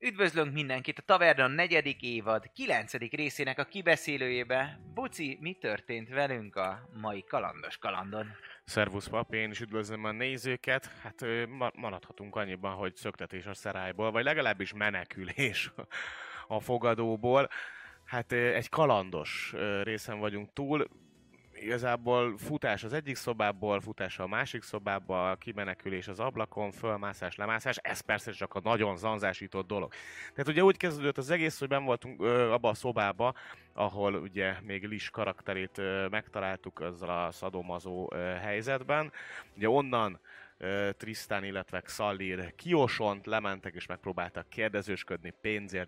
Üdvözlünk mindenkit a Taverna 4. évad 9. részének a kibeszélőjébe. Buci, mi történt velünk a mai kalandos kalandon? Szervusz pap, én is üdvözlöm a nézőket. Hát maradhatunk annyiban, hogy szöktetés a szerályból, vagy legalábbis menekülés a fogadóból. Hát egy kalandos részen vagyunk túl. Igazából futás az egyik szobából, futás a másik szobába, kimenekülés az ablakon, fölmászás, lemászás, ez persze csak a nagyon zanzásított dolog. Tehát ugye úgy kezdődött az egész, hogy benn voltunk abba a szobába, ahol ugye még Lis karakterét megtaláltuk azzal a szadomazó helyzetben. Ugye onnan Tristan, illetve Xallir kiosont, lementek és megpróbáltak kérdezősködni pénzért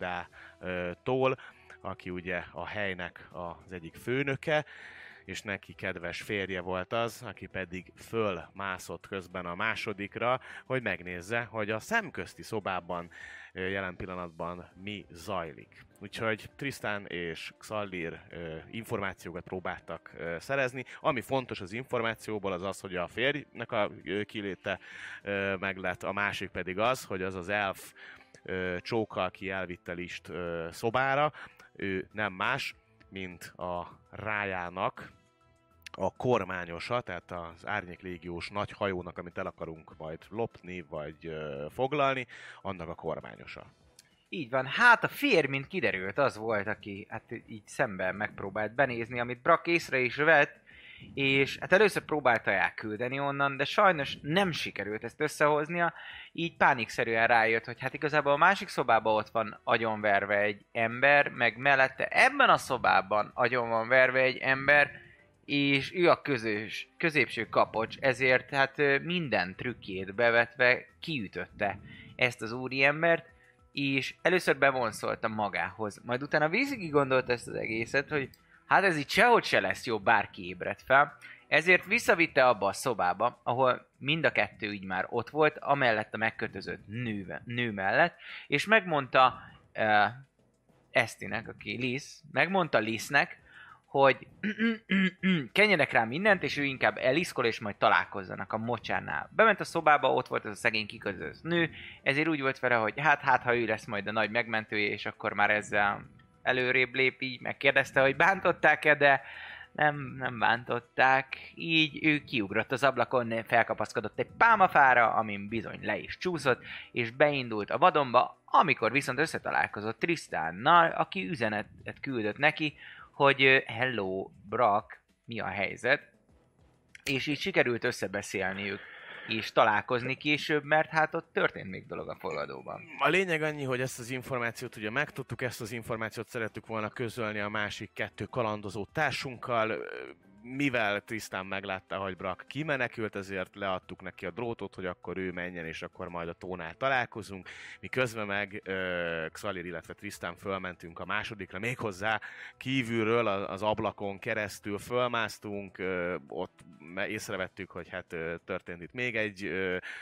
Isoldától, aki ugye a helynek az egyik főnöke, és neki kedves férje volt az, aki pedig fölmászott közben a másodikra, hogy megnézze, hogy a szemközti szobában jelen pillanatban mi zajlik. Úgyhogy Tristan és Xallir információkat próbáltak szerezni. Ami fontos az információból az az, hogy a férjnek a kiléte meglett, a másik pedig az, hogy az az elf csóka, aki elvitte List szobára, ő nem más, mint a rájának a kormányosa, tehát az árnyéklégiós nagy hajónak, amit el akarunk majd lopni, vagy foglalni, annak a kormányosa. Így van, hát a férj, mint kiderült, az volt, aki hát így szemben megpróbált benézni, amit Brak észre is vett, és hát először próbálta elküldeni onnan, de sajnos nem sikerült ezt összehoznia, így pánikszerűen rájött, hogy hát igazából a másik szobában ott van agyonverve egy ember, meg mellette ebben a szobában agyon van verve egy ember, és ő a középső kapocs, ezért hát minden trükkjét bevetve kiütötte ezt az úriembert, és először bevonszolta magához, majd utána végig gondolta ezt az egészet, hogy hát ez itt sehogy se lesz jó, bárki ébredt fel, ezért visszavitte abba a szobába, ahol mind a kettő így már ott volt, amellett a megkötözött nő mellett, és megmondta Esztinek, aki Liz, megmondta Liznek, hogy kenjenek rá mindent, és ő inkább eliszkol, és majd találkozzanak a mocsárnál. Bement a szobába, ott volt ez a szegény kikötözött nő, ezért úgy volt vele, hogy hát ha ő lesz majd a nagy megmentője, és akkor már ezzel előrébb lép, így megkérdezte, hogy bántották-e, de nem bántották. Így ő kiugrott az ablakon, felkapaszkodott egy pálmafára, amin bizony le is csúszott, és beindult a vadonba, amikor viszont összetalálkozott Tristánnal, aki üzenetet küldött neki, hogy hello, Brak, mi a helyzet? És így sikerült összebeszélniük és találkozni később, mert hát ott történt még dolog a fogadóban. A lényeg annyi, hogy ezt az információt ugye megtudtuk, ezt az információt szerettük volna közölni a másik kettő kalandozó társunkkal, mivel Tristan meglátta, hogy Brak kimenekült, ezért leadtuk neki a drótot, hogy akkor ő menjen, és akkor majd a tónál találkozunk. Mi közben meg Xallir, illetve Tristan fölmentünk a másodikra, méghozzá kívülről az ablakon keresztül fölmásztunk, ott észrevettük, hogy hát történt itt még egy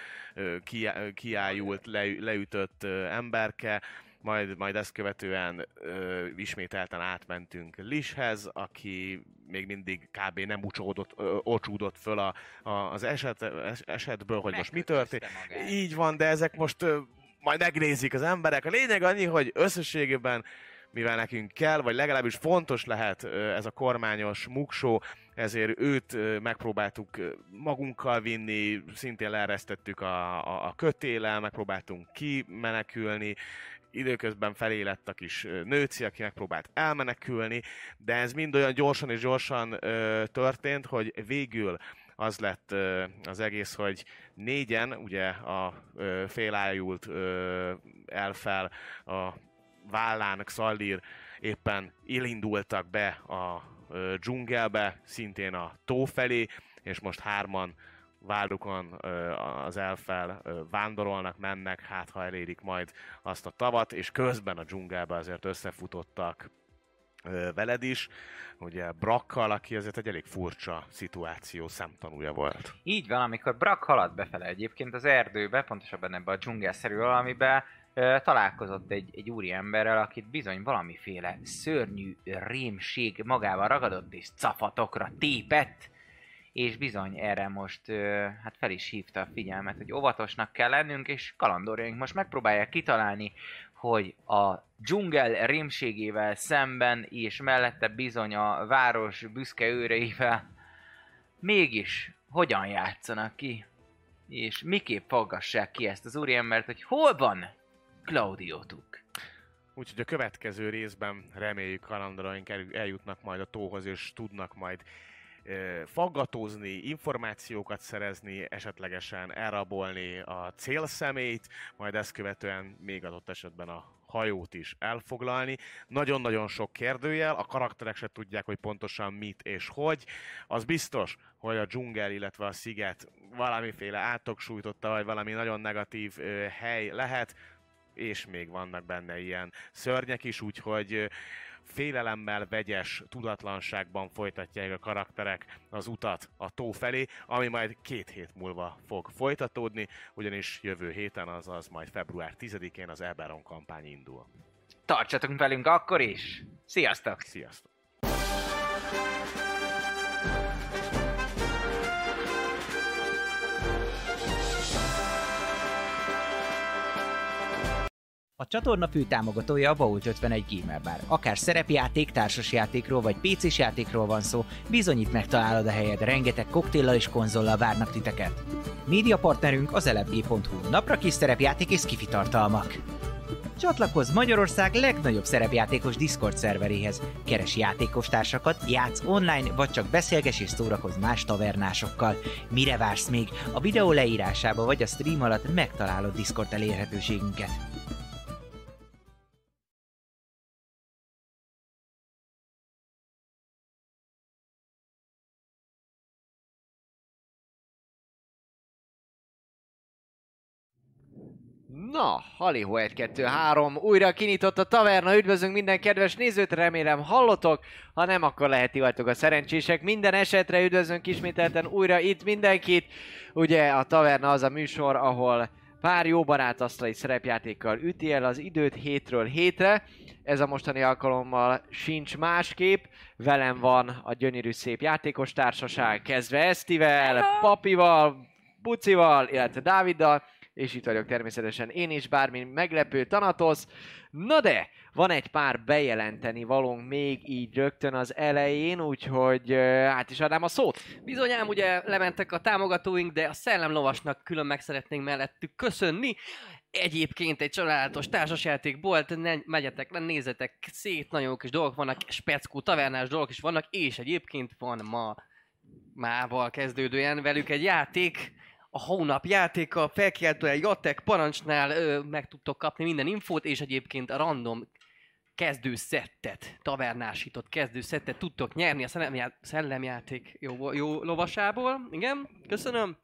kiájult, leütött emberke, majd ezt követően ismételten átmentünk Lishez, aki még mindig kb. Nem ocsúdott föl az esetből, hogy most mi történt. Így van, de ezek most majd megnézik az emberek. A lényeg annyi, hogy összességében, mivel nekünk kell, vagy legalábbis fontos lehet ez a kormányos muksó, ezért őt megpróbáltuk magunkkal vinni, szintén leeresztettük a kötéllel, megpróbáltunk kimenekülni, időközben felé lett a kis nőci, aki megpróbált elmenekülni, de ez mind olyan gyorsan történt, hogy végül az lett az egész, hogy négyen, ugye a félájult elfel a vállán Xallir éppen elindultak be a dzsungelbe, szintén a tó felé, és most hárman várdukon az elfel vándorolnak, mennek, hát ha elérik majd azt a tavat, és közben a dzsungelbe azért összefutottak veled is, ugye Brakkal, aki azért egy elég furcsa szituáció szemtanúja volt. Így van, amikor Brak haladt befele egyébként az erdőbe, pontosabban ebbe a dzsungelszerű valamibe, találkozott egy úriemberrel, akit bizony valamiféle szörnyű rémség magával ragadott és cafatokra tépett, és bizony erre most hát fel is hívta a figyelmet, hogy óvatosnak kell lennünk, és kalandorjaink most megpróbálják kitalálni, hogy a dzsungel rémségével szemben, és mellette bizony a város büszke őreivel mégis hogyan játszanak ki, és miképp foggassák ki ezt az úriembert, hogy hol van Claudiotuk. Úgyhogy a következő részben reméljük kalandoraink eljutnak majd a tóhoz, és tudnak majd faggatózni, információkat szerezni, esetlegesen elrabolni a célszemélyt, majd ezt követően még adott esetben a hajót is elfoglalni. Nagyon-nagyon sok kérdőjel, a karakterek se tudják, hogy pontosan mit és hogy. Az biztos, hogy a dzsungel, illetve a sziget valamiféle átoksújtotta, vagy valami nagyon negatív hely lehet, és még vannak benne ilyen szörnyek is, úgyhogy félelemmel, vegyes tudatlanságban folytatják a karakterek az utat a tó felé, ami majd 2 hét múlva fog folytatódni, ugyanis jövő héten, azaz majd február 10-én az Eberron kampány indul. Tartsatok velünk akkor is! Sziasztok! Sziasztok! A csatorna fő támogatója a Vault 51 Gamer Bar. Akár szerepjáték, társasjátékról vagy PC-s játékról van szó, bizonyít megtalálod a helyed, rengeteg koktéllal és konzollal várnak titeket. Média partnerünk az elefg.hu, napra kis szerepjáték és skifi tartalmak. Csatlakozz Magyarország legnagyobb szerepjátékos Discord szerveréhez. Keres játékostársakat, játsz online, vagy csak beszélges és szórakozz más tavernásokkal. Mire vársz még? A videó leírásába vagy a stream alatt megtalálod Discord elérhetőségünket. Na, Haliho 1, 2, 3, újra kinyitott a taverna, üdvözlünk minden kedves nézőt, remélem hallotok, ha nem, akkor lehet ti vagytok a szerencsések. Minden esetre üdvözlünk ismételten újra itt mindenkit. Ugye a taverna az a műsor, ahol pár jó barát asztali szerepjátékkal üti el az időt hétről hétre. Ez a mostani alkalommal sincs másképp. Velem van a gyönyörű szép játékos társaság, kezdve Esztivel, Papival, Pucival, illetve Dáviddal. És itt vagyok természetesen én is, bármi meglepő Thanatos. Na de, van egy pár bejelenteni valónk még így rögtön az elején, úgyhogy át is adnám a szót. Bizonyám, ugye lementek a támogatóink, de a Szellemlovasnak külön meg szeretnénk mellettük köszönni. Egyébként egy csodálatos társasjáték volt, megyetek le, nézzetek szét, nagyon jó kis dolgok vannak, speckó, tavernás dolgok is vannak, és egyébként van mával kezdődően velük egy játék, a hónap játéka, felkiáltó egy Jatek parancsnál meg tudtok kapni minden infót, és egyébként a random kezdőszettet, tavernásított kezdőszettet tudtok nyerni a szellemjáték jó lovasából. Igen, köszönöm.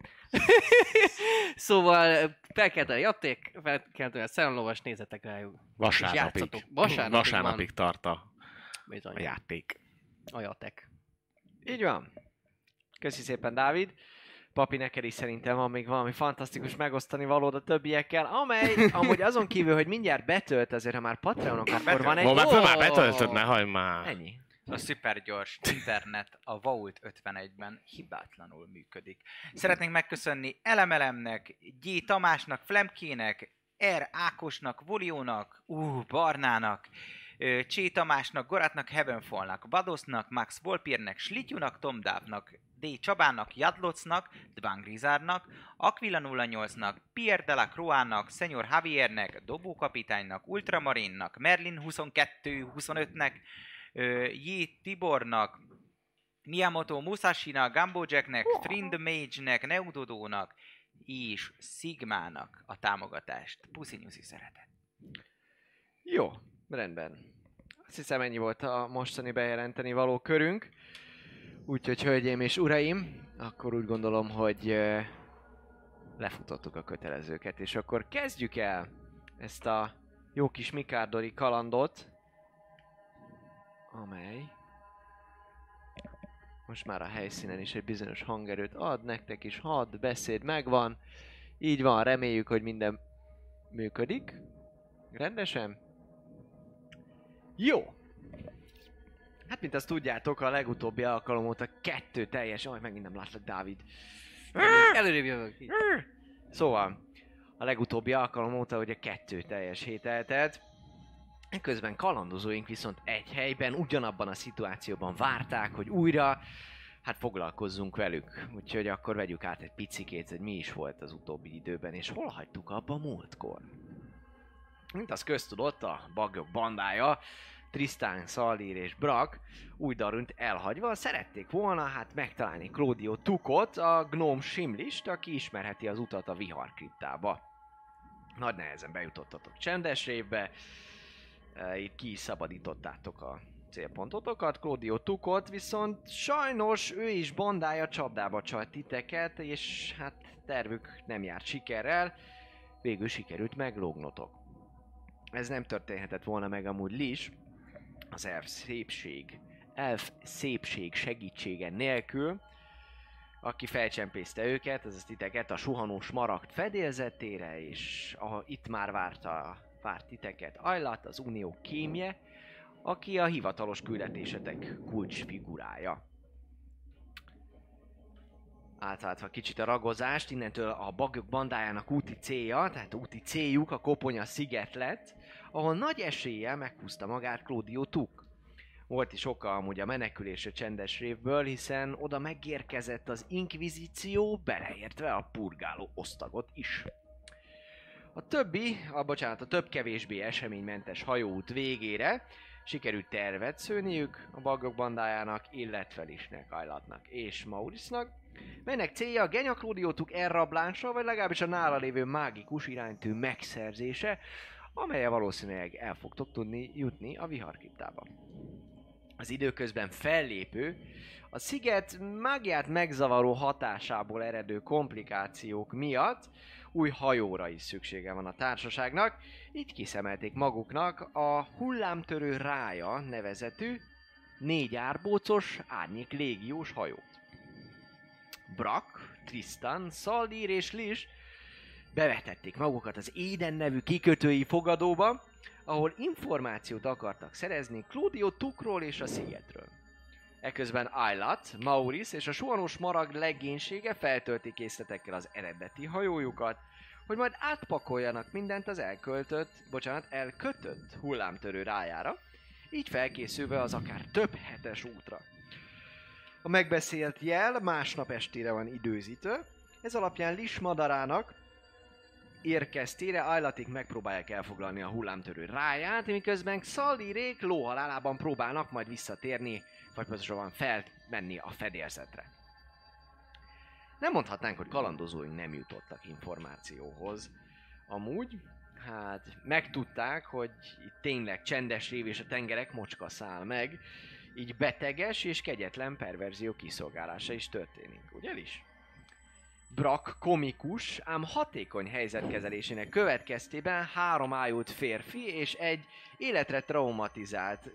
Szóval felkeltően Jatek, felkeltően szellemlovas, nézzetek rájuk. Vasárnapig tart a játék. A Jatek. Így van. Köszi szépen, Dávid. Papi, neked is szerintem van még valami fantasztikus megosztani valód a többiekkel, amely amúgy azon kívül, hogy mindjárt betölt, azért ha már Patreonok, akkor van egy... Már betöltöd, ne hagyd már! Ennyi. A szupergyors internet a Vault 51-ben hibátlanul működik. Szeretnénk megköszönni Elemelemnek, G. Tamásnak, Flemkének, R. Ákosnak, Voliónak, Barnának, Csé Tamásnak, Goratnak, Heavenfallnak, Vadosznak, Max Volpiernek, Slityunak, Tomdávnak, D. Csabának, Jadlocnak, Dvangrizárnak, Aquila 08-nak, Pierre de la Croix-nak, Senior Javiernek, Dobókapitánynak, Ultramarinnak, Merlin 22-25-nek, J. Tibornak, Miyamoto Musashi-nak, Gumbo Jacknek, Frind Mage-nek, Neudodónak és Sigmának a támogatást. Puszi-nyuszi szeretet. Jó, rendben. Azt hiszem ennyi volt a mostani bejelenteni való körünk. Úgyhogy, hölgyeim és uraim, akkor úgy gondolom, hogy lefutottuk a kötelezőket, és akkor kezdjük el ezt a jó kis Mikárdori kalandot, amely most már a helyszínen is egy bizonyos hangerőt ad, nektek is hadd, beszéd megvan. Így van, reméljük, hogy minden működik. Rendesen? Jó. Hát, mint azt tudjátok, a legutóbbi alkalom óta 2 teljes... megint nem látlak, Dávid. Előrébb jövök. Így. Szóval, a legutóbbi alkalom óta ugye 2 teljes hét eltelt. Ekközben kalandozóink viszont egy helyben, ugyanabban a szituációban várták, hogy újra foglalkozzunk velük. Úgyhogy akkor vegyük át egy picikét, hogy mi is volt az utóbbi időben, és hol hagytuk abba múltkor. Mint az köztudott, a baglyok bandája, Tristan, Szalír és Brak új Darunt elhagyva szerették volna megtalálni Claudio Tukot, a gnóm simlist, aki ismerheti az utat a viharkriptába. Nagy nehezen bejutottatok Csendes Révbe, itt ki is szabadítottátok a célpontotokat, Claudio Tukot, viszont sajnos ő is bandája csapdába csalt titeket, és tervük nem járt sikerrel, végül sikerült meglógnotok. Ez nem történhetett volna meg amúgy Lis, az elf szépség segítsége nélkül, aki felcsempészte őket, azaz titeket a suhanó smaragd fedélzetére, és itt már várt titeket Ajlat, az Unió kémje, aki a hivatalos küldetésetek kulcsfigurája. Átváltva kicsit a ragozást, innentől a baglyok bandájának úti célja, tehát úti céljuk a Koponya sziget lett, ahol nagy eséllyel meghúzta magát Claudio Tuk. Volt is oka amúgy a menekülésre Csendes Révből, hiszen oda megérkezett az inkvizíció, beleértve a purgáló osztagot is. A több-kevésbé eseménymentes hajóút végére sikerült tervet szőniük a baglyok bandájának, illetve Lisnek, Ajlatnak és Maurice-nak, melynek célja a Genya Claudio Tuk elrablása, vagy legalábbis a nála lévő mágikus iránytű megszerzése, amellyel valószínűleg el fogtok tudni jutni a viharkriptába. Az időközben fellépő, a sziget mágiát megzavaró hatásából eredő komplikációk miatt új hajóra is szüksége van a társaságnak, így kiszemelték maguknak a Hullámtörő Rája nevezetű 4 árbócos árnyék légiós hajót. Brak, Tristan, Szalír és Lis bevetették magukat az Éden nevű kikötői fogadóba, ahol információt akartak szerezni Claudio Tukról és a szigetről. Eközben Ajlat, Maurice és a suhanó smaragd legénysége feltölti készletekkel az eredeti hajójukat, hogy majd átpakoljanak mindent az elkötött hullámtörő rájára, így felkészülve az akár több hetes útra. A megbeszélt jel másnap estére van időzítve, ez alapján Lis madarának érkeztére Ajlatig megpróbálják elfoglalni a hullámtörő ráját, miközben Szalírék lóhalálában próbálnak majd visszatérni, vagy pontosabban felmenni a fedélzetre. Nem mondhatnánk, hogy kalandozóink nem jutottak információhoz. Amúgy, megtudták, hogy itt tényleg Csendes Rév és a tengerek mocska száll meg, így beteges és kegyetlen perverzió kiszolgálása is történik, ugye is? Brak komikus, ám hatékony helyzetkezelésének következtében 3 ájult férfi és egy életre traumatizált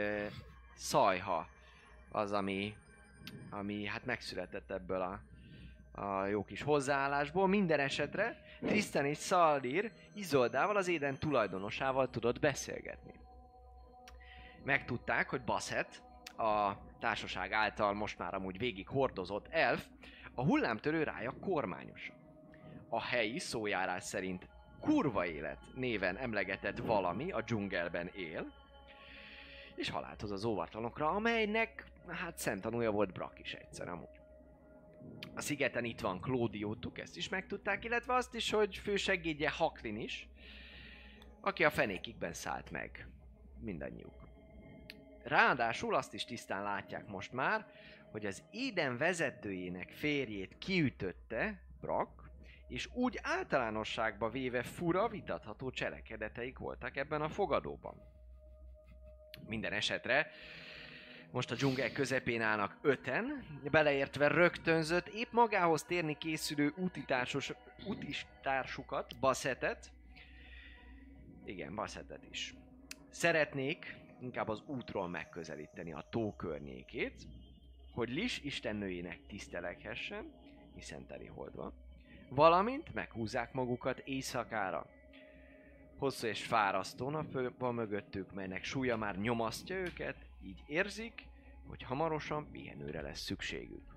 szajha az, ami megszületett ebből a jó kis hozzáállásból. Minden esetre Tristan és Szalír Izoldával, az Éden tulajdonosával tudott beszélgetni. Megtudták, hogy Basset, a társaság által most már amúgy végig hordozott elf, a hullámtörő rája kormányosa. A helyi szójárás szerint kurva élet néven emlegetett valami a dzsungelben él, és halált hoz az óvatlanokra, amelynek szemtanúja volt Brak is egyszer amúgy. A szigeten itt van Claudio Tuk, ezt is megtudták, illetve azt is, hogy fősegédje Haklin is, aki a fenékikben szállt meg. Mindannyiuk. Ráadásul azt is tisztán látják most már, hogy az Éden vezetőjének férjét kiütötte Brak, és úgy általánosságba véve fura, vitatható cselekedeteik voltak ebben a fogadóban. Minden esetre most a dzsungel közepén állnak 5-en, beleértve rögtönzött, épp magához térni készülő útistársukat, Bassettet. Igen, Bassettet is. Szeretnék inkább az útról megközelíteni a tó környékét, hogy Lis istennőjének tisztelekhessen, hiszen teli hold van, valamint meghúzzák magukat éjszakára. Hosszú és fárasztó nap van mögöttük, melynek súlya már nyomasztja őket, így érzik, hogy hamarosan pihenőre lesz szükségük.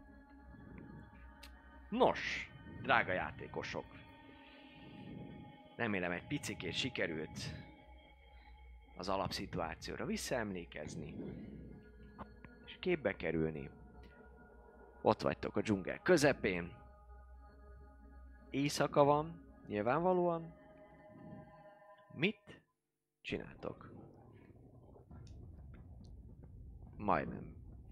Nos, drága játékosok, remélem egy picikét sikerült az alapszituációra visszaemlékezni, és képbe kerülni. Ott vagytok a dzsungel közepén, éjszaka van, nyilvánvalóan. Mit csináltok? Majdnem.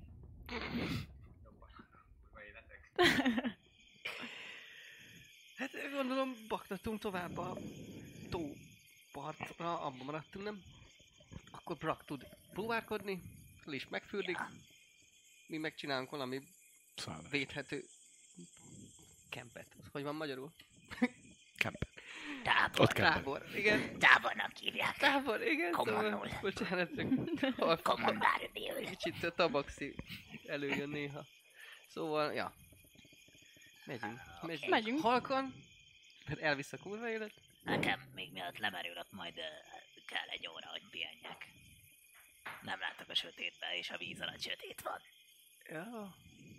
Hát gondolom baktatunk tovább a tópartra, abban maradtunk, nem? Akkor Brak tud próbálkodni, Lis megfürdik, mi megcsinálunk valami Szállás. védhető kempet. Az hogy van magyarul? Kemp. Tábor. Tábor, igen. Tábornak hívják. Tábor, igen. Kommunul. Szóval, bocsánat, csak Kommunárnül. kicsit a tabaxi előjön néha. Szóval, ja. Megyünk. Halkan, mert elvisz a kurva élet. Nekem még mielőtt lemerül, ott majd kell egy óra, hogy pihenjek. Nem látok a sötétbe, és a víz alatt sötét van. Ja.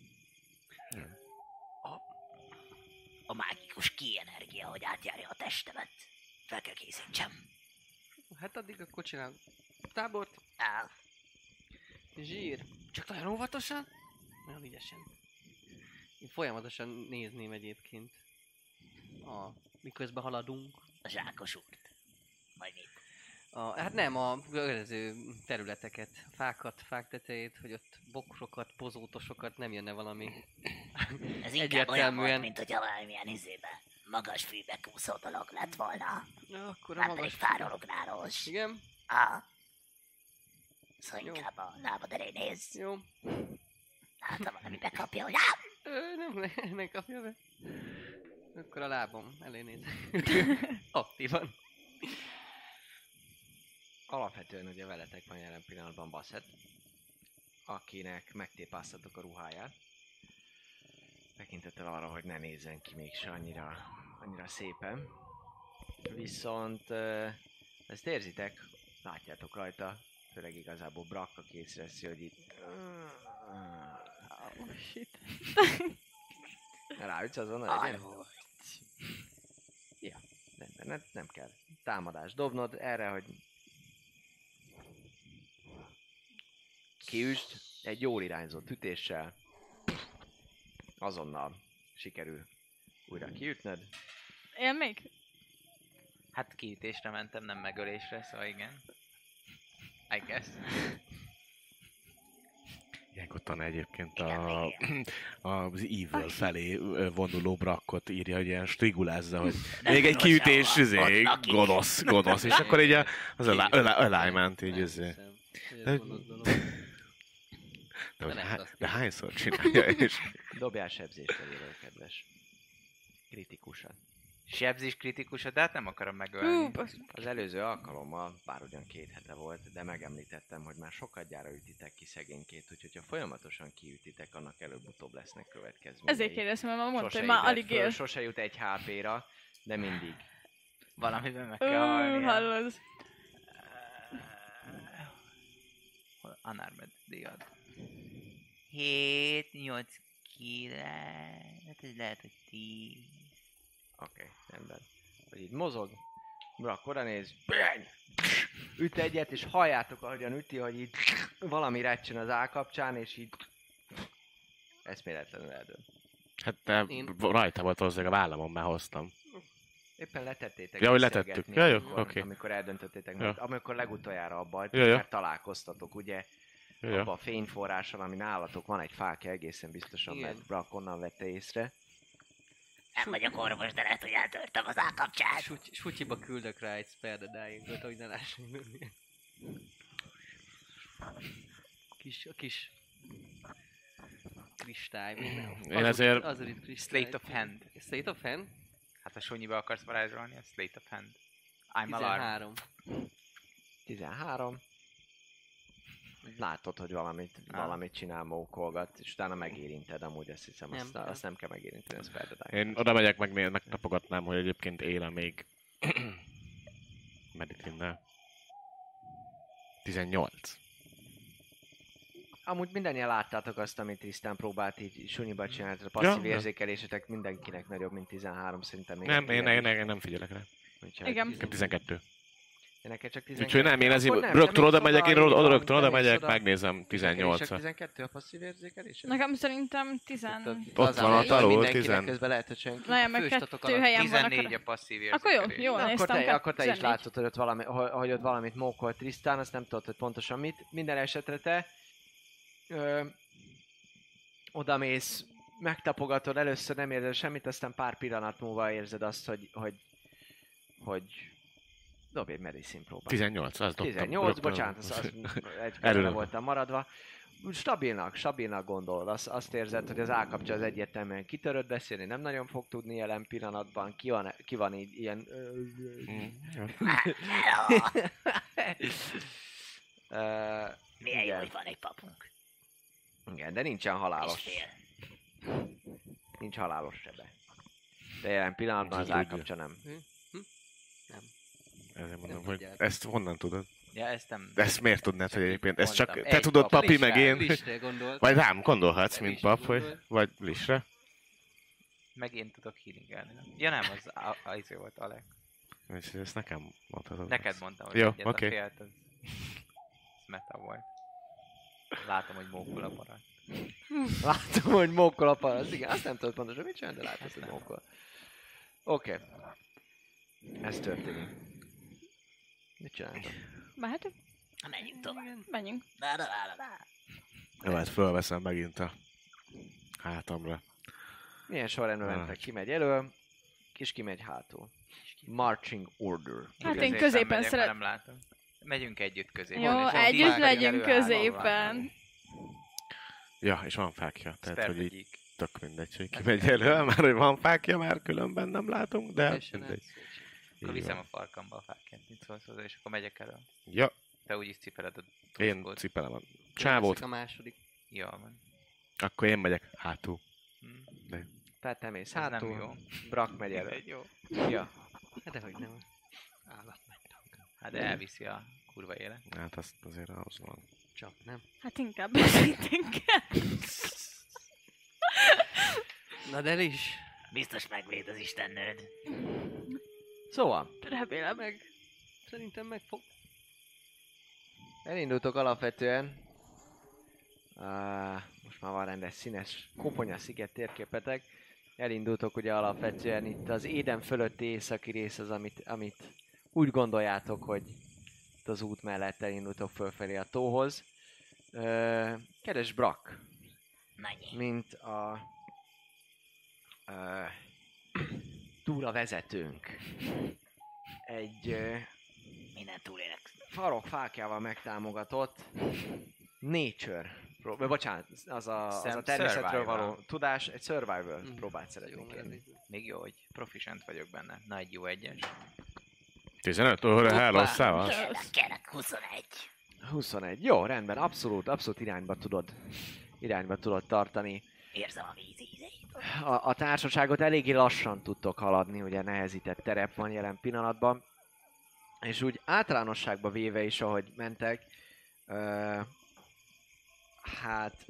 A mágikus ki energia, hogy átjárja a testemet. Fel kell készítsem. Hát addig akkor csinálunk tábort. Á, Zsír. Csak nagyon óvatosan. Nagyon ügyesen. Én folyamatosan nézném egyébként. Miközben haladunk. a zsákos úrt. Majd mit? Hát nem, a környező területeket, fák tetejét, hogy ott bokrokat, bozótosokat nem jönne valami. Ez inkább olyan volt, egyértelműen. mint hogyha valamilyen magas fűbe kúszó dolog lett volna. Ja, akkor a Már pedig magas... fárolognáros. Igen? Szóval Jó. inkább a lábad elé néz. Jó. Látom, valami bekapja, hogy Nem kapja be. Akkor a lábam elé néz. Aktívan. Alapvetően ugye veletek van jelen pillanatban Basset, akinek megtépáztatok a ruháját. Tekintettel arra, hogy ne nézzen ki mégse annyira szépen. Viszont ezt érzitek, látjátok rajta, főleg igazából Brak, aki észreveszi, hogy itt... Oh, shit. Ráütsz azonnal legyen? Ja, nem kell támadást dobnod erre, hogy kiüsd egy jól irányzott ütéssel, azonnal sikerül újra kiütnöd. Én még? Hát kiütésre mentem, nem megölésre, szóval igen. I guess. Ilyenkor egyébként az Evil felé vonuló Brakkot írja, hogy ilyen strigulázza, hogy még egy kiütés, gonosz, és akkor így az alignment így de hányszor csinálja, és... Dobjál sebzést elére, kedves. Kritikusan. Sebzés kritikusat, de hát nem akarom megölni. Az előző alkalommal, bár ugyan 2 hete volt, de megemlítettem, hogy már sokat gyára ütitek ki szegénykét, úgyhogy ha folyamatosan kiütitek, annak előbb-utóbb lesznek következményei. Ezért kérdeztem, mert mondta, Sose hogy már ébred alig föl, él. Sose jut 1 HP-ra, de mindig. Valamiben meg kell halnia. Hallod. Unarmed díjad. 7, 8, 9, hát ez lehet, hogy 10. Oké, rendben. Hogy így mozog, Brak oda néz, bány! Üt egyet, és halljátok, ahogyan üti, hogy így valami recsen az állkapcsán, és így eszméletlenül eldönt. Hát de rajta volt hozzá, a vállamon már hoztam. Éppen letettétek. Ja, hogy beszélgetni, letettük. Ja, jó, amikor, oké. amikor eldöntöttétek, Ja. amikor legutoljára abban, Ja, ja. mert találkoztatok, ugye, Ja. abban a fényforrással, ami nálatok van, egy fákja egészen biztosan, Igen. mert Brak onnan vette észre. Nem vagyok orvos, de lehet, hogy eltörtem az állkapcsát. Sutyiba küldök rá egy spare the dying-ot, hogy ne lássunk. A kis kristály. Én ezért- Azurit kristály. Slate of hand. Slate of hand? Hát a sonyiba akarsz varázsolni, a Slate of hand. I'm alarmed. 13. 13. Látod, hogy valamit csinál, mókolgat, és utána megérinted, amúgy azt hiszem, Nem, nem. azt nem kell megérinteni, ez például. Én oda megyek, megtapogatnám, hogy egyébként éle még Meditinnel. 18. amúgy mindannyian láttátok azt, amit Tristan próbált így sunyiba csinálni, a passzív érzékelésetek mindenkinek nagyobb, mint 13, szerintem még. Nem, én nem figyelek rá. Úgyhogy Igen. Nekem 12. neked csak 12. Úgyhogy nem, én ezért Akkor nem rögtön mész oda megyek, én így van, rögtön oda nem mész megyek, oda. megnézem Csak 18-ra. 12 a passzív érzékelés? Nekem szerintem 10... Ott van ott alul, mindenkinek 10. közben lehet, hogy senki. Nem, meg Főstatok 2 alatt. helyen vannak. 14 a passzív Akkor jó, érzékelés. jól Na, néztem. akkor te is 14. látod, hogy ott valamit mókolt Tristan, azt nem tudod, hogy pontosan mit. Minden esetre te odamész, megtapogatod, először nem érzed semmit, aztán pár pillanat múlva érzed azt, hogy dobj egy medicine próbát. 18, az dobtam. 18, rögtön. bocsánat, az egy Erről. percre voltam maradva. Stabilnak gondolod, azt érzed, hogy az állkapcsa az egyértelműen kitörött, beszélni nem nagyon fog tudni jelen pillanatban, ki van így ilyen... Milyen jó, igen. hogy van egy papunk. Igen, de nincsen És halálos. fél. Nincs halálos sebe. De jelen pillanatban az állkapcsa nem. Ezért mondom, Nem hogy tudják. ezt honnan tudod? Ja, ezt nem... De ezt miért tudnád, hogy egyébként? Ezt csak mondtam. te Egy tudod, pap. papi, meg én? Listre gondolt. Vagy rám gondolhatsz, mint Listre pap, vagy, gondolt. vagy Lisre. Meg én tudok healingelni. Ja nem, az izé volt Alek. Úgyhogy ezt nekem mondhatod. Neked mondtam, hogy Jó, egyet oké. a félt, az meta volt. Látom, hogy mókol a parat. Látom, hogy mókol a parasz. Igen, azt nem tudod pontosan mit csinál, de látod, hogy mókol. Oké. Ez történik. Mit csináltok? Mehetünk? Na, menjünk tovább. Menjünk. Jó, hát fölveszem megint a hátamra. Milyen sorrendben mentek? Ki megy elő, és ki megy hátul. Marching order. Hát én Középen középen megyek, szeret- mert nem látom. Megyünk együtt középen. Jó, és a együtt fák megyünk előáll, középen. Ja, és van fákja, tehát hogy így Szpervegyik. tök mindegy, hogy ki megy elő, mert hogy van fákja, már különben nem látunk, de Teljesen mindegy. Akkor Így viszem van. a farkamba a fákját, mit szólsz hozzá, és akkor megyek elő. Ja, Te úgyis cipeled a én tuskót. cipelem a Én csávót, leszek a második. Jól van. akkor én megyek hátul. Hm. Tehát te mész Ez nem hátul, jó. Brak megy elő. Egy jó. Ja. Hát dehogy nem. Állat meg. Hát de elviszi a kurva élet. Hát azt azért az van. Csak nem. Hát inkább beszéltünk kell. Na de is. Biztos megvéd az istennőd. Szóval, Remélem. Meg. Szerintem meg fog. elindultok alapvetően. Most már van rendes színes Koponya sziget térképetek. Elindultok ugye alapvetően itt az Éden fölötti északi rész az, amit úgy gondoljátok, hogy itt az út mellett elindultok fölfelé a tóhoz. Kedves Brak, Mennyi? mint a túravezetőnk, egy Minden túlélek. farok fákjával megtámogatott nature, bocsánat, az a természetről survival. való tudás, egy survival próbát Jó, szeretnék mert kérni. Még jó, hogy proficient vagyok benne. Na, egy jó egyes. 15 óra hellosszával? Kérek 21. 21, jó, rendben, abszolút irányba tudod tartani. Érzem a víz ízeit. A társaságot eléggé lassan tudtok haladni, ugye nehezített terep van jelen pillanatban. És úgy általánosságban véve is, ahogy mentek, hát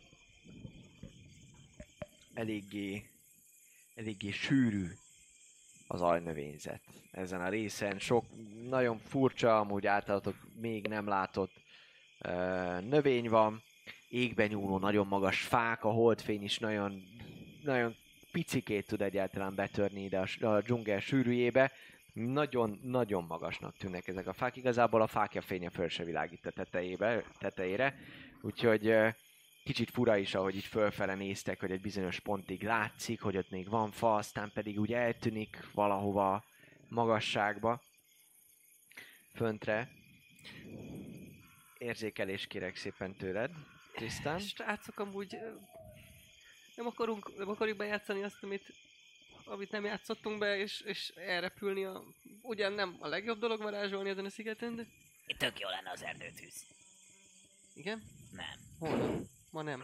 eléggé sűrű az aljnövényzet ezen a részen. Sok nagyon furcsa, amúgy általatok még nem látott növény van. Égben nyúló, nagyon magas fák, a holdfény is nagyon picikét tud egyáltalán betörni ide a dzsungel sűrűjébe. Nagyon magasnak tűnnek ezek a fák. Igazából a fákja fénye föl se világít a tetejére. Úgyhogy kicsit fura is, ahogy itt fölfele néztek, hogy egy bizonyos pontig látszik, hogy ott még van fa, aztán pedig úgy eltűnik valahova magasságba. Föntre. Érzékelés kérek szépen tőled, Tristan. Srácok, amúgy nem akarjuk bejátszani azt, amit nem játszottunk be, és elrepülni ugyan nem a legjobb dolog varázsolni ezen a szigeten, de... Itt tök jó lenne az erdőtűz. Igen? Nem. Holnap? Ma nem.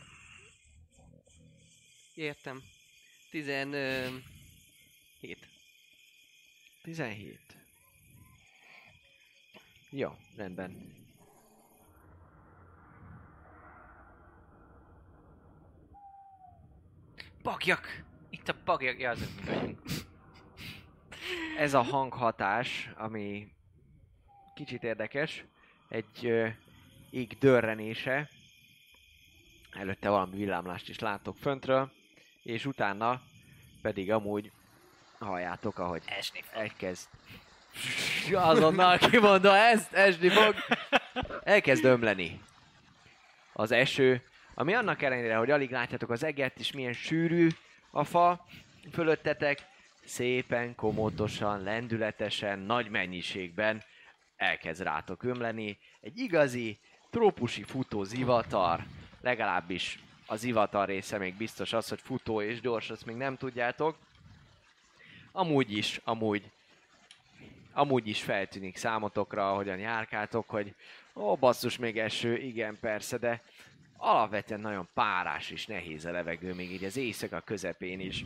Értem. 17. 17. Jó, rendben. Pagyak! Itt a pagyak! Ja, azok mi vagyunk. Ez a hanghatás, ami kicsit érdekes, egy ég dörrenése, előtte valami villámlást is látok föntről, és utána pedig amúgy halljátok, ahogy Esni fog. elkezd. Azonnal kimondva ezt, esni fog. Elkezd ömleni az eső, ami annak ellenére, hogy alig látjátok az eget, és milyen sűrű a fa fölöttetek, szépen, komótosan, lendületesen, nagy mennyiségben elkezd rátok ömleni. Egy igazi, trópusi futó zivatar, legalábbis a zivatar része még biztos az, hogy futó és gyors, azt még nem tudjátok. Amúgy is feltűnik számotokra, ahogyan járkáltok, hogy ó, basszus, még eső, igen, persze, de alapvetően nagyon párás és nehéz a levegő, még így az éjszaka közepén is.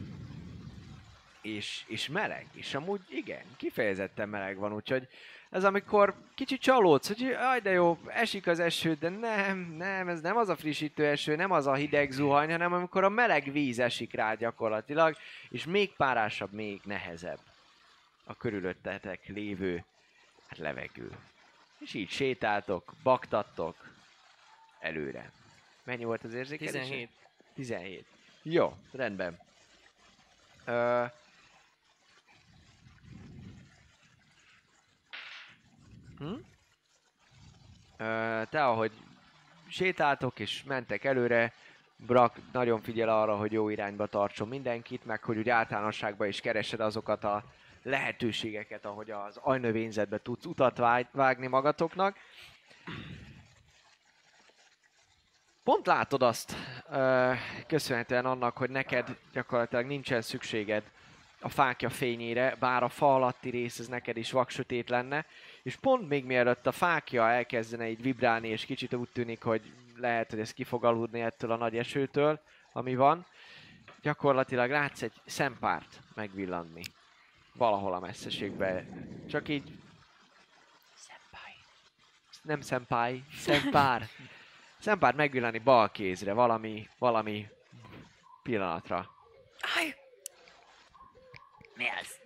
És meleg, és amúgy igen, kifejezetten meleg van, úgyhogy ez amikor kicsit csalódsz, hogy jaj, de jó, esik az eső, de nem, ez nem az a frissítő eső, nem az a hideg zuhany, hanem amikor a meleg víz esik rá gyakorlatilag, és még párásabb, még nehezebb a körülöttetek lévő levegő. És így sétáltok, baktattok előre. Mennyi volt az érzékelés? 17. 17. Jó, rendben. Te ahogy sétáltok és mentek előre, Brak nagyon figyel arra, hogy jó irányba tartson mindenkit, meg hogy úgy általánosságban is keresed azokat a lehetőségeket, ahogy az ajnövényzetbe tudsz utat vágni magatoknak. Pont látod azt, köszönhetően annak, hogy neked gyakorlatilag nincsen szükséged a fákja fényére, bár a fa alatti rész ez neked is vaksötét lenne, és pont még mielőtt a fákja elkezdene így vibrálni, és kicsit úgy tűnik, hogy lehet, hogy ez ki fog aludni ettől a nagy esőtől, ami van, gyakorlatilag látsz egy szempárt megvillanni valahol a messzeségben. Csak így... Nem szempály, szempár. Szempár megvillanni bal kézre, valami pillanatra. Mi az?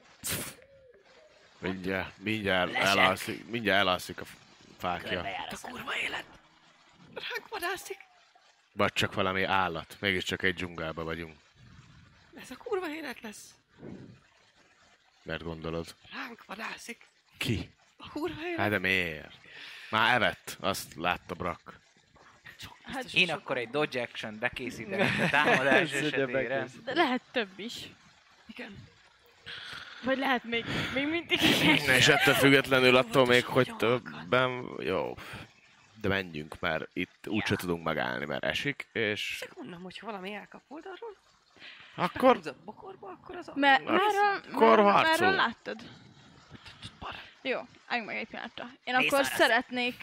Mindjárt elalszik a fákja. Körbejár a szemem. Kurva élet! Ránk vadászik! Vagy csak valami állat. Mégiscsak egy dzsungelben vagyunk. Ez a kurva élet lesz! Mert gondolod? Ránk vadászik! Ki? A kurva élet! Hát de miért? Már evett, azt látta Brak. Hát, Én akkor egy dodge action bekészítenek a támadás esetére. de lehet több is. Igen. Vagy lehet még mindig ilyen. És ettől függetlenül attól még, hogy többen... Jó. De menjünk, mert itt úgyse tudunk megállni, mert esik, és... Csak mondom, hogyha valami elkap oldalról, Akkor... húz a bokorba, akkor az Akkor harcolunk. Merről láttad? Jó, álljunk meg egy pillanatra. Én Mész akkor arra szeretnék...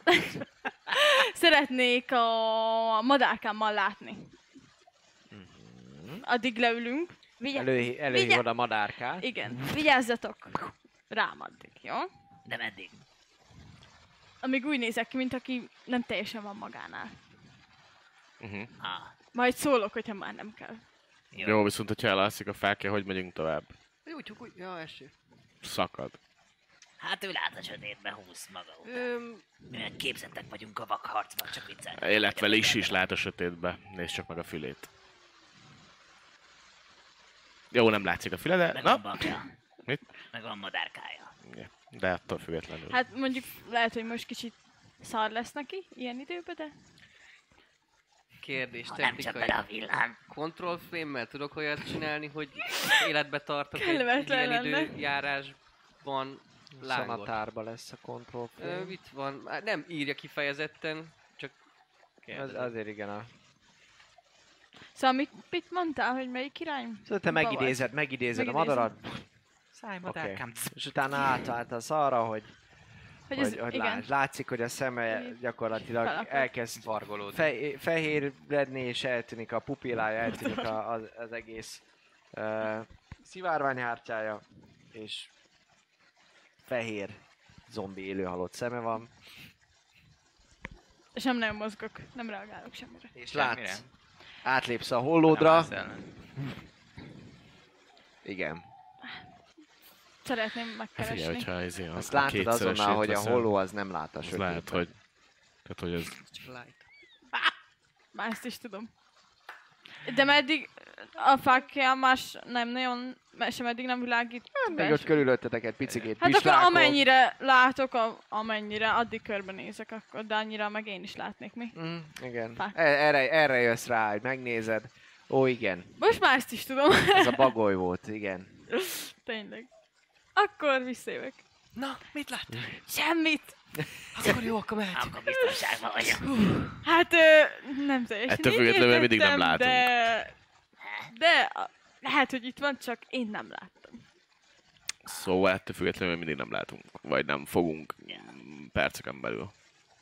szeretnék a madárkámmal látni. Addig leülünk. Előhívod a madárkát. Igen, vigyázzatok rám addig, jó? De meddig? Amíg úgy nézek ki, mint aki nem teljesen van magánál. Ah, Majd szólok, hogyha már nem kell. Jó, viszont hogyha elalszik a fákja, hogy megyünk tovább? Jó, csak úgy... Ja, eső. Szakad. hát ő lát a sötétbe, húsz maga után. Mi meg képzettek vagyunk a vakharcban, csak viccelni. Illetve Liss is lát a sötétbe. Nézd csak meg a fülét. Jó, nem látszik a füle, de... Meg Na, van bakja. Mit? Meg van madárkája. Ja, de attól függetlenül. Hát mondjuk lehet, hogy most kicsit szar lesz neki ilyen időben, de... Kérdés, Ha nem csap technikai. bele a villám. Control frame-mel tudok olyat csinálni, hogy életbe tartok egy Kellemetlen ilyen lenne. időjárásban lángot. Szanatárba lesz a control frame. Itt van, hát nem írja kifejezetten, csak kérdezem. Azért igen a... Szóval mit mondtál, hogy melyik irány? Szóval te megidézed a Megidézem. madarat, Szállj, oké. madárkám. És utána átváltasz arra, hogy Ez, hogy igen. látszik, hogy a szeme gyakorlatilag Felakad. elkezd Vargolódni. fehéredni, és eltűnik a pupillája, eltűnik az egész szivárványhártyája, és fehér zombi élőhalott szeme van. És nem nagyon mozgok, nem reagálok semmire. És Látsz. semmire? Átlépsz a hollódra. Nem állsz ellen. Igen. Szeretném Figyelj, megkeresni. hogyha Azt látod azonnal, hogy a holló az nem lát a az sötétben. lehet, hogy... Tehát, hogy ez... Csak light. Már ezt is tudom. De meddig a fákján más nem nagyon, sem eddig nem világít Még ott körülöttetek egy picikét Hát akkor pislákol. amennyire látok, amennyire, addig körbenézek akkor, de annyira meg én is látnék, mi? Igen. Fák. Erre jössz rá, hogy megnézed. Ó, igen. Most már ezt is tudom. Ez a bagoly volt, igen. Tényleg. Akkor visszajövök. Na, mit láttál? Semmit! Akkor jó, akkor mehetünk. Akkor biztonságban vagyok. Hát nem teljesen Ettől így függetlenül mindig nem értettem, látunk. lehet, hogy itt van, csak én nem láttam. Szóval ettől függetlenül mindig nem látunk, vagy nem fogunk perceken belül.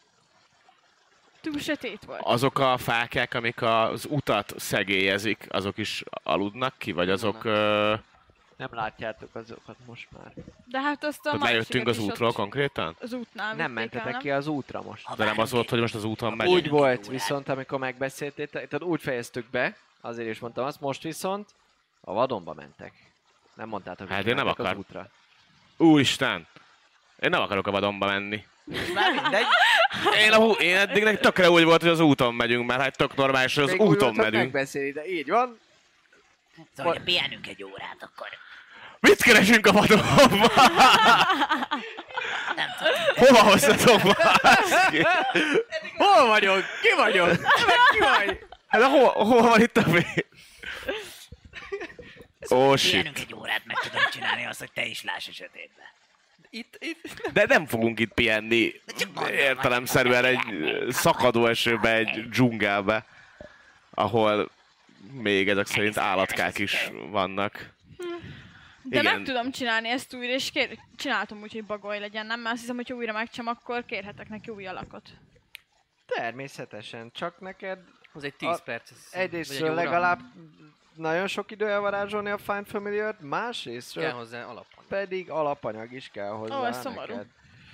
Túl sötét volt. Azok a fákják, amik az utat szegélyezik, azok is aludnak ki, vagy azok... Nem látjátok azokat most már. De hát azt a Tehát lejöttünk az másikat is útról ott konkrétan? Az útnál Nem vitték el, mentetek nem? ki az útra most. De nem az volt, hogy most az úton megyünk? Úgy volt, viszont amikor megbeszéltétek, tehát úgy fejeztük be, azért is mondtam azt, most viszont a vadonba mentek. Nem mondtátok, Hát hogy én nem mentek az akar. útra. Úristen! Én nem akarok a vadonba menni. Már mindegy. Én eddig tökre úgy volt, hogy az úton megyünk, mert hát tök normális, hogy az Még úgy úton voltak megyünk. megbeszélni, de így van. Szóval, ha pihenünk egy órát, akkor Mit keresünk a vadonba? nem tudom. Hova hoztatok baszki? Hol vagyok? Ki vagyok? Ki vagy? Hát hol van itt a vég? Ó, shit. Pihenünk egy órát, meg tudom csinálni azt, hogy te is láss a sötétbe. Itt. De nem fogunk itt pihenni értelemszerűen egy szakadó esőbe, egy dzsungelbe, ahol még ezek szerint állatkák is vannak. De Igen. meg tudom csinálni ezt újra, és csináltam úgy, hogy bagoly legyen, nem? Mert azt hiszem, hogy ha újra megcsom, akkor kérhetek neki új alakot. Természetesen, csak neked Az egy 10 A- perc. azt hiszem. egyrésztről Vagy egy óra. legalább nagyon sok idő elvarázsolni a Find Familiar-t, Kell másrésztről hozzá alapanyag. pedig alapanyag is kell hozzá Ó, ez szomorú. neked.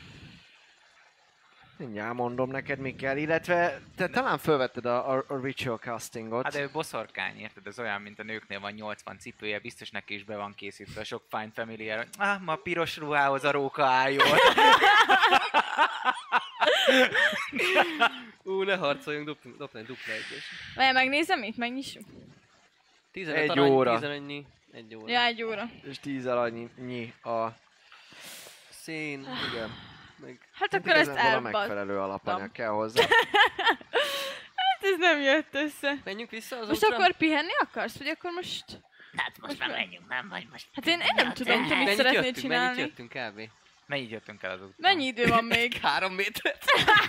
Mindjárt mondom neked, mi kell, illetve te talán felvetted a ritual castingot. Hát de ő boszorkány, érted? Ez olyan, mint a nőknél van 80 cipője, biztos neki is be van készítve a sok Find Familiar, hogy ma a piros ruhához a róka álljon. Ne harcoljunk, dobni egy dupla egyes. Várjál, megnézem itt, megnyissuk? 15 Egy arany, óra. 11, egy óra. Ja, egy óra. És 10 annyi a... Szén, Igen. meg... Hát akkor ezt Igazából a elbad. megfelelő alapanyag kell hozzá. Hát ez nem jött össze. Menjünk vissza az Most útra? akkor pihenni akarsz? Vagy akkor most... Hát most már menjünk, nem? Vagy most... Hát én nem tudom, te mit Mennyit szeretnéd jöttünk, csinálni. mennyit jöttünk kb? Mennyit jöttünk el az úton? Mennyi idő van még? 3 métert.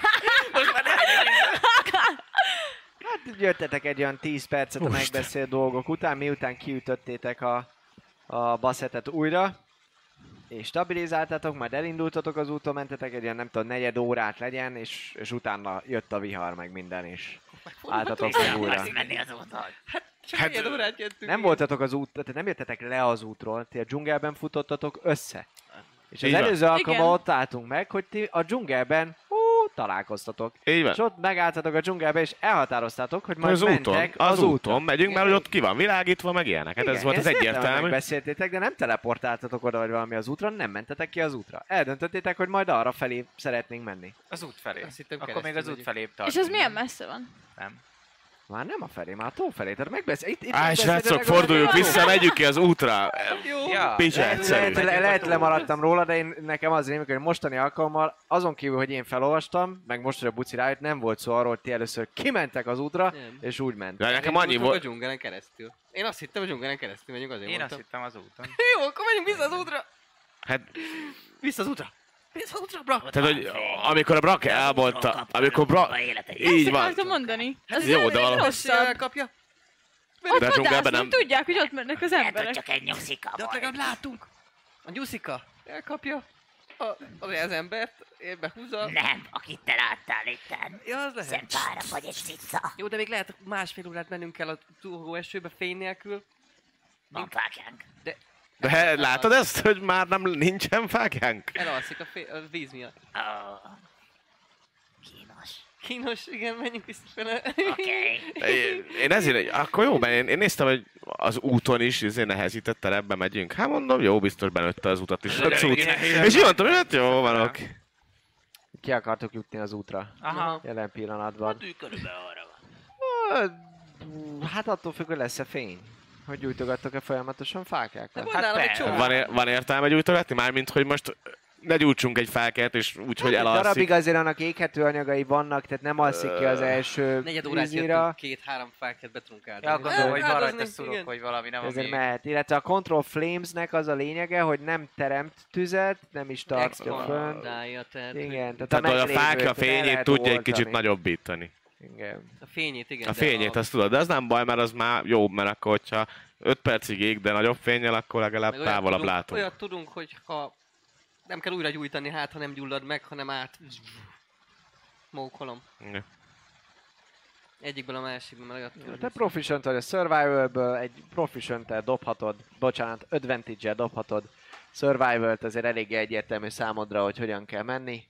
Hát jöttetek egy olyan 10 percet a megbeszélt dolgok után, miután kiütöttétek a baszettet újra, és stabilizáltatok, majd elindultatok az úton, mentetek egy ilyen nem tudom, 4 órát legyen, és utána jött a vihar meg minden is. Álltatok meg újra. Akarsz menni az úton? Csak Hát, egy órát jöttünk. Nem voltatok az út, tehát nem jöttetek le az útról, ti a dzsungelben futottatok össze. És az Így van. előző alkalommal Igen. ott álltunk meg, hogy ti a dzsungelben találkoztatok. Így van. És ott megálltatok a dzsungelbe, és elhatároztátok, hogy majd Az úton, mentek az útra. úton megyünk, mert hogy ott ki van világítva, meg ilyenek. Hát ez volt az egyértelmű. Megbeszéltétek, de nem teleportáltatok oda, vagy valami az útra, nem mentetek ki az útra. Eldöntöttétek, hogy majd arra felé szeretnénk menni. Az út felé. Azt hittem, Akkor még keresztül az út megyünk. felé És ez milyen messze van? Nem. Már nem a felé, már a tó felé. Tehát megbeszél. Itt Á, srácok, megbeszéltetek, forduljunk hogy- vissza, megyünk ki az útra. Ja. Picsa egyszerű. Lehet lemaradtam róla, de én, nekem az rémik, hogy mostani alkalommal, azon kívül, hogy én felolvastam, meg most, hogy a buci rájött, nem volt szó arról, hogy ti először kimentek az útra, Nem. és úgy ment. De nekem annyi A volt... dzsungelen keresztül. Én azt hittem, a dzsungelen keresztül megyünk, azért Én azt mondtam. hittem az úton. Jó, akkor menjünk vissza az útra. Hát, Vissza az útra. Vissza az útra, bro. tehát, hogy amikor a Brak elmondta, amikor Brak... Így Ezt van. akartam mondani. Az Jó, nem de valami- rosszabb. Elkapja. Ott De a dzsungelben vadásznak, nem- tudják, hogy ott mennek az Lehet, hogy emberek. csak egy nyuszika De ott volt. legalább látunk. A nyuszika elkapja az embert, én behúzza. Nem, akit te láttál itten. Ja, az lehet. Szempára vagy egy cica. Jó, de még lehet másfél órát mennünk kell a túlhó esőbe fény nélkül. Van fákjánk. De látod ezt, hogy már nem nincsen fákjánk? Elalszik a víz miatt. Ó. Kínos. Kínos, igen, menjünk vissza fele. Oké. Én ezért, akkor jó, mert én néztem, hogy az úton is ezért nehezített terepbe megyünk. Hát mondom, jó, biztos benőtte az utat is. És így mondtam, hogy hát jó, vanok. Ki akartok jutni az útra Aha. jelen pillanatban. Hát ő körülbelül arra van. Hát attól függ, hogy lesz-e fény. Hogy gyújtogattok-e folyamatosan De fákjákat? van nálam egy csomó. Van értelme gyújtogatni? Mármint, hogy most ne gyújtsunk egy fákját, és úgy, hogy Darabig elalszik. azért annak éghető anyagai vannak, tehát nem alszik ki az első Negyed órát vízira. jöttünk, 2-3 fákját be tudunk Ja, áldani. gondolom, hogy van Áldozni, rajta szurok, igen. vagy valami, nem Ezért ami... mehet. Illetve a Control Flamesnek az a lényege, hogy nem teremt tüzet, nem is tartja fönn. Expandálja, tehát Igen, Tehát, hogy a meglévőt fákja el fényét lehet tudja egy kicsit oltani. nagyobbítani. Igen. a fényét, igen. A de fényét, azt tudod, de az nem baj, mert az már jobb, mert akkor, hogyha 5 percig ég, de nagyobb fénnyel, akkor legalább meg olyat távolabb tudunk- látunk. Olyat tudunk, hogy ha nem kell újra gyújtani, hát ha nem gyullad meg, hanem át mókolom. Ja. Egyikből a másikból, mert olyat tudunk. Te proficient vagy a survival-ből, egy proficient-tel dobhatod, bocsánat, advantage-el dobhatod survival-t, azért eléggé egyértelmű számodra, hogy hogyan kell menni.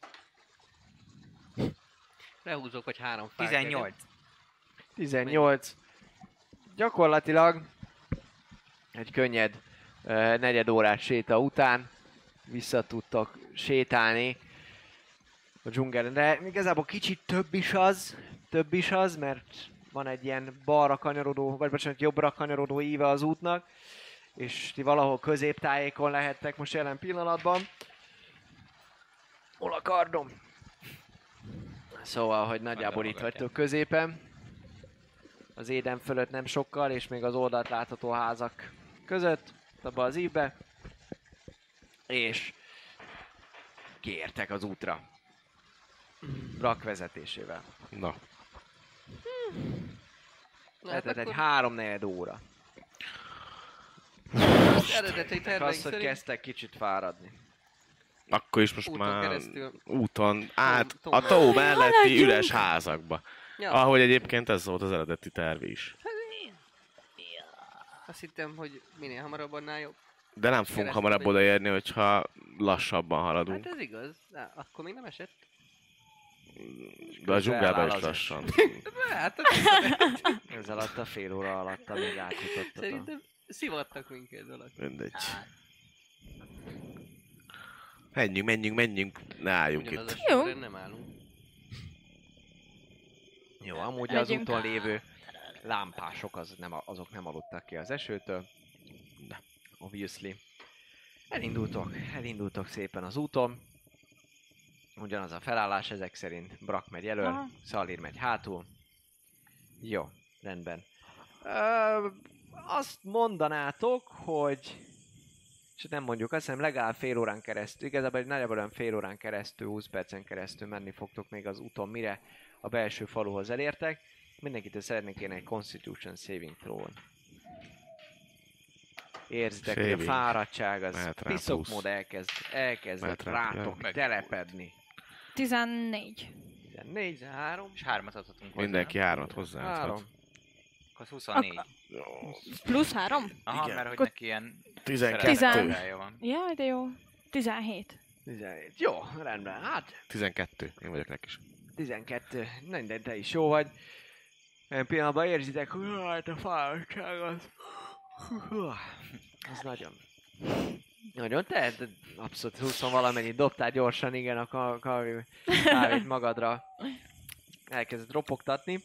Lehúzok, hogy 3 fát. 18. 18. Gyakorlatilag egy könnyed negyed órás séta után vissza tudtok sétálni a dzsungelben. De igazából kicsit több is az, mert van egy ilyen balra kanyarodó, vagy bocsánat, jobbra kanyarodó íve az útnak, és ti valahol középtájékon lehettek most jelen pillanatban. Hol a kardom? Szóval, hogy nagyjából itt vagytok középen. Az éden fölött nem sokkal, és még az oldalt látható házak között, abba az ívbe. És kiértek az útra. Brak vezetésével. Na, Lehetett egy akkor 3-4 óra. az eredeti terveink Az, hogy szerint kezdtek kicsit fáradni. akkor is most úton már keresztül. úton át Tó- a tó melletti haladjunk! üres házakba. Ja, Ahogy egyébként ez volt az eredeti terv is. azt hittem, hogy minél hamarabb annál jobb. De nem fogunk Keresztül hamarabb megyünk. odaérni, hogyha lassabban haladunk. Hát ez igaz, de akkor még nem esett. De a dzsungelben eláll is az lassan. Hát, Ez alatt a fél óra alatt, amíg átjutottatok. szerintem szivattak minket dolog. Mindegy. Menjünk, ne álljunk Ugyanaz itt. a Jó. sorrend, nem állunk. Jó, amúgy az Megyünk. úton lévő lámpások azok nem aludtak ki az esőtől. De, obviously. Elindultok szépen az úton. Ugyanaz a felállás ezek szerint. Brak megy elől, Aha. Szalír megy hátul. Jó, rendben. Azt mondanátok, hogy... És nem mondjuk, azt hiszem legalább fél órán keresztül, igazából egy nagyjából olyan fél órán keresztül, 20 percen keresztül menni fogtok még az úton, mire a belső faluhoz elértek. Mindenkitől szeretnék kérni egy Constitution Saving Throw-on. Érzitek, hogy a Saving. fáradtság az Mehet rá piszok plusz. mód elkezd Mehet rá, rátok ja. telepedni. 14. 14, 3, És 3-at adhatunk hozzá. Mindenki 3-at hozzáadhat. 3. Akkor 24. Plusz 3? Aha, Igen. mert hogy Akkor neki ilyen 12. szeretetője van. Jaj, de jó. 17. 17. Jó, rendben. Hát 12. Én vagyok legkis. 12. Minden, te is jó vagy. Olyan pillanatban érzitek, hogy hát a fáradtság az... Az nagyon... Nagyon te? De abszolút 20 valamennyit dobtál gyorsan, igen, a kávét magadra. Elkezdett ropogtatni.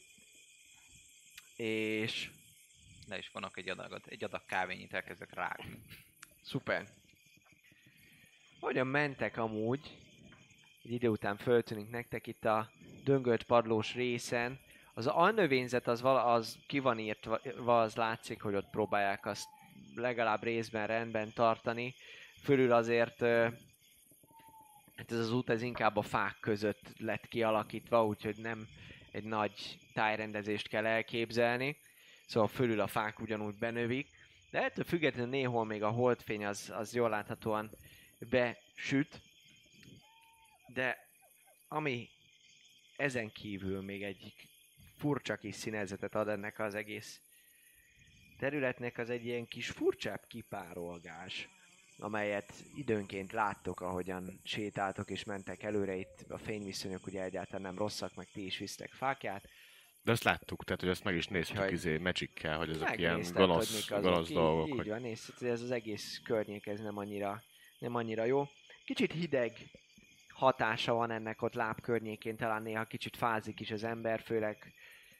És... Le is vonok egy adag kávényit, elkezdek rágni. Szuper. Hogyan mentek amúgy? Egy idő után föltűnik nektek itt a döngölt padlós részen. Az alnövényzet az ki van írtva, az látszik, hogy ott próbálják azt legalább részben rendben tartani. Fölül azért hát ez az út ez inkább a fák között lett kialakítva, úgyhogy nem egy nagy tájrendezést kell elképzelni. Szóval fölül a fák ugyanúgy benövik. De ettől függetlenül néhol még a holdfény az jól láthatóan besüt. De ami ezen kívül még egy furcsa kis színezetet ad ennek az egész területnek, az egy ilyen kis furcsább kipárolgás. amelyet időnként láttok, ahogyan sétáltok és mentek előre. Itt a fényviszonyok ugye egyáltalán nem rosszak, meg ti is visztek fákját. De ezt láttuk, tehát hogy ezt meg is néztük Úgyhogy- Magic-kel, hogy ezek ilyen Megnézted, hogy gonosz, mik azok. gonosz dolgok. Így Hogy... van, nézted, hogy ez az egész környék, ez nem annyira jó. Kicsit hideg hatása van ennek ott láb környékén, talán néha kicsit fázik is az ember, főleg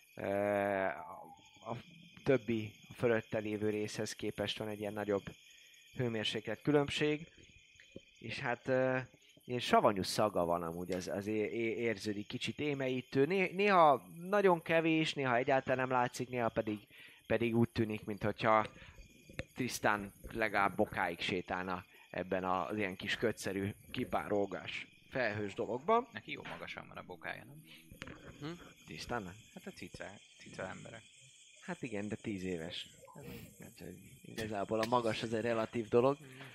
a többi, a fölötte lévő részhez képest van egy ilyen nagyobb hőmérséklet különbség. És hát ilyen savanyú szaga van amúgy, az érződik, kicsit émeítő. Néha nagyon kevés, néha egyáltalán nem látszik, néha pedig úgy tűnik, mintha tisztán legalább bokáig sétálna ebben az ilyen kis kötszerű, kipárolgás felhős dologban. Neki jó magasan van a bokája, nem? Tisztán nem? Hát a cica emberek. Hát igen, de 10 éves. Úgyhogy igazából a magas az egy relatív dolog.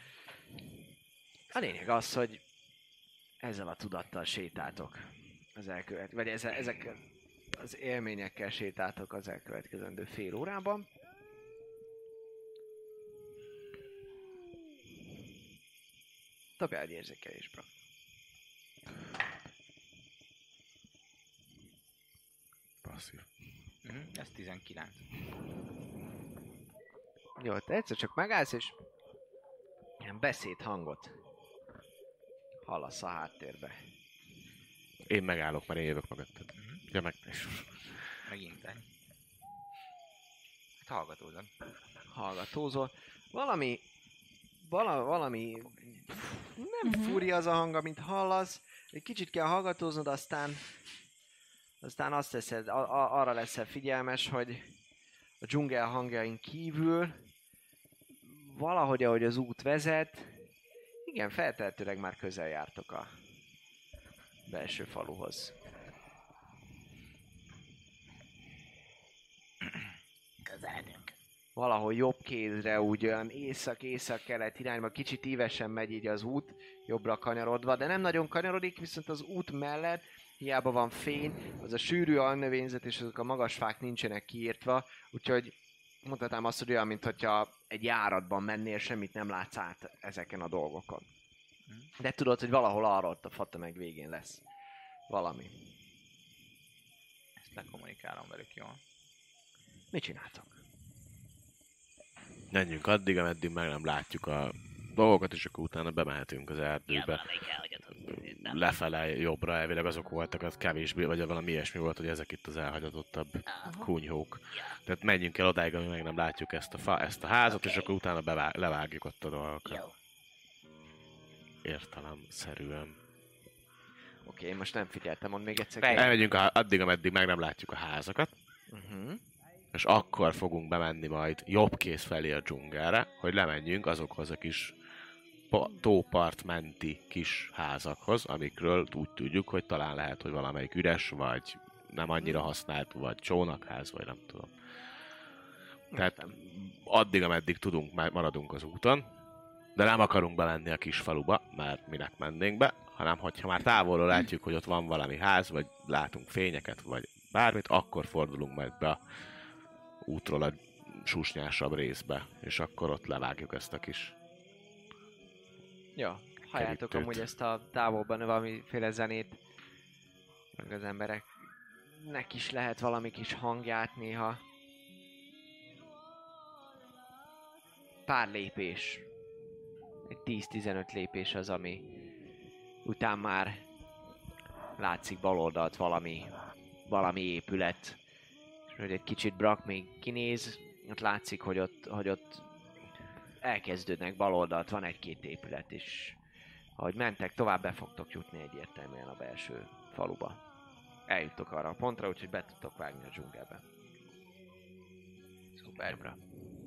A lényeg az, hogy ezzel a tudattal sétáltok az vagy ezekkel az élményekkel sétáltok az elkövetkezendő fél órában. Dobjál egy érzékelésből. Passzív. Ez 19. Jó, te egyszer csak megállsz, és ilyen beszédhangot hallasz a háttérbe. Én megállok, mert én jövök mögötted. Ja, meg... Megint egy. Hát hallgatózom. Hallgatózol. Valami nem furi az a hang, amit hallasz. Egy kicsit kell hallgatóznod, aztán azt teszed, arra leszel figyelmes, hogy a dzsungel hangjain kívül valahogy, ahogy az út vezet, igen, feltehetőleg már közel jártok a belső faluhoz. Közeledünk. Valahol jobb kézre, úgy olyan észak-észak-kelet irányba, kicsit ívesen megy így az út, jobbra kanyarodva, de nem nagyon kanyarodik, viszont az út mellett hiába van fény, az a sűrű alnövényzet és azok a magas fák nincsenek kiírtva, úgyhogy mondhatnám azt, hogy olyan, mintha egy járatban mennél, semmit nem látsz át ezeken a dolgokon. De tudod, hogy valahol arra ott a fatömeg végén lesz valami. Ezt lekommunikálom velük, jó? Mit csináltok? Menjünk addig, ameddig meg nem látjuk a dolgokat, és akkor utána bemehetünk az Ja, erdőbe. valamelyik elhagyatott. Nem. Lefele, jobbra, elvileg azok voltak, az kevésbé, vagy valami ilyesmi volt, hogy ezek itt az elhagyatottabb kunyhók. Tehát menjünk el odáig, amíg meg nem látjuk ezt a házat, és akkor utána levágjuk ott a dolgokat. Jó. Értelemszerűen. Oké, én most nem figyeltem, mondd még egyszer. Elmegyünk addig, ameddig meg nem látjuk a házakat, Uh-huh. és akkor fogunk bemenni majd jobb kéz felé a dzsungelre, hogy lemenjünk azokhoz a kis tópart menti kis házakhoz, amikről úgy tudjuk, hogy talán lehet, hogy valamelyik üres, vagy nem annyira használt, vagy csónakház, vagy nem tudom. Tehát addig, ameddig tudunk, maradunk az úton, de nem akarunk bemenni a kis faluba, mert minek mennénk be, hanem hogyha már távolról látjuk, hogy ott van valami ház, vagy látunk fényeket, vagy bármit, akkor fordulunk majd be a útról a susnyásabb részbe, és akkor ott levágjuk ezt a kis... Ja, halljátok kerítőt. amúgy ezt a távolban valamiféle zenét, meg az embereknek is lehet valami kis hangját néha. Pár lépés, egy 10-15 lépés az, ami után már látszik bal oldalt valami épület. És hogy egy kicsit Brak még kinéz, ott látszik, hogy ott elkezdődnek bal oldalt, van egy-két épület, és ahogy mentek tovább, be fogtok jutni egyértelműen a belső faluba. Eljuttok arra a pontra, úgyhogy be tudtok vágni a dzsungelbe. Szuper.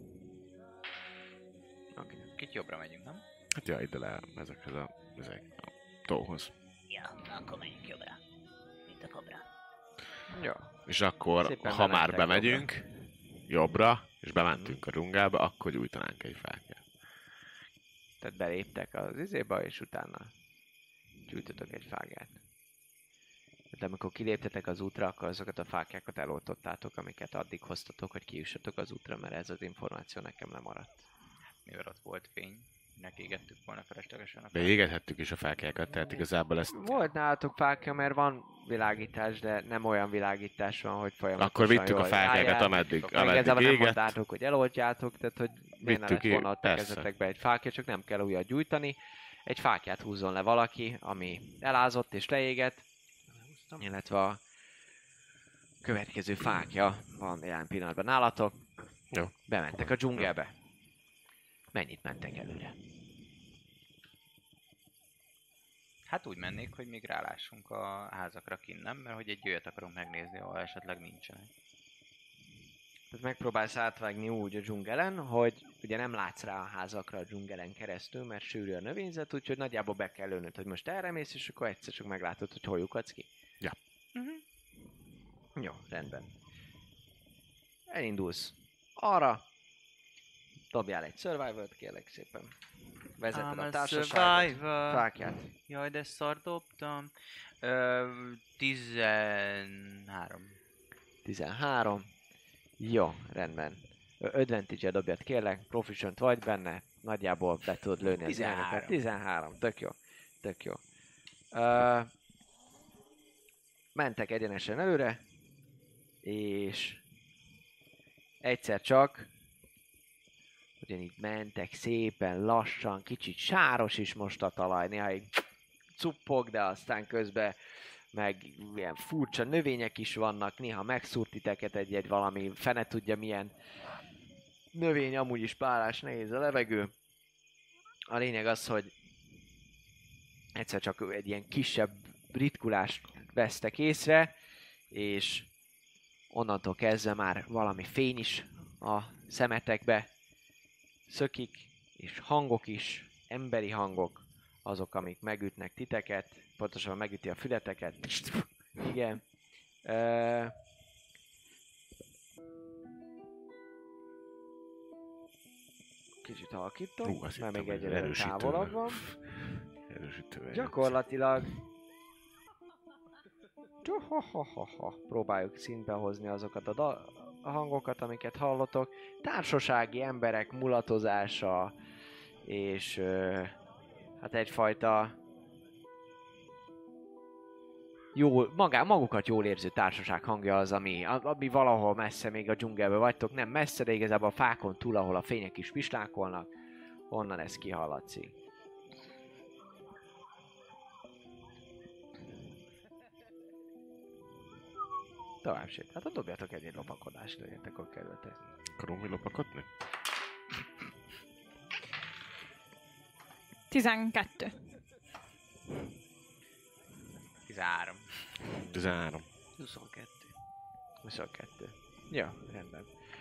Oké. Kicsit jobbra megyünk, nem? Hát ja, ide le ezekhez a tóhoz. Ja, akkor menjünk jobbra. Mint a kobra. Jó. És akkor, Szépen ha már bementek bemegyünk jobbra, és bementünk a dzsungelbe, akkor gyújtanánk egy fákját. Tehát beléptek az izébe, és utána gyújtotok egy fágát. De amikor kiléptetek az útra, akkor azokat a fákjákat eloltottátok, amiket addig hoztatok, hogy kijussatok az útra, mert ez az információ nekem lemaradt. Mivel ott volt fény. Minek égettük volna feleslegesen a Beégethettük is a fákjákat, tehát igazából ezt... Volt nálatok fákja, mert van világítás, de nem olyan világítás van, hogy folyamatosan Akkor vittük a jól fákjákat, járjál. ameddig Igazából nem égett. mondtátok, hogy eloltjátok, tehát hogy miért ne lett Vittük volna ott a persze. kezetekbe egy fákja, csak nem kell újat gyújtani. Egy fákját húzzon le valaki, ami elázott és leégett, illetve a következő fákja van jelen pillanatban nálatok. Jó. Bementek a dzsungelbe. Mennyit mentek előre? Hát úgy mennék, hogy még rálássunk a házakra kinn, nem? Mert hogy egy olyat akarunk megnézni, ahol esetleg nincsenek. Tehát megpróbálsz átvágni úgy a dzsungelen, hogy ugye nem látsz rá a házakra a dzsungelen keresztül, mert sűrű a növényzet, úgyhogy nagyjából be kell lőnöd, hogy most erre mész, és akkor egyszer csak meglátod, hogy hol lyukadsz ki. Ja. Jó, rendben. Elindulsz arra. Dobjál egy survival-t, kérlek szépen. Vezeted a társaságot. Fákját. Jaj, de szar dobtam. 13. 13. Jó, rendben. Advantage-e dobjad, kérlek. Proficient vagy benne. Nagyjából be tudod lőni az 13. elnöket. 13. Tök jó. Tök jó. Mentek egyenesen előre. És egyszer csak ugyanígy mentek szépen, lassan, kicsit sáros is most a talaj, néha így cuppog, de aztán közben meg ilyen furcsa növények is vannak, néha megszúrt titeket egy valami, fene tudja milyen növény, amúgy is párás, nehéz a levegő. A lényeg az, hogy egyszer csak egy ilyen kisebb ritkulást vesztek észre, és onnantól kezdve már valami fény is a szemetekbe szökik, és hangok is, emberi hangok, azok, amik megütnek titeket, pontosan megüti a fületeket. Igen. Kicsit halkítom, mert még egyre távolabb van. Erősítővel. Gyakorlatilag próbáljuk szintbe hozni azokat a hangokat, amiket hallotok. Társasági emberek mulatozása, és hát egyfajta magukat jól érző társaság hangja az, ami valahol messze még a dzsungelben vagytok. Nem messze, de igazából a fákon túl, ahol a fények is pislákolnak, onnan ez kihallatszik. Tovább sétál. Hát dobjatok egy lopakodást, legyetek a kerületet. Akarunk mi lopakodni? 12. 13. 13. 22. 22. Ja, rendben.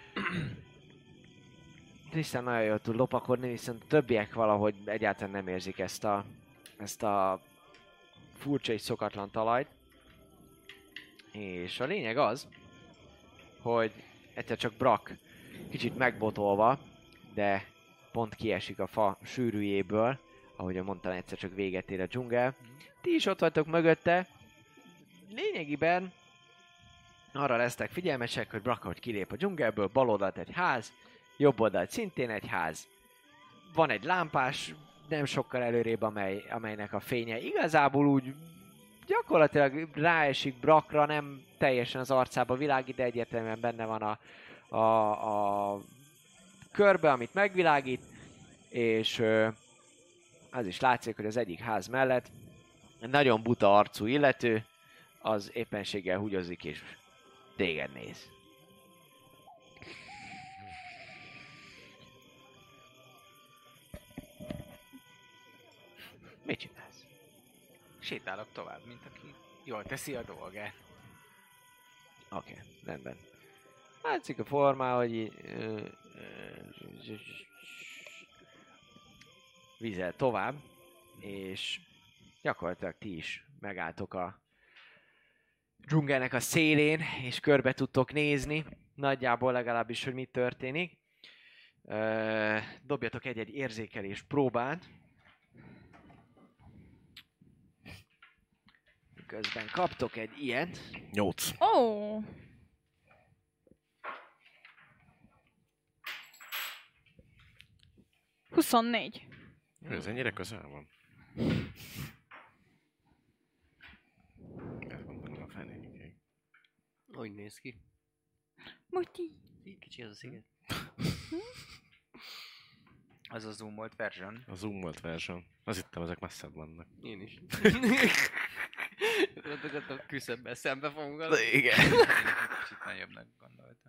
Tristan nagyon jól tud lopakodni, viszont a többiek valahogy egyáltalán nem érzik ezt a furcsa és szokatlan talajt. És a lényeg az, hogy egyszer csak Brak kicsit megbotolva, de pont kiesik a fa sűrűjéből, ahogy mondtam, egyszer csak véget ér a dzsungel. Ti is ott vagytok mögötte. Lényegében arra lesztek figyelmesek, hogy Brak, hogy kilép a dzsungelből, bal oldalt egy ház, jobb oldalt szintén egy ház. Van egy lámpás, nem sokkal előrébb, amelynek a fénye igazából úgy gyakorlatilag ráesik Brakra, nem teljesen az arcába világít, de egyértelműen benne van a körbe, amit megvilágít, és az is látszik, hogy az egyik ház mellett egy nagyon buta arcú illető, az éppenséggel húgyozik és téged néz. Mit csinálsz? Sétálok tovább, mint aki jól teszi a dolgát. Oké, rendben. Látszik a formá, hogy vízel tovább, és gyakorlatilag ti is megálltok a dzsungelnek a szélén, és körbe tudtok nézni, nagyjából legalábbis, hogy mi történik. Dobjatok egy érzékelés próbát. Közben kaptok egy ilyet. 8. Ó! Oh. Ez ennyire közel van. Ezt mondom a fenékig. Úgy néz ki. Muti. Kicsi az a sziget. Az a zoomolt version. A zoomolt version. Az hittem, ezek messzebb vannak. Én is. Gondoltam, küszöbben szembe fogunk adni. Igen. Kicsit nagyobbnak gondoltam.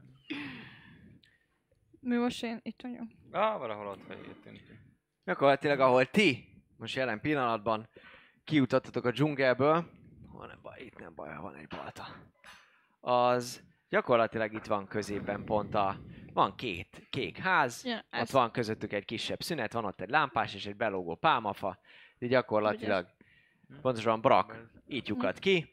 Mi most én itt vagyok? Valahol ott vagy jöttünk. Gyakorlatilag ahol ti most jelen pillanatban kijutattatok a dzsungelből, nem baj, itt nem baj, van egy balta. Az gyakorlatilag itt van középen pont van két kék ház, Ja, ott van közöttük egy kisebb szünet, van ott egy lámpás és egy belógó pálmafa, de gyakorlatilag pontosan Brak így lyukat ki,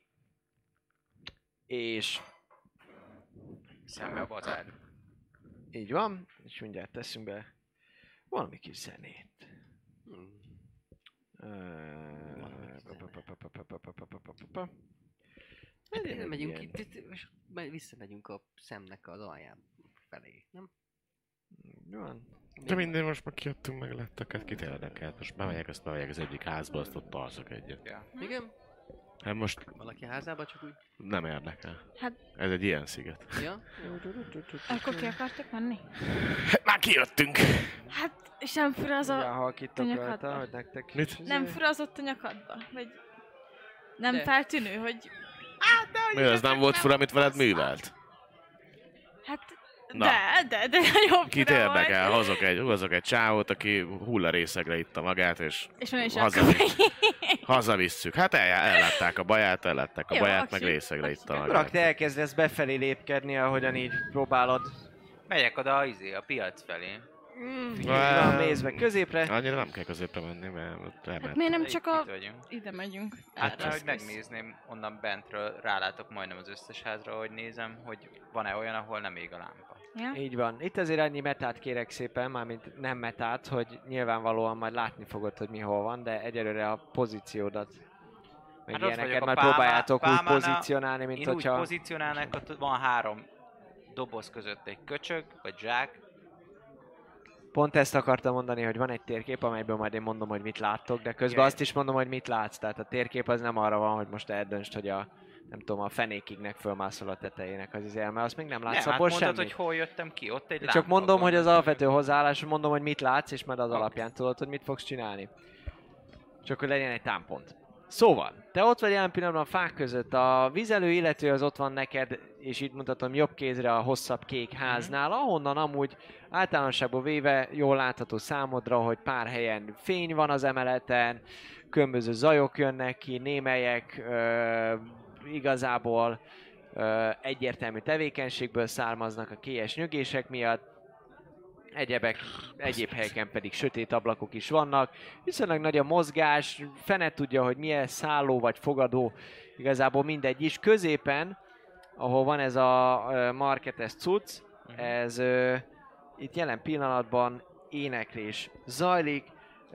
és Szembe a bazár. így van, és mindjárt teszünk be valami kis zenét. Megyünk itt, és visszamegyünk a szemnek az alján felé, nem? Van. De minden most már kijöttünk, meg lettek, hát kit érdekelt. Most bemegyek az egyik házba, azt ott alszok egyet. Ja. Igen? Hát most Valaki házába csak úgy? nem érdekel. Hát- Ez egy ilyen sziget. Ja? Akkor ki akartok menni? Hát már kijöttünk! Hát, és nem fura az Ja, a... halkítok nyakadba. rajta, hogy nektek... Mit? Nem fura az ott a nyakadba? Vagy... Nem De. feltűnő, hogy... Mi az nem volt fura, amit veled művelt? Hát... Na. De nagyon Kit fura érdekel? volt. Hozok egy csávót, aki hullarészegre itta magát, és És van is hazavisszük. Hát ellátták a baját, Jó, meg aksi. részegre itta Brak, magát. te elkezdesz befelé lépkedni, ahogyan így próbálod. Megyek oda a piac felé. Van mézve középre. Annyira nem kell középre menni, mert ott Hát miért nem Itt csak a... vagyunk. Ide megyünk. Hát, Erre. hogy megnézném onnan bentről, rálátok majdnem az összes házra, hogy nézem, hogy van-e olyan, ahol nem ég a lámpa. Ja? Így van. Itt azért annyi metát kérek szépen, mármint nem metát, hogy nyilvánvalóan majd látni fogod, hogy mi hol van, de egyelőre a pozíciódat, meg Hát ott ilyeneket vagyok a majd pálma- próbáljátok úgy pálmánál. pozícionálni, mint Én úgy hogyha... pozícionálnak, ott van 3 doboz között egy köcsög, vagy zsák. Pont ezt akartam mondani, hogy van egy térkép, amelyből majd én mondom, hogy mit láttok, de közben Igen. azt is mondom, hogy mit látsz. Tehát a térkép az nem arra van, hogy most eldöntsd, hogy a nem tudom, a fenékignek fölmászol a tetejének az izél, mert azt még nem látsz Nem, hát abból mondod, semmit. hogy hol jöttem ki, ott egy Csak lámpa mondom, van. hogy az alapvető hozzáállás, mondom, hogy mit látsz, és majd az Oké. alapján tudod, hogy mit fogsz csinálni. Csak hogy legyen egy támpont. Szóval, te ott vagy jelen pillanatban a fák között, a vizelő illető az ott van neked, és itt mutatom jobb kézre a hosszabb kék háznál, ahonnan amúgy általánosságban véve jól látható számodra, hogy pár helyen fény van az emeleten, különböző zajok jönnek ki, némelyek igazából egyértelmű tevékenységből származnak a kélyes nyögések miatt, egyéb helyeken pedig sötét ablakok is vannak. Viszonylag nagy a mozgás, fene tudja, hogy milyen szálló vagy fogadó, igazából mindegy is. Középen, ahol van ez a marketes cucc, ez itt jelen pillanatban éneklés zajlik,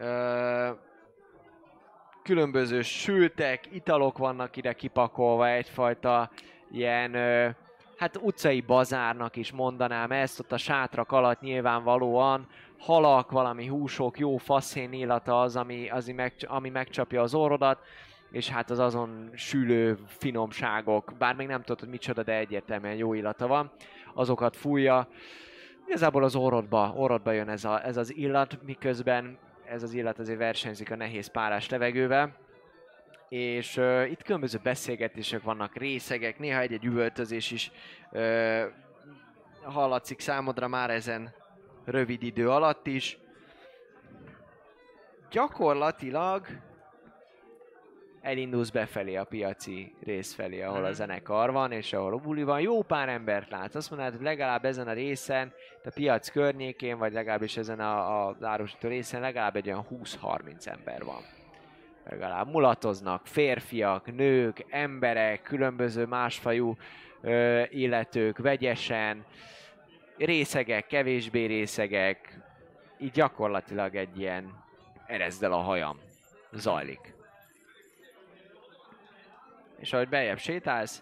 különböző sültek, italok vannak ide kipakolva, egyfajta ilyen hát utcai bazárnak is mondanám ezt, ott a sátrak alatt nyilvánvalóan halak, valami húsok, jó faszén illata az, ami megcsapja az orrodat, és hát az azon sülő finomságok, bár még nem tudod, hogy micsoda, de egyértelműen jó illata van, azokat fújja. Igazából az orrodba jön ez az illat, miközben ez az illat azért versenyzik a nehéz párás levegővel. És itt különböző beszélgetések vannak, részegek, néha egy-egy üvöltözés is hallatszik számodra már ezen rövid idő alatt is. Gyakorlatilag elindulsz befelé a piaci rész felé, ahol a zenekar van, és ahol a buli van. Jó pár embert látsz. Azt mondod, hogy legalább ezen a részen, a piac környékén, vagy legalábbis ezen az árusító részen legalább egy olyan 20-30 ember van. Legalább mulatoznak férfiak, nők, emberek, különböző másfajú illetők, vegyesen, részegek, kevésbé részegek, így gyakorlatilag egy ilyen erezd el a hajam zajlik. És ahogy beljebb sétálsz,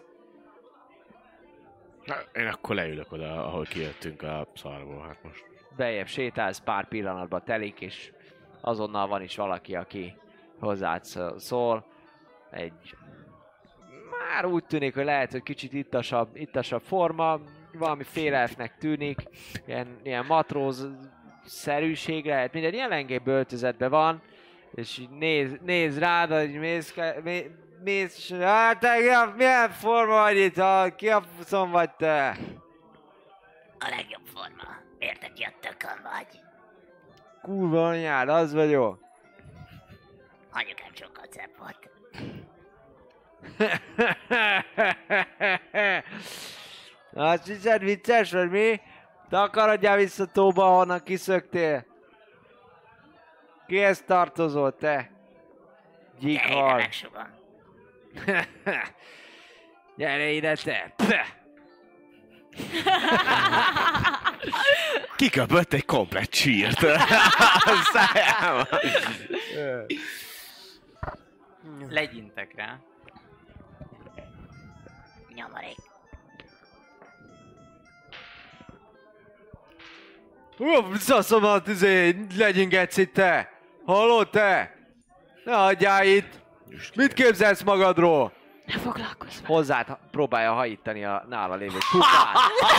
Na, én akkor leülök oda, ahol kijöttünk a szarból, hát most. beljebb sétálsz, pár pillanatban telik, és azonnal van is valaki, aki hozzád szól. Már úgy tűnik, hogy lehet, hogy kicsit ittasabb forma, valami félelfnek tűnik, ilyen matróz-szerűség lehet, minden ilyen lengébb öltözetben van, és így néz rád, hogy mész, hát te milyen forma vagy itt, ki a faszom vagy te? A legjobb forma. Érted, ki a tökön vagy? Kurva anyád, az vagyok. Anyukám sokkal szebb volt. Azt hiszed vicces vagy mi? Te akaradjál vissza tóba, ahonnan kiszöktél. Kihez tartozol te? Gyere ide, Gyíkhal. megsugom. Gyere ide te! Kiköpött egy komplett csírt a szájába. Legyintek rá. Nyomorék. Szaszomat, legyingetsz itt te! Hallod te? Ne hagyjál itt! Mit képzelsz magadról? Ne foglalkozz vele. Hozzád próbálja hajítani a nála lévő kupát.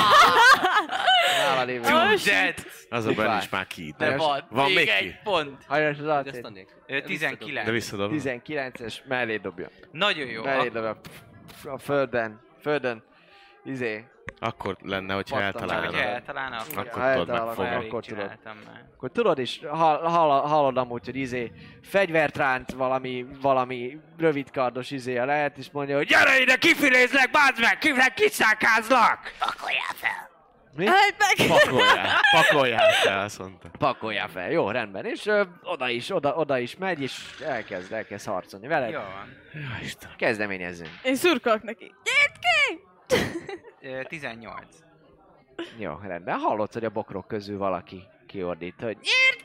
Nála lévő Az a benne is már ki. De van még egy ki? pont. Hajrás az Ezt arcét. adnék. 19. De visszadom. 19-es mellé dobja. Nagyon jó. Mellé dobja. A földön. Akkor lenne, hogyha Pattan. Csak eltalálnád. hogyha eltalálna, akkor Akkor Ha tudod eltalálom, megfogni. elég akkor tudod. csináltam már. Akkor tudod is, hallod amúgy, hogy fegyvert ránt valami rövidkardos lehet, és mondja, hogy gyere ide, kifilézlek, bázd meg, kiszákázlak! Pakoljál fel. Mi? Hagyd meg! Pakoljál fel, azt mondta. Pakoljál fel, jó, rendben, és oda is megy, és elkezd harcolni veled. Jó van. Ja, Istenem. Kezdeményezzünk. Én szurkolok neki. Gyert ki! 18. Jó, rendben. Hallod, hogy a bokrok közül valaki kiordít, hogy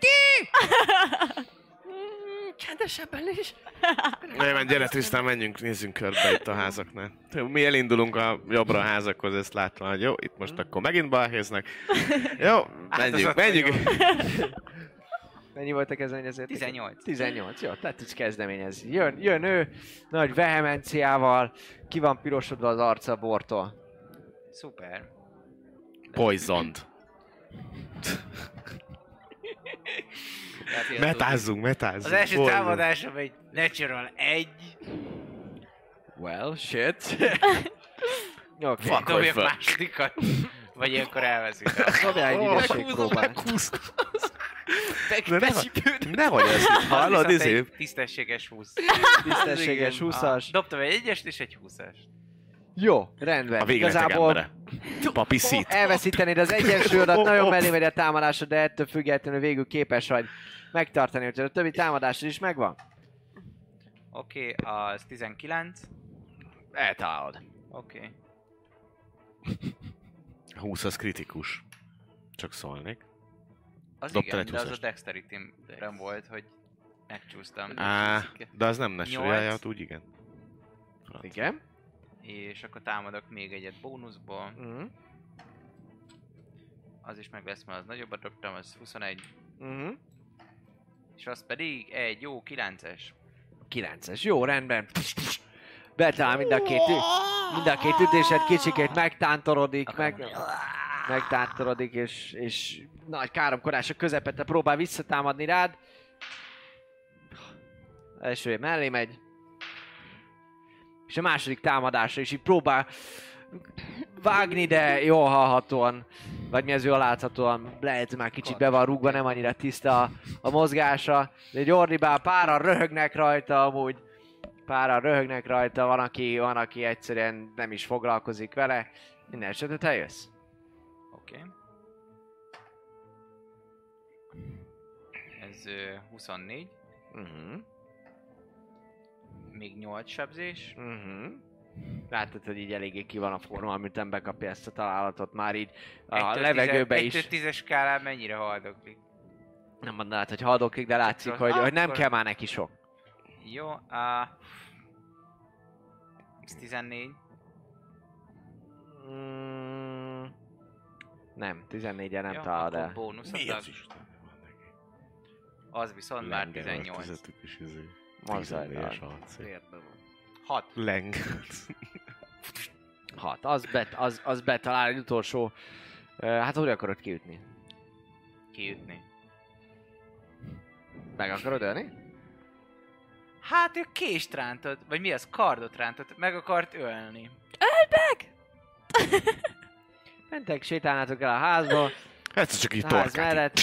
Csendesebben is. Jaj, gyere Trisztán, menjünk, nézzünk körbe itt a házaknál. Mi elindulunk a jobbra a házakhoz, ezt látva, hogy jó, itt most akkor megint balhéznek. Jó, menjünk. Mennyi volt a kezdeményező? 18. 18, jó, tehát tudsz kezdeményezni. Jön ő, nagy vehemenciával, ki van pirosodva az arca bortól. Szuper. Poisoned. Metázzunk. Az első Poisoned. támadásom egy natural 1. Well, shit. Oké. Fuck. Dobja a fel. másodikat. Vagy ilyenkor elveszítem. Dobjál egy idesség próbát. Nehogy ezt itt hallod, Viszont izé. egy tisztességes 20. Tisztességes 20-as. Dobtam egy 1-est és egy 20-as. Jó, rendben. A végletek embere. Papi szít. elveszítenéd az egyensúlyodat, nagyon mellé megy a támadásod, de ettől függetlenül végül képes vagy megtartani, hogy a többi támadásod is megvan. Oké, az 19. Eltalálod. Oké. 20 az kritikus. Csak szólnék. Az Dobtál igen, egy de az a 20-ast. dexterity-rem volt, hogy megcsúsztam. De az nem natural, 8. ott úgy igen. Igen. És akkor támadok még egyet bónuszból. Mhm. Az is meg lesz, mert az nagyobbat dobtam, az 21. Mhm. És az pedig egy jó 9-es. 9-es. Jó, rendben. Betalál mind a két ütésed kicsikét megtántorodik, megtántorodik, és nagy káromkodása közepette próbál visszatámadni rád. Első mellé megy. És a második támadásra is így próbál vágni, de jól hallhatóan, vagy mi az jól láthatóan, lehet már kicsit be van rúgva, nem annyira tiszta a mozgása, de egy ordibál, páran röhögnek rajta amúgy, van, aki egyszerűen nem is foglalkozik vele, minden esetre te jössz. Oké. Ez 24. Mhm. Még 8 sebzés. Mhm. Látod, hogy így eléggé ki van a forma, amit bekapja ezt a találatot, már így a levegőbe is. 1-10-es skálán mennyire haldoklik? Nem mondanád, hogy haldoklik, de látszik, hogy nem kell már neki sok. Jó, ez 14. Nem, 14-en nem Jó, találod akkor el. bónuszot Mi ad. az Isten? Az viszont már 18. Lengelőrtözetük is Mazzajlal. 6. Leng. 6. Az betalál egy utolsó... Hát hogy akarod kiütni? Kiütni. Meg akarod ölni? Hát ő kést rántott, vagy mi az? Kardot rántott, meg akart ölni. Mentek, sétálnátok el a házba. Egyszer csak így A ház torkát. mellett.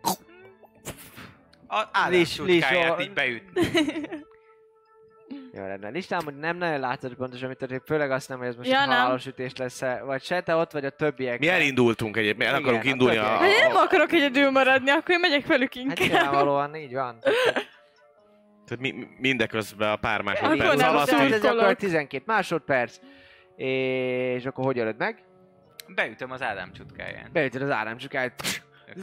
Ádám Lis- csutkáját lis- így beütni. Jó, rendben. Listán, hogy nem nagyon látod pontosan, mit történik, főleg azt nem, hogy ez most Ja, egy nem. halálos ütés lesz vagy se, te ott vagy a többiek. Mi elindultunk egyébként, el Igen, akarunk a indulni a... többiek. Hát én nem akarok egyedül maradni, akkor én megyek velük Hát inkább. nyilvánvalóan így van. Tehát mindeközben a pár Akkor másodperc nem alatt számít. így... Ez akkor 12 másodperc. És akkor hogy ölöd meg? Beütöm az Ádám csutkáján. Beütöd az áramcsukáját.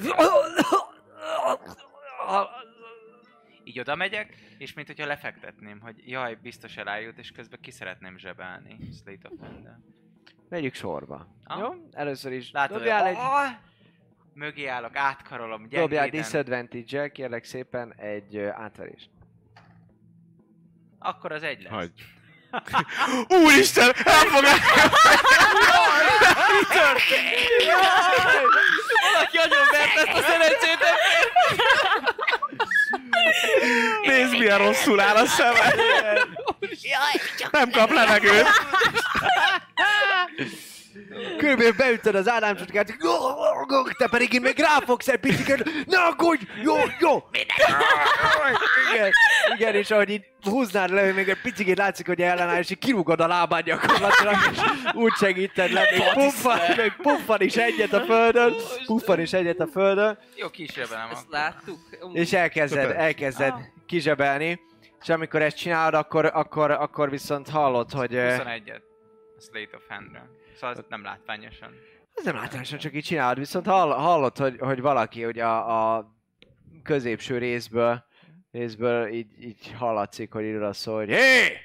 Így oda megyek, és mint hogyha lefektetném, hogy jaj, biztos elájult, és közben ki szeretném zsebelni. Slate of Hand-el. Vegyük sorba. Ah. Jó? Először is Látod, dobjál hogy egy... mögé állok, átkarolom, Dobjál gyengéden. disadvantage-el, kérlek szépen egy átverést. Akkor az egy lesz. Hagy. Úristen! Elfogad! Valaki agyonvert ezt a szerencsétlen. Nézd, milyen rosszul áll a szeme! Jaj, csak Nem kap levegőt! Körülbelül beütöd az áramcsutkát, te pedig én még ráfogsz egy picit, ne aggódj, jó! Igen, és ahogy így húznád le, még egy picit látszik, hogy ellenáll, és így kirúgod a lábát gyakorlatilag, és úgy segíted le, még puffan is egyet a földön, Jó, kísérvelem Ezt akkor. láttuk? és elkezded kizsebelni, és amikor ezt csinálod, akkor viszont hallod, hogy... 21-et. A Slate of Hand-re. Szóval az nem látványosan. Ez nem általánosan csak így csinálod, viszont hallod, hogy valaki hogy a középső részből így hallatszik, hogy ide szól, hogy hé!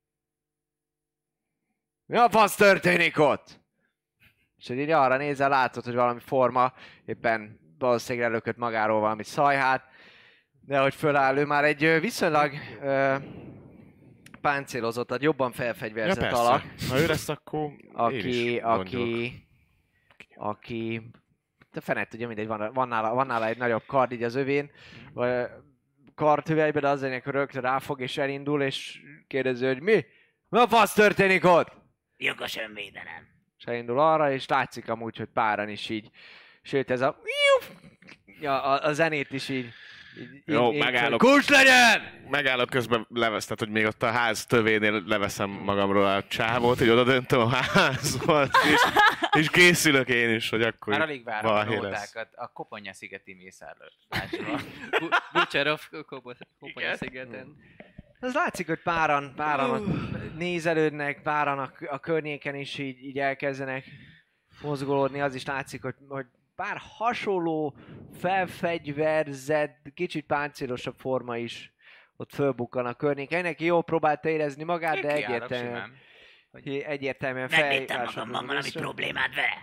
Mi a fasz történik ott? És hogy így arra nézel, látod, hogy valami forma éppen valószínűleg előköt magáról valami szajhát, de hogy föláll, ő már egy viszonylag páncélozott, tehát jobban felfegyverzett alak. Ha ő lesz, akkor én is gondolok. aki te fenet tudja, mindegy, van nála egy nagyobb kard így az övén, vagy kardhüvelybe, de az lényeg, hogy rögtön ráfog és elindul, és kérdezi, hogy mi? Mi a fasz történik ott? jogos önvédelem. És elindul arra, és látszik amúgy, hogy páran is így, sőt ez a zenét is így Jó, megállok. Kus legyen! Megállok közben tehát hogy még ott a ház tövénél leveszem magamról a csávót, hogy oda döntöm a házhoz, és készülök én is, hogy akkor Már alig várom a valami lesz. nótákat. A Koponya szigeti mészárlásról. Butcherov Koponya szigeten. Az látszik, hogy páran ott nézelődnek, páran a környéken is így elkezdenek mozgolódni, az is látszik, hogy bár hasonló, felfegyverzett, kicsit páncélosabb forma is ott fölbukkan a környéken. Neki jól próbálta érezni magát, de egyértelműen Megvédtem magamban, valami részről. problémád vele?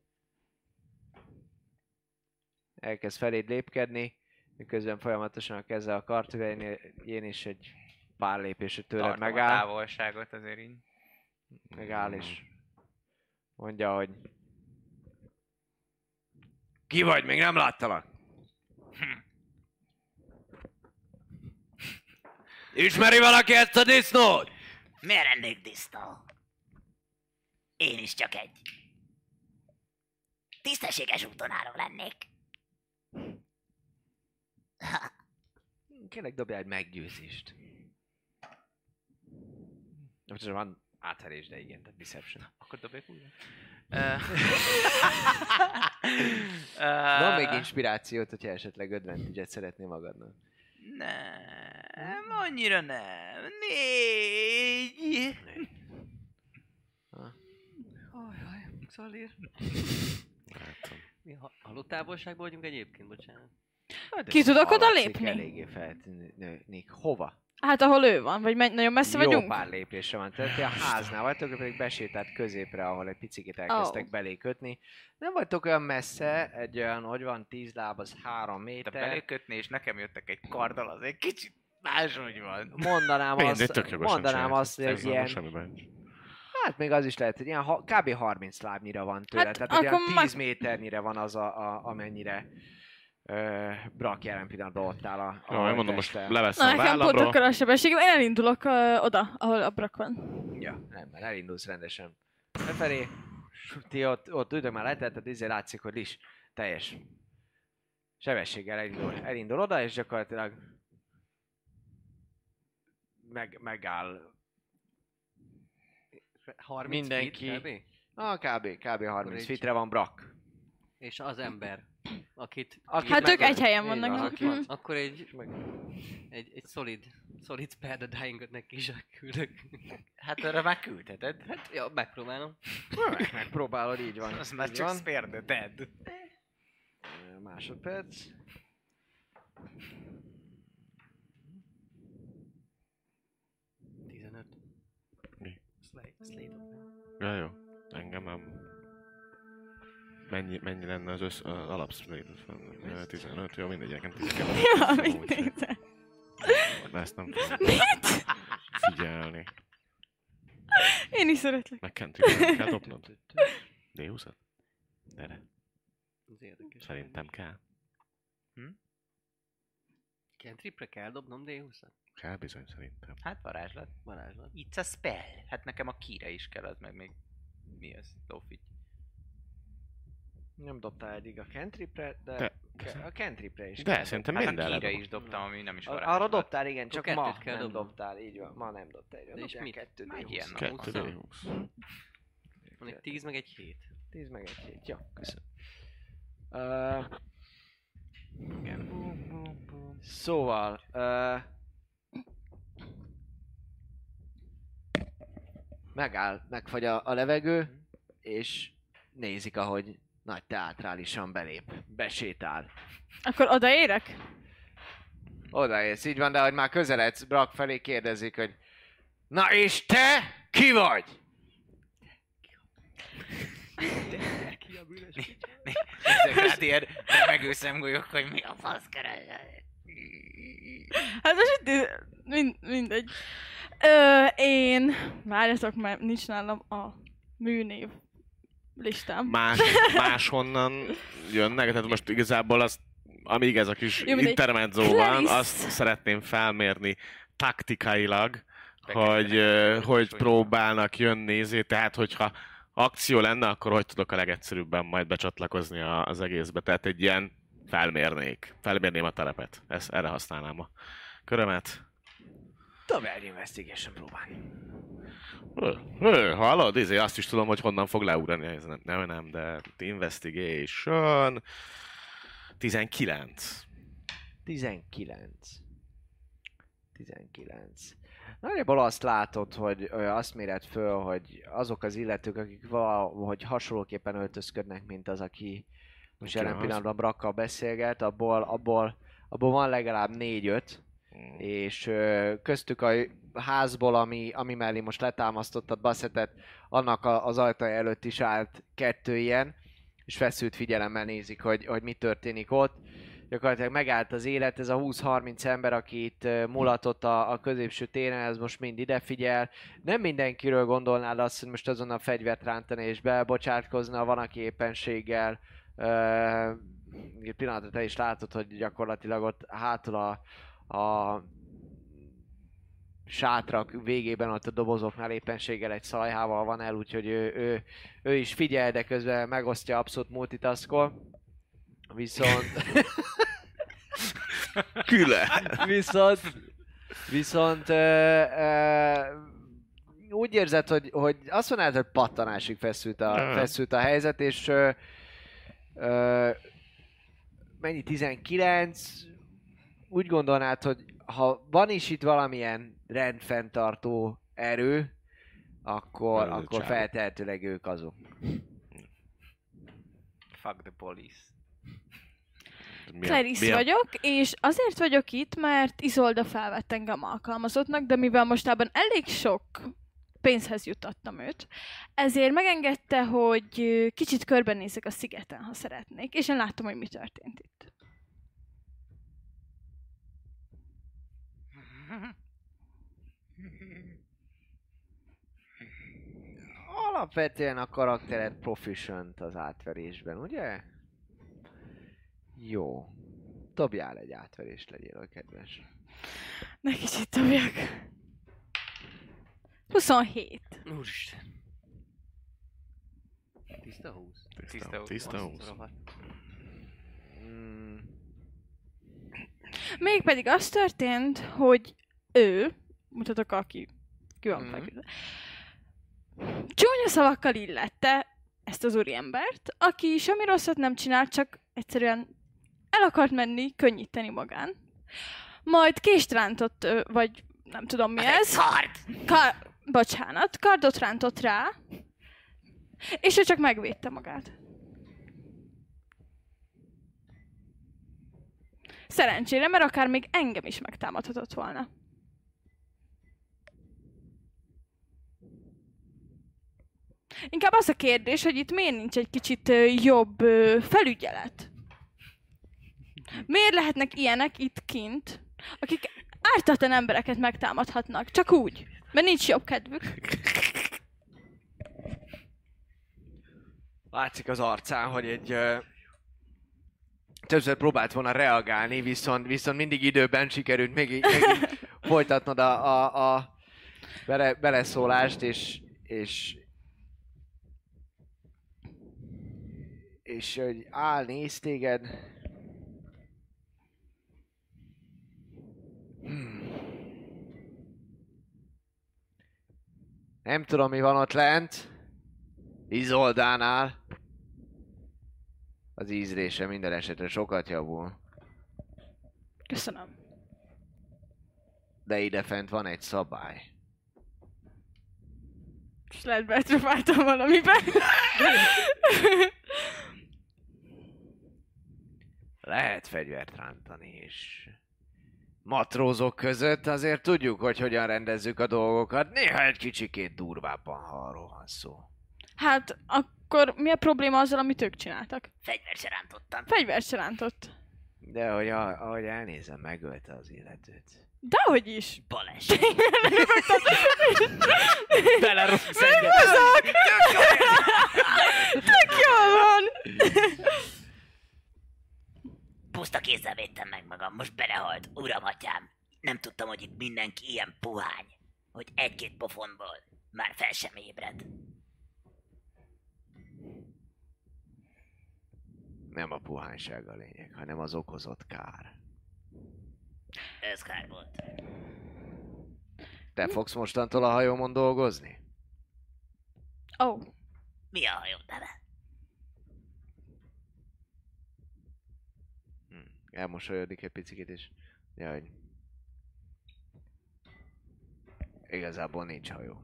Elkezd feléd lépkedni, miközben folyamatosan a keze a kartüvelyén is egy pár lépésre tőled Tartom a megáll. távolságot azért így. Megáll és mondja, hogy ki vagy? Még nem láttalak. Ismeri valaki ezt a disznót? Miért lennék disznó? Én is csak egy. Tisztességes úton álló lennék. Kérlek, dobjál egy meggyőzést. Most van átverés, de igen, tehát deception. Akkor dobjuk újra. Van még inspirációt, hogyha esetleg advantage-et szeretnél magadnak. Nem, annyira nem. 4. Ajaj, Xalir. Mi halott távolságban vagyunk egyébként, bocsánat. Ki tudok oda Hallatszik lépni? Eléggé feltűnik. Hova? Hát ahol ő van, vagy nagyon messze Jó vagyunk? pár lépésre van. Tehát ti a háznál vagytok, pedig besétált középre, ahol egy picit elkezdtek belé kötni. Nem vagytok olyan messze, egy olyan, hogy van 10 láb, az 3 Te méter. belékötni, és nekem jöttek egy karddal, az egy kicsit máshogy van. Mondanám Mindegy, azt, tök jogosan mondanám azt, hogy egy ezzel ilyen, most semmi baj nincs. hát még az is lehet, hogy ilyen kb. 30 lábnyira van tőle. Hát Tehát egy olyan akkor 10 méternyire van az, amennyire Brak jelen pillanatban ott áll a Jó, én mondom, most testtel. leveszem Na, a nekem pont vállamról. akkor a sebesség. Én elindulok oda, ahol a brak van. Ja, nem, mert elindulsz rendesen. Befelé, ti ott ültök már letetted, ezért látszik, hogy is teljes sebességgel elindul oda, és gyakorlatilag megáll 30 mindenki. feet, kb. Kb. 30 egy- fitre van Brak. És az ember, akit... Hát ők egy helyen Így vannak. van, Mhm. Akkor egy solid spare the dying-ot neki is küldök. Hát arra már küldheted. Hát, ja, megpróbálom. Megpróbálod, így van. Az már így csak van. spare the dead. Másodperc. Mi? Slade. Ja, jó. Engem nem. Mennyi lenne az alapszpléd? 15, jó, mindegy, nekem 12. Ja, mit Úgyhogy nézel? ezt nem tudom figyelni. Én is szeretlek. Meg kell dobnod. D20-at? Gyere, Az érdekes. szerintem kell. Cantripre kell dobnom D20-at? Kell bizony, szerintem. Hát varázslat. Varázslat. It's a spell. Hát nekem a kire is kell, az meg még... Mi az? Lófit. Nem dobtál eddig a cantripre, de De- a cantripre is. De kell szerintem Hát a mindenre kire dobom. is dobtam, ami nem is dobni. varázslat. Arra dobtál, igen, csak Akkor ma kettőt kell nem dobnom. dobtál, így van. Ma nem dobtál. De és mit? 2 Már egy ilyen nap. 2 D20. Van egy 10 meg egy 7. 10 meg egy 7. Jó, köszönöm. Igen. Szóval, megáll, megfagy a levegő, és nézik, ahogy nagy teátrálisan belép. Besétál. Akkor odaérek? Odaérsz, így van, de hogy már közeledsz, Brak felé kérdezik, hogy na és te ki vagy? Nézzek rád ilyen remegő szemgolyok, hogy mi a fasz keresel. Hát most mindegy. Én... Várjatok, mert nincs nálam a műnév listám. Máshonnan jönnek, tehát most igazából azt, amíg ez a kis Jó, mindegy. intermezzo van, Clarice. azt szeretném felmérni taktikailag, Bekezdeni. hogy próbálnak jönni, tehát hogyha akció lenne, akkor hogy tudok a legegyszerűbben majd becsatlakozni az egészbe. Tehát egy ilyen felmérném a terepet. Erre használnám a körömet. Tovább investigation próbálni. Hallod? Azt is tudom, hogy honnan fog leugrani. Ez nem, de investigation 19. 19. Nagyjából azt látod, hogy azt méred föl, hogy azok az illetők, akik valahogy hasonlóképpen öltözködnek, mint az, aki most jelen az? pillanatban Brakkal beszélget, abból van legalább 4-5, és köztük a házból, ami mellé most letámasztottad Bassettet, annak az ajtaja előtt is állt 2 ilyen, és feszült figyelemmel nézik, hogy mi történik ott. Gyakorlatilag megállt az élet, ez a 20-30 ember, aki itt mulatott a középső téren, ez most mind ide figyel. Nem mindenkiről gondolnád azt, hogy most azon a fegyvert rántani és bebocsátkozna, van, aki éppenséggel egy pillanatra te is látod, hogy gyakorlatilag ott hátul a sátrak végében ott a dobozoknál éppenséggel egy szajhával van el, úgyhogy ő is figyel, de közben megosztja, abszolút multitaskol. Viszont... Viszont úgy érzed, hogy azt mondanád, hogy pattanásig feszült a helyzet, és mennyi 19, úgy gondolnád, hogy ha van is itt valamilyen rendfenntartó erő, akkor feltehetőleg ők azok. Fuck the police. Clarice vagyok, és azért vagyok itt, mert Izolda felvett engem alkalmazottnak, de mivel mostában elég sok pénzhez juttattam őt, ezért megengedte, hogy kicsit körbenézek a szigeten, ha szeretnék, és én láttam, hogy mi történt itt. Alapvetően a karaktered proficient az átverésben, ugye? Jó. Dobjál egy átverést, legyél a kedves. Ne kicsit dobjak. 27. Úristen. Tiszta 20. Tiszta 20. Mégpedig az történt, hogy ő, mutatok aki ki van feküdve, csúnya szavakkal illette ezt az úriembert, aki semmi rosszat nem csinált, csak egyszerűen el akart menni, könnyíteni magán. Majd kést rántott, vagy nem tudom mi ez. Bocsánat, kardot rántott rá, és ő csak megvédte magát. Szerencsére, mert akár még engem is megtámadhatott volna. Inkább az a kérdés, hogy itt miért nincs egy kicsit jobb felügyelet? Miért lehetnek ilyenek itt kint, akik ártatlan embereket megtámadhatnak, csak úgy, mert nincs jobb kedvük? Látszik az arcán, hogy egy... többször próbált volna reagálni, viszont mindig időben sikerült még így folytatnod a beleszólást, és hogy néz téged. Nem tudom, mi van ott lent. Izoldánál. Az ízlése minden esetre sokat javul. Köszönöm. De idefent van egy szabály. És lehet betrofáltam valamiben. Lehet fegyvert rántani, és matrózok között azért tudjuk, hogy hogyan rendezzük a dolgokat. Néha egy kicsikét durvábban, ha arról van szó. Hát, akkor mi a probléma azzal, amit ők csináltak? Fegyvert se rántottam. Fegyvert se rántott. De ahogy elnézem, megölte az illetőt. Dehogy is. Baleset. Belerúgsz egyet. Tök jól van! Puszta kézzel védtem meg magam, most belehalt, uram atyám. Nem tudtam, hogy itt mindenki ilyen puhány, hogy egy-két pofonból már fel sem ébred. Nem a puhányság a lényeg, hanem az okozott kár. Ez kár volt. Te fogsz mostantól a hajómon dolgozni? Ó. Oh. Mi a hajó neve? Elmosolyodik egy picit is. Jaj. Igazából nincs hajó.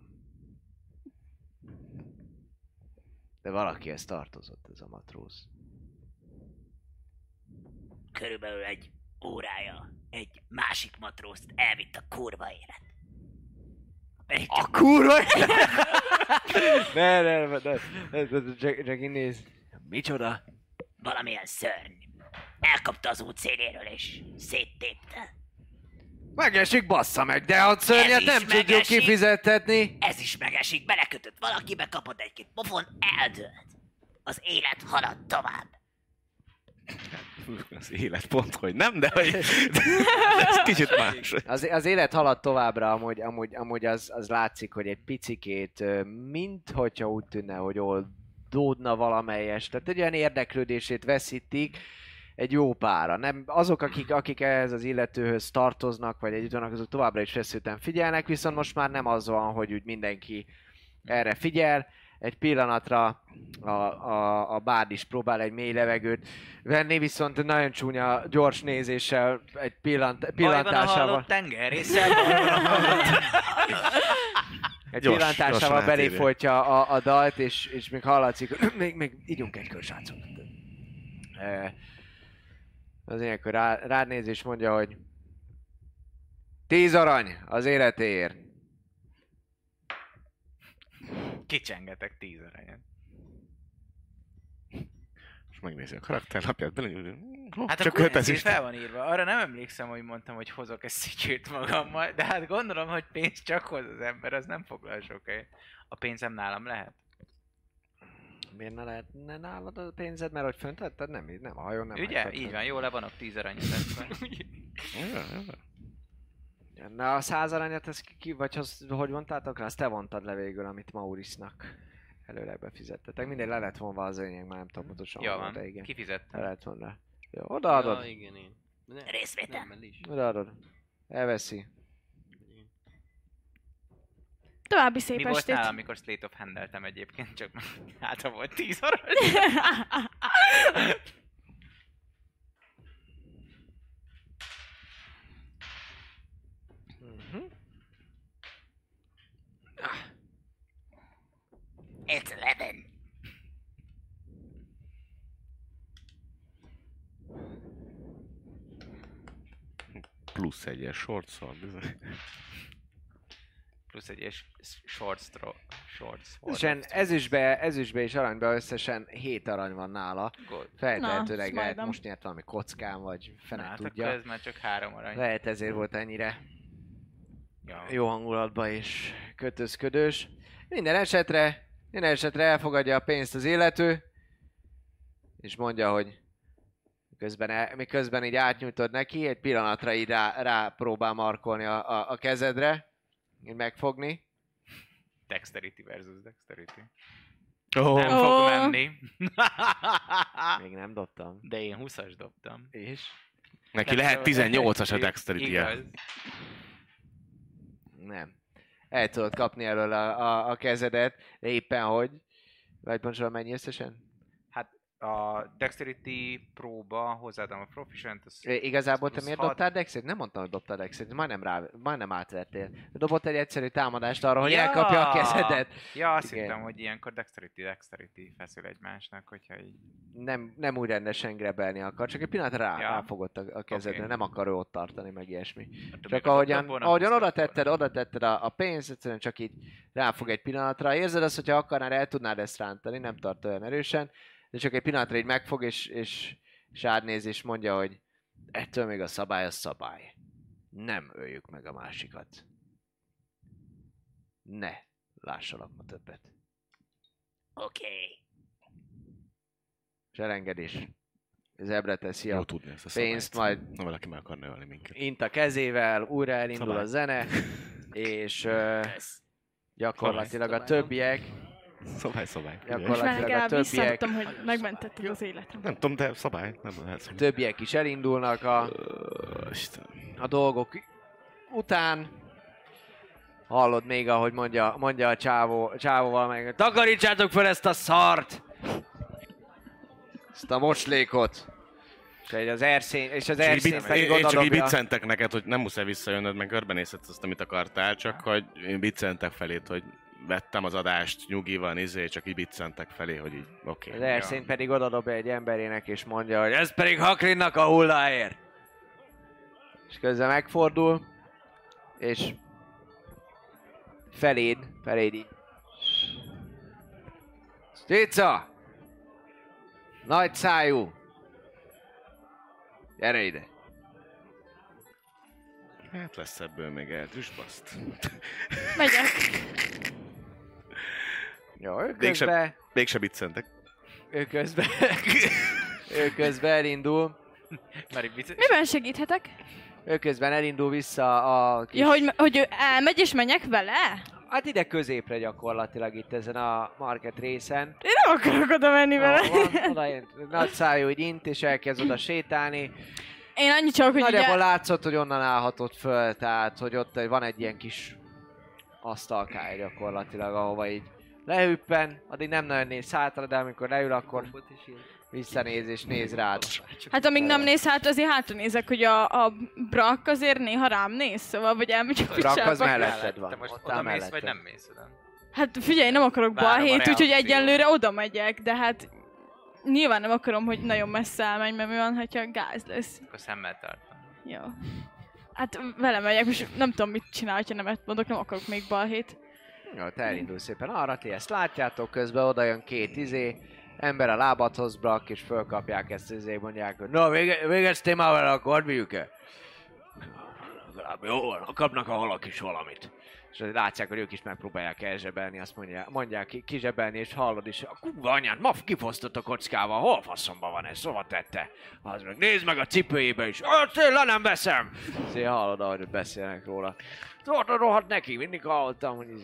De valakihez tartozott ez a matróz. Körülbelül egy órája egy másik matrózt elvitt a kurva élet. A kurva élet? Ne, csak nézd. Micsoda? Valamilyen szörny. Elkapta az út széléről és széttépte. Megesik, bassza meg, de a szörnyet nem tudjuk megesik. kifizettetni. Ez is megesik, belekötött valakibe, kapott egy-két pofon, eldőlt. Az élet halad tovább. Az élet pont, hogy nem, de hogy ez kicsit más. Az élet halad továbbra, amúgy az látszik, hogy egy picikét, minthogyha úgy tűnne, hogy oldódna valamelyest. Tehát egy olyan érdeklődését veszítik egy jó pára. Nem, azok, akik ehhez az illetőhöz tartoznak, vagy együtt vannak, azok továbbra is feszülten figyelnek, viszont most már nem az van, hogy úgy mindenki erre figyel. Egy pillanatra a bárd is próbál egy mély levegőt venni, viszont nagyon csúnya, gyors nézéssel, egy Bajban a pillantásával... halott tengerésszel. Egy Gyors, pillantásával gyorsan belé átírja. folytja a dalt, és még hallatszik, még ígyunk egy kör, srácok. Az ilyenkor rád néz és mondja, hogy 10 arany az életéért. Kicsengetek 10 aranyat. És megnézi a karakterlapját, Hát csak a 5 currency is. fel van írva. Arra nem emlékszem, hogy mondtam, hogy hozok egy szicsét magammal, de hát gondolom, hogy pénzt csak hoz az ember, az nem foglal sok helyet. A pénzem nálam lehet? Miért ne lehetne nálad a pénzed, mert hogy fönt tetted? Nem, a hajón nem. Ugye? Így van, jó, le vanok 10 aranyat akkor. Na a 100 aranyat, ez vagy hogy vontátok rá? Azt te vontad le végül, amit Maurice-nak előleg befizettetek. Mindegy, le lett vonva az önyeg, már nem tudom pontosan. Jó hol van, volt, de igen. kifizettem. Le lett volna. Jó, odaadod. Ja, igen, én. Részvétel. Nem, is. Odaadod. Elveszi. További Mi szép volt estét. nálam, amikor Slate of Handeltem egyébként, csak hátra volt 10 arany. It's 11. Plusz egyes shortszal, bizony. Plusz egy shorts. Összesen ezüstbe és aranyba összesen 7 arany van nála. Gold. Feltehetőleg Na, lehet majdnem. most nyert valami kockán, vagy Na, fene hát tudja. akkor ez már csak 3 arany. Lehet ezért volt ennyire Ja. jó hangulatban és kötözködős. Minden esetre elfogadja a pénzt az illető, és mondja, hogy miközben így átnyújtod neki, egy pillanatra így rá próbál markolni a kezedre, így megfogni. Dexterity versus Dexterity. Oh. Nem fog menni. Még nem dobtam. De én 20-as dobtam. És? Neki lehet 18-as a dexterity-je. Igaz. Nem. El tudod kapni elől a kezedet, de éppen hogy. Vagy pontosabban mennyi összesen? A Dexterity próba, hozzáadom a Proficient, az Igazából te plusz miért 6. dobtál Dexet? Nem mondtam, hogy dobtál Dexet, majdnem átvertél. Dobott egy egyszerű támadást arra, hogy elkapja a kezedet. Ja, azt Igen. hittem, hogy ilyenkor Dexterity feszül egymásnak, hogyha így... Nem úgy rendesen grebelni akar, csak egy pillanatra ráfogott a kezedre, Oké. nem akar ő ott tartani, meg ilyesmi. Hát, Csak még ahogyan volna oda húztam tetted a pénzt, egyszerűen csak így ráfog egy pillanatra. Érzed azt, hogyha akarnál, el tudnád ezt rántani, nem tart olyan erősen, de csak egy pillanatra így megfog, és átnéz, és mondja, hogy ettől még a szabály a szabály. Nem öljük meg a másikat. Ne lássalak ma többet. Oké. És elengedés. Zebre teszi Jó a tudni ezt a pénzt, szabályt. majd Na, valaki meg akar növelni minket. int a kezével, újra elindul Szabály. a zene, és Kösz. gyakorlatilag a többiek, Szabály. És már gyakorlatilag a legalább többiek, visszatudtam, hogy megmentetted az életem. Nem tudom, de szabály. Nem lehet. többiek is elindulnak Isten. a dolgok után. Hallod még, ahogy mondja a csávóval meg, takarítsátok fel ezt a szart! Ezt a mocslékot! És az erszény pedig Én csak így odadobja. biccentek neked, hogy nem muszáj visszajönnöd, meg körbenézhetsz azt, amit akartál, csak hogy én biccentek felét, hogy vettem az adást, nyugi van, csak így biccentek felé, hogy így, oké. Az erszény pedig odadobja egy emberének, és mondja, hogy ez pedig Haklinnak a hulláér! És közben megfordul, és feléd így. Stica! Nagy szájú! Gyere ide! Hát lesz ebből még eltűsbaszt. Megyek. Jó, Mégse biccentek. ő közben elindul. Miben segíthetek? Ő közben elindul vissza a kis... Ja, hogy ő elmegy és menjek vele? Hát ide középre gyakorlatilag itt ezen a market részen. Én nem akarok oda menni vele. Oda nagy szájú, hogy int, és elkezd oda sétálni. Én annyit csak, hogy Nagyjából ugye... látszott, hogy onnan állhatott föl, tehát hogy ott van egy ilyen kis asztalkája gyakorlatilag, ahova így lehüppen, addig nem nagyon néz hátra, de amikor leül, akkor visszanéz és néz rád. Hát amíg nem néz hát, azért hátra nézek, hogy a brak azért néha rám néz, szóval, vagy elmegy a Brak az picsába. melletted van. Te most Ott oda áll mész, vagy melletted. nem mész oda? Hát figyelj, nem akarok Várom a balhét, úgyhogy reakciót. egyenlőre oda megyek, de hát nyilván nem akarom, hogy nagyon messze elmegy, mert mi van, hogyha gáz lesz. Akkor szemmel tartom. Jó. Hát vele megyek, most nem tudom, mit csinál, ha nemet mondok, nem akarok még balhét. Jó, te elindul szépen arra, ti ezt látjátok, közben oda jön két ember a lábadhoz, Brak, és fölkapják ezt mondják, hogy na, végeztél már vele, akkor vigyük el. Legalább jó, kapnak a halak is valamit. És látják, hogy ők is megpróbálják elzsebelni, azt mondják kizsebelni, és hallod is, a kurva anyád, ma kifosztott a kockával, hol faszomba van ez, hova tette? Az meg, nézd meg a cipőjébe is, én le nem veszem! Szóval hallod, ahogy beszélnek róla. Rohadt neki, mindig hallottam, hogy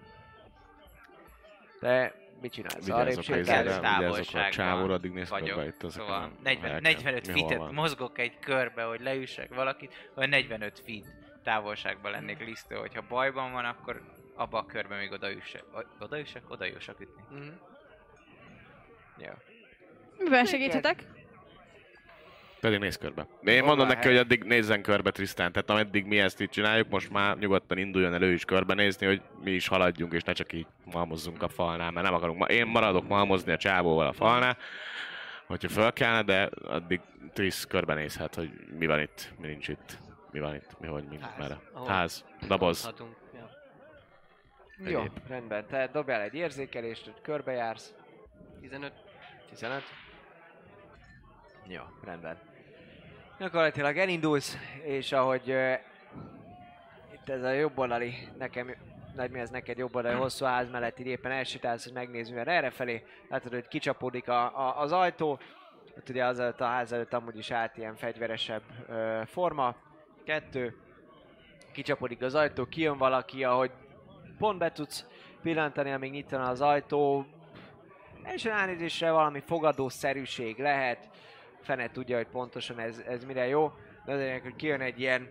Te mit csinálsz? Vigyázzok a sétálsz, izére, vigyázzok a csávóra, addig nézd meg vagyok. be itt azok Szóval a 45 helyeken. Hol feet-et van? mozgok egy körbe, hogy leüssek valakit, vagy 45 feet távolságban lennék Lisztől, hogyha bajban van, akkor abba a körbe még oda jussak ütni. Mhm. Jó. Miben segíthetek? Pedig nézz körbe. De én mondom neki, hogy addig nézzen körbe Trisztán, tehát ameddig mi ezt így csináljuk, most már nyugodtan induljon el ő is körbenézni, hogy mi is haladjunk, és ne csak így malmozzunk a falnál, mert nem akarunk. Én maradok malmozni a csávóval a falnál, hogyha föl kellene, de addig Trisz körbenézhet, hogy mi van itt, mi nincs itt, mi van itt, mi hogy, mi, merre. Ház, doboz. Hatunk. Ja. Jó, Egyéb. rendben. Te dobjál egy érzékelést, hogy körbejársz. 15. 15. Jó, rendben. Gyakorlatilag elindulsz, és ahogy itt ez a jobboldali, ez neked jobboldali hosszú ház mellett így éppen elsétálsz, hogy megnézni, mert errefelé látod, hogy kicsapódik az ajtó. Ott ugye az előtt a ház előtt amúgy is állt ilyen fegyveresebb forma. 2. Kicsapódik az ajtó, kijön valaki, ahogy pont be tudsz pillantani, amíg nyitana az ajtó. Első elnézésre valami fogadószerűség lehet. Fene tudja, hogy pontosan ez mire jó. De azért, hogy kijön egy ilyen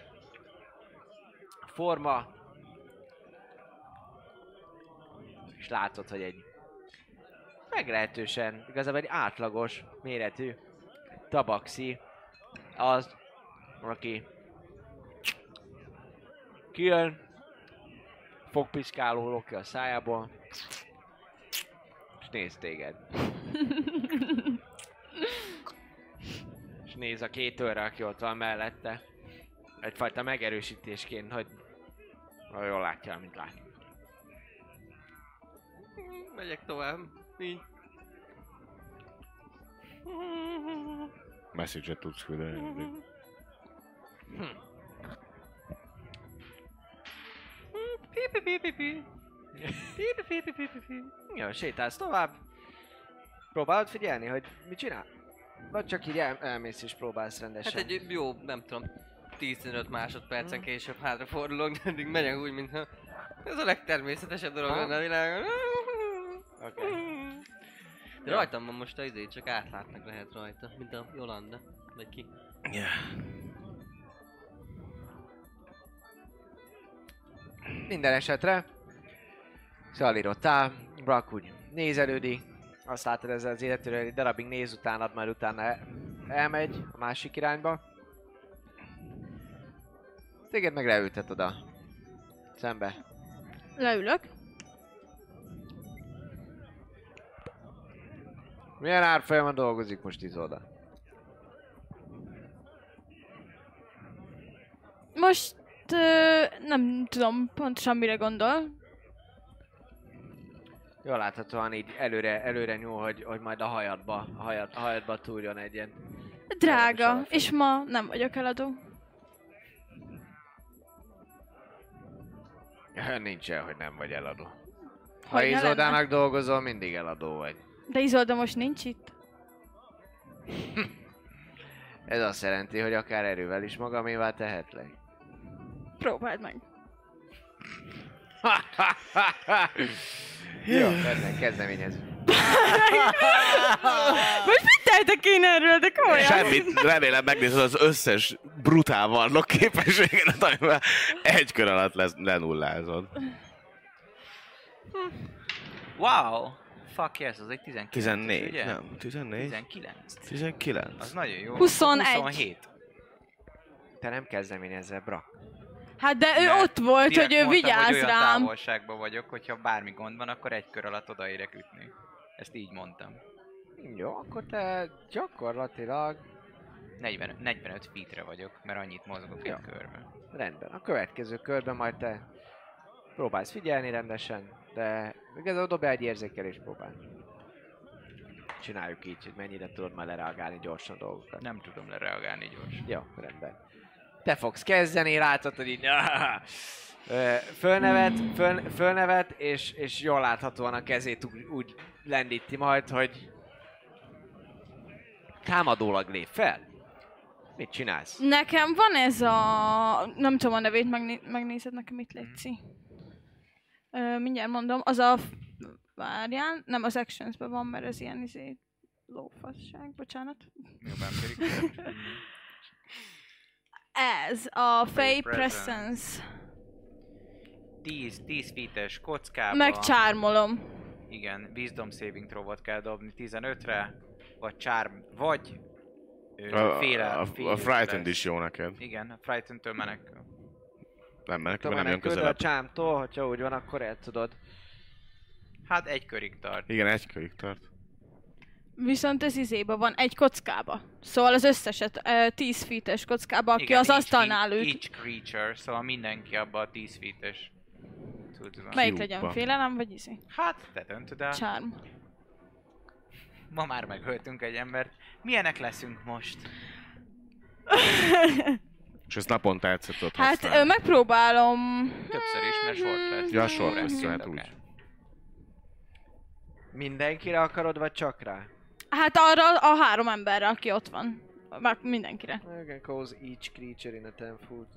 forma. És látod, hogy egy meglehetősen, igazából egy átlagos méretű tabaxi az, aki kijön, fogpiszkáló lókja a szájából, és néz téged. És néz a két őrre, aki ott van mellette. Egyfajta megerősítésként, hogy jól látja, amit lát. Megyek tovább. Így. Message-et tudsz küldeni mindig. Jó, sétálsz tovább. Próbálod figyelni, hogy mit csinál? Vagy csak így elmész és próbálsz rendesen? Hát egy jó, nem tudom, 10-15 másodpercen később hátrafordulok, de addig megyek úgy, mintha ez a legtermészetesebb dolog lenne a világon. Okay. De rajtam van most a izé, csak átlátnak lehet rajta, mint a Jolanda, vagy ki. Yeah. Minden esetre Szalír ott áll, Brak úgy nézelődik, azt látod ezzel az illetőről, egy darabig néz utánad, majd utána elmegy a másik irányba. Téged meg leültet oda szembe. Leülök. Milyen árfolyamon dolgozik most Izolda? Most nem tudom pontosan mire gondol. Jól láthatóan így előre nyúl, hogy majd a hajadba túrjon egy ilyen... Drága, és ma nem vagyok eladó. Nincsen, hogy nem vagy eladó. Ha Hogy ne Izoldának lenne? dolgozol, mindig eladó vagy. De Izolda most nincs itt. Ez azt jelenti, hogy akár erővel is magamévá tehetlek. Próbáld meg. Jó, benne kezdeményező. Most mit tehetek én erről, de komolyan? Semmit, remélem megnézed az összes brutál varlok képességedet, amivel egy kör alatt lenullázod. Wow! Fuck yes, az egy 19. 14, ugye? nem, 14? 19. 19. Az nagyon jó. 21. 27. Te nem kezdeményezzel, Brak. Hát de ő Mert ott volt, direkt hogy ő mondtam, vigyáz hogy olyan rám. távolságban vagyok, hogyha bármi gond van, akkor egy kör alatt odaérek ütni. Ezt így mondtam. Jó, akkor te gyakorlatilag 45 feetre vagyok, mert annyit mozgok egy körben. rendben. A következő körben majd te próbálsz figyelni rendesen, de igazából dobj egy érzékelést próbál. Csináljuk így, hogy mennyire tudod már lereagálni gyorsan a dolgokat. Nem tudom lereagálni gyorsan. Jó, rendben. Te fogsz kezdeni, látod, hogy így... Fölnevet, és jól láthatóan a kezét úgy lendíti majd, hogy támadólag lép fel. Mit csinálsz? Nekem van ez a... Nem tudom a nevét, megnézed nekem itt, létszi. Mindjárt mondom, az a... Várjál, nem az actionsben van, mert ez ilyen lófasság, bocsánat. Jobbán pedig. Ez a Fey Presence. 10 feet-es kockába. Megcsármolom. Igen, Wisdom saving throw-ot kell dobni 15-re, vagy charm, vagy A Frightened is jó neked. Igen, a Frightened-től menekül. Nem menekül, nem jön Menekülni a közelebb. csámtól, hogyha úgy van, akkor el tudod. Hát egy körig tart. Igen, egy körig tart. Viszont ez izéba van, egy kockába. Szóval az összeset 10 feet-es kockába, aki Igen, az asztalnál ült. Each creature, szóval mindenki abba a 10 feet-es cuccban. Melyik Cube-ba. legyen, félelem vagy izé? Hát, te döntöd el. Charm. Ma már megöltünk egy embert. Milyenek leszünk most? És ezt naponta egyszer tudod Hát használni. megpróbálom... Többször is, mert short lesz. Ja, short Óra lesz, esként hát akár. úgy. Mindenkire akarod, vagy csak rá? Hát arra a 3 emberre, aki ott van. Már mindenkire. You can cause each creature in a 10 foot.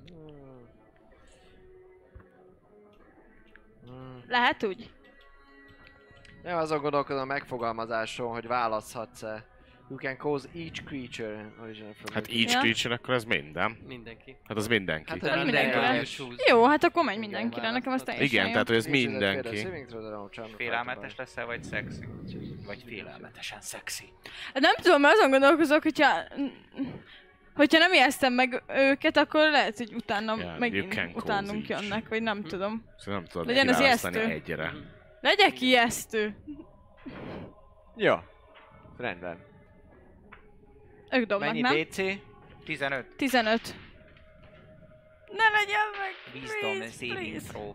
Lehet úgy? Nem azon gondolkodom a megfogalmazáson, hogy választhatsz-e. You can cause each creature original from Hát it. each Ja. creature, akkor ez minden. Mindenki. Hát az mindenki. Hát, Tehát mindenkire. Jó, hát akkor megy mindenkire, nekem az teljesen Igen, jó. tehát hogy ez Creatures that fail mindenki. the saving throw that are charmed Félelmetes leszel, vagy szexi? Vagy félelmetesen szexi? Hát nem tudom, mert azon gondolkozok, hogyha nem ijesztem meg őket, akkor lehet, hogy utána Yeah, you megint can cause utánunk each. jönnek, vagy nem tudom. Szóval nem tudod Legyen az kiválasztani ijesztő. egyre. Legyek ijesztő. Jó. Rendben. Ők dobnak, Mennyi nem? DC? 15. 15. Ne legyen meg! Wisdom please, saving please. throw.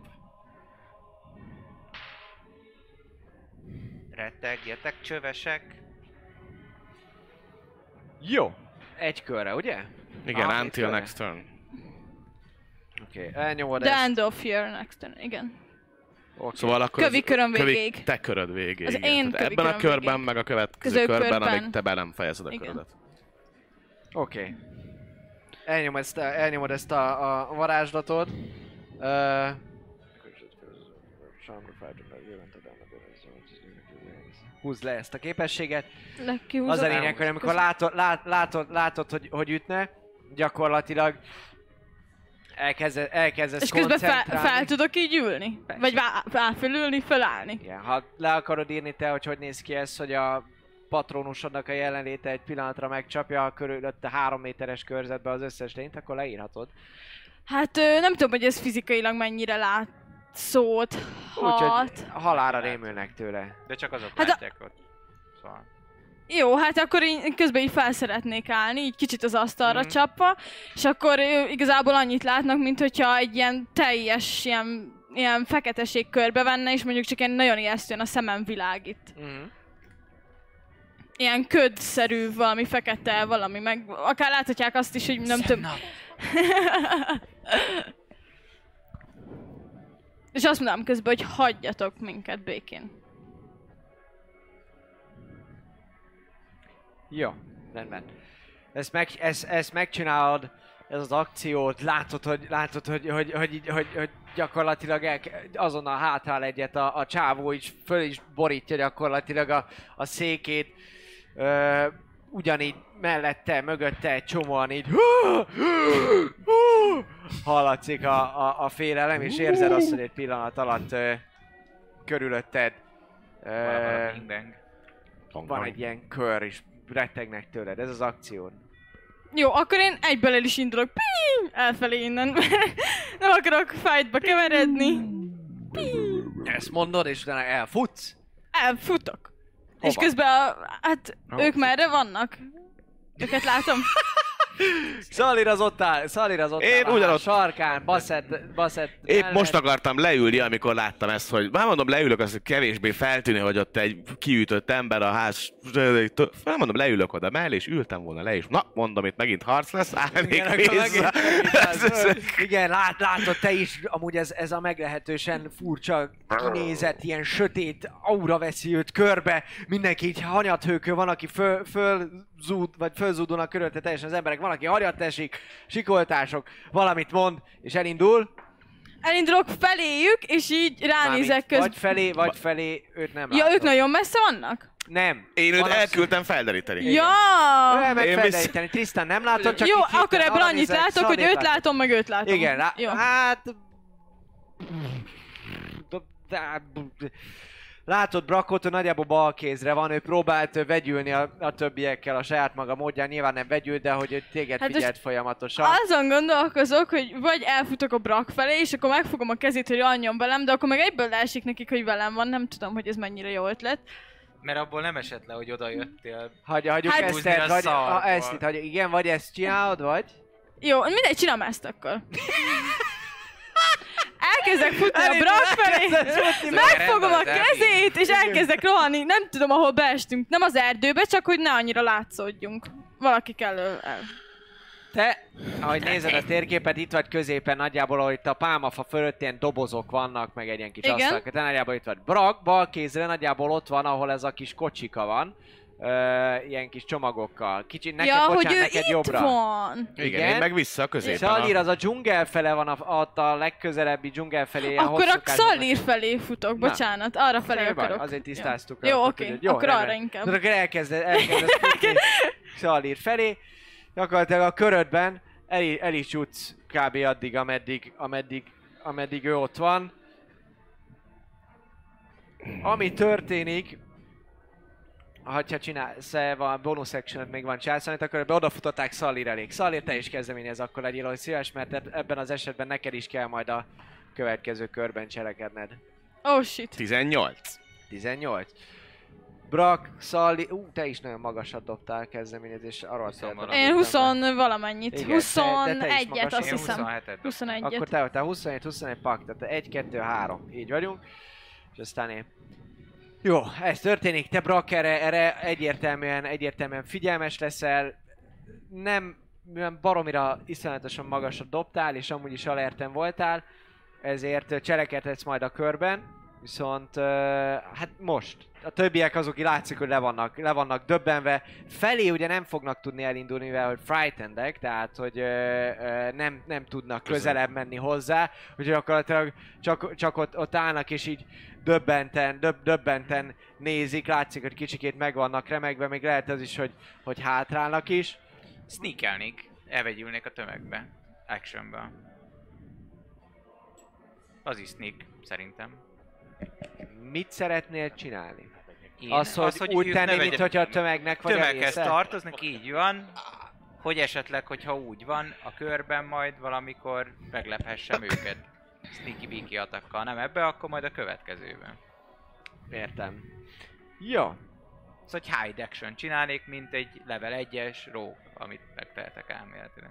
Rettegjetek, csövesek. Jó. Egy körre, ugye? Igen, Ah, until itt next turn. Oké, elnyomod The ezt. end of your next turn, igen. Okay. Szóval akkor Kövi köröm végéig. te köröd végéig. Az igen. én Tehát kövi ebben a köröm körben, végéig. meg a következő Köző körben, körben. amíg te be nem fejezed a Igen. körödet. Oké. Elnyomod ezt a varázslatot. Húzd le ezt a képességet. Kihúzom. Az a lényeg, hogy amikor látod hogy ütne, gyakorlatilag elkezdesz És közben koncentrálni. fel tudok így ülni? Persze. Vagy fölülni, fölállni? Igen, ha le akarod írni te, hogy néz ki ez, hogy a patronusodnak a jelenléte egy pillanatra megcsapja a körülötte 3 méteres körzetbe az összes lényt, akkor leírhatod. Hát nem tudom, hogy ez fizikailag mennyire látszódhat. Úgyhogy halálra rémülnek tőle. De csak azok Hát látják ott. Szóval. Jó, hát akkor én közben így fel szeretnék állni, így kicsit az asztalra Mhm. csapva, és akkor igazából annyit látnak, mint hogyha egy ilyen teljes, ilyen feketeség körbe venne, és mondjuk csak ilyen nagyon ijesztően a szemem világít. Ilyen ködszerű, valami fekete, valami, meg akár láthatják azt is, hogy nem több... És azt mondom közben, hogy hagyjatok minket békén. Jó, rendben. Ezt megcsinálod, ez az akciót, látod, hogy gyakorlatilag azonnal hátrál egyet a csávó, is föl is borítja gyakorlatilag a székét. Ugyanígy mellette, mögötte egy csomóan így hallatszik a félelem, és érzed azt, hogy egy pillanat alatt körülötted Valami bang. van egy ilyen kör, és rettegnek tőled. Ez az akciód. Jó, akkor én egyből el is indulok. Pii! Elfelé innen. Nem akarok fightba keveredni. Ezt mondod, és utána elfutsz. Elfutok. És közben ők merre vannak? Őket látom. Szalír az ott áll, Én ugyanott. sarkán, baszett. Épp most akartam leülni, amikor láttam ezt, hogy már mondom, leülök, az kevésbé feltűnő, hogy ott egy kiütött ember a ház... Mondom, leülök oda mellé, és ültem volna le, és na, mondom, itt megint harc lesz, állnék vissza. Igen, látod te is, amúgy ez a meglehetősen furcsa kinézett, ilyen sötét aura veszi őt körbe, mindenki így hanyathőkő, van, aki fölzúdulnak körülte teljesen az emberek, van, aki harjat esik, sikoltások, valamit mond, és elindul. Elindulok feléjük, és így ránézek közben. Vagy felé, őt nem Ja, látod. ők nagyon messze vannak? Nem. Én őt elküldtem felderíteni. Ja! Ő meg felderíteni. Tristan nem látod, csak jó, így hirtelen akkor ebből arra annyit nézek, látok, hogy Szalírt őt látom, meg őt látom. Igen, jó. hát... Látod Brackot, ő nagyjából bal kézre van, ő próbált vegyülni a többiekkel a saját maga módján, nyilván nem vegyült, de hogy ő téged Hát figyelt folyamatosan. Azon gondolkozok, hogy vagy elfutok a Brack felé, és akkor megfogom a kezét, hogy alnyon velem, de akkor meg egyből leesik nekik, hogy velem van, nem tudom, hogy ez mennyire jó ötlet. Mert abból nem esett le, hogy oda jöttél. Hagyjuk Hát- ezt, Húzni a vagy szarból. ezt itt hagyjuk. Igen, vagy ezt csinálod, vagy? Jó, mindegy, csinálom ezt akkor. Elkezdek futni a Brack felé, megfogom a kezét, és elkezdek rohanni. Nem tudom, ahol beestünk. Nem az erdőbe, csak hogy ne annyira látszódjunk. Valaki kell el. Te, ahogy nézed a térképet, itt vagy középen nagyjából, ahogy itt a pálmafa fölött ilyen dobozok vannak, meg egy ilyen kis Igen. asztal. Te nagyjából itt vagy. Brack bal kézre nagyjából ott van, ahol ez a kis kocsika van. Ilyen kis csomagokkal. Kicsit neked, Ja, hogy bocsánat, ő neked itt jobbra. van. Igen, én meg vissza a középen. Szalír az a dzsungel fele van, ott a legközelebbi dzsungel felé. ilyen Akkor a hosszúkás- Szalír felé futok, bocsánat, arra felé Semmi baj, akarok. azért tisztáztuk. Jó, akkor oké, tudod. akkor rendben. arra inkább. Tudod, akkor elkezded futni Szalír felé. Gyakorlatilag a körödben el is jutsz kb. Addig, ameddig ő ott van. Ami történik, ha csinálsz a bonus action még van császolni, akkor ebbe odafutották Szalír elé. Szalír, te is kezdeményez, akkor legyél olyan szíves, mert ebben az esetben neked is kell majd a következő körben cselekedned. Oh shit. 18. 18. Brack, Szalír... te is nagyon magasat dobtál kezdeményezés, arról 20 szeretném. valami. Én 20 valamennyit. Igen, te is 21-et magas azt Én hiszem. 27-et. 21-et. Akkor te 21 pak, tehát 1, 2, 3. Így vagyunk. És aztán én... Jó, ez történik, te Brack erre egyértelműen figyelmes leszel. Nem baromira iszonyatosan magasat dobtál, és amúgy is alerten voltál. Ezért cselekedhetsz majd a körben. Viszont hát most a többiek azok, ki látszik, hogy le vannak döbbenve. Felé ugye nem fognak tudni elindulni, mivel hogy frightenedek, tehát hogy nem tudnak közelebb menni hozzá. Úgyhogy gyakorlatilag csak ott állnak és így döbbenten nézik, látszik, hogy kicsikét meg vannak remegve, még lehet az is, hogy hátrálnak is. Sneakelnék, elvegyülnék a tömegbe. Actionbe. Az is sneak, szerintem. Mit szeretnél csinálni? Én, hogy úgy ők tenni, ne mint vegyenek- hogyha a tömegnek vagy a tömeghez része? tartoznak, így van. Hogy esetleg, hogyha úgy van, a körben majd valamikor meglephessem őket. Sneaky beaky attakkal, nem ebbe, akkor majd a következőben. Értem. Jó. Szóval egy hide action csinálnék, mint egy level 1-es rogue, amit megtehetek elméletileg.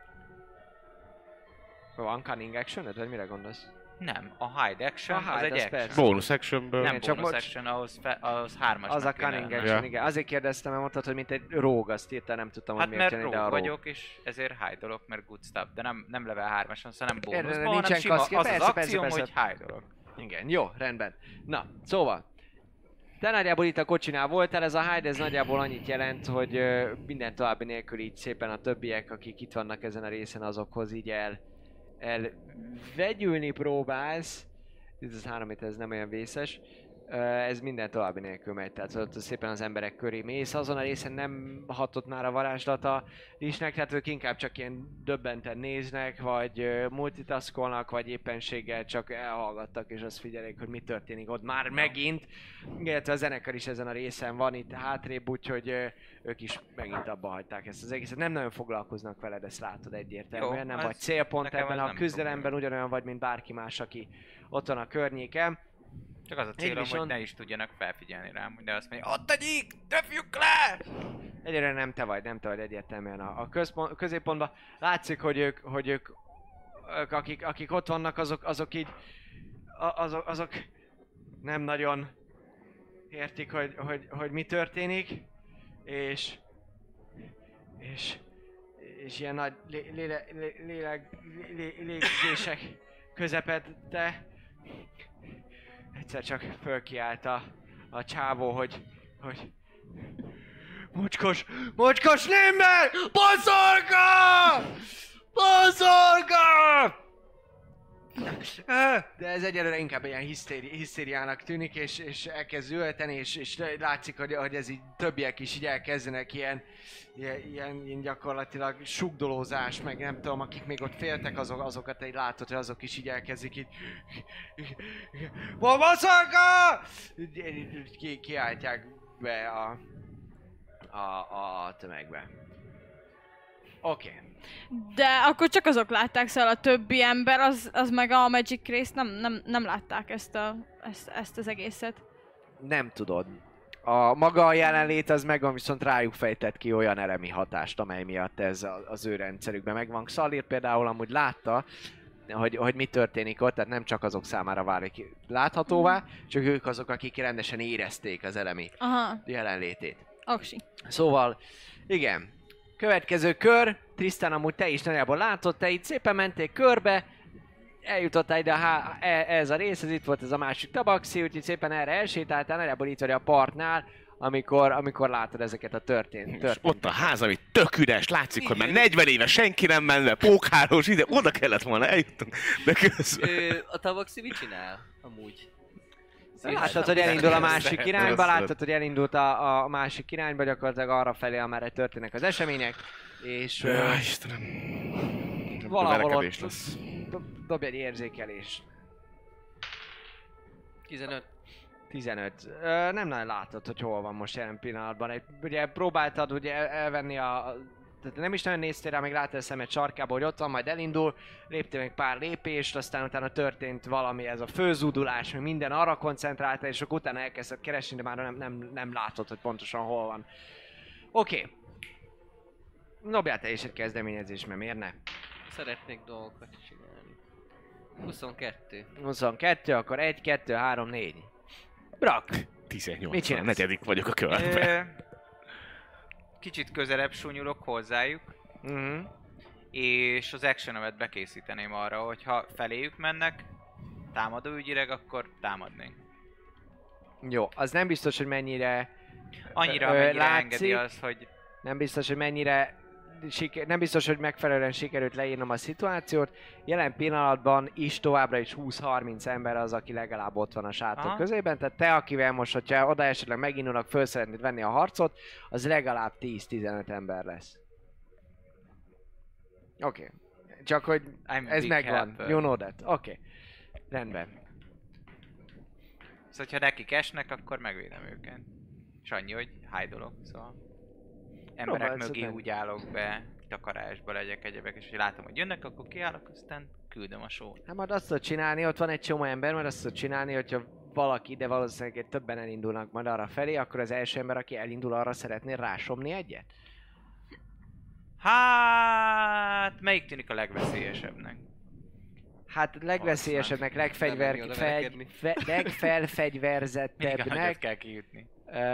Van cunning action, vagy mire gondolsz? Nem, a hide action A az hide, egy az action. persze. Bonus actionből. Nem Igen, csak bonus most- action, ahhoz 3-as. Az a cunning action, Ja. igen. Azért kérdeztem, mert mondtad, hogy mint egy rogue, azt írtál, nem tudtam, Hát hogy miért mert jön ide a rogue rogue. vagyok, és ezért hide-olok, mert good stuff, de nem level 3-as, szóval nem Érde, bónusz, de hanem nincsen sima, kaszkja. az az Persze, akcióm, persze, hogy hide-olok. Igen, jó, rendben. Na, szóval. Te nagyjából itt a kocsinál voltál, ez a hide, ez nagyjából annyit jelent, hogy minden további nélkül így szépen a többiek, akik itt vannak ezen a részen, azokhoz így elvegyülni próbálsz. Ez az 3 ez nem olyan vészes. Ez minden további nélkül megy, tehát ott szépen az emberek köré mész. Azon a részen nem hatott már a varázslata isnek, tehát ők inkább csak ilyen döbbenten néznek, vagy multitaskolnak, vagy éppenséggel csak elhallgattak, és azt figyelik, hogy mi történik ott már megint. Illetve a zenekar is ezen a részen van itt hátrébb, úgyhogy ők is megint abba hagyták ezt az egészet. Nem nagyon foglalkoznak veled, ezt látod egyértelműen, Jó, nem ez vagy célpont nekem ebben ez a nem küzdelemben, ugyanolyan vagy, mint bárki más, aki ott van a környéken. Csak az a célom, hogy viszont- ne is tudjanak felfigyelni rám, de azt mondja, ott a gyík, döfjük le! Egyre nem te vagy egyértelműen a középpontban. Látszik, hogy ők akik ott vannak, azok így, azok nem nagyon értik, hogy mi történik, és ilyen nagy légzések közepette egyszer csak fölkiállt a csávó, hogy Mocskos Limber! Baszorga! Baszorga! De ez egyelőre inkább ilyen hisztériának tűnik, és elkezd züllöteni, és látszik, hogy ez így többiek is így elkezdenek ilyen gyakorlatilag sugdolózás, meg nem tudom, akik még ott féltek, azokat így látod, hogy azok is így elkezdik így... Baszorga! Kiáltják be a tömegbe. Oké. De akkor csak azok látták, szóval a többi ember, az meg a Magic Race nem látták ezt az egészet. Nem tudod. Maga a jelenlét az megvan, viszont rájuk fejtett ki olyan elemi hatást, amely miatt ez az ő rendszerükben megvan. Xalir például amúgy látta, hogy mi történik ott, tehát nem csak azok számára válik láthatóvá, csak ők azok, akik rendesen érezték az elemi jelenlétét. Aksi. Szóval, igen. Következő kör, Tristan, amúgy te is nagyjából látod, te itt szépen mentél körbe, eljutottál ide ez a részhez, itt volt ez a másik tabaxi, úgyhogy szépen erre elsétáltál, nagyjából itt vagy a partnál, amikor látod ezeket a történt. Ott a ház, ami tök üres, látszik, hogy már 40 éve senki nem menne, pókhálós, ide, oda kellett volna eljutnunk, de közben. A Tabaxi mit csinál? Amúgy. Láttad, hogy elindul a másik irányba, láttad, hogy elindult a másik irányba, gyakorlatilag arra felé, amerre történnek az események, és Istenem. valahol ott lesz. dobj egy érzékelés. 15. Nem nagyon látod, hogy hol van most jelen pillanatban. Ugye próbáltad ugye elvenni tehát nem is nagyon néztél rá, még láttad a szemed sarkába, hogy ott van, majd elindul, léptél még pár lépést, aztán utána történt valami, ez a főzúdulás, meg minden arra koncentráltál, és akkor utána elkezdted keresni, de már nem látod, hogy pontosan hol van. Oké. Dobjál te is egy kezdeményezés, mert miért ne? Szeretnék dolgokat csinálni. 22. 22, akkor 1, 2, 3, 4. Brak! 18, Mit csinálsz? negyedik vagyok a körben. Kicsit közelebb súnyulok hozzájuk, és az actionömet bekészíteném arra, hogy ha feléjük mennek, támadóügyileg, akkor támadnénk. Jó, az nem biztos, hogy mennyire... Annyira engedi az, hogy... Nem biztos, hogy mennyire... Nem biztos, hogy megfelelően sikerült leírnom a szituációt. Jelen pillanatban is továbbra is 20-30 ember az, aki legalább ott van a sátor közében. Tehát te, akivel most, hogyha oda esetleg megindulnak, föl szeretnéd venni a harcot, az legalább 10-15 ember lesz. Oké. Csak hogy ez megvan. You know that. Oké. Rendben. Szóval, ha nekik esnek, akkor megvédem őket. És annyi, hogy hide-olok, szóval... Emberek Próbálsz mögé menni. úgy állok be, takarásba legyek egyebek, és hogy látom, hogy jönnek, akkor kiállok, aztán küldöm a sót. Hát majd azt tudod csinálni, ott van egy csomó ember, majd azt tudod csinálni, hogyha valaki, de valószínűleg többen elindulnak majd arra felé, akkor az első ember, aki elindul arra, szeretné rásomni egyet? Hát, melyik tűnik a legveszélyesebbnek? Hát legveszélyesebbnek, legfelfegyverzettebbnek... Mindig kell kijutni.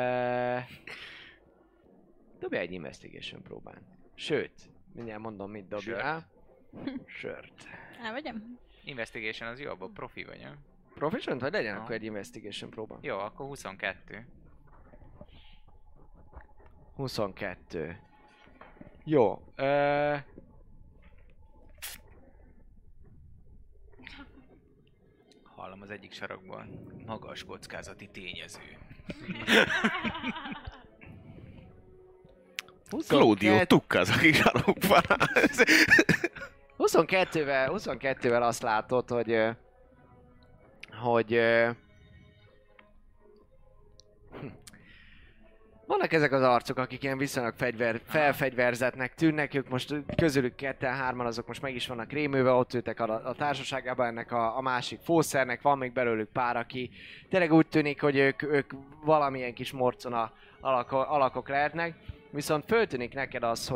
Dobja egy investigation próbán. Sőt, mindjárt mondom, mit dobjál. Sört. Elvegyem? Investigation az jó, abban profi vagy, nem? Proficient vagy? Legyen Aha. akkor egy investigation próba. Jó, akkor 22. 22. Jó. Hallom az egyik sarokban. Magas kockázati tényező. Claudio tukka az a kis sarokban. 22-vel azt látod, hogy Vannak ezek az arcok, akik ilyen viszonylag felfegyverzetnek tűnnek, ők most közülük ketten-hárman azok most meg is vannak rémülve, ott ültek a társaságában ennek a másik fószernek, van még belőlük pár, aki tényleg úgy tűnik, hogy ők valamilyen kis morcona alakok lehetnek, viszont föltűnik neked az,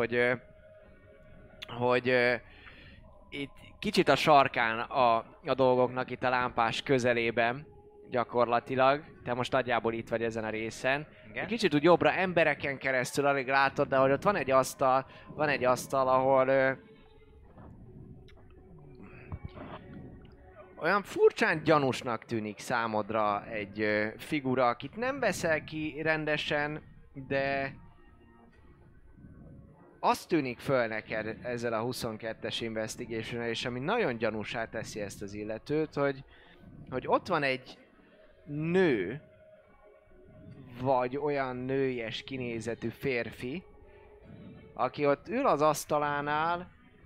hogy itt kicsit a sarkán a dolgoknak, itt a lámpás közelében gyakorlatilag, te most nagyjából itt vagy ezen a részen. Igen. Kicsit úgy jobbra embereken keresztül alig látod, de hogy ott van egy asztal, ahol olyan furcsán gyanúsnak tűnik számodra egy figura, akit nem veszel ki rendesen, de azt tűnik föl neked ezzel a 22-es investigation-el, és ami nagyon gyanúsá teszi ezt az illetőt, hogy ott van egy nő, vagy olyan nőies kinézetű férfi, aki ott ül az asztalánál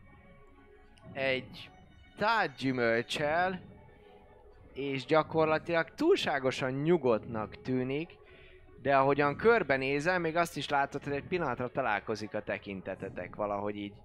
egy tál gyümölccsel, és gyakorlatilag túlságosan nyugodtnak tűnik, de ahogyan körbenézel, még azt is látod, hogy egy pillanatra találkozik a tekintetetek, valahogy így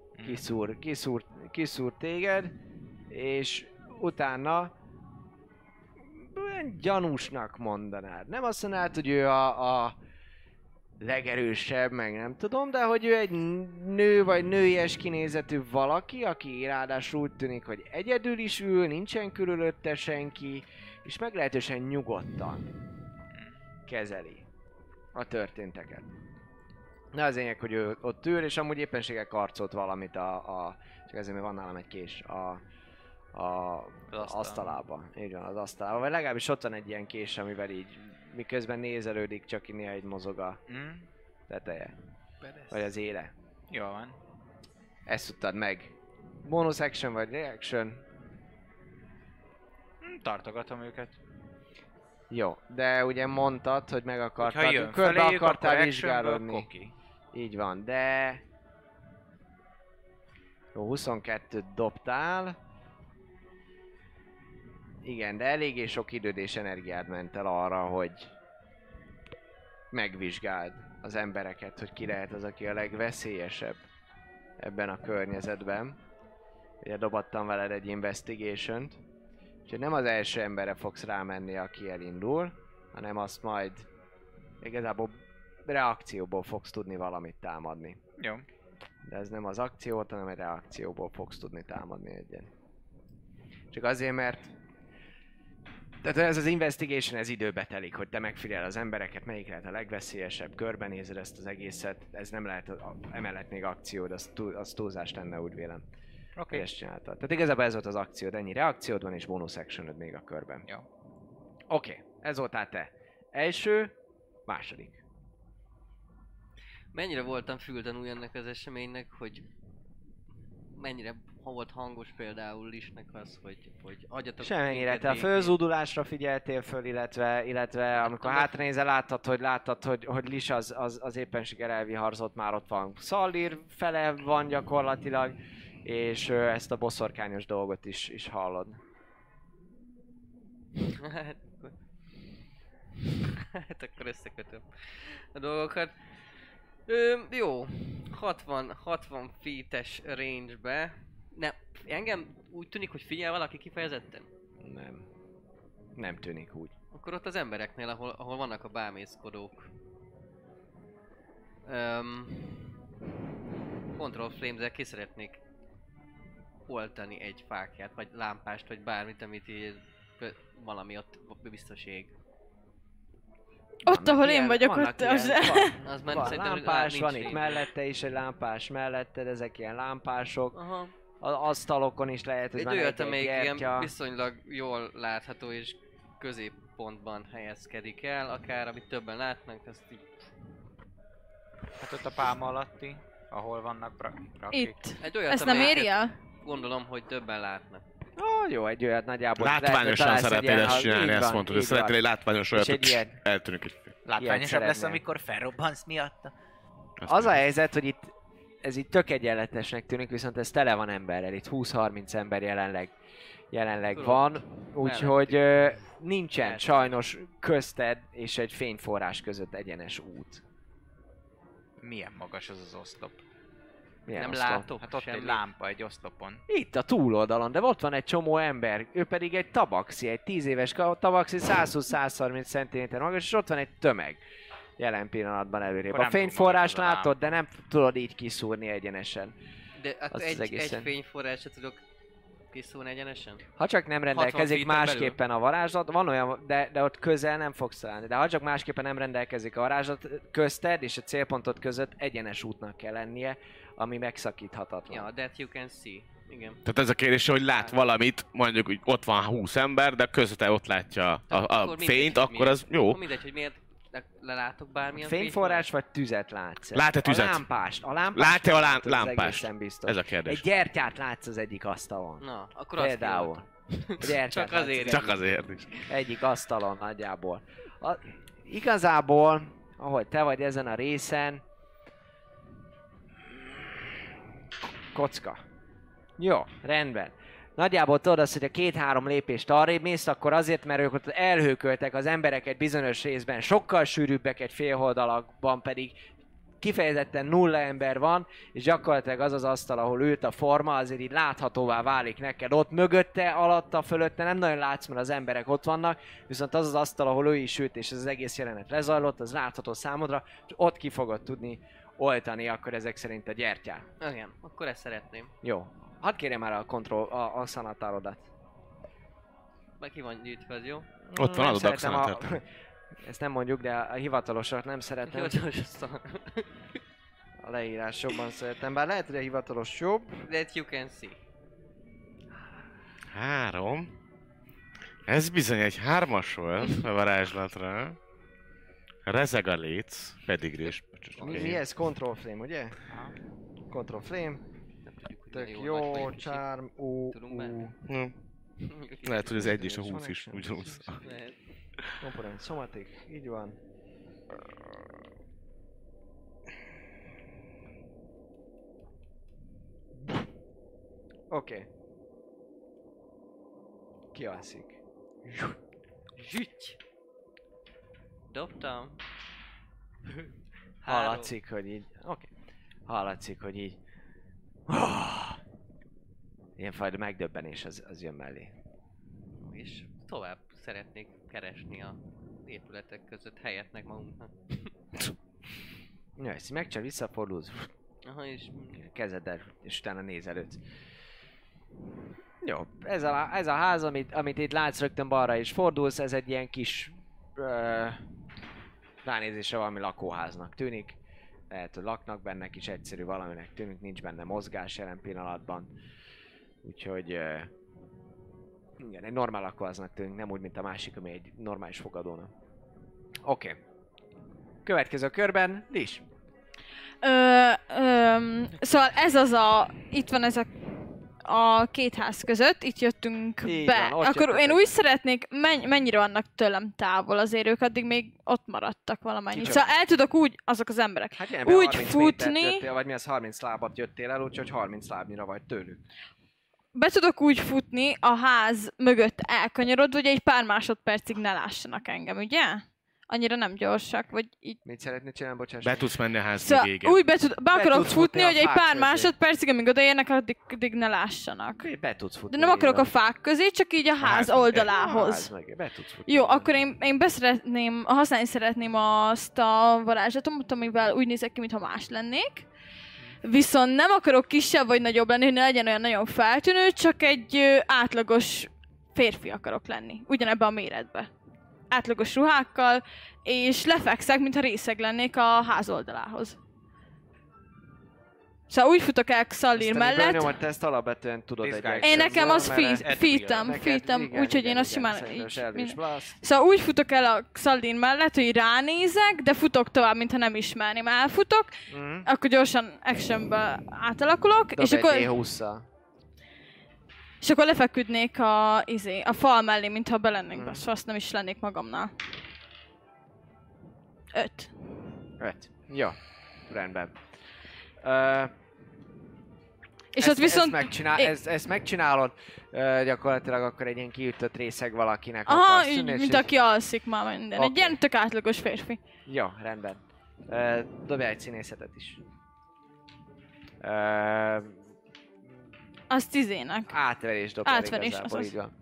kiszúr téged, és utána olyan gyanúsnak mondanád. Nem azt mondanád, hogy ő a legerősebb, meg nem tudom, de hogy ő egy nő vagy nőies kinézetű valaki, aki ráadásul úgy tűnik, hogy egyedül is ül, nincsen körülötte senki, és meglehetősen nyugodtan kezeli a történteket. De az lényeg, hogy ő ott ül, és amúgy éppenséggel karcolt valamit csak ezért, mert van nálam egy kés az asztalában. Így van, az asztalában. Vagy legalábbis ott van egy ilyen kés, amivel így miközben nézelődik, csak néha egy mozog a teteje. Vagy az éle. Jó van. Ezt tudtad meg. Bonus action vagy reaction? Tartogatom őket. Jó, de ugye mondtad, hogy meg akartad, Ha jön körbe feléjük, akartál akkor vizsgálódni. koki. Így van, de... Jó, 22-t dobtál. Igen, de eléggé sok időd és energiád ment el arra, hogy megvizsgáld az embereket, hogy ki lehet az, aki a legveszélyesebb ebben a környezetben. Ugye dobattam veled egy investigation-t, úgyhogy nem az első emberre fogsz rámenni, aki elindul, hanem azt majd igazából reakcióból fogsz tudni valamit támadni. Jó. De ez nem az akciót, hanem egy reakcióból fogsz tudni támadni egyen. Csak azért, mert tehát ez az investigation, ez időbe telik, hogy te megfigyel az embereket, melyik lehet a legveszélyesebb, körbenézed ezt az egészet, ez nem lehet emellett még akciód, az túlzás lenne, úgy vélem. Oké. Ezt csináltad. Tehát igazából ez volt az akciód, ennyi reakciód van és bonus actionod még a körben. Jó. Oké, ez voltál te. Első, második. Mennyire voltam fültanúj ennek az eseménynek, hogy mennyire volt hangos például Lisnek az, hogy adjatok Semmennyire, minket te a békén. fölzúdulásra figyeltél föl, illetve amikor hátranézel láttad, hogy Lis az éppenséggel elviharzott, már ott van. Szallír fele van gyakorlatilag, és ezt a boszorkányos dolgot is hallod. Hát akkor összekötöm a dolgokat. Jó, 60 feet-es range-be. Engem úgy tűnik, hogy figyel valaki kifejezetten? Nem tűnik úgy. Akkor ott az embereknél, ahol vannak a bámészkodók. Control Flames-el ki szeretnék oltani egy fákját, vagy lámpást, vagy bármit, amit így valami ott biztos ég. Ott, ahol én vagyok, ott az... Az már Van szerintem lámpás, van nincs itt fény. mellette is egy lámpás melletted, ezek ilyen lámpások. Aha. Az asztalokon is lehet, hogy Egy van olyat, egy amelyik ilyen gyertya. viszonylag jól látható és középpontban helyezkedik el, akár amit többen látnak, azt így... Hát ott a pálma alatti, ahol vannak brakik. Itt. Egy olyat, Ezt nem amelyiket éri el? Gondolom, hogy többen látnak. Jó, egy olyat nagyjából. Látványosan szeretnél ezt csinálni, ezt mondtad, hogy így van. szeretnél egy látványos olyat, És egy hogy ilyen- eltűnik egy fél. Látványosabb lesz, szeretnél. amikor felrobbansz miatta. Az a helyzet, hogy itt ez így tök egyenletesnek tűnik, viszont ez tele van emberrel, itt 20-30 ember jelenleg Tudod, van, úgyhogy nincsen Lehet. sajnos közted és egy fényforrás között egyenes út. Milyen magas az az oszlop? Milyen Nem oszlop? látok Hát ott semmit. egy lámpa egy oszlopon. Itt a túloldalon, de ott van egy csomó ember, ő pedig egy tabaxi, egy 10 éves tabaxi, 120-130 cm magas, és ott van egy tömeg jelen pillanatban előrébb. Akkor A nem túl fényforrást magas az a látod, de nem tudod így kiszúrni egyenesen. De hát Az az egy egészen. fényforrásra tudok kiszúrni egyenesen? Ha csak nem 60 rendelkezik feet-en másképpen a varázslat, van olyan, de ott közel nem fogsz találni. De ha csak másképpen nem rendelkezik a varázslat, közted és a célpontot között egyenes útnak kell lennie, ami megszakíthatatlan. Ja, that you can see. Igen. Tehát ez a kérdés, hogy lát valamit, mondjuk hogy ott van 20 ember, de közötte ott látja a Akkor mindegy, fényt, hogy akkor miért. az jó. Akkor mindegy, hogy miért lelátok bármilyen Fényforrás vagy tüzet látsz? Lát-e tüzet? A lámpást Lát-e a látod, az lámpást? egészen biztos. Ez a kérdés. Egy gyertyát látsz az egyik asztalon. Na, akkor azt Például. Gyertyát Csak látsz azért. az Csak azért is. egyik asztalon nagyjából. Igazából, ahogy te vagy ezen a részen, kocka. Jó, rendben. Nagyjából tudod azt, hogy a 2-3 lépést arrébb mész, akkor azért, mert ők ott elhőköltek az embereket bizonyos részben, sokkal sűrűbbek egy félholdalakban, pedig kifejezetten 0 ember van, és gyakorlatilag az az asztal, ahol ült a forma, azért így láthatóvá válik neked. Ott mögötte, alatta, fölötte nem nagyon látsz, mert az emberek ott vannak, viszont az az asztal, ahol ő is ült, és ez az egész jelenet lezajlott, az látható számodra, és ott ki fogod tudni oltani akkor ezek szerint a gyertyát. Igen, akkor ezt szeretném. Jó. Hadd kérjem már a szanatárodat. Meg ki van gyűjtve, az jó? Ott van, Nem adod a szeretem szanatárt. Ezt nem mondjuk, de a hivatalosat nem szeretem. Hivatalos asztal. A leírás jobban szeretem, bár lehet, hogy a hivatalos jobb. That you can see. 3. Ez bizony egy 3-as volt a varázslatra. Rezeg a léc, pedigrés. Mi ez? Control Flame, ugye? Control Flame. Nem tudjuk, hogy Tök milyen jó, vagy, vagy kicsit. charm, Tudunk benne? Lehet, hogy az 1 és a 20 is ugyanúgy. Lehet. Component Somatic, így van. Oké. Ki alszik? Zsüty! Dobtam. Hallatszik, hogy így... Oké. Hallatszik, hogy így... Ilyenfajta megdöbbenés az jön mellé. És tovább szeretnék keresni a épületek között helyet meg magunknak. Ja, ezt megcsinál, visszafordulsz, Aha, és kezeddel, és utána nézelődsz. Jó, ez a ház, amit itt látsz, rögtön balra is fordulsz, ez egy ilyen kis... ránézésre valami lakóháznak tűnik. Lehet, hogy laknak benne, kis egyszerű valaminek tűnik, nincs benne mozgás jelen pillanatban. Úgyhogy... igen, egy normál lakóháznak tűnik, nem úgy, mint a másik, ami egy normális fogadónak. Oké. Következő körben, Lis. Szóval ez az itt van ez a két ház között, itt jöttünk Így be. van, ott Akkor jöttetek. én úgy szeretnék, mennyire vannak tőlem távol, azért ők addig még ott maradtak valamennyit. Kicsoda? Szóval el tudok úgy, azok az emberek. Hát ilyen, Úgy 30 futni. métert jöttél, vagy mi az 30 lábat jöttél el, úgyhogy 30 lábnyira vagy tőlük. Be tudok úgy futni a ház mögött elkanyarodva, hogy egy pár másodpercig ne lássanak engem, ugye? Annyira nem gyorsak, vagy így. Mit szeretnél csinálni, bocsáss? Be tudsz menni a ház Szóval mögéig. úgy be akarok tudsz futni, futni a hogy egy fák pár közé. másodpercig, amíg odaérnek, addig ne lássanak. Be tudsz futni. De nem akarok a így van. fák közé, csak így a ház ház mögé. A oldalához. ház mögé, be tudsz futni. Jó, akkor én használni szeretném azt a varázslatot, amivel úgy nézek ki, mintha más lennék. Viszont nem akarok kisebb vagy nagyobb lenni, hogy ne legyen olyan nagyon feltűnő, csak egy átlagos férfi akarok lenni. Ugyanebben a méretbe. Átlagos ruhákkal, és lefekszek, mintha részeg lennék a ház oldalához. Szóval úgy futok el Xallir mellett. Hogy te ezt alapvetően tudod This egy guy. access-zel, Én nekem az mert feetem, igen, úgyhogy igen, én azt igen, simán szerintem így... Eldritch Blast. Szóval úgy futok el a Xaldin mellett, hogy ránézek, de futok tovább, mintha nem ismerném. Elfutok, Mhm. akkor gyorsan actionbe átalakulok, Dob és egy akkor, D20-szal. és akkor lefeküdnék a fal mellé, mintha be lennék Mhm. baszva, azt nem is lennék magamnál. 5. 5. Jó. Rendben. És ott viszont... Ezt megcsinálod, gyakorlatilag akkor egy ilyen kiütött részeg valakinek Aha, akarsz így, tűnni, és mint így- aki alszik már minden. Oké. Egy ilyen tök átlagos férfi. Jó, rendben. Dobjál egy színészetet is. Az 10-ének. Átverés dobjál Átverés, igazából, azaz. így van.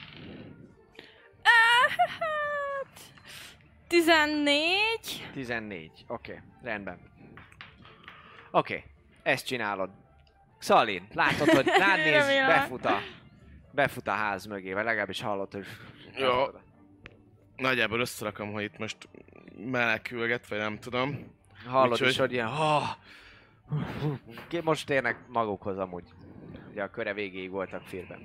Hát... 14. 14, oké, rendben. Oké, ezt csinálod. Szalin, látod, hogy rád néz, Remélem. befut a ház mögé, vagy legalábbis hallod, hogy... Jó. Nagyjából összerakom, hogy itt most menekülget, vagy nem tudom. Hallod Úgyhogy- is, hogy ilyen... Most térnek magukhoz amúgy. Ugye a köre végéig voltak félben.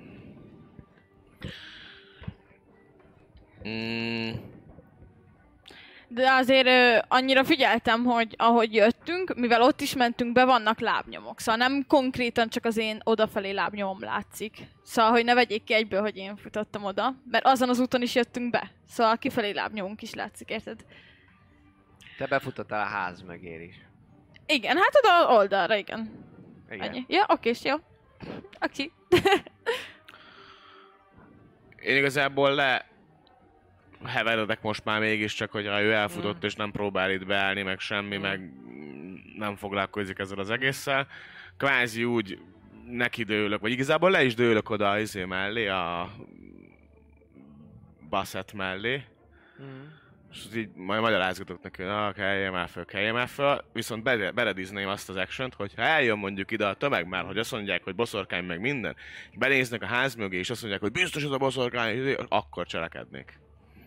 De azért annyira figyeltem, hogy ahogy jöttünk, mivel ott is mentünk be, vannak lábnyomok. Szóval nem konkrétan csak az én odafelé lábnyomom látszik. Szóval, hogy ne vegyék ki egyből, hogy én futottam oda. Mert azon az úton is jöttünk be. Szóval kifelé lábnyomunk is látszik, érted? Te befutottál a ház mögé is. Igen, hát oda oldalra, igen. Igen. Annyi. Ja, okés, jó. Oké. Én igazából heveredek most már mégiscsak, hogy ő elfutott és nem próbál itt beállni, meg semmi, meg nem foglalkozik ezzel az egésszel. Kvázi úgy nekidőlök, vagy igazából le is dőlök oda az mellé, a Bassett mellé. És így majd magyarázgatok neki, hogy na, kelljél már föl, viszont beredizném azt az actiont, hogy ha eljön mondjuk ide a tömeg már, hogy azt mondják, hogy boszorkány meg minden, és benéznek a ház mögé, és azt mondják, hogy biztos ez a boszorkány, akkor cselekednék.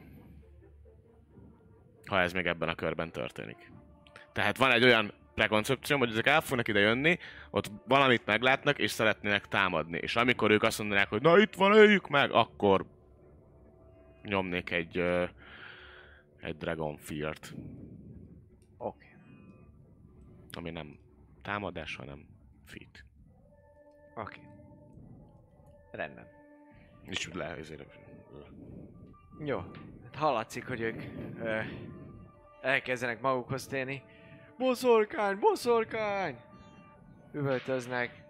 Ha ez még ebben a körben történik. Tehát van egy olyan prekoncepcióm, hogy ezek el fognak ide jönni, ott valamit meglátnak, és szeretnének támadni. És amikor ők azt mondanák, hogy na itt van, öljük meg, akkor nyomnék egy Dragon Fear-t. Oké. Ami nem támadás, hanem feat. Oké. Rendben. És úgy Jó. Hát hallatszik, hogy ők elkezdenek magukhoz térni. Boszorkány! Boszorkány! Üvöltöznek.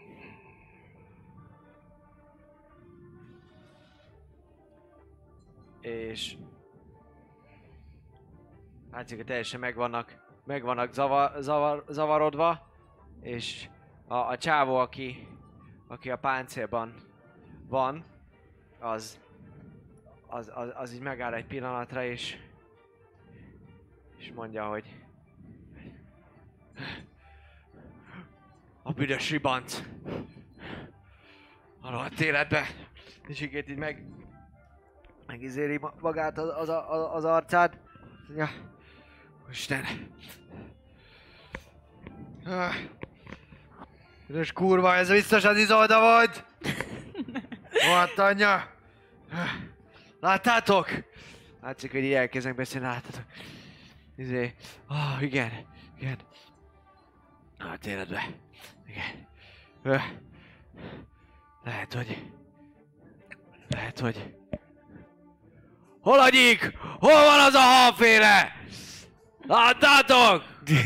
És... látszik, hogy teljesen megvannak zavarodva. És a csávó, aki a páncélban van, az így megáll egy pillanatra, és mondja, hogy a büdös ribanc a rohadt életbe, és így megizéli magát az arcát. Ja, Isten! Büdös kurva, ez biztos az Izolda volt! Rohadt anyja! Láttátok? Látszik, hogy így elkezdnek beszélni, láttátok? Igen. Hát életbe. Igen. Lehet, hogy... Hol a gyík? Hol van az a halféle? Láttátok?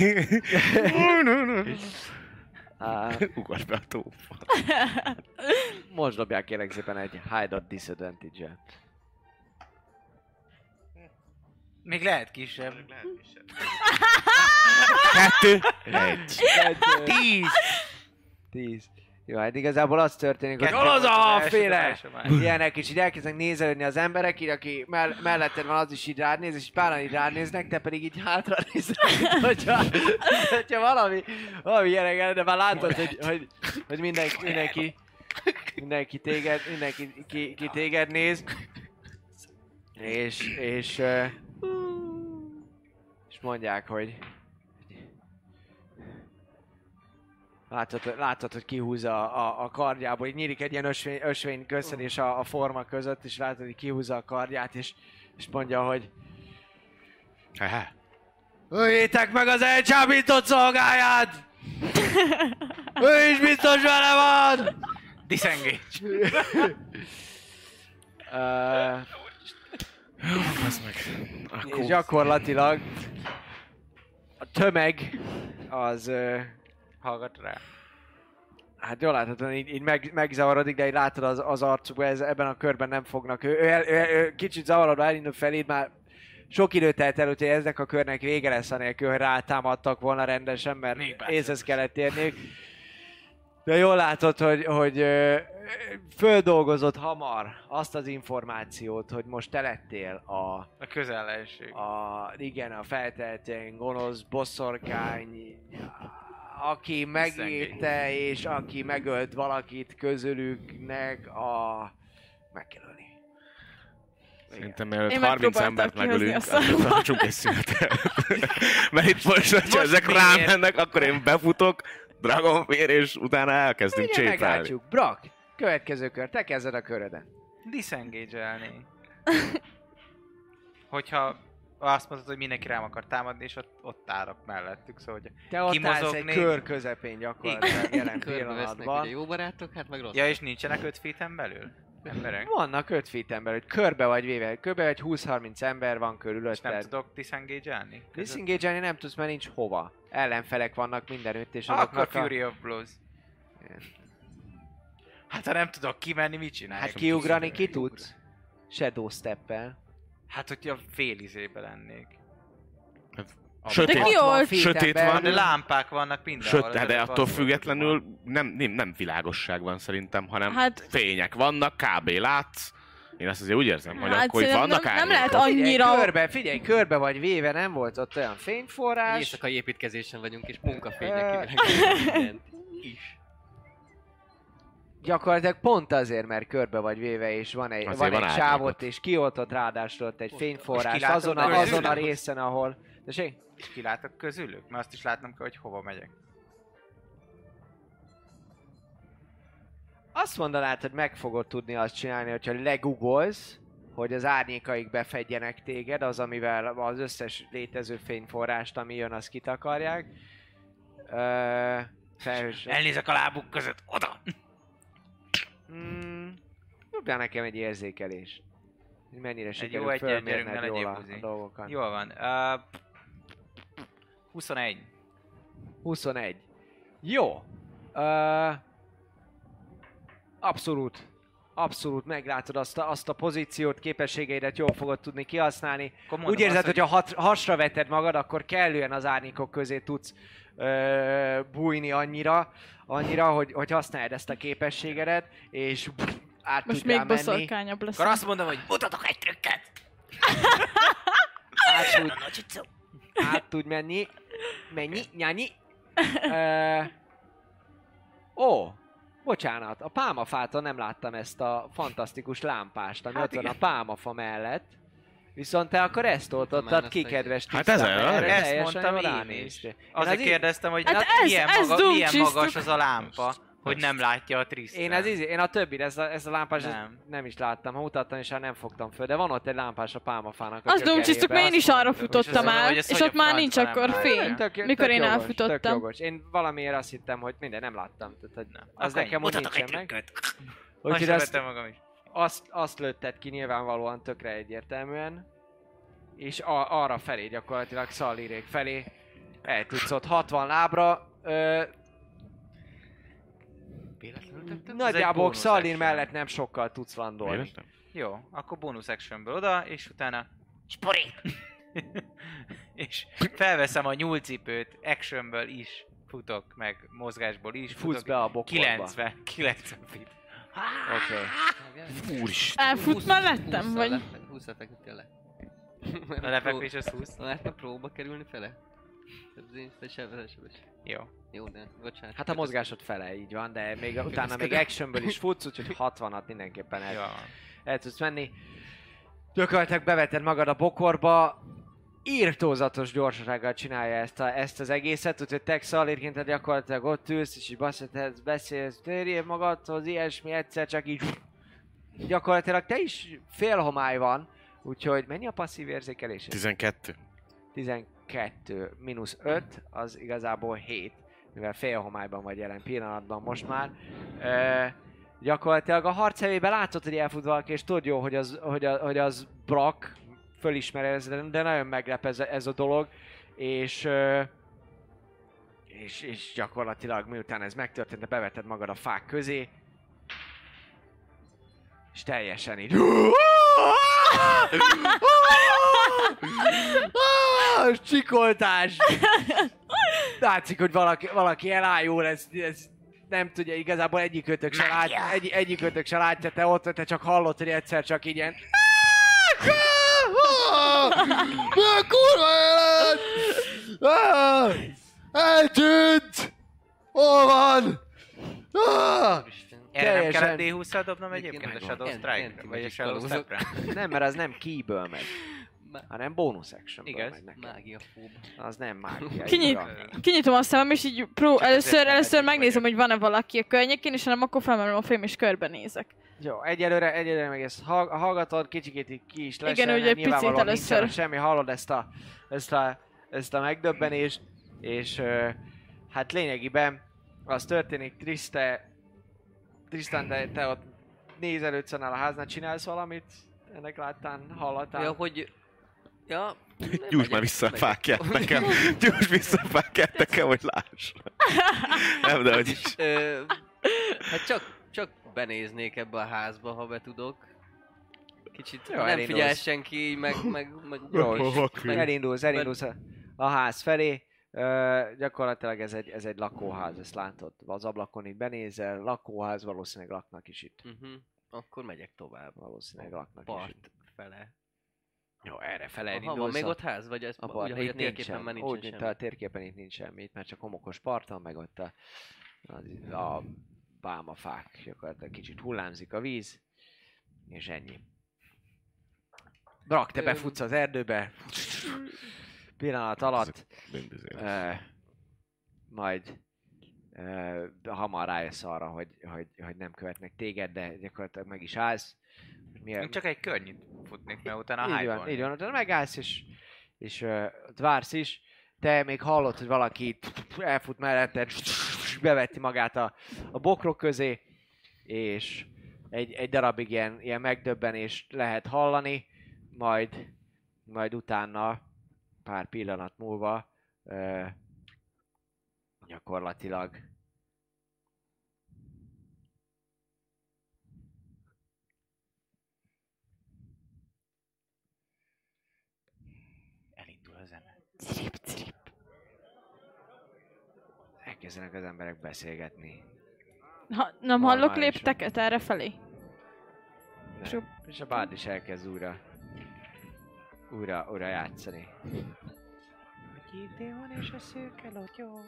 Ugorj be a tóba. Most dobják kérlek szépen egy hide disadvantage-el. Még lehet kisebb. 2, 1. 10. Jó, hát igazából az történik, hogy Kettő hol az a volt az halféle? első már. Ilyenek, és így elkezdenek nézelődni az emberek, így aki melletted van, az is így rád néz, és páran így rád néznek, te pedig így hátra nézel, hogyha valami ilyenek, de már látod, hogy mindenki téged néz, és mondják, hogy látod, hogy kihúzza a kardjából, így nyílik egy ilyen ösvény köszönés a forma között, és látod, hogy kihúzza a kardját, és mondja, hogy öljétek meg az elcsábított szolgáját! Ő is biztos vele van! Disengage. És gyakorlatilag a tömeg az... Hallgat rá. Hát jól láthatóan így megzavarodik, de így látod az arcukban, ebben a körben nem fognak. Ő kicsit zavarodva elindul feléd, már sok idő telt el, úgyhogy eznek a körnek vége lesz anélkül, hogy rátámadtak volna rendesen, mert észhez kellett érniük. De jól látod, hogy földolgozott hamar azt az információt, hogy most te lettél A közellenség. igen, a feltehetően gonosz bosszorkány, aki megírte és aki megölt valakit közülüknek meg kell ölni. Szerintem mielőtt Én 30 megpróbáltam embert kihozni megölünk, a számot. akkor tartsunk egy szünetet. Mert itt most, hogyha ezek rám mennek, akkor én befutok, Dragonfér, és utána elkezdünk Ugye csépelni. meglátjuk. Brak, következő kör, te kezded a köröden. Disengage-elni. Hogyha azt mondod, hogy mindenki rám akar támadni, és ott állok mellettük, szóval hogy Te ott állsz egy kimozognék. kör közepén gyakorlatilag jelen Körbe vesznek ugye pillanatban. jó barátok, hát meg rossz. Ja, és nincsenek 5 feet-en belül? Emberek? Vannak 5 feet-en belül, körbe vagy véve, körbe vagy 20-30 ember van És nem körülötted. tudok disengage-elni? Disengage-elni nem tudsz, mert nincs hova. Ellenfelek vannak mindenütt, és Akkor azoknak Fury of Blows. Igen. Hát ha nem tudok kimenni, mit csináljak? Hát kiugrani ki tudsz? Shadow Step-el. Hát, hogyha fél izébe lennék. Sötét, De ki old? sötét van, De lámpák vannak mindenhol. de ezek attól van. függetlenül nem világosság van szerintem, hanem Hát- fények vannak, kb. Látsz. Én azt azért úgy érzem, hogy Hát akkor itt szerintem vannak nem lehet árnyékok. annyira... Figyelj, körbe vagy véve, nem volt ott olyan fényforrás. Éjszakai építkezésen vagyunk, és munkafények Ö, mindent is. Gyakorlatilag pont azért, mert körbe vagy véve, és van egy Azért sávot, árnyékot. és kioltott ráadásul ott egy fényforrás kilátod azon a a közülük? részen, ahol... Tessék? És kilátok közülük? Mert azt is látnom kell, hogy hova megyek. Azt mondanád, hogy meg fogod tudni azt csinálni, hogyha legugolsz, hogy az árnyékaik befedjenek téged, az amivel az összes létező fényforrást, ami jön, azt kitakarják. Felhős... Elnézek a lábuk között, oda! Dobjál nekem egy érzékelés. Hogy mennyire jó sikerül egyet, gyerünk, fölmérned ne jól legyél a buzi. dolgokat. Jól van. 21. 21. Jó. Abszolút meglátod azt a pozíciót, képességeidet jól fogod tudni kihasználni. Úgy érzed, hogy ha hasra veted magad, akkor kellően az árnyékok közé tudsz bújni annyira, hogy használd ezt a képességedet, és át Most tudjál még menni. boszorkányabb lesz. Akkor azt mondom, hogy Mutatok egy trükket! Át tudj menni. Nyányi. Bocsánat, a pálmafától nem láttam ezt a fantasztikus lámpást, ami ott van a pálmafa mellett. Viszont te akkor ezt oltottad ki, kedves Hát tisztám, ez erre ezt teljesen mondtam jól én ránéztél. azért kérdeztem, hogy Hát milyen, ez milyen dumcsisztuk. magas az a lámpa, hogy nem látja a Tristan. Én a többi, ez a lámpás Nem. nem is láttam, ha mutattam és nem fogtam föl, de van ott egy lámpás a pálmafának a Azt dumcsisztuk, mert én is arra És futottam azt mondom, el, hogy ez és hogy ott a már francba nincs nem akkor látja. fény. Mikor én Tök elfutottam. jogos. Én valamiért azt hittem, hogy minden nem láttam. Tehát, hogy az Akkor nekem úgy Mutatok egy nincsen meg. trükköt! Úgyhogy Azt azt, vettem magam is. azt lőtted ki nyilvánvalóan tökre egyértelműen. És arra felé gyakorlatilag Szallirék felé el tudsz ott 60 lábra. Véletlenül tettem? Nagyjából bonus Szallir action. mellett nem sokkal tudsz landolni. Véletlen? Jó, akkor bonus actionből oda, és utána... Spori! és felveszem a nyúlcipőt, actionből is futok, meg mozgásból is Futsz futok. be a bokorba. 90 feet. Oké. Elfut mellettem, vagy? 20 lefeküdtél le. A lefekvés az 20. Lehetne próba kerülni fele? Sebesebes. Jó. Jó, de bocsánat. Hát a mozgásod fele így van, de még utána még actionből is futsz, úgyhogy 60-at mindenképpen Jó. el tudsz menni. Gyakorlatilag beveted magad a bokorba, írtózatos gyorsasággal csinálja ezt az egészet, úgyhogy te Szallirként gyakorlatilag ott ülsz, és így beszélsz, térjél magadhoz, ilyesmi, egyszer csak így... Gyakorlatilag te is félhomály van, úgyhogy mennyi a passzív érzékelés? 12. 12 mínusz 5, az igazából 7, mivel félhomályban vagy jelen pillanatban most már. Gyakorlatilag a harchevében látod, hogy elfut valaki, és tudod jó, hogy az Brak, fölismered, de nagyon meglep ez a dolog, és gyakorlatilag miután ez megtörtént, beveted magad a fák közé, és teljesen így... Csikoltás! Látszik, hogy valaki elájul, ez nem tudja, igazából egyikőtök se látja, te ott, te csak hallod, hogy egyszer csak így ilyen... Mi a kurva élet! Eltűnt! Hol van? Erre nem Teljesen. kellett D20-szal dobnom egyébként a megvan. Shadow Enti Strike-ra? Vagy a vagyis Shadow kalózok. Step-re? Nem, mert az nem keyből megy, hanem bonus actionből Igaz. megy nekem. Mágia fób. Az nem mágia. Kinyit, igaz. kinyitom a szemem, és így először megnézem, hogy van-e valaki a környékén, és ha nem, akkor felmerül a film, és körbenézek. Jó, egyelőre meg ezt hallgatod, kicsikét így ki is Igen, leselnek, ugye picit nyilvánvalóan először. nincsen semmi, hallod ezt a megdöbbenést, és hát lényegében az történik, Tristan, te ott nézelődszönál a háznál, csinálsz valamit? Ennek láttán, hallatán? Ja, hogy... Ja... Gyújts már vissza a fákját nekem. Gyújts vissza a fákját nekem, hogy láss. Nem, de hogy is. Hát csak benéznék ebbe a házba, ha be tudok. Kicsit, Jó, ha nem elindulsz. figyel senki, meg Jó, Oké. elindulsz a ház felé. Gyakorlatilag ez egy lakóház, ezt látod. Az ablakon itt benézel, lakóház, valószínűleg laknak is itt. Akkor megyek tovább. Valószínűleg laknak is itt. Part fele. Jó, erre fele Ha elindulsz. van még ott ház? Vagy ez A ugye, part, hogy a itt térképen már nincsen Úgy, mint semmi? a térképen itt nincs semmi, itt már csak homokos parton, meg ott a bálmafák, gyakorlatilag kicsit hullámzik a víz, és ennyi. Brak, te befutsz az erdőbe, pillanat alatt, majd hamar rájössz arra, hogy nem követnek téged, de gyakorlatilag meg is állsz. Én csak egy környit futnék, mert utána Így high van, így van, utána megállsz, és ott vársz is. Te még hallod, hogy valaki itt elfut melletted, bevetti magát a bokrok közé, és egy darabig ilyen megdöbbenést lehet hallani, majd utána, pár pillanat múlva, gyakorlatilag elindul a zene. elkezdenek az emberek beszélgetni. Nem hallok Normálisan. lépteket erre felé? És a bárd is elkezd újra játszani. Hogy itt van és a szőke lotyó.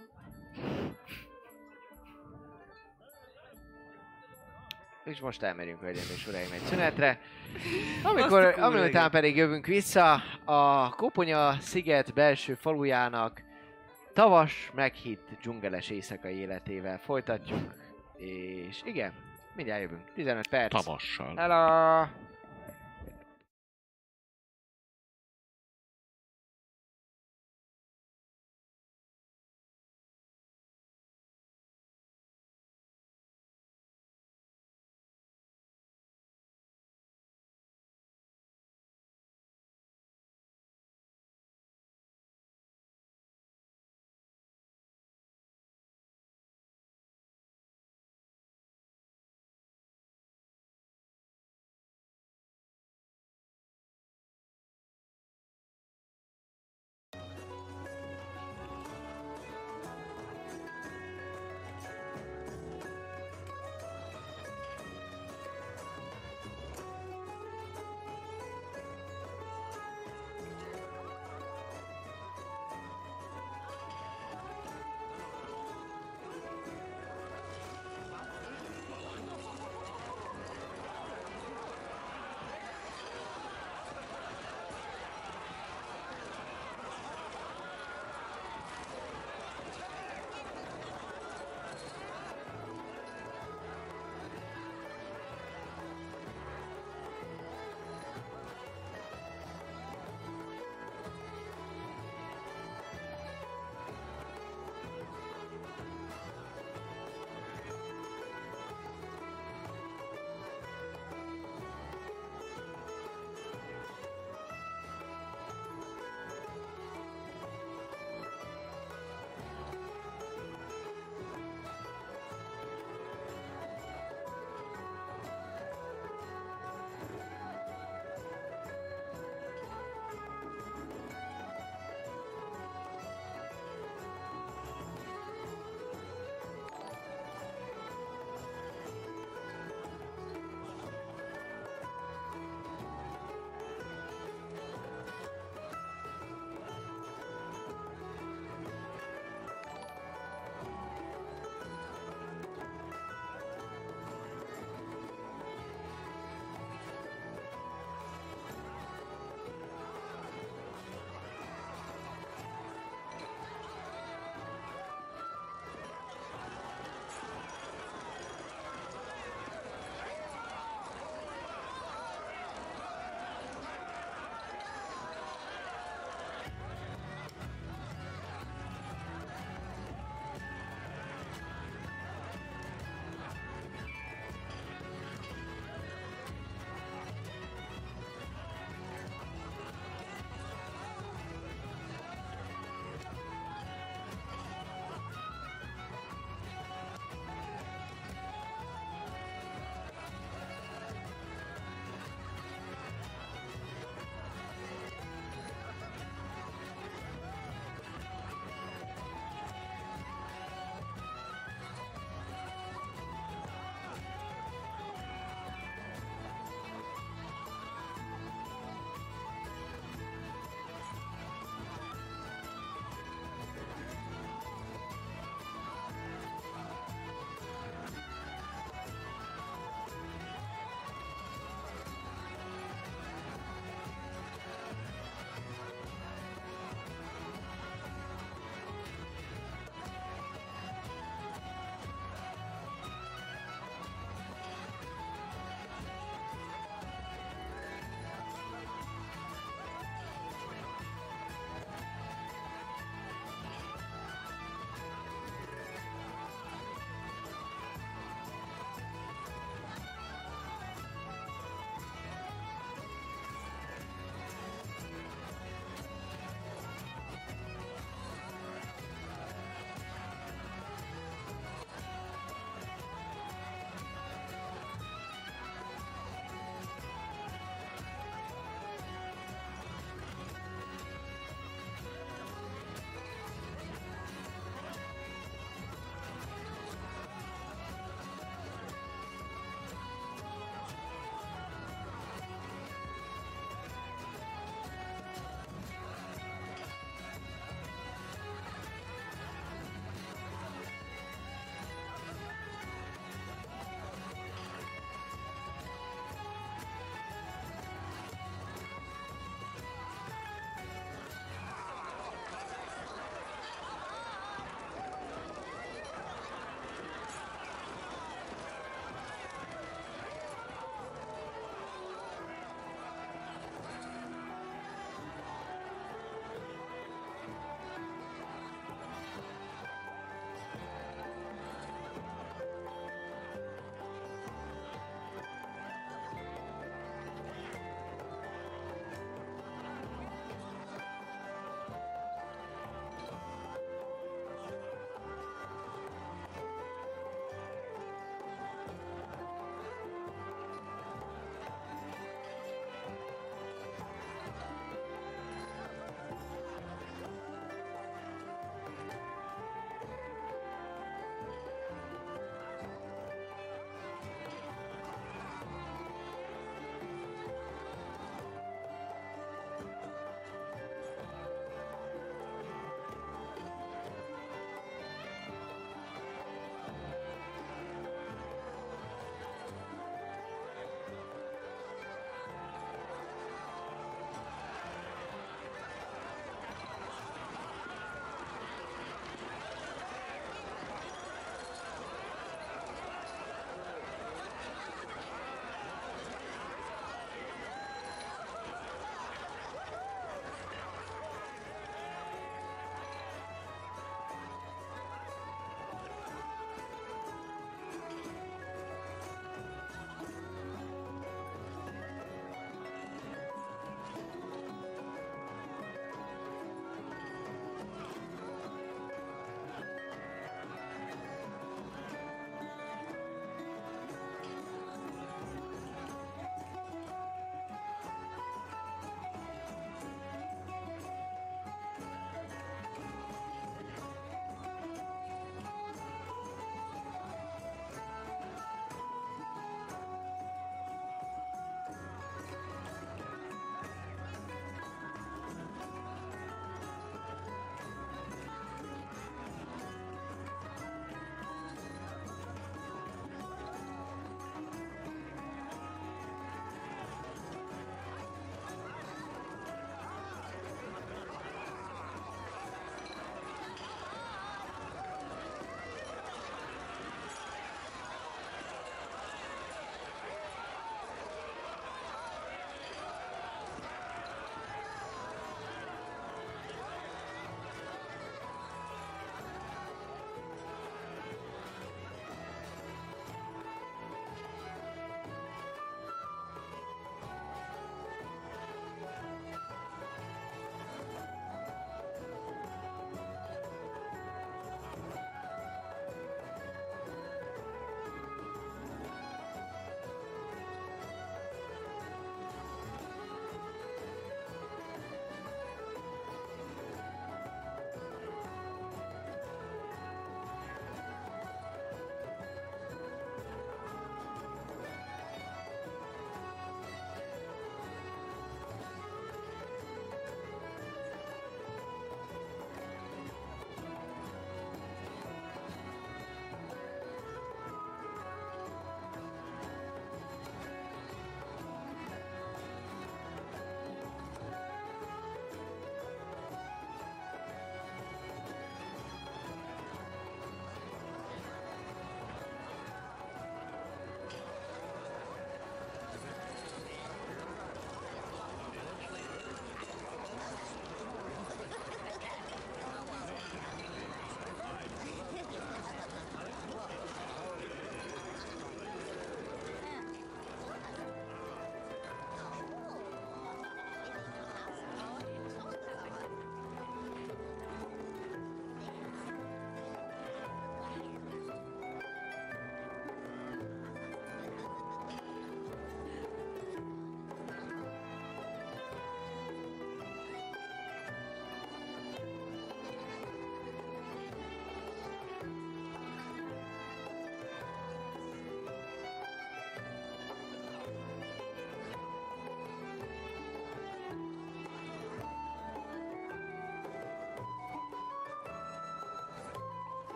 És most elmegyünk, hölgyeim és uraim, egy szünetre. Ami után pedig jövünk vissza a Koponya sziget belső falujának tavas, meghitt dzsungeles éjszakai életével folytatjuk. És igen, mindjárt jövünk. 15 perc. Tavassal. Hello!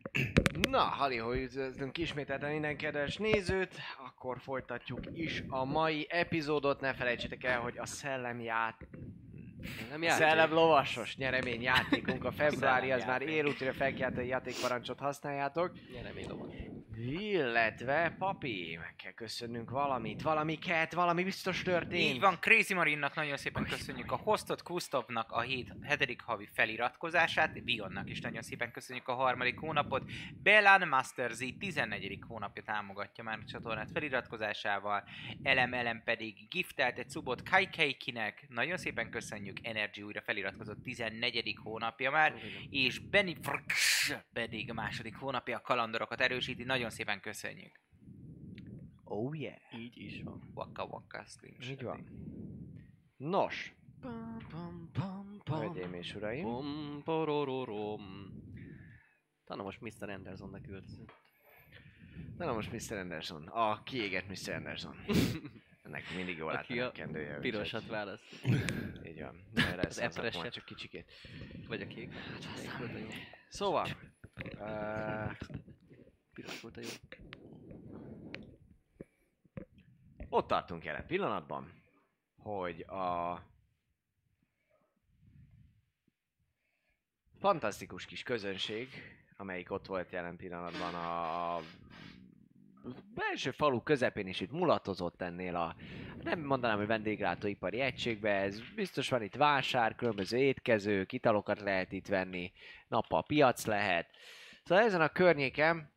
Na, Haliho, üdvözlünk ismételten minden kedves nézőt, akkor folytatjuk is a mai epizódot. Ne felejtsétek el, hogy a Szellem lovasos nyeremény játékunk a februári, az már élútira felkiáltói játékparancsot használjátok. Nyeremény lovas. Illetve, papi, meg kell köszönnünk valamit, valami biztos történt. Így van, Crazy Marinnak nagyon szépen köszönjük a hostot, Kustavnak a 7. havi feliratkozását, Bionnak is nagyon szépen köszönjük a 3. hónapot, Belan Master Z 14. hónapja támogatja már a csatornát feliratkozásával, Elem pedig giftelt egy subot Kaikeikinek, nagyon szépen köszönjük, Energy újra feliratkozott 14. hónapja már, és Benny Frks pedig a 2. hónapja a kalandorokat erősíti, nagyon szépen köszönjük. Oh yeah. Így is van. Waka stream. Így van. Nos, Pam, pam, pam, pam. hölgyeim és uraim. Pom, porororom. Talán most Mr. Andersonnak költözött. Na most Mr. Anderson. A kiégett Mr. Anderson. Ennek mindig jól Aki állt a a kendője. pirosat választ. Így van. Erre Az szavazok epreset. majd csak kicsikét. Vagy a kék. Kék volt a jó. Szóval, Piros volt a jó. ott tartunk jelen pillanatban, hogy a fantasztikus kis közönség, amelyik ott volt jelen pillanatban a belső falu közepén is itt mulatozott ennél a, nem mondanám, hogy vendéglátóipari egységbe, ez biztos van itt vásár, különböző étkezők, italokat lehet itt venni, nappal piac lehet. Szóval ezen a környéken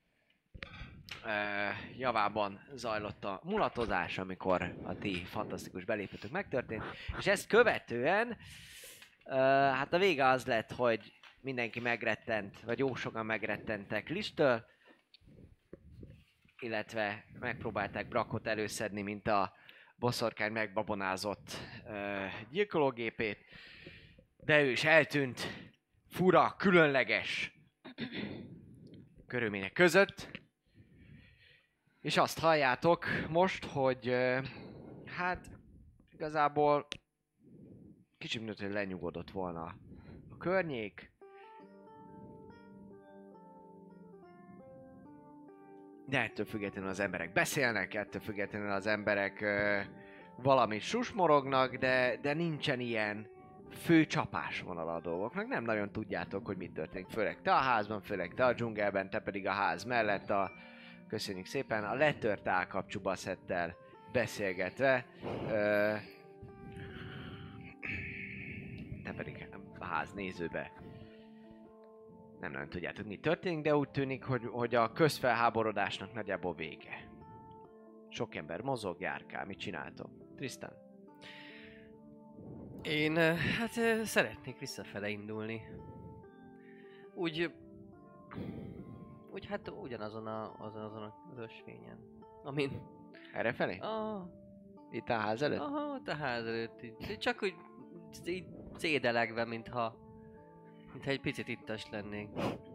javában zajlott a mulatozás, amikor a ti fantasztikus belépőtök megtörtént, és ezt követően hát a vége az lett, hogy mindenki megrettent, vagy jó sokan megrettentek Listől, illetve megpróbálták Brakot előszedni, mint a boszorkány megbabonázott gyilkológépét, de ő is eltűnt fura, különleges körülmények között. És azt halljátok most, hogy hát igazából kicsit mint hogy lenyugodott volna a környék. De ettől függetlenül az emberek beszélnek, ettől függetlenül az emberek valamit susmorognak, de nincsen ilyen fő csapásvonal a dolgoknak. Nem nagyon tudjátok, hogy mit történik. Főleg te a házban, főleg te a dzsungelben, te pedig a ház mellett köszönjük szépen, a letört állkapcsú Bassettel beszélgetve. Te pedig a ház nézőbe nem nagyon tudjátok, mi történik, de úgy tűnik, hogy a közfelháborodásnak nagyjából vége. Sok ember mozog, járkál, mit csináltok? Tristan? Én hát szeretnék visszafele indulni. Úgy hát ugyanazon az ösvényen. Amin... Errefelé? Itt a ház előtt? Aha, ott a ház előtt. Így, csak úgy így cédelegve, mintha egy picit ittas lennék.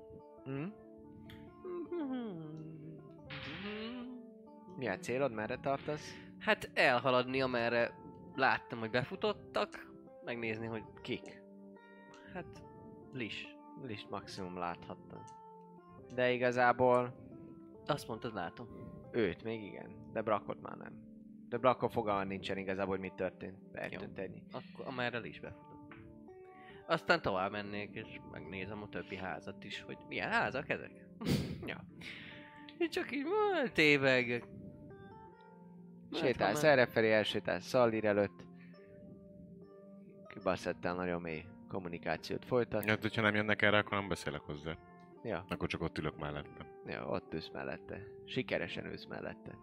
Mi a célod? Merre tartasz? Hát elhaladni, amerre láttam, hogy befutottak, megnézni, hogy Kik? hát Lis. List maximum láthattam. De igazából Azt mondtad, látom. őt még igen, de Brakot már nem. De Brakot fogalma nincsen igazából, hogy mi történt. Eltűnt ennyi. Akkor amerre Lis befutott. Aztán tovább mennék, és megnézem a többi házat is, hogy milyen házak ezek. Ja. Én csak így tévegek. Sétálsz errefelé, elsétálsz Szallir előtt. Bassettel nagyon mély kommunikációt folytat. Hát, hogyha nem jönnek erre, akkor nem beszélek hozzá. Ja, Akkor csak ott ülök mellettem. ja, ott ülsz mellette. Sikeresen ülsz mellette.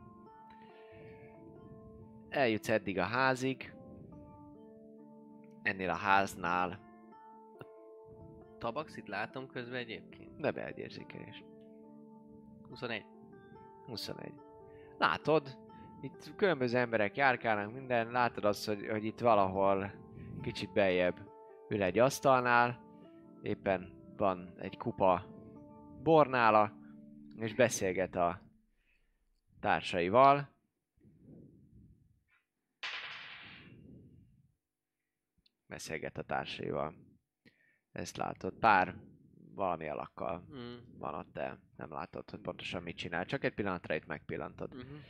Eljutsz eddig a házig. Ennél a háznál Tabaxit látom közben egyébként. ne beegyérzékelés. 21. 21. Látod, itt különböző emberek járkálnak, minden, látod azt, hogy itt valahol kicsit beljebb ül egy asztalnál, éppen van egy kupa bor nála, és beszélget a társaival. Beszélget a társaival. Ezt látod. Pár valami alakkal van ott, de nem látod, hogy pontosan mit csinál. Csak egy pillanatra itt megpillantod.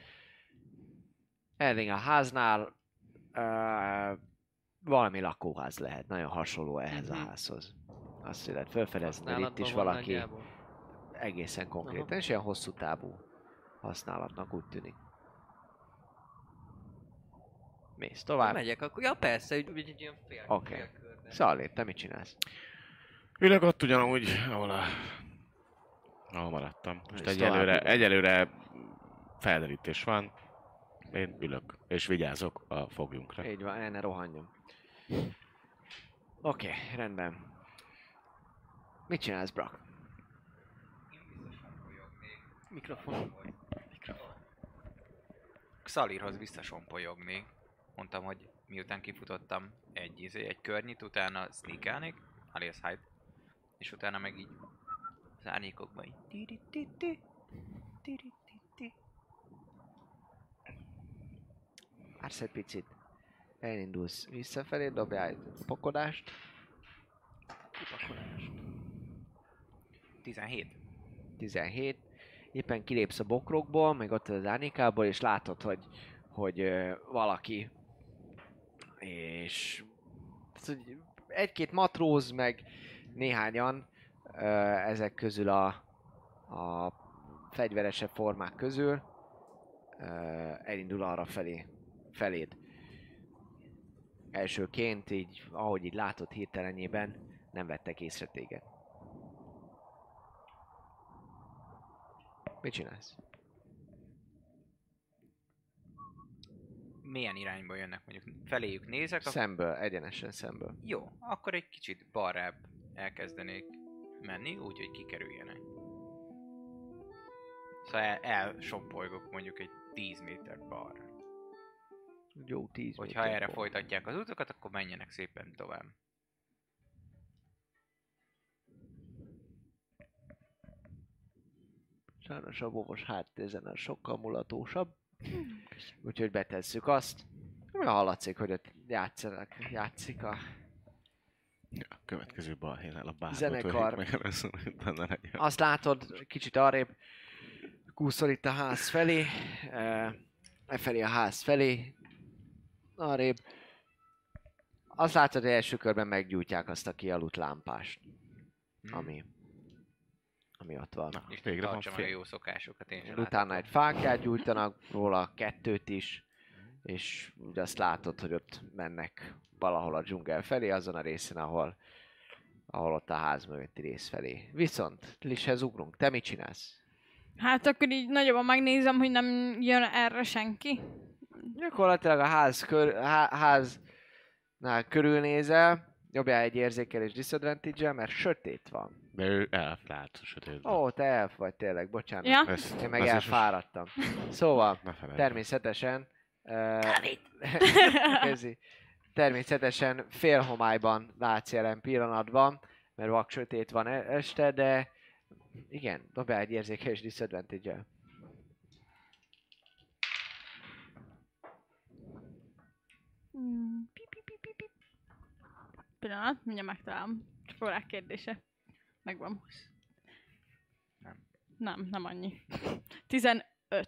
Erling a háznál valami lakóház lehet, nagyon hasonló ehhez a házhoz. Azt lehet felfedezni, mert itt is valaki egészen konkrétan, és ilyen hosszú távú használatnak úgy tűnik. Mész tovább. Megyek akkor. Ja persze, úgy egy ilyen Oké. félkörben. Szallér, te mit csinálsz? Ülök ott ugyanúgy, ahol maradtam. Most egyelőre felderítés van. Én ülök, és vigyázok a fogjunkra. Így van, el ne rohanjon. Oké, rendben. Mit csinálsz, Brak? Mikrofon. Xalirhoz visszasompolyognék. Mondtam, hogy miután kifutottam egy környit, utána sneakelnék, alias hide, és utána meg így az árnyékokban így. Vársz egy picit. Elindulsz visszafelé, dobjál egy pokodást. 17. 17. Éppen kilépsz a bokrokból, meg ott az árnyékából, és látod, hogy valaki, és egy-két matróz, meg néhányan ezek közül a fegyveresebb formák közül elindul arra feléd. Elsőként így, ahogy így látod hirtelenjében, nem vettek észre téged. Mit csinálsz? Milyen irányba jönnek, mondjuk feléjük nézek? Szemből, egyenesen szemből. Jó, akkor egy kicsit balrább elkezdenék menni, úgy, hogy kikerüljenek. Szóval elsompolygok mondjuk egy 10 méter balra. Jó, 10 Hogyha méter erre bal. folytatják az utakat, akkor menjenek szépen tovább. Sajnos a bovos háttézen sokkal mulatósabb. Úgyhogy betesszük azt. Olyan hallatszik, hogy ott játszik a A következő balhénál a bárbot zenekar. meg először, utána legyen. Azt látod, kicsit arrébb kúszol itt a ház felé, felé a ház felé, arrébb. Azt látod, hogy első körben meggyújtják azt a kialudt lámpást, ami ott van. Na, És végre van tartsa meg a fél. jó szokásokat, én sem Utána egy fákját gyújtanak róla, 2 is, és ugye azt látod, hogy ott mennek valahol a dzsungel felé, azon a részen, ahol ott a ház mögötti rész felé. Viszont Lishez ugrunk, te mit csinálsz? Hát akkor így nagyobban megnézem, hogy nem jön erre senki. Gyakorlatilag a háznál körülnézel, jobbjál egy érzékelés disadvantage-el, mert sötét van. De ő elf lát a sötétben. Ó, te elf vagy tényleg, bocsánat. Ja? Én meg azt is elfáradtam. Szóval, ne felejtsd. természetesen... Kávét. Kezdi. Természetesen félhomályban látsz jelen pillanatban, mert vak sötét van este, de igen, dobjál egy érzékelés disadvantage-el. Pillanat, mindjárt megtalálom. Csak órák kérdése. Megvan. Nem annyi. 15.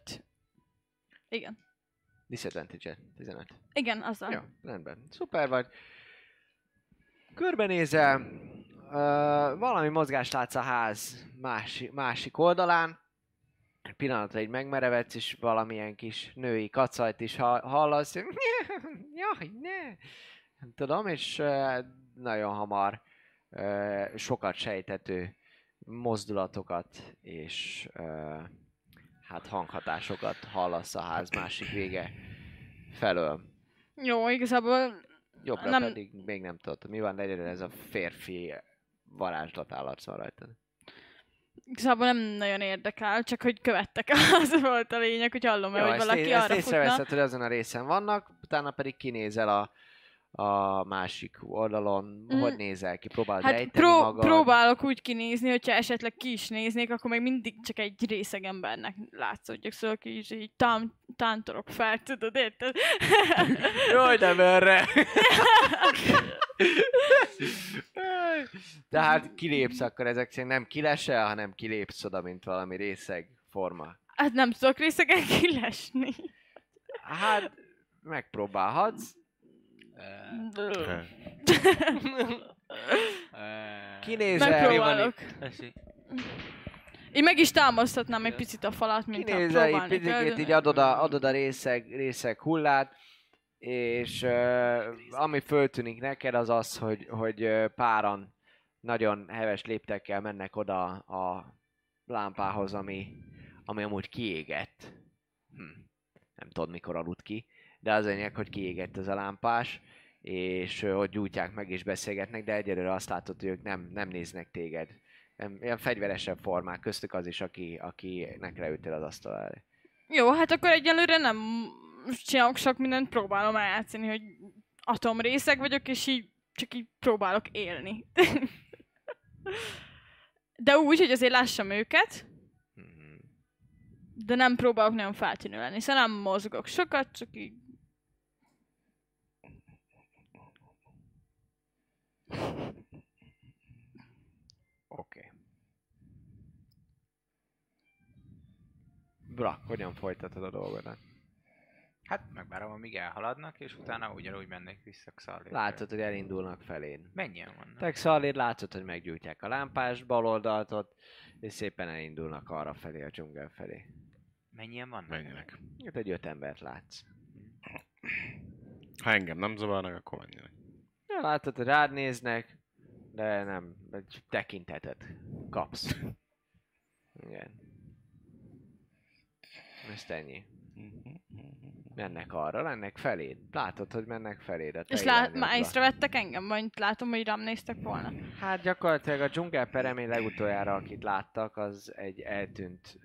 Igen. Disadvantage-el, 15. Igen, azzal. Jó, rendben. Szuper vagy. Körbenézel, valami mozgást látsz a ház másik oldalán. Egy pillanatra így megmerevedsz, és valamilyen kis női kacajt is hallasz. Jaj, ne! Nem tudom, és nagyon hamar sokat sejtető mozdulatokat és hát hanghatásokat hallasz a ház másik vége felől. Jó, igazából Jobbra Nem- pedig még nem tudod, mi van, de egyedül ez a férfi varázslat állat van rajta. igazából nem nagyon érdekel, csak hogy követtek. Az volt a lényeg, hogy hallom, Jó, hogy valaki arra futna. észreveszed, hogy azon a részen vannak, utána pedig kinézel a másik oldalon, hogy nézel ki, próbálod Hát rejteni magad. próbálok úgy kinézni, hogyha esetleg ki is néznék, akkor még mindig csak egy részeg embernek látszódjak, szóval ki is így tántorok fel, tudod, érted? Jaj, nem erre! Tehát kilépsz akkor ezek szerint nem kilesel, hanem kilépsz oda, mint valami részeg forma. Hát nem tudok részegen kilesni. Hát, megpróbálhatsz. Kinézel, Megpróbálok. Tessék. Én meg is támasztatnám egy picit a falat, mint ha kinézel, így próbálni picit így adod a részeg hullát, és ami föltűnik neked az az, hogy páran nagyon heves léptekkel mennek oda a lámpához, ami amúgy kiégett. Nem tudod mikor aludt ki, de az lényeg, hogy kiégett ez a lámpás, és hogy gyújtják meg és beszélgetnek, de egyelőre azt látod, hogy ők nem néznek téged. Ilyen fegyveresebb formák, köztük az is, akinek leültél az asztal elé. Jó, hát akkor egyelőre nem csinálok sok mindent, próbálom eljátszani, hogy atomrészeg vagyok, és így csak így próbálok élni. De úgy, hogy azért lássam őket, de nem próbálok nagyon feltűnő lenni, szóval nem mozgok sokat, csak így... Oké. Brak, hogyan folytatod a dolgodat? Hát megvárom, amíg elhaladnak, és utána ugyanúgy mennék vissza Xarlérre. Látod, hogy elindulnak feléd. Mennyien vannak? Te Xarlér látod, hogy meggyújtják a lámpás bal oldalt ott, és szépen elindulnak arra felé, a dzsungel felé. Mennyien vannak? Menjenek. Itt egy 5 embert látsz. Ha engem nem zavarnak, akkor menjenek. Ja, látod, hogy rád néznek, de nem, egy tekintetet kapsz. Igen. Ezt ennyi. Mennek arra, mennek feléd. Látod, hogy mennek feléd. A És te már észrevettek engem? Vagy látom, hogy rám néztek volna? Hát gyakorlatilag a dzsungel peremén legutoljára, akit láttak, az egy eltűnt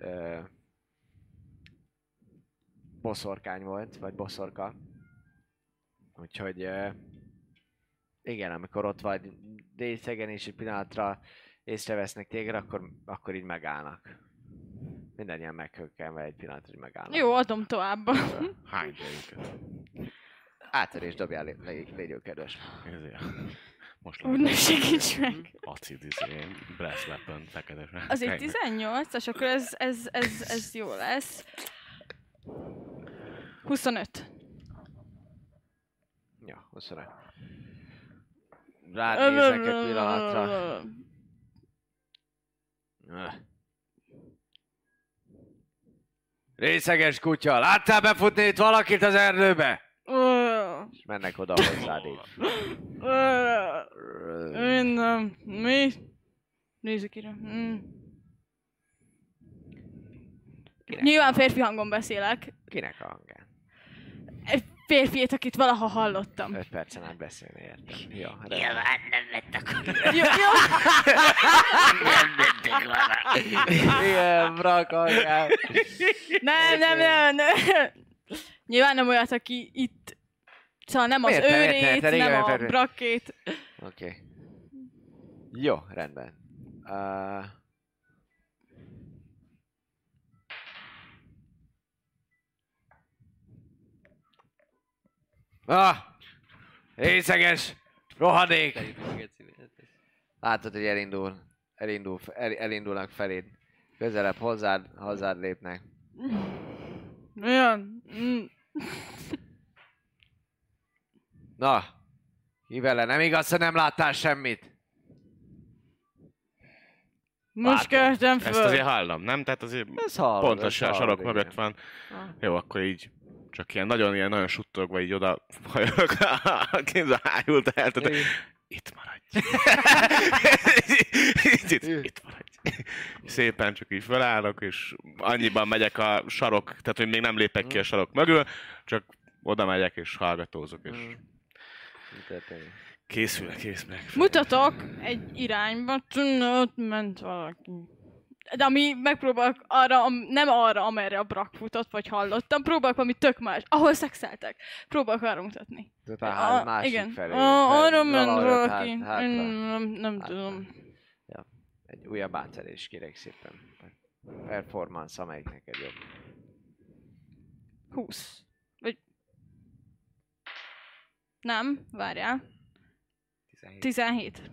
boszorkány volt, vagy boszorka. Úgyhogy igen, amikor ott vagy részegen és egy pillanatra észrevesznek téged, akkor így megállnak. Mindennyian meghökkenve egy pillanatra, hogy megállnak. Jó, adom tovább. Hányja őket. Átverés dobjál, légy kedves. Ezért. Most Úgy ne segíts meg. acid, brass weapon, fekete. Az egy 18, és akkor ez jó lesz. 25. Ja, 25. Rád nézek egy pillanatra. Részeges kutya, láttál befutni itt valakit az erdőbe? És mennek oda hozzád így. Én nem. Mi? Nézzük ide. Nyilván férfi hangon beszélek. Kinek a hangán? Egy férfiét, akit valaha hallottam. 5 percen át beszélni, értem. Ja, rendben. Nyilván nem vett akkor. Jó, jó. Nem mentek volna. Igen, Brak hangán. Nem. Nyilván nem olyat, aki itt... Szóval nem az Értem, őrét, igen, nem a értem. brakkét. Oké. Jó, rendben. Részeges! Rohadék! Látod, hogy elindulnak feléd. Közelebb hozzád lépnek. Olyan. Na, hívele, nem igaz, hogy nem láttál semmit? Most keltem föl. Ezt azért hallom, nem? Tehát azért Ez hallod, pontos ez a sarok hallod, mögött igen. van. Jó, akkor így csak ilyen nagyon suttogva így oda hajolok a kézzel eltett. Itt maradj. Itt maradj. Szépen csak így felállok, és annyiban megyek a sarok, tehát hogy még nem lépek ki a sarok mögül, csak oda megyek és hallgatózok, és készülök. Mutatok egy irányba, ott ment valaki. De ami megpróbálok arra, nem arra, amerre a Brak futott, vagy hallottam, próbálok valami tök más, ahol szexeltek. Próbálok arra mutatni. Másik igen. felé. Arra ment valaki. Hátra. Nem tudom. Ja. Egy újabb átszerés kérek szépen. Performance, amelyik neked jobb. 20. Vagy... Nem, várjál. 17.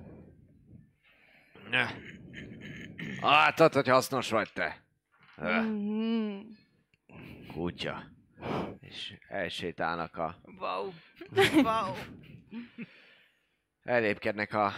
Látod, hogy hasznos vagy te. Mhm. Kutya. És elsétálnak Wow. Wow. elépkednek a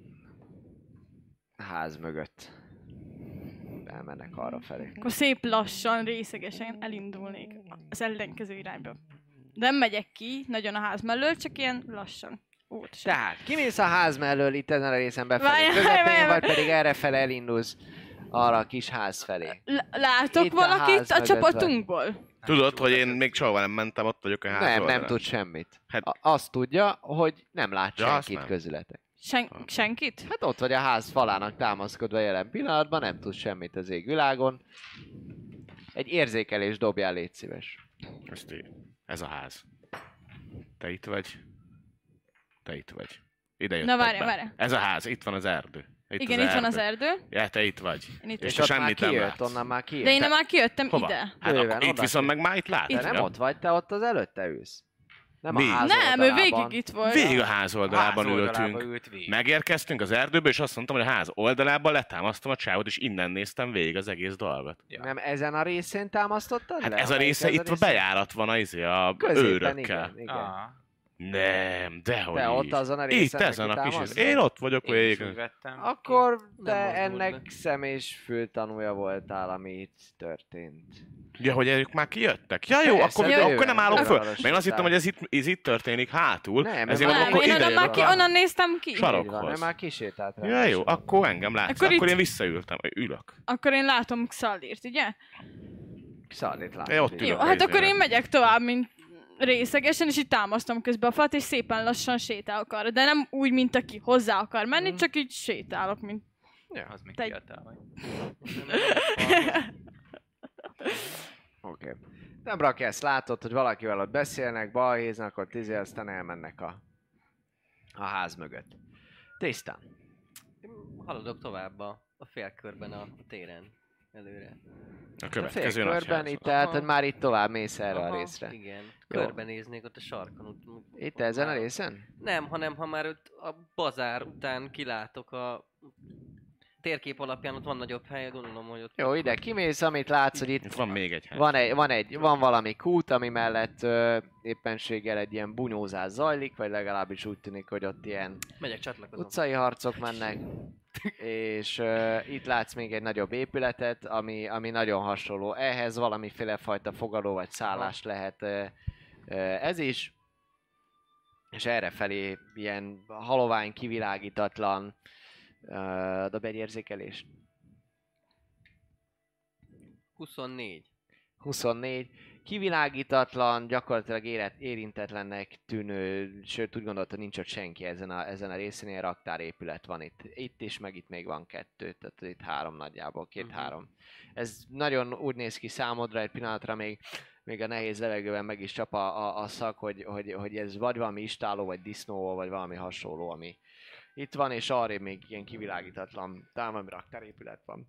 ház mögött. Elmennek arra felé. Akkor szép lassan, részegesen elindulnék az ellenkező irányba. Nem megyek ki nagyon a ház mellől, csak ilyen lassan. Óvatosan. Tehát, kimész a ház mellől itt ezen a részen befelé, Várjál, közepén, várjál. vagy pedig errefele elindulsz arra a kis ház felé. Látok Itt a valakit ház a mögött csapatunkból? Tudod, hogy én még soha nem mentem, ott vagyok a ház Nem oldalán. tud semmit. Hát- Azt tudja, hogy nem lát Ja, azt senkit nem. közületek. Senkit? Hát ott vagy a ház falának támaszkodva jelen pillanatban, nem tud semmit az égvilágon. Egy érzékelés dobjál, légy szíves. Ez a ház. Te itt vagy. Te itt vagy. Ide Na, jöttek várjál, be. várjál. Ez a ház, itt van az erdő. Igen, itt van az erdő. Ja, te itt vagy. Én itt És te ott már semmit nem kijött, látsz. onnan már kijött. De én már kijöttem Hova? ide. Hát Bőven, akkor itt oda viszont ki. meg már itt látod. De nem ja? ott vagy, te ott az előtte ülsz. Nem a Végig. ház Nem, ő oldalában. végig itt volt. Végig a ház oldalában Ház oldalába ültünk. ült végig. Megérkeztünk az erdőbe, és azt mondtam, hogy a ház oldalában letámasztom a csávot, és innen néztem végig az egész dolgot. Ja. Nem ezen a részén támasztottad Hát le? ez a Amelyik része, itt a részen? bejárat van a Középen, őrökkel. igen. Ah, Nem, dehogy De ott így. azon a részen Itt ezen a neki kis... támasztod? Én ott vagyok én is úgy végig. vettem. Akkor Nem te mozdult ennek be. szem és fültanúja voltál, ami itt történt. Ja, hogy ők már kijöttek? Ja jó, Persze, akkor, bőven, akkor nem állok bőven föl. arra Meg azt hittem, hogy ez itt történik hátul. Nem, ezért nem, mondom, Nem, akkor én ide onnan, már jövök. onnan néztem ki. Sarok. Így van, Sarokhoz. ő már kisétált rá. Ja jó, akkor engem látsz. Akkor Akkor itt- én visszaültem, vagy ülök. Akkor én látom Xaldírt, ugye? Szallit látod. Én ott így. ülök. Jó, hát izére. akkor én megyek tovább, mint részegesen, és így támasztom közben a falat, és szépen lassan sétálok arra. De nem úgy, mint aki hozzá akar menni, csak így sétálok, mint... Az még Te- fiatal vagy. Oké. Nem rakja ezt, látod, hogy valakivel ott beszélnek, balhéznak, ott aztán elmennek a ház mögött. Tristan. Haladok tovább a félkörben a téren. Előre. A A következő nagy félkörben ház. itt, tehát, Aha. hogy már itt tovább mész erre a Aha, részre. Igen. Jó. Körbenéznék ott a sarkon. Itt ezen a részen? Nem, hanem ha már ott a bazár után kilátok a térkép alapján, ott van nagyobb hely, gondolom, hogy ott... Jó, ide kimész, amit látsz, hogy Itt itt van még egy ház. van valami kút, ami mellett éppenséggel egy ilyen bunyózás zajlik, vagy legalábbis úgy tűnik, hogy ott ilyen Megyek, csatlakozom. utcai harcok mennek, és itt látsz még egy nagyobb épületet, ami nagyon hasonló ehhez, valamiféle fajta fogadó vagy szállás lehet ez is, és errefelé ilyen halovány, kivilágítatlan, dob egy érzékelést. 24. 24. Kivilágítatlan, gyakorlatilag érintetlennek tűnő, sőt úgy gondolta, nincs ott senki ezen a részén, ilyen raktárépület van itt is, meg itt még van 2, tehát itt 3 nagyjából, 2-3. Ez nagyon úgy néz ki számodra, egy pillanatra még a nehéz levegőben meg is csap a szak, hogy ez vagy valami istáló, vagy disznó, vagy valami hasonló, ami itt van, és arrébb még ilyen kivilágítatlan, talán raktárépület van.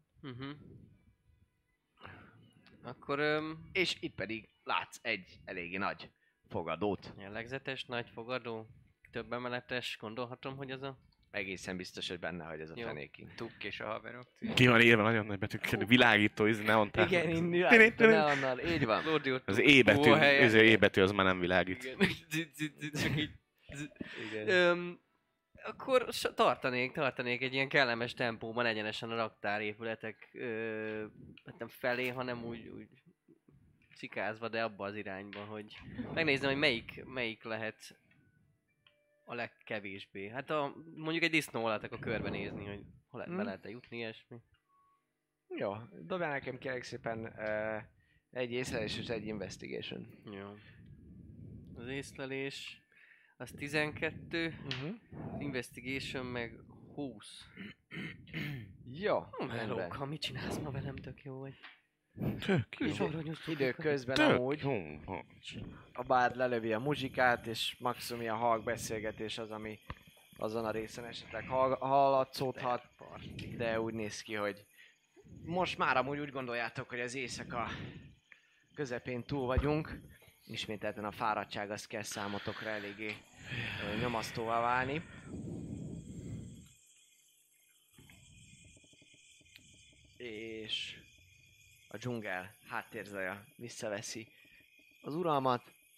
Akkor És itt pedig látsz egy eléggé nagy fogadót. jellegzetes, nagy fogadó, több emeletes, gondolhatom, hogy az a... Egészen biztos, hogy benne, hogy ez a Jó. fenéking. Tuk és a haverok. Ki van írva nagyon nagy betűkkel, világító, ez neon tábla. Igen, neonnal, így van. Az E betű, Óhelye. az E betű az már nem világít. Igen. Csak így... Igen. Akkor tartanék egy ilyen kellemes tempóban egyenesen a raktárépületek nem felé, hanem úgy cikázva, de abba az irányba, hogy megnézem, hogy melyik lehet a legkevésbé. Hát mondjuk egy disznó alatt akkor körbenézni, hogy hol be lehet-e jutni, ilyesmi. Jó, dobjál nekem kérlek szépen egy észlelés és egy investigation. Jó. Az észlelés az 12, investigation meg 20. Jó, Hello, rendben. ha mit csinálsz ma velem, tök jó vagy. Tök jó. Időközben Tök amúgy jó. a bárd lelövi a muzsikát, és maximum ilyen halk beszélgetés az, ami azon a részen esetleg hallatszódhat, de úgy néz ki, hogy most már amúgy úgy gondoljátok, hogy az éjszaka közepén túl vagyunk. Ismételten a fáradtság az kezd számotokra eléggé nyomasztóvá válni. A dzsungel háttérzaja visszaveszi az uralmat.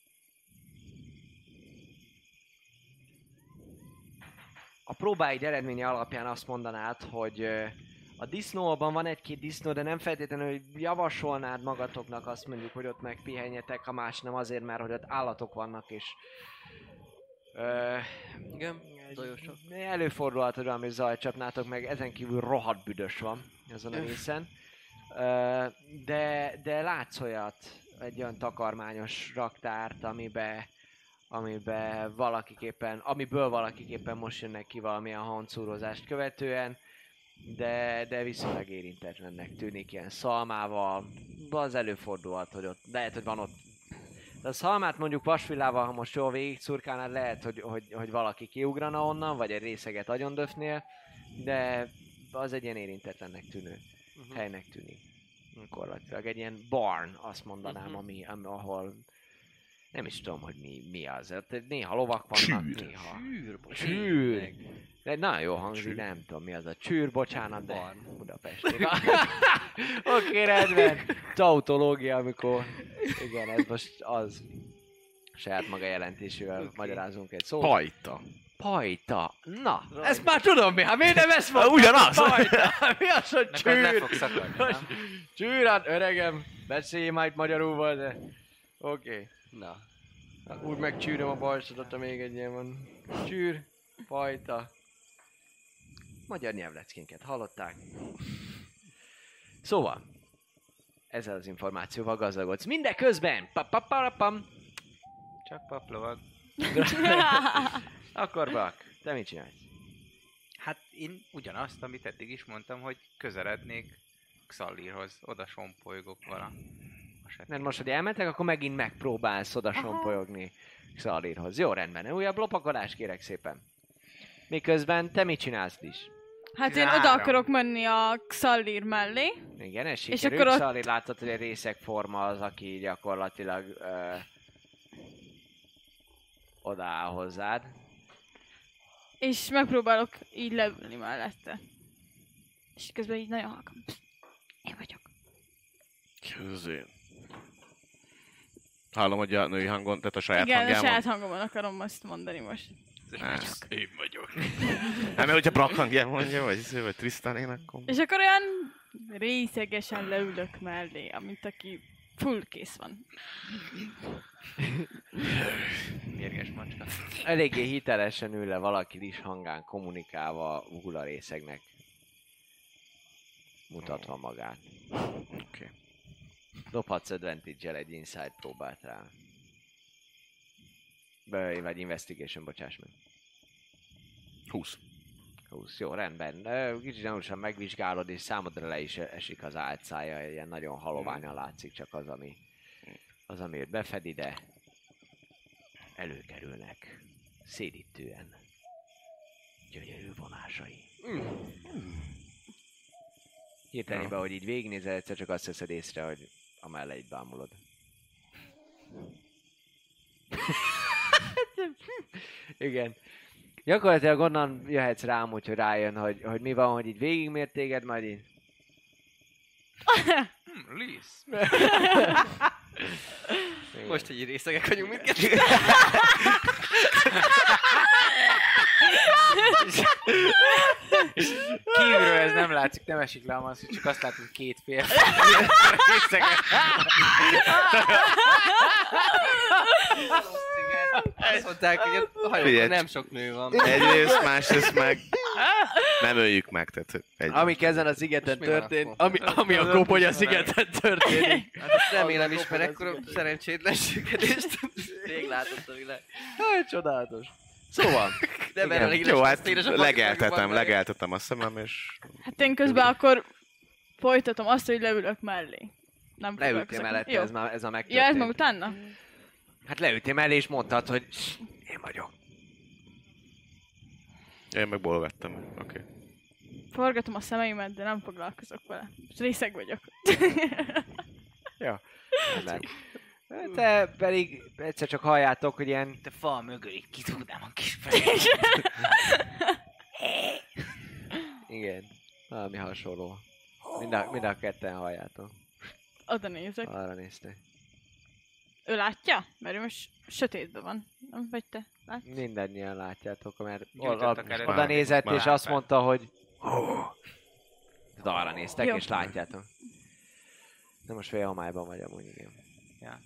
A próbáid eredménye alapján azt mondanád, hogy a disznóban van egy-két disznó, de nem feltétlenül, hogy javasolnád magatoknak azt mondjuk, hogy ott megpihenjetek, ha más nem azért, mert hogy ott állatok vannak, és Igen, nagyon sok. előfordulhat, hogy valami zajt csapnátok meg, ezen kívül rohadt büdös van azon a részen. De látsz olyat, egy olyan takarmányos raktárt, amiből valakiképpen most jönnek ki valamilyen hancúrozást követően, de viszonylag érintetlennek tűnik ilyen szalmával. Az előfordulhat, hogy ott, lehet, hogy van ott. De a szalmát mondjuk vasvillával, ha most jól végig szurkálnád, lehet, hogy valaki kiugrana onnan, vagy egy részeget agyondöfnél, de az egy ilyen érintetlennek tűnő helynek tűnik. Gyakorlatilag egy ilyen barn, azt mondanám, ahol nem is tudom, hogy mi az. Néha lovak vannak, néha... Csűr! De nagyon jó hangzik, nem tudom mi az a csűr, bocsánat, de Budapesti. Oké, rendben. Tautológia, amikor... Igen, ez most az. Saját maga jelentésével magyarázunk egy szót. Pajta. Pajta. Na, ezt már tudom mi, hát miért nem ezt mondtam? Ugyanaz! Pajta. Mi az, hogy Az le csűr? fog szakadni, nem? Csűr, hát öregem, beszélj majd magyarul, de... Oké. Na. Úgy megcsűröm a bajszodat, ha még egy ilyen van. Csűr, pajta. Magyar nyelvleckénket hallották. Szóval, ezzel az információval gazdagodsz. Mindeközben! Pa-pa-pa-pam. Csak paplovag. Akkor Brak, te mit csinálsz? Hát én ugyanazt, amit eddig is mondtam, hogy közelednék Xallirhoz, oda sompolygok vala. Mert most, hogy elmentek, akkor megint megpróbálsz oda sompolyogni Xallirhoz. Jó, rendben. Újabb lopakodás kérek szépen. Miközben te mit csinálsz is? Hát én oda akarok menni a Xallir mellé. Igen, ez És sikerül. akkor ott- Xallir látszott, hogy egy részek forma az, aki gyakorlatilag odaáll hozzád. És megpróbálok így leülni mellette. És közben így nagyon halkan. Psst, én vagyok. Közén. Hallom, hogy a női hangon, tehát a saját Igen, a hangjában. saját hangomon akarom azt mondani most. Én vagyok. Hát mert hogyha Brak hangjában mondja, vagy Tristanén, akkor... És akkor olyan részegesen leülök mellé, amit aki full kész van. Mérges macska. Eléggé hitelesen ül le valaki is hangán kommunikálva Ugula részegnek. Mutatva magát. Oké. Dobhatsz advantage-el egy insight próbát rá. Vagy investigation, bocsáss meg. 20. 20, jó, rendben. Kicsit gyanúsan megvizsgálod, és számodra le is esik az álcája, ilyen nagyon haloványan látszik csak az, ami őt befedi, de előkerülnek szédítően gyönyörű vonásai. Hirtelenben, hogy így végignézel, egyszer csak azt veszed észre, hogy a melleit bámulod. Igen. Gyakorlatilag onnan jöhetsz rám, úgyhogy rájön, hogy mi van, hogy így végigmért téged, majd így... Liz. Most, hogy részegek vagyunk mindkettő. Kívülről ez nem látszik, nem esik le a masz, csak azt látod, hogy két férfi. Azt mondták, hogy a hajókon Figyelj. nem sok nő van. Egyrészt, másrészt meg nem öljük meg, tehát egy... Amik ezen a szigeten Most mi van történt, akkor? ami a Koponya szigeten történik. Hát azt remélem ismer ekkora szerencsétlenségedést. Rég látott a világ. Hát, csodálatos. Szóval, De mert elég Jó, lesz, hát széles a pakságban, legeltetem a szemem, és... Hát én közben akkor folytatom azt, hogy leülök mellé. Nem leültél foglalkozok. mellette, Jó. ez a Ja, ez meg megtörtént. utána? Hát leültél mellé, és mondtad, hogy én vagyok. Én meg bologattam. Oké. Forgatom a szemeimet, de nem foglalkozok vele. Részeg vagyok. Nem. Te pedig egyszer csak halljátok, hogy ilyen... Te fal mögül így kitudnám a kis fejét. Igen, valami hasonló. Mind a ketten halljátok. Oda nézek. Arra néztek. Ő látja? Mert ő most sötétben van. Nem vagy te? Látsz? Mindannyian látjátok, mert Gyújtottak előtt oda már- nézett már és azt fel. mondta, hogy arra néztek Jó. és látjátok. De most félhomályban vagy amúgy, igen. Ja.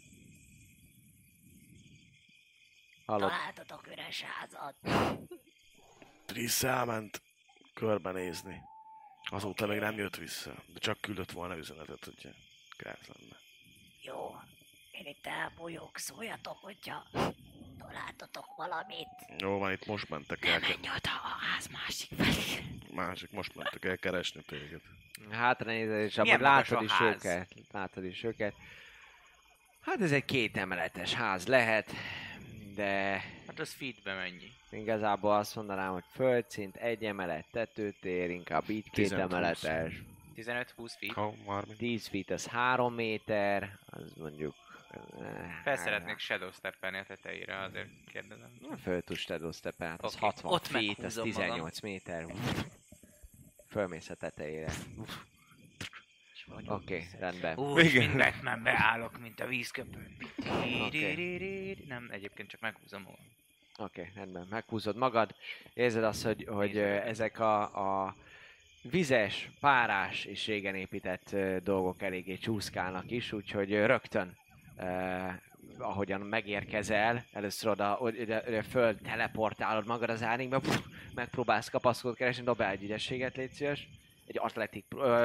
Hallod? Találtatok üres házat. Trisz elment körbenézni. Azóta még nem jött vissza, de csak küldött volna üzenetet, hogyha gáz lenne. Jó. Én itt elbújok. Szóljatok, hogyha találtatok valamit. Jó van, itt most mentek el, Menj oda a ház másik felé. most mentek el keresni téged. Hátra nézed és Milyen abban magas látod a is ház? őket. Látod is őket. Hát ez egy 2 emeletes ház lehet, de Hát az feedbe mennyi? igazából azt mondanám, hogy földszint, 1 emelet, tetőtér, inkább így 2 15-20. emeletes. 15-20 feet? Ha, 30. 10 feet az 3 méter, az mondjuk... Fel szeretnék shadow steppelni a tetejére, azért kérdezem. Föl tudsz shadowstep hát az Oké, 60 ott feet, az meghúzom 18 méter. Fölmész a tetejére. Oké, rendben. Úgy, mint Batman beállok, mint a vízköpőn. Oké. Nem, egyébként csak meghúzom magam. Oké, rendben. Meghúzod magad. Érzed azt, hogy Nézd. ezek a vizes, párás és régen épített dolgok eléggé csúszkálnak is, úgyhogy rögtön ahogyan megérkezel, először oda föl teleportálod magad az árnyékba, megpróbálsz kapaszkodót keresni, dobál egy ügyességet, légy szíves. Egy atletik...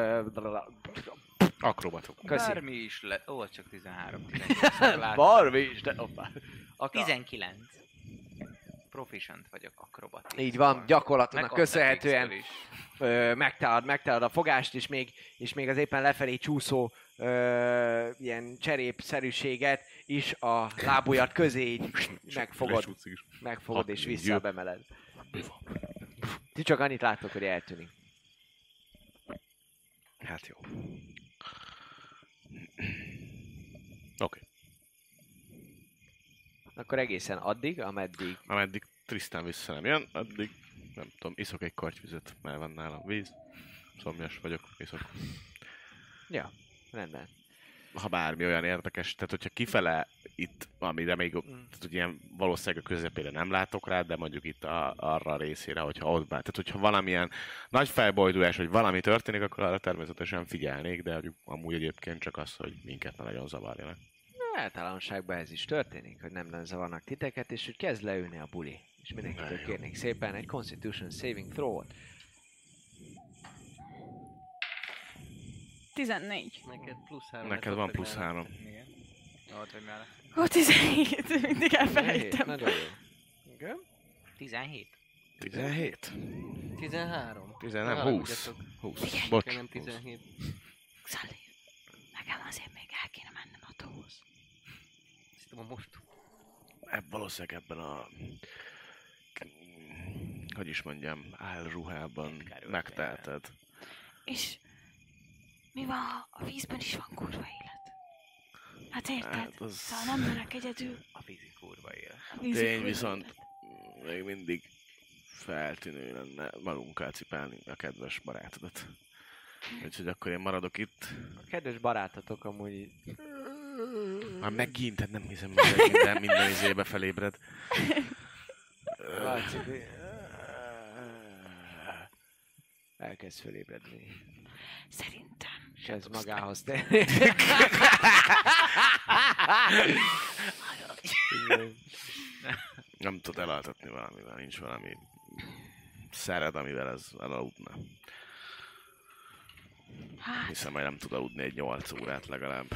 Akrobatok. Köszi. Bármi is le... Ó, csak 13. 19. Bármi is, de... Opa. 19. Proficient vagyok akrobat. Így van, gyakorlatodnak Meg köszönhetően athletics-től is. megtalálod a fogást, és még az éppen lefelé csúszó ilyen cserépszerűséget is a lábujjad közé így megfogod és visszabemeled. Ti csak annyit láttok, hogy eltűnik. Hát jó. Oké. Akkor egészen addig, Ameddig Tristan vissza nem jön, addig nem tudom, iszok egy kortyvizet, mert van nálam víz. Szomjas vagyok, iszok. Ja, rendben. Ha bármi olyan érdekes, tehát hogyha kifele itt, amire még tehát, hogy ilyen valószínűleg a közepére nem látok rá, de mondjuk itt arra a részére, hogyha ott bár. Tehát hogyha valamilyen nagy felbojdulás, vagy valami történik, akkor arra természetesen figyelnék, de amúgy egyébként csak az, hogy minket ne nagyon zavarjanak. Általánosságban ez is történik, hogy nem zavarnak titeket, és hogy kezd leülni a buli. És mindenkitől kérnék szépen egy Constitution Saving Throw-ot. 14. Neked plusz 3. Neked van plusz 3. Igen. Ott vagy mellett. Ó, 17. Mindig elfelejtem. Nagyon jó. Igen. 17. 17? 13. 10, nem, Ne 20. haragudjatok. 20. Bocs. Nekem 20. 17. Xali, nekem azért még el kéne mennem a tóhoz. Szerintem most. Valószínűleg ebben a... Hogy is mondjam, álruhában megtelted. És mi van, ha a vízben is van kurva élet? Hát érted? Hát az- Szóval nem merek egyedül. A fizi kurva élet. A vízi Tény kurva viszont élet. még mindig feltűnő lenne magunkkal cipelni a kedves barátodat. Úgyhogy akkor én maradok itt. A kedves barátotok amúgy így... Már megint, hát nem hiszem, minden izébe felébred. Látszik, hogy... Elkezd fölébredni. Szerintem. És ez magához térni. Nem tud elaltatni valamivel, nincs valami szered, amivel ez elaludna. Hát, Hiszem, hogy nem tud aludni egy 8 órát legalább.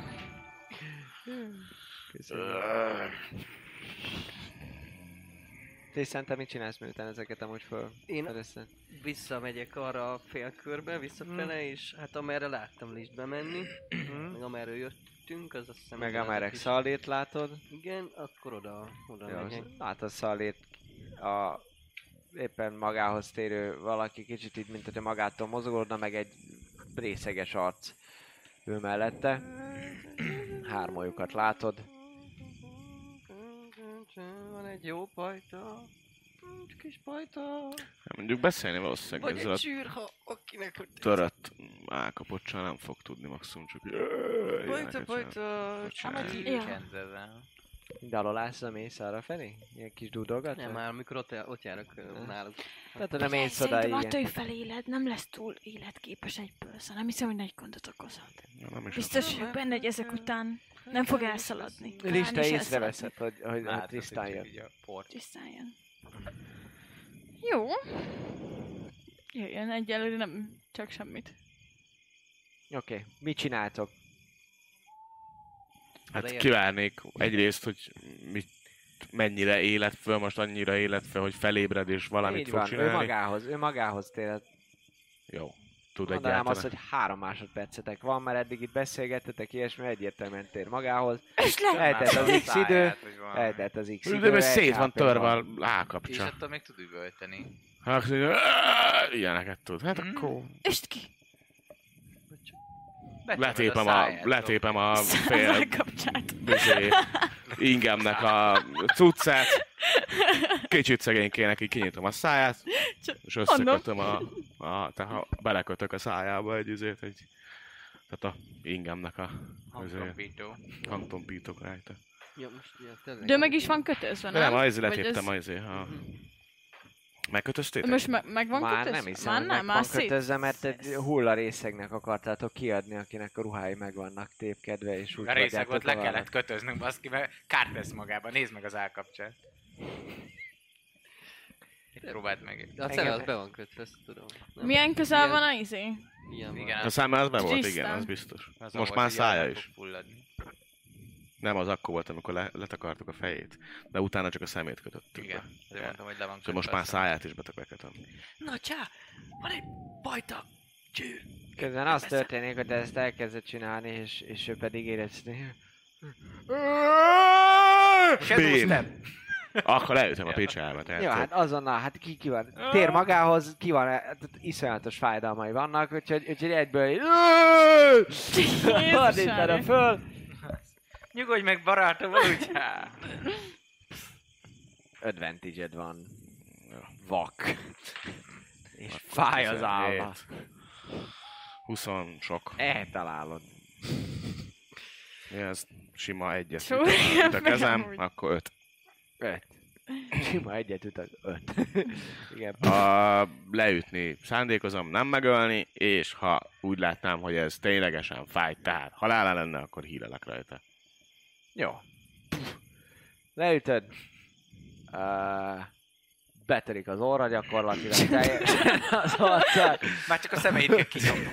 Te szerintem mit csinálsz, miután ezeket amúgy Én fölfedezted? visszamegyek arra a félkörbe, visszafele, és hát amerre láttam listbe menni, meg amerről jöttünk, az azt hiszem... Meg az amerek is- Szallét látod. Igen, akkor oda Jó, megyek. látod Szallét a éppen magához térő valaki kicsit így, mint hogyha magától mozogódna, meg egy részeges arc ő mellette. Hármójukat látod. Van egy jó pajta. Kis pajta. Mondjuk beszélni valószínűleg Vagy ezzel egy a csűrha, akinek... törött állkapocsal nem fog tudni, maximum csak Pajta. csinálni. Hívjuk Enzelvel. Dalolásra mész arra felé? Ilyen kis dúdogat? Nem, már amikor ott járok náluk. Tehát nem mész oda, Szerintem attól, igen. hogy feléled, nem lesz túl életképes egyből, szóval nem hiszem, hogy nagy gondot okozhat. Nem is Biztos vagyok benne, hogy ezek után nem fog elszaladni. Talán Lista is észreveszed, hogy Látod, Trisztán hogy jön. csak így a port. Tisztán jön. Jó. Jöjjön, egyelőre nem csak semmit. Oké, mit csináltok? Hát kivárnék egyrészt, hogy mennyire élet föl, most annyira élet föl, hogy felébred és valamit Így fog van, csinálni. ő magához tényleg. Jó, tud Mondanám egyáltalán. azt, hogy 3 másodpercetek van, mert eddig itt beszélgettetek, ilyesmi egyértelműen tér magához. És le! Eltelt az X idő, Száját, vagy valami. eltelt az X De idő. mert szét egy van HP törve a És állkapcsa. attól még tud üvölteni. Hát, ilyeneket tud. Hát akkor Üst ki! letépem a fél Az kapcsát. ingemnek a cuccát. Kicsit szegénykének így kinyitom a száját, és összekötöm tehát ha belekötök a szájába egy üzét, tehát a ingemnek a Hangtompító. hangtompítok rajta. Ja, most ilyen tényleg. De meg is van kötözve, De nem? nem, azért Vagy letéptem ez- a megkötöztétek? Most meg van Már kötözve? nem hiszem, Már hogy nem, meg már van szét. kötözve, mert egy hullarészegnek akartátok kiadni, akinek a ruhái meg vannak tépkedve, és úgy A részeg adjátok ott le tovább. kellett kötöznünk, baszki, mert kárt tesz magába. Nézd meg az állkapcsát. Próbáld meg. De a cele az be van kötve, ezt tudom. Nem? Milyen közel Ilyen- van a izé? Ilyen Igen, van. A száma az be volt, Tisztán. igen, az biztos. Az Most ahol már így szája el is. fog fulladni. Nem, az akkor volt, amikor letakartuk a fejét. De utána csak a szemét kötöttük Igen, be. azért mondtam, hogy le van Úgyhogy most már száját is bekötöm. Na csá, van egy pajta csűr. Közben az történik, hogy te ezt elkezded csinálni, és ő pedig érezni. Shadow step. Akkor leütöm a picsába. Jó, hát azonnal, hát ki van. Tér magához, ki van, tehát iszonyatos fájdalmai vannak, úgyhogy egyből így... Fordítanak föl. Nyugodj meg, barátom, ugyan. Advantage-ed van. Vak. És fáj az állva. 20 sok. Eltalálod. Ez sima egyet. Jó, Itt a meg kezem, amúgy. akkor 5. 5. Sima egyet ütök, 5. Igen. Leütni szándékozom, nem megölni, és ha úgy látnám, hogy ez ténylegesen fáj, tehát halála lenne, akkor hílelek rajta. Jó. Leütöd. Betörik az orra gyakorlatilag teljesen az arcát. Már csak a szemeit kell kinyomni.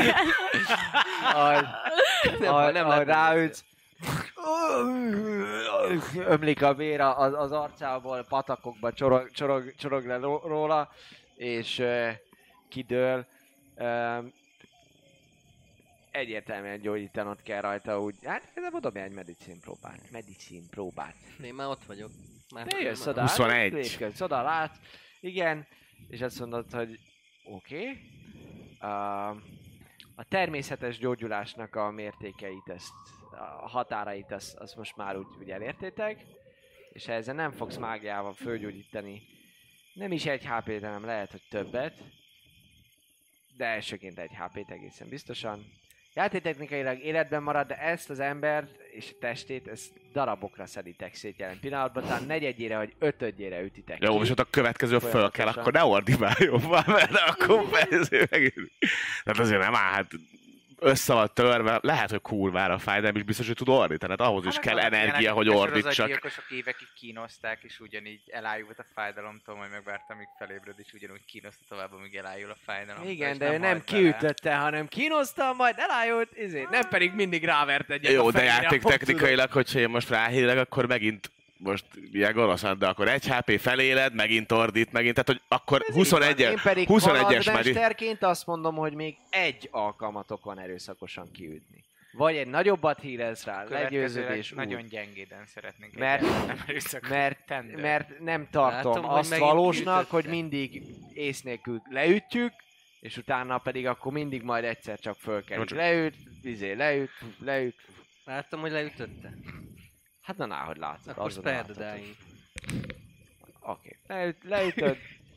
Ahogy ráütsz, ömlik a vér az arcából, patakokba csorog le róla, és kidől. Egyértelműen gyógyítanod kell rajta úgy. Hát igazából dobj egy medicine próbát. Én már ott vagyok. Már Te jössz oda, 21. lépkedsz oda, látsz, igen, és azt mondod, hogy oké. A természetes gyógyulásnak a mértékeit, a határait, azt most már úgy elértétek, és ha ezzel nem fogsz mágiával fölgyógyítani, nem is 1 HP-t, hanem lehet, hogy többet, de elsőként 1 HP-t egészen biztosan. Játéktechnikailag életben marad, de ezt az embert és a testét, ezt darabokra szeditek szét jelen pillanatban, talán 4-egyére vagy 5-ödjére ütitek Jó, ki. és ott a következő föl kell, Folyamatosan. akkor ne ordibáljon már, mert akkor fejező megint. Tehát azért nem áll, hát össze van törve, lehet, hogy kurvára fáj, de nem is biztos, hogy tud ordítani, hát ahhoz is kell energia, hogy ordítsak. Sorozatgyilkosok évekig kínozták, és ugyanígy elájult a fájdalomtól, majd megvárta, amíg felébred, és ugyanúgy kínozta tovább, amíg elájul a fájdalom. Igen, de ő nem kiütötte, hanem kínoszta, majd elájult, nem pedig mindig rávert egyet Jó, a de fejére, játéktechnikailag, hogyha én most ráhírlek, akkor megint most ilyen gonoszan, de akkor 1 HP feléled, megint ordít, megint, tehát hogy akkor Ez így van. 21-es, Én pedig 21-es kalandmesterként azt mondom, hogy még 1 alkalmatok van erőszakosan kiütni. Vagy egy nagyobbat hírez rá, legyőződés nagyon úgy. gyengéden szeretnénk Mert- egyáltalán nem erőszakot tenni. Mert nem tartom Látom, hogy azt megint valósnak, kiütötte. hogy mindig ész nélkül leütjük, és utána pedig akkor mindig majd egyszer csak fölkelik. Csak- Leüt. Láttam, hogy leütötte. Hát na, hogy látszod. Akkor azon spare látod, the hogy- dying. Oké. Leütöd.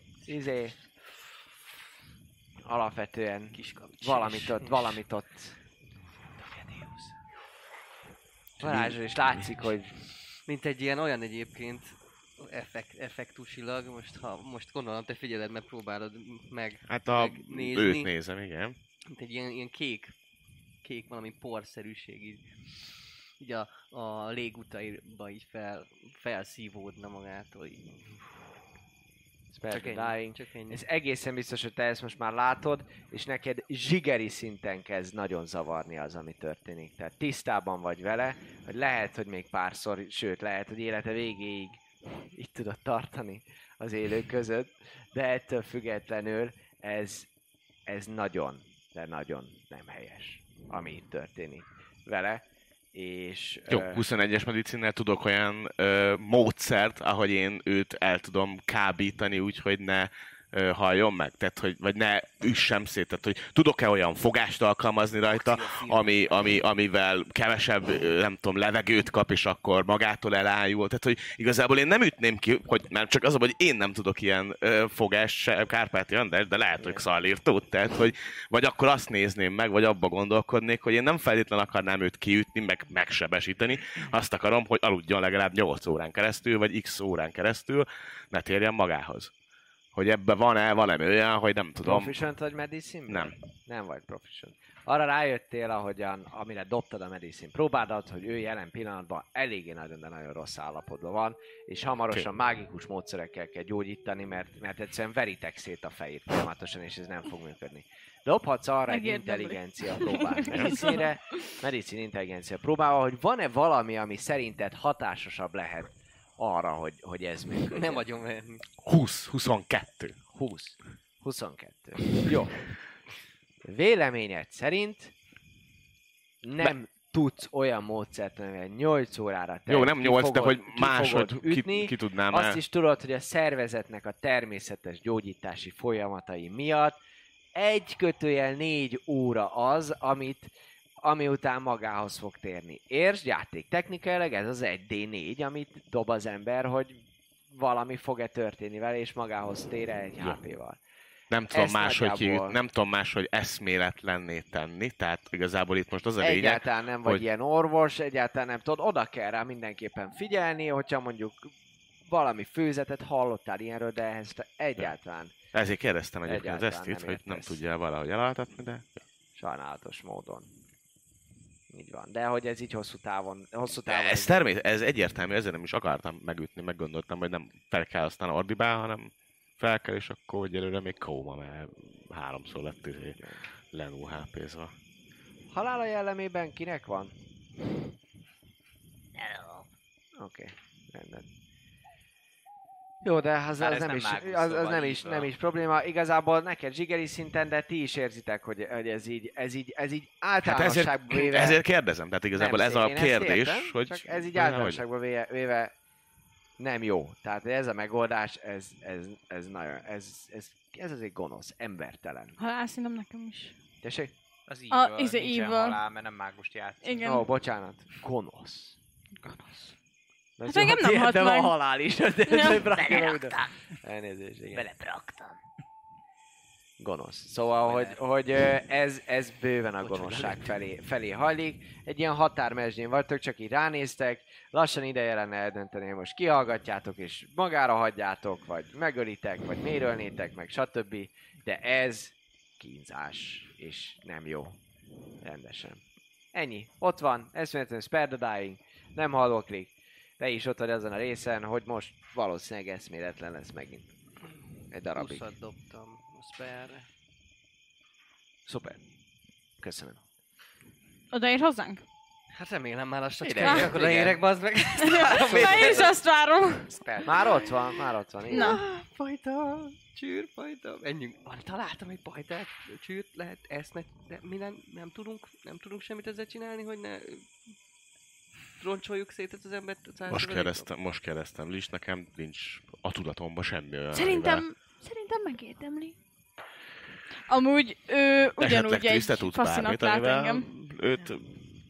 Alapvetően valamit ott varázsol, és látszik, hogy Mint egy ilyen olyan egyébként effektusilag, most gondolom te figyeled, mert próbálod meg Hát megnézni. őt nézem, igen. Mint egy ilyen kék valami porszerűség így a légutaiba így felszívódna magától. Így. Csak ennyi. Csak ennyi. Ez egészen biztos, hogy te ezt most már látod, és neked zsigeri szinten kezd nagyon zavarni az, ami történik. Tehát tisztában vagy vele, hogy lehet, hogy még párszor, sőt, lehet, hogy élete végéig így tudod tartani az élők között, de ettől függetlenül ez nagyon, de nagyon nem helyes, ami itt történik vele. És, Jó, 21-es medicinnel tudok olyan módszert, ahogy én őt el tudom kábítani, úgyhogy ne halljon meg, tehát, hogy, vagy ne üssem szét, tehát, hogy tudok-e olyan fogást alkalmazni rajta, amivel kevesebb, nem tudom, levegőt kap, és akkor magától elájul, tehát, hogy igazából én nem ütném ki, hogy nem csak az, hogy én nem tudok ilyen fogást, se Kárpáti András, de lehet, hogy Xalir tud, tehát, hogy vagy akkor azt nézném meg, vagy abba gondolkodnék, hogy én nem feltétlenül akarnám őt kiütni, meg megsebesíteni, azt akarom, hogy aludjon legalább 8 órán keresztül, vagy x órán keresztül, ne térjen magához. Hogy ebben van-e valami olyan, hogy nem tudom. Proficient vagy medicine? Nem. Nem vagy proficient. Arra rájöttél, amire dobtad a medicine próbádat, hogy ő jelen pillanatban eléggé nagyon, de nagyon rossz állapotban van, és hamarosan mágikus módszerekkel kell gyógyítani, mert egyszerűen veritek szét a fejét folyamatosan, és ez nem fog működni. Dobhatsz arra egy intelligencia próbát medicinre, medicine intelligencia próbával, hogy van-e valami, ami szerinted hatásosabb lehet arra, hogy ez működjön. Nem vagyom venni. 22. 22. Jó. Véleményed szerint nem tudsz olyan módszert, amivel 8 órára te Jó, nem 8, de hogy fogod máshogy ütni. ki tudnám Azt el. is tudod, hogy a szervezetnek a természetes gyógyítási folyamatai miatt 1/4 óra az, ami után magához fog térni. Értsd, játék technikailag ez az 1D4, amit dob az ember, hogy valami fog-e történni vele, és magához tér egy HP-val. Nem tudom, Ezt nagyjából- nem tudom máshogy eszméletlenné tenni, tehát igazából itt most az a lényeg, Egyáltalán nem vagy hogy- ilyen orvos, egyáltalán nem tudod, oda kell rá mindenképpen figyelni, hogyha mondjuk valami főzetet hallottál ilyenről, de ehhez te egyáltalán ezért kérdeztem egyébként az Egyáltalán Esztit, nem hogy nem értesz. tudja valahogy elaltatni, de sajnálatos módon. Így van. De hogy ez így hosszú távon ez egyértelmű, ezért nem is akartam megütni, meggondoltam, hogy nem fel kell aztán ordibál, hanem fel kell, és akkor egyelőre még kóma, mert 3-szor lett lenú HP-zva. Halála jellemében kinek van? Hello. Oké, rendben. Jó, de az Bár ez nem nem is, mágus, az szóval nem így is, van. nem is probléma. Igazából neked zsigeri szinten, de ti is érzitek, hogy ez így Hát általánosságban véve... ezért kérdezem, tehát igazából nem ez szép. a Én ezt kérdés, értem, hogy... csak ez így hogy- általánosságban véve nem jó. Tehát ez a megoldás, ez nagyon, ez azért gonosz, embertelen. Halálszínom nekem is. Tessék? Az így A- van, izé, nincsen evil. halál, mert nem mágust játsz. Igen. Ó, bocsánat. Gonosz. Hát engem nem halt de meg. van halál is. De Ja. Beleraktam. Elnézést, igen. Belebraktam. Gonosz. Szóval, hogy ez bőven a gonoszság felé hajlik. Egy ilyen határmezsdjén vagytok, csak így ránéztek. Lassan ideje lenne eldönteni, hogy most kihallgatjátok és magára hagyjátok, vagy megölitek, vagy mérölnétek, meg stb. De ez kínzás, és nem jó. Rendesen. Ennyi. Ott van, eszméletlen Spare the Dying. Nem halloklik. Te is ott vagy azon a részen, hogy most valószínűleg eszméletlen lesz megint. Egy darabig. 20-at dobtam a spare-re. Szuper. Köszönöm. Odaér hozzánk? Hát remélem már lassan Ide, csak igen. akkor odaérek, bazd meg. Már én is azt várom. Már ott van, igen. Na. Pajta, csűrpajta. Menjünk. Találtam egy pajtát, csűrt, lehet esznek, de mi nem tudunk semmit ezzel csinálni, hogy ne roncsoljuk szét az embert. Most kérdeztem Lis, nekem nincs a tudatomban semmi olyan. Szerintem megérdemli. Amúgy ő ugyanúgy egy Triszt, te tudsz bármit, faszinak lát amivel engem. őt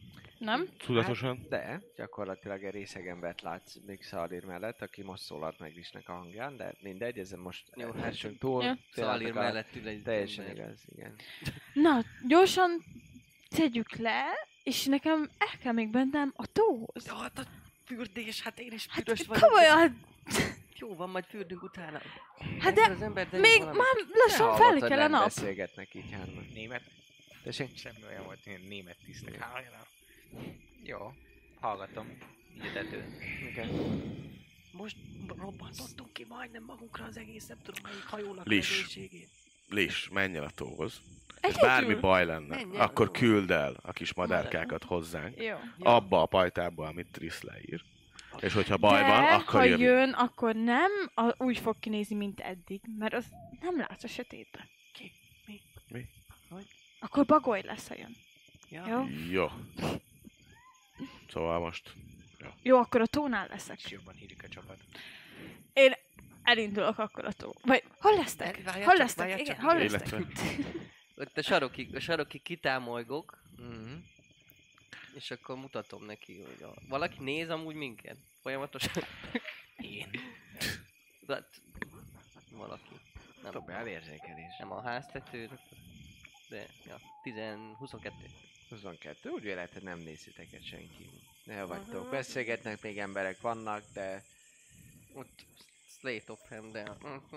Nem? Tudatosan? De, gyakorlatilag egy részegembert látsz még Szalir mellett, aki most szólalt meg Lisnek a hangján, de mindegy, ezen most Jó, hát essünk túl. Ja. Szalir mellett ül egy Teljesen ember. igaz, igen. Na, gyorsan tegyük le, és nekem el kell még bennem a tóhoz. Ja, hát a fürdés, hát én is Hát büdös vagyok. komolyan, Jó van, majd fürdünk utána. hát de Az ember, de még valami- már Te lassan hallottad, fel kell a nem nap. beszélgetnek így hárman. Német? Tessék? Semmi olyan volt, hogy német tisztek. Jó, hallgatom. Így a tetőn. Okay. Most robbantottunk ki majdnem magunkra az egész, nem tudom melyik hajónak Lis. legénységét. Lis, menj el a tóhoz. Egyedül? Bármi baj lenne, Menj el. akkor küld el a kis madárkákat hozzánk. Jó. Abba a pajtába, amit Trisz leír. És hogyha baj van, De, akkor ha jövünk. jön, akkor nem úgy fog kinézni, mint eddig, mert az nem látsz a sötétben. Ki? Mi? Mi? Hogy? Akkor bagoly lesz, ha jön. Ja. Jó? Jó. Szóval most... Jó, akkor a tónál leszek. És jobban hívjuk a csapat. Én elindulok akkor a tó. Vagy hol lesztek? Várjál Hol csak, lesztek? várjál Igen, csak. hol lesztek? Illetve Ott a sarokig kitámolygok. És akkor mutatom neki, hogy valaki néz amúgy minket. Folyamatosan. Én. De, valaki. Nem, Dobj el érzékelés. nem a háztető, de ja, 22. 22, úgy véletlen nem nézitek senki. Ne vagytok, beszélgetnek, még emberek vannak, de... Ott Slate of Hand, de...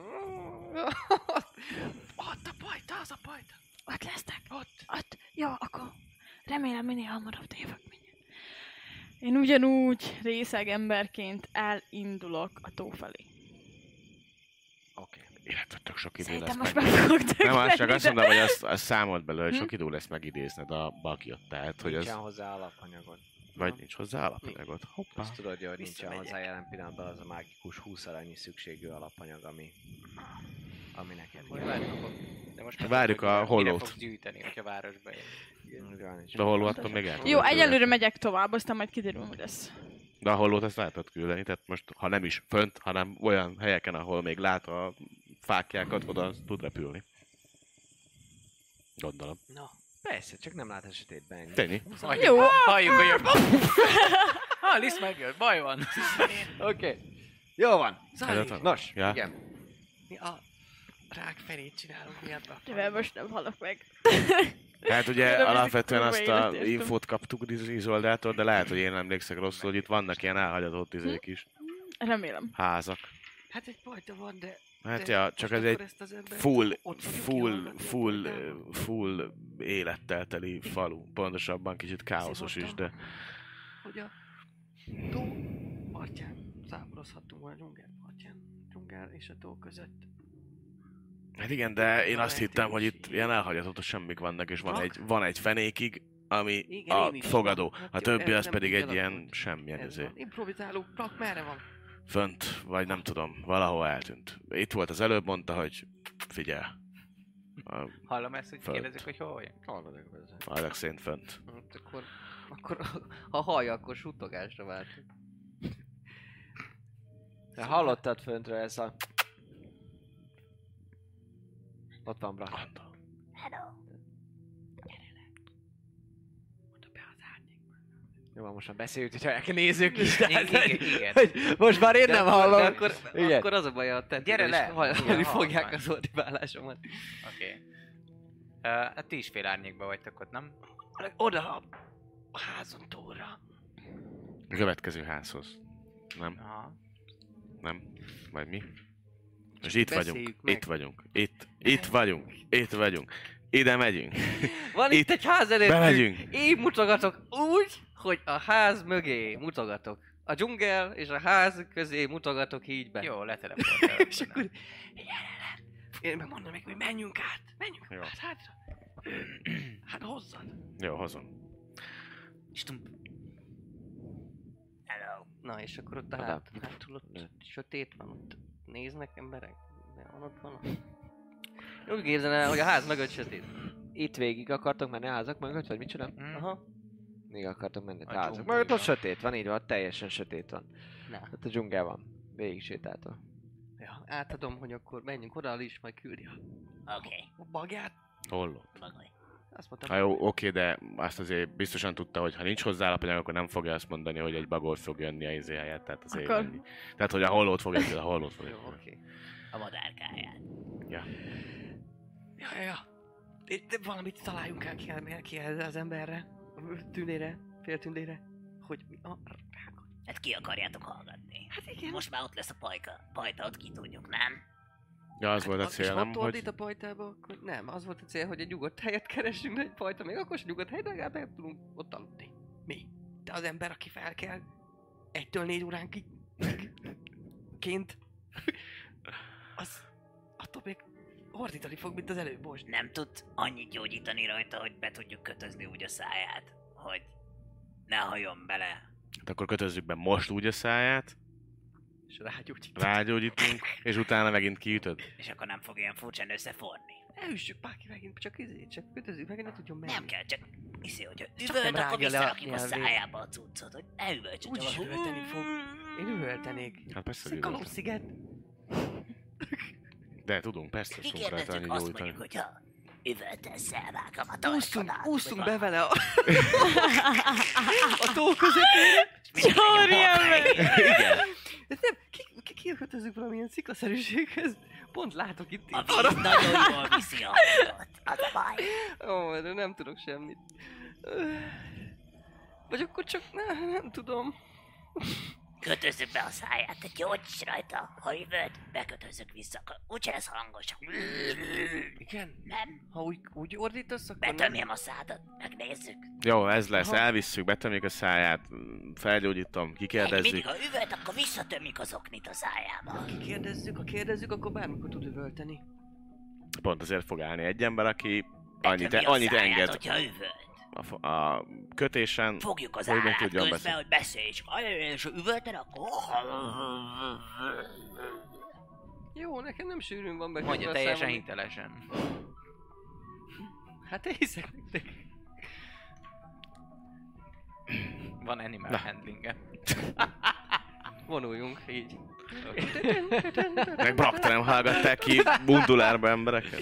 Ott a pajta, az a pajta. Ott lesztek? Ott. Ott? Jó, akkor remélem minél hamarabb jövök mindjárt. Én ugyanúgy részeg emberként elindulok a tó felé. Oké. illetve tök sok idő Szerintem lesz most meg. meg fogok Nem, töklenni, csak azt de- mondom, hogy azt számolt belőle, hogy sok idő lesz megidézned a bakiot, tehát hogy Nincsen az... hozzá alapanyagod. Vagy nincs hozzá alapanyagot. Hoppá. Azt tudod, hogy nincsen Visszamegyek. hozzá jelen pillanatban az a mágikus 20 aranyi szükségű alapanyag, ami neked Majd kell. várjuk akkor. De most Várjuk a mire hollót. fogsz gyűjteni, hogyha városba ér. De a hollót akkor még el Jó, tudod egyelőre küldeni. megyek tovább, aztán majd kiderül, hogy lesz. De a hollót ezt el tudod küldeni, tehát most ha nem is fönt, hanem olyan helyeken, ahol még lát a fákjákat, oda tud repülni. Gondolom. Na, Persze, csak nem lát a sötétben ennyi. Tényi. Jó, Halljuk, hogy jön. Alice megjött, baj van. Oké. Jó van. Zajlik. Nos, Ja. igen. mi a rák felét csinálunk miatt? mivel most nem halok meg. Hát ugye Nem, ez alapvetően egy azt kurva a élet, értem. infót kaptuk Izoldától, de lehet, hogy én emlékszek rosszul, hogy itt vannak ilyen elhagyatott izék is. Remélem. Házak. Hát egy pajta van, de... Hát de ja, csak most ez akkor egy ezt az embert full, ott fogjuk full, kihallgatni a full, pajtában? full élettel teli falu. Pontosabban kicsit káoszos is, de... Hogy a tó partján száborozhattunk volna, dzsungel partján, dzsungel és a tó között. Hát igen, de én azt hittem, hogy itt ilyen elhagyatott semmik vannak, és van egy fenékig, ami Igen, a én is. fogadó. Hát A jó, többi ez az nem pedig így egy ilyen alakult. semmilyen Ez izé. van. Improvizálunk, Brak, merre van? Fönt, vagy nem tudom, valahol eltűnt. Itt volt az előbb, mondta, hogy figyel. Hallom ezt, hogy Fönt. kérdezzük, hogy hol vagy? Hallod, ez. Alexén fönt. Hát akkor ha hallja, akkor suttogásra váltunk. Te hallottad föntről ez a... Ott van Brak. Gondolom. Hello. Mondta be az árnyékba. Jó, van, most már beszéljük, hogyha nézzük is. tehát, Igen. hogy most már én nem hallom. De akkor, Igen. akkor az a baj a tetőről Gyere is le! hallani Igen, fogják hallom. az ordibálásomat. Oké. Hát ti is fél árnyékban vagytok ott, nem? Oda a házon túlra. A következő házhoz. Nem? Aha. Nem? Vagy mi? És itt vagyunk. beszéljük meg. Itt vagyunk. Itt vagyunk. Itt vagyunk. Ide megyünk. Van itt egy ház előttünk. Bemegyünk. Én mutogatok úgy, hogy a ház mögé mutogatok. A dzsungel és a ház közé mutogatok így be. Jó, leteleportálok. És akkor én meg mondom neki, hogy menjünk át, Jó. hátra. Hát hozzad. Jó, hozom. Hello. Na és akkor ott a Oda. hátul ott sötét van, ott néznek emberek. De ott van. Úgy képzelem el, hogy a ház mögött sötét. Itt végig akartok menni a házak mögött, vagy micsoda? Aha. Még akartok menni a A házak dzsungel mögött, ott van. sötét van, így van, teljesen sötét van. Na. Ott a dzsungel van. Végig sétáltok. Ja, átadom, hogy akkor menjünk oda, is majd küldi Oké. a bagját. Holló. Bagoly. Azt mondtam. Ha jó, oké, de azt azért biztosan tudta, hogy ha nincs hozzá alapanyag, akkor nem fogja azt mondani, hogy egy bagol fog jönni a izé helyett. Tehát azért Akkor- annyi. Tehát, hogy a hollót fogja jönni, a hollót fogja Jó, jönni. oké. A madárkáját. Ja. Ja. Itt valamit találjunk ki az emberre. Tündére, féltündére. Hogy mi a... Hát ki akarjátok hallgatni? Hát igen. Most már ott lesz a pajta, ott ki tudjuk, nem? Ja, az volt a És cél, nem, ott hogy... ordít a pajtába, akkor nem. Az volt a cél, hogy egy nyugodt helyet keresünk, de egy pajta még akkor sem nyugodt hely, de legalább el tudunk ott aludni. Mi? De az ember, aki fel kell 1-től 4 óránk ként, az attól még ordítani fog, mint az előbb most. Nem tud annyit gyógyítani rajta, hogy be tudjuk kötözni úgy a száját, hogy ne halljon bele. Hát akkor kötözzük be most úgy a száját, És rágyújtjuk. rágyógyítunk, és utána megint kiütöd. És akkor nem fog ilyen furcsán összeforni. Elüssük már ki megint, csak csak kötözzük meg, ne tudjon menni. Nem kell, csak hiszi, hogyha Csak üvölt, nem akkor rágja le a visszarakjuk a nyelvét. szájába a cuccot, hogy ne üvöltsön. Úgyis csak üvölteni fog. Én üvöltenék. Hát persze, Ez egy hogy kalózsziget. de tudunk, persze, tudunk rajta Kikérdezzük, annyi azt gyógyítani. mondjuk, hogyha üvöltesz, elvágom a torkodat. Ússzunk vagy be vele a tó közepére. Sorry, ember! Igen. De nem, kikötözzük valamilyen sziklaszerűséghez. Pont látok itt. A víz nagyon jól viszi a hangot. Az a baj. Ó, erről nem tudok semmit. Vagy akkor csak nem tudom. Kötözzük be a száját, te gyógyíts rajta. Ha üvölt, bekötözzük vissza, akkor úgyse lesz hangos, csak... Igen? Nem, Ha úgy ordítasz, akkor nem. betömjem a szádat, megnézzük. Jó, ez lesz, Aha. elvisszük, betömjük a száját, felgyógyítom, Mindig, kikérdezzük. ha üvölt, akkor visszatömjük az oknit a szájába. Ha kérdezzük, akkor bármikor tud üvölteni. Pont azért fog állni egy ember, aki Betömi a annyit száját, enged hogyha üvölt. a kötésen, Fogjuk az hogy meg állát tudjon közben, beszélni. hogy beszélj, és ha üvölten, akkor... Jó, nekem nem sűrűn van be. Mondja teljesen hitelesen. Hát én hiszek nektek. Van animal Na. handling-e. Vonuljunk, így. meg Brakta nem hallgatták ki Bundulárba embereket?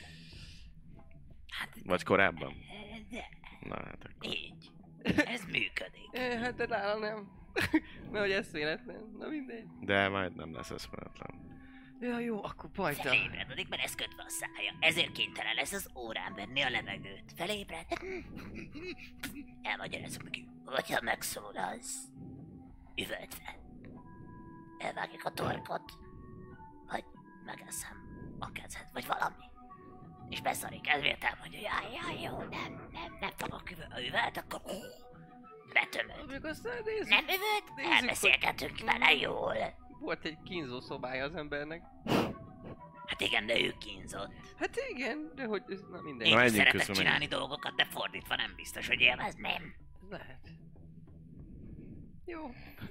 Hát, Vagy korábban? de, Na hát akkor. így. Ez működik. Hát de nálam nem. Mert hogy eszméletlen. Na mindegy. De majd nem lesz eszméletlen. Ja jó, akkor pajta. Felébred, addig már ez kötve a szája. Ezért kénytelen lesz az órán venni a levegőt. Felébred. Elmagyarázom neki. Hogyha megszólalsz, üvölt fel. Elvágjuk a torkot, vagy megeszem a kezed, vagy valami. És beszarik, ezért elmondja, jaj, jó, nem fogok üvölt, akkor betömöd. Mondjuk aztán nézzük. Nem üvölt? Nézzük, Elbeszélgetünk vele jól. Volt egy kínzó szobája az embernek. Hát igen, de ő kínzott. Hát igen, de hogy... Na mindegy. Én Na, is menjünk szeretek közben, csinálni dolgokat, de fordítva nem biztos, hogy élvezném. Lehet. Jó.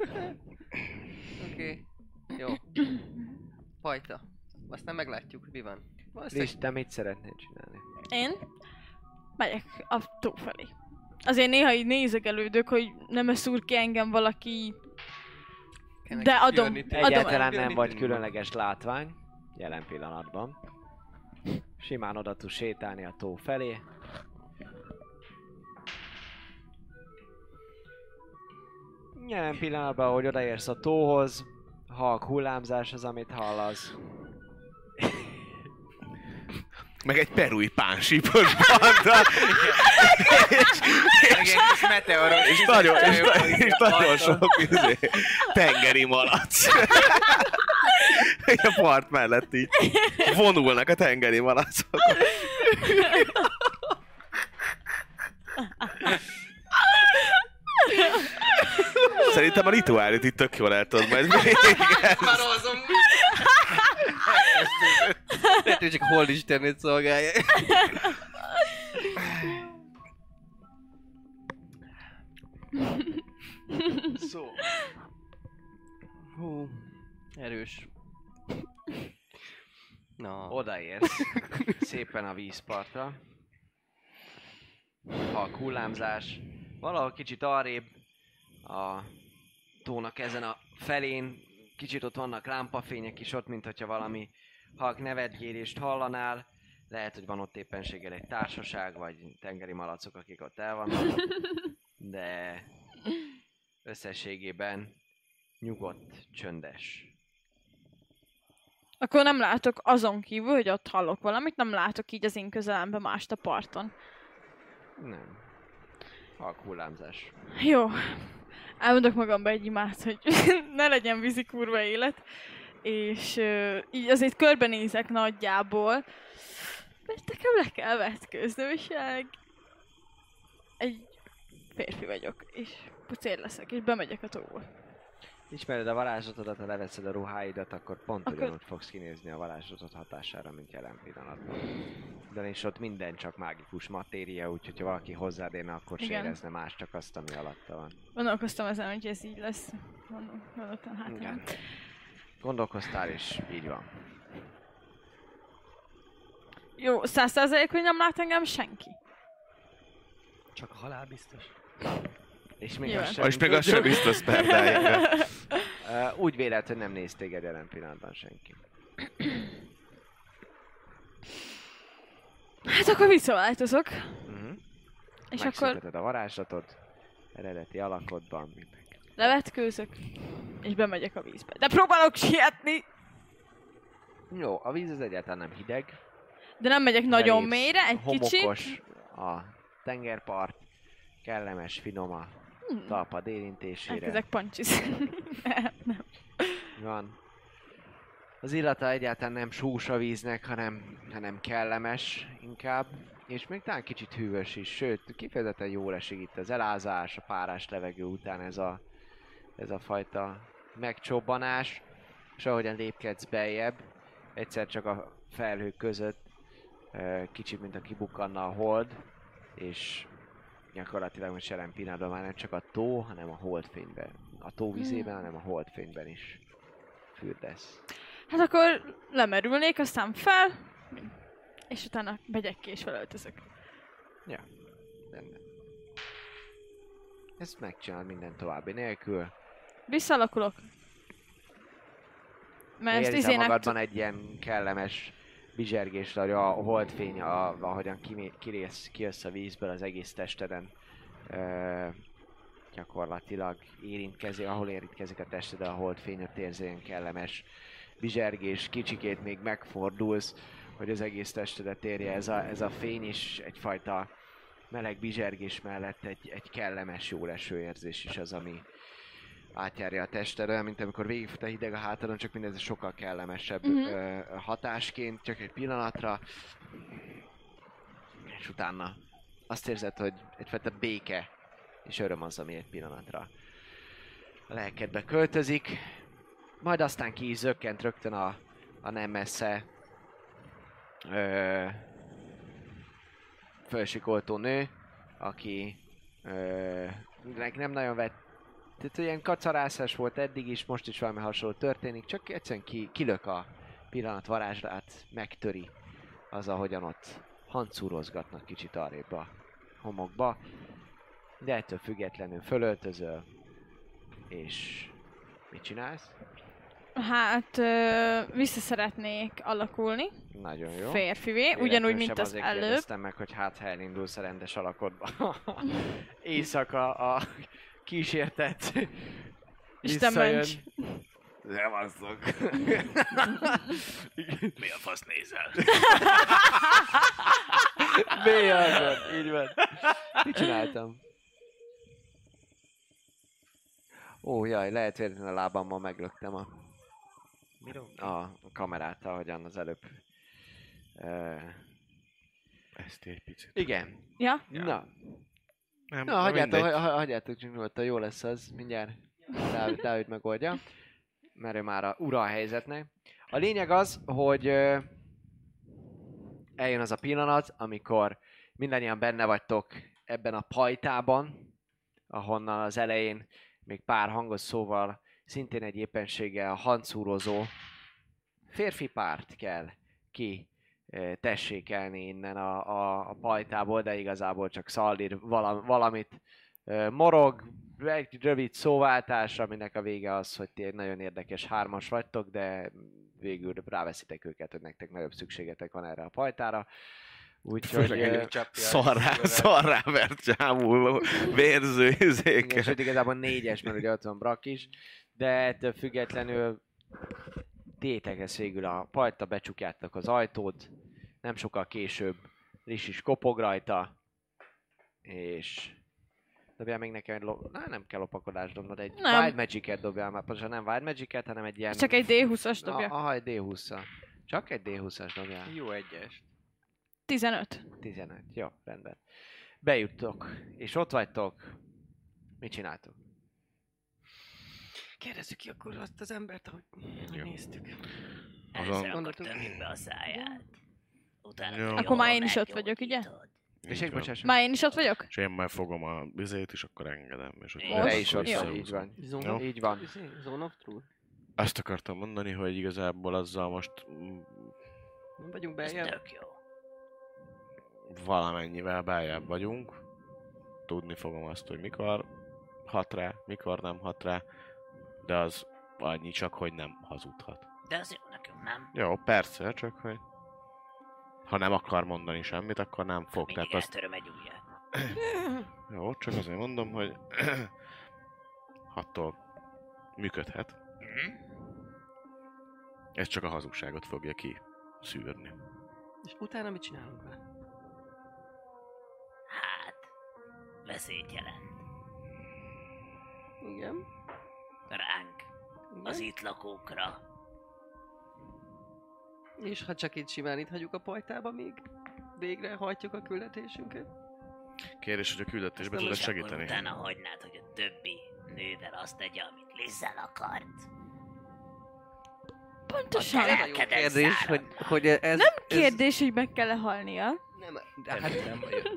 Oké. Jó. Pajta. Aztán meglátjuk, mi van. Liz, te mit szeretnél csinálni? Én megyek a tó felé. Azért néha így nézegelődök, hogy nem szúr ki engem valaki. De adom. Egyáltalán nem vagy különleges látvány, jelen pillanatban. Simán oda tudsz sétálni a tó felé. Jelen pillanatban, ahogy odaérsz a tóhoz, halk hullámzás az, amit hallasz. Meg egy perui pánsípos banda. Meg egy kis meteoros. és nagyon sok tengeri malac. A part mellett így vonulnak a tengeri malacok. Szerintem a rituálit itt tök jól el tudod majd végezni. Lehet, hogy csak a hold istenét szolgálja. Szó. Hú, erős. Na, Odaérsz szépen a vízpartra. Halk hullámzás. Valahol kicsit arrébb a tónak ezen a felén. Kicsit ott vannak lámpafények is ott, mint hogyha valami halk nevetgélést hallanál. Lehet, hogy van ott éppenséggel egy társaság, vagy tengeri malacok, akik ott el vannak, de összességében nyugodt, csöndes. Akkor nem látok azon kívül, hogy ott hallok valamit, nem látok így az én közelemben mást a parton. Nem. Halk hullámzás. Jó. Elmondok magamba egy imát, hogy ne legyen vízi kurva élet. És így azért körbenézek nagyjából. Mert nekem le kell vetkőznöm, és egy férfi vagyok, és pucér leszek, és bemegyek a tóba. Ismered a varázslatodat, ha leveszed a ruháidat, akkor pont Akkor- ugyanúgy fogsz kinézni a varázslatot hatására, mint jelen pillanatban. De és ott minden csak mágikus matéria, úgyhogy ha valaki hozzád érne, akkor se Igen. érezne más, csak azt, ami alatta van. Gondolkoztam ezen, hogy ez így lesz. Gondoltam, hát nem. Igen. Gondolkoztál, és így van. Jó, 100% hogy nem lát engem senki. Csak a halál biztos. És még Jó. azt sem És még az sem tudjuk. biztos perdáig. Úgy véled, hogy nem néz téged jelen pillanatban senki. Hát akkor visszaváltozok. Uh-huh. És akkor Megszünteted a varázslatod, eredeti alakodban, mindenki. levetkőzök, és bemegyek a vízbe. De próbálok sietni, Jó, a víz az egyáltalán nem hideg. de nem megyek nagyon Belépsz, mélyre, egy kicsit. homokos a tengerpart, kellemes, finom a talpad érintésére. Elkezdek pancsizni. Nem. Van. Az illata egyáltalán nem sós a víznek, hanem kellemes inkább. És még talán kicsit hűvös is, sőt, kifejezetten jól esik itt az elázás, a párás levegő után ez a fajta megcsobbanás. És ahogyan lépkedsz beljebb, egyszer csak a felhők között kicsit, mint a kibukkanna a hold, és gyakorlatilag most jelen pillanatban már nem csak a tó, hanem a holdfényben. A tó vízében, hanem a holdfényben is fürdesz. Hát akkor lemerülnék, aztán fel, és utána megyek ki és felöltözök. Ja, rendben. Ezt megcsinálod minden további nélkül. Visszalakulok. Mert ezt Érzel izének magadban egy ilyen kellemes bizsergést, hogy a holdfény, ahogyan kijössz a vízből az egész testeden gyakorlatilag érintkezik, ahol érintkezik a tested, a holdfény, ott érzel ilyen kellemes bizsergés, kicsikét még megfordulsz, hogy az egész testedet érje ez a fény, és egyfajta meleg bizsergés mellett egy kellemes, jó leső érzés is az, ami átjárja a tested, olyan, mint amikor végigfut a hideg a hátadon, csak mindez sokkal kellemesebb hatásként, csak egy pillanatra, és utána azt érzed, hogy egyfajta béke és öröm az, ami egy pillanatra a lelkedbe költözik, majd aztán ki is zökkent rögtön a nem messze fölsikoltó nő, aki nem nagyon vett. Tehát ilyen kacarászás volt eddig is, most is valami hasonló történik, csak egyszerűen kilök a pillanat varázslát, megtöri az, ahogyan ott hancúrozgatnak kicsit arrébb a homokba. De ettől függetlenül fölöltözöl, és mit csinálsz? Hát vissza szeretnék alakulni, Nagyon jó. férfivé, ugyanúgy, mint Véletlenül az sem azért előbb. kérdeztem meg, hogy hát ha elindulsz a rendes alakodba. Éjszaka a kísértet Isten visszajön. ments. Nem azzok. Mi a fasz nézel? Mi azon? Így van. Mit csináltam? Ó, jaj, lehet véletlenül a lábammal meglöktem a kamerát, ahogyan az előbb. Ezt egy picit. Igen. Ja? Na, Nem, na mindegy. hagyjátok csak nyugodtan, jó lesz az, mindjárt Dávid megoldja, mert ő már a ura a helyzetnek. A lényeg az, hogy eljön az a pillanat, amikor mindannyian benne vagytok ebben a pajtában, ahonnan az elején még pár hangos szóval szintén egy éppenséggel hancúrozó férfi párt kell ki tessékelni innen a pajtából, de igazából csak Szaldír valamit morog, egy rövid szóváltás, aminek a vége az, hogy ti egy nagyon érdekes hármas vagytok, de végül ráveszitek őket, hogy nektek nagyobb szükségetek van erre a pajtára. Főleg egy Úgyhogy... szarrá vert csámuló, vérző Igen, izékkel. sőt igazából 4-es, mert ugye ott van Brak is, de ettől függetlenül tétekhez végül a pajta, becsukjátok az ajtót, nem sokkal később Lis is kopog rajta, és dobjál még nekem egy nem kell lopakodást dobnod, egy Nem. Wild Magic-et dobjál már, pontosan nem Wild Magic-et, hanem egy ilyen... Csak egy D20-as dobja. Aha, egy D20-szal. Csak egy D20-as dobjál. Jó egyes. 15. 15. Jó, rendben. Bejuttok, és ott vagytok. Mit csináltok? Kérdezzük ki akkor azt az embert, ahogy Jó. néztük. Azon- Először akkor Gondoltuk. tömjük be a száját. Utána Jó. pedig Akkor már jól én is ott vagyok, ugye? meggyógyítod. És Így van. bocsáss. Már én is ott vagyok? És én majd fogom a vizét, és akkor engedem. És akkor Most? Te is ott Jó. vagy, így van. Zone, Így van. Zone of Truth. Azt akartam mondani, hogy igazából azzal most Nem vagyunk Ez beljebb. tök jó. valamennyivel beljebb vagyunk. Tudni fogom azt, hogy mikor hat rá, mikor nem hat rá, de az annyi csak, hogy nem hazudhat. De az jó nekünk, nem? Jó, persze, csak hogy ha nem akar mondani semmit, akkor nem fog. Mindig Tehát azt... eltöröm egy ujját. Jó, csak azért mondom, hogy attól működhet. Ez csak a hazugságot fogja kiszűrni. És utána mit csinálunk vele? Hát, veszélyt jelent. Igen. Ránk, az Igen. itt lakókra. És ha csak itt simán itt hagyjuk a pajtába, még végre hajtjuk a küldetésünket. Kérdés, hogy a küldetésbe Nem tudod És akkor segíteni? utána hagynád, hogy a többi nővel azt tegye, amit Lizzel akart. Pontosan. Ott Ez a jó lelkedet kérdés, zárod. hogy ez... Nem kérdés, hogy meg kell-e halnia. Nem, de hát nem vagyok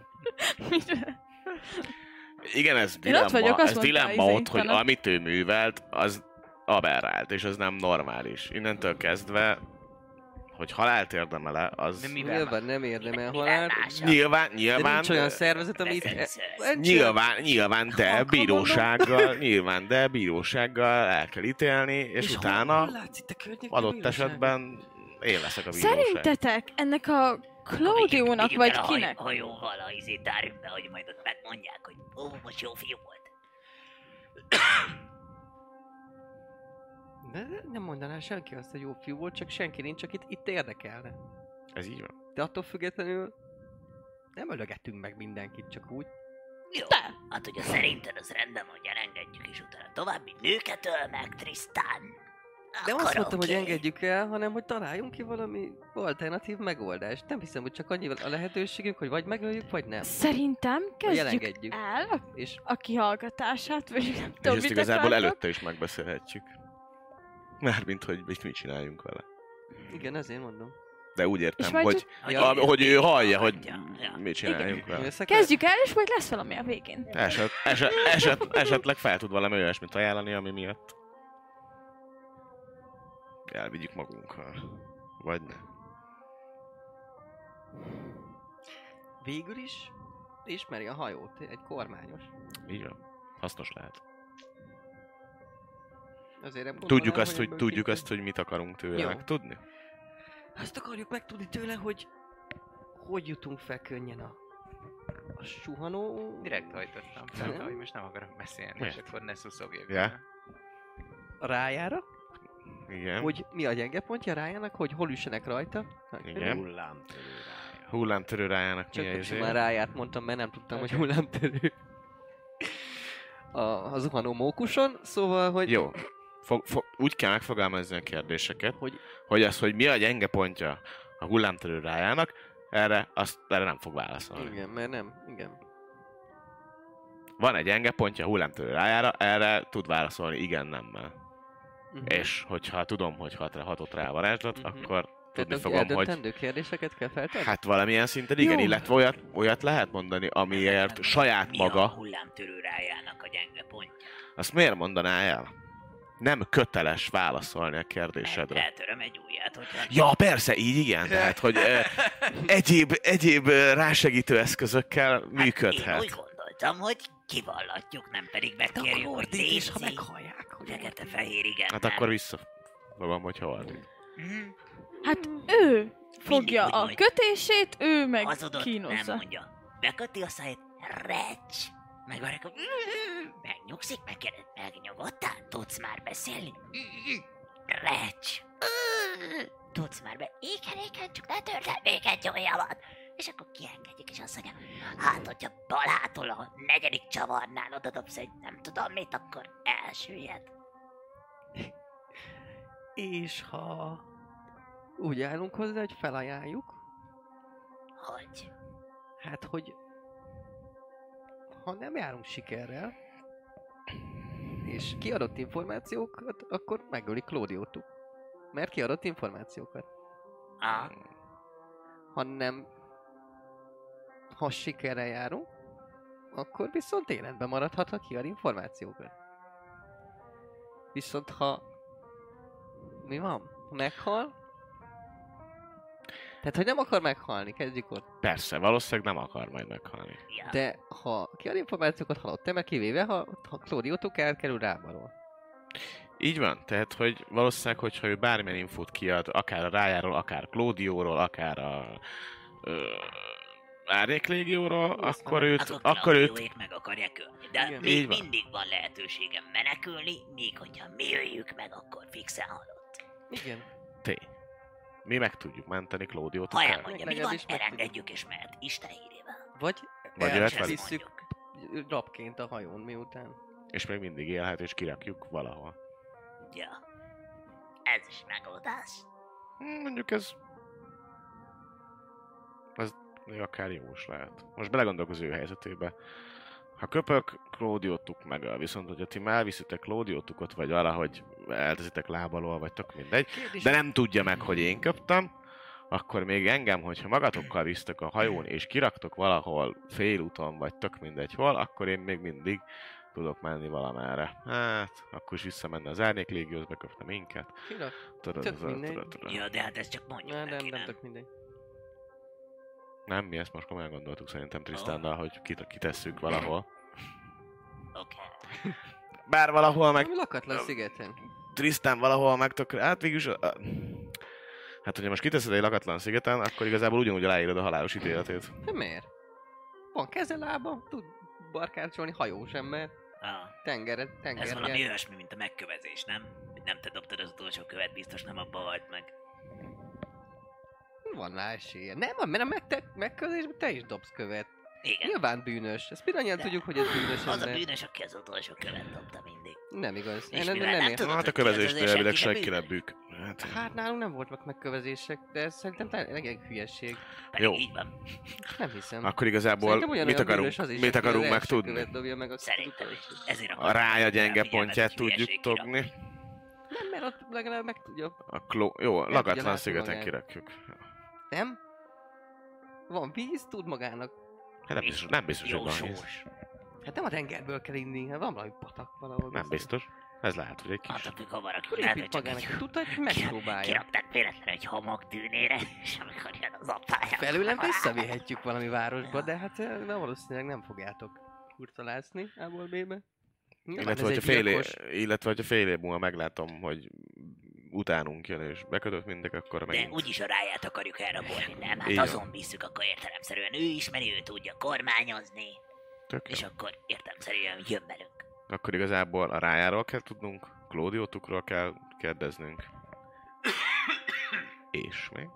Igen, ez Én ott vagyok, dilemma, azt ez mondta, dilemma izé, ott, hogy tanult. amit ő művelt, az aberrált, és az nem normális. Innentől kezdve, hogy halált érdemele, az De mivel Nyilván nem érdemel Mivel halált. mása? nyilván, De nyilván, nincs olyan szervezet, ami... nyilván, de bírósággal el kell ítélni, és utána Hol látsz itt a környéken adott bíróság? esetben én leszek a bíróság. Szerintetek ennek a Claudiónak vagy kinek? Hajóval a izét tárjuk be, hogy majd ott megmondják, hogy most jó fiú volt. De nem mondaná senki azt, hogy jó fiú volt, csak senki nincs, akit itt érdekelne. Ez így van. De attól függetlenül nem ölögetünk meg mindenkit csak úgy. Jó, De. hát ugye szerinted az rendben, hogy elengedjük, és utána további nőket öl meg, Tristan. Nem Akkor azt mondtam, hogy oké. engedjük el, hanem hogy találjunk ki valami alternatív megoldást. Nem hiszem, hogy csak annyi a lehetőségünk, hogy vagy megöljük, vagy nem. Szerintem kezdjük elengedjük. el És a kihallgatását, vagy nem És tudom, ezt mit igazából akartok. előtte is megbeszélhetjük. Mármint, hogy mit csináljunk vele. igen, ezért mondom. De úgy És értem, majd hogy, Ja, hogy ő hallja, hogy Ja. mit csináljunk vele. Kezdjük el, és majd lesz valami a végén. Esetleg fel tud valami olyasmit ajánlani, ami miatt elvigyük magunkkal. Vagy ne. Végül is ismeri a hajót, egy kormányos. Így van. Hasznos lehet. Azért nem Tudjuk gondolnám, azt, hogy ebből tudjuk ki- azt, hogy mit akarunk tőle Jó. megtudni? Azt akarjuk megtudni tőle, hogy jutunk fel könnyen a suhanó... Direkt hajtottam fel, hogy most nem akarok beszélni, és Miért? akkor ne szuszogjak. Ja. a rájára, Igen. hogy mi a gyenge pontja a rájának, hogy hol üssenek rajta. Igen. Hullámtörő rájának mi Csak a nem izé? simán ráját mondtam, mert nem tudtam, hogy hullámtörő. A zuhanó mókuson, szóval, hogy... Jó. Úgy kell megfogalmazni a kérdéseket, Hogy- hogy az, hogy mi a gyenge pontja a hullámtörő rájának, erre nem fog válaszolni. Igen, mert nem, igen. Van egy gyenge pontja a hullámtörő rájára, erre tud válaszolni igen, nemmel. Uh-huh. És hogyha tudom, hogy hatott rá a varázslat, akkor tudni Tehát fogom, hogy eldöntendő kérdéseket kell feltenni? hát valamilyen szinten igen, Jó. illetve olyat lehet mondani, amiért saját Mi a maga, hullámtörő rájának a gyenge pontja? azt miért mondaná el? Nem köteles válaszolni a kérdésedre. Eltöröm egy ujját, hogyha... Ja, persze, így igen, tehát, hogy egyéb rásegítő eszközökkel Én működhet. úgy gondoltam, hogy kivallatjuk, nem pedig De megkérjük, akkor hogy ordít is, ha légy meghallják, hogy... fekete-fehér, igen. Hát nem. akkor magam, hogyha halnék. Hát ő fogja úgy a mondja. kötését, ő meg Hazudott, nem kínozza. mondja. Beköti a száját, recs. Megvárjuk, megnyugszik, megkérdez, megnyugodtál? Tudsz már beszélni? Recs. Tudsz már igen, csak ne törd el még egy ujjamat. És akkor kiengedjük, és azt mondja, hát, hogyha balától a 4. csavarnál oda dobsz egy nem tudom mit, akkor elsüllyed. És ha úgy állunk hozzá, hogy felajánljuk, Hogy? hát hogy ha nem járunk sikerrel, és kiadott információkat, akkor megöli Claudiót. Mert kiadott információkat. Ah, Ha sikerrel járunk, akkor viszont életben maradhat, ha kiad információkat. Viszont ha... Mi van? Ha meghal? Tehát, hogy nem akar meghalni, kezdjük ott. Persze, valószínűleg nem akar majd meghalni. ja. De ha kiad információkat, halott te, meg kivéve, ha Claudiótok elkerül Rábalról. Így van, tehát hogy valószínűleg, hogyha ő bármilyen infót kiad, akár a Rájáról, akár Claudióról, akár a Árnyék Légióról, akkor őt... Akkor ők meg akarják ölni. De Igen. még Így van. mindig van lehetőségem menekülni, míg hogyha mi öljük meg, akkor fixen halott. Igen. Tény. Mi meg tudjuk menteni Claudiót. Ha akár. elmondja, mi van, Legalábbis meg elengedjük és mehet Isten hírével. Vagy Vagy jöhet veled. elvisszük rabként a hajón miután. És még mindig élhet, és kirakjuk valahol. Ja. Ez is megoldás. Mondjuk ez még akár jó is lehet. Most belegondolok az ő helyzetébe. Ha köpök, Claudiótuk megöl, viszont hogyha ti már elviszitek Claudiótukot, vagy valahogy eltezitek lábalól, vagy tök mindegy, Kérdés, de nem tudja meg, hogy én köptem, akkor még engem, hogyha magatokkal visztek a hajón, és kiraktok valahol félúton, vagy tök mindegy hol, akkor én még mindig tudok menni valamerre. Hát, akkor is visszamenne az Árnyék Légióhoz, beköpne minket. kirak? Tudod. Tök mindegy. Ja, de hát ezt csak mondjuk Nem, neki, nem nem? tök mindegy. Nem, mi ezt most komolyan gondoltuk szerintem Trisztánnal, hogy kitesszük valahol. Oké. Bár valahol meg... Ami lakatlan szigeten. Trisztán valahol meg hát végülis... Hát, hogyha most kiteszed egy lakatlan szigeten, akkor igazából ugyanúgy aláírod a halálos ítéletét. De miért? Van keze, lába, tud barkácsolni, hajós ember. Ez Tenger. valami olyasmi, mint a megkövezés, nem? Hogy nem te dobtad az utolsó követ, biztos nem abba halt meg. Van rá esélye. Nem, mert a megközelésben te is dobsz követ. Igen. Nyilván bűnös. Ezt mindannyian De tudjuk, hogy ez bűnös Az a ember. bűnös, aki az utolsó követ dobta mindig. Nem igaz. És Nem, mivel nem, nem nem, tudod, Hát a hogy ki az, kövezésnél azért elvileg senki senki sem nem bűk. Hát nálunk nem voltak megkövezések, de ez szerintem egy hülyeség. Pedig Jó. így van. Nem hiszem. Akkor igazából Szerintem ugyanolyan mit akarunk, bűnös az is, mit aki akarunk az első megtudni? követ dobja meg az Szerintem is. utolsó. Ezért A Rája gyenge figyelmet, pontját hogy hülyeség tudjuk kirakni. togni. Nem, mert ott legalább megtudja. Jó, tudja lakatlan látni szigeten magát. kirakjuk. Nem? Van víz, tud magának. Hát nem biztos, hogy Jó van víz. sós. Hát nem a tengerből kell inni, hát van valami patak valahol. Nem biztos. Ez lehet, hogy egy kis... Attól függ, ha valaki Akkor lehet, épít hogy csak magának, egy tudta, hogy megpróbálja. kirakták véletlenül egy homokdűnére, és amikor jön az apája. Felőlem visszavihetjük valami városba, de hát nem valószínűleg nem fogjátok hurcolászni ából B-be. Illetve, hogyha fél év múlva meglátom, hogy utánunk jön és bekötött mindek, akkor De megint... úgyis a Ráját akarjuk elrabolni, nem? Hát Így van. azon visszük, akkor értelemszerűen ő ismeri, ő tudja kormányozni, Tök jó. és akkor értelemszerűen jön velünk. Akkor igazából a Rájáról kell tudnunk, Claudiótukról kell kérdeznünk. És még?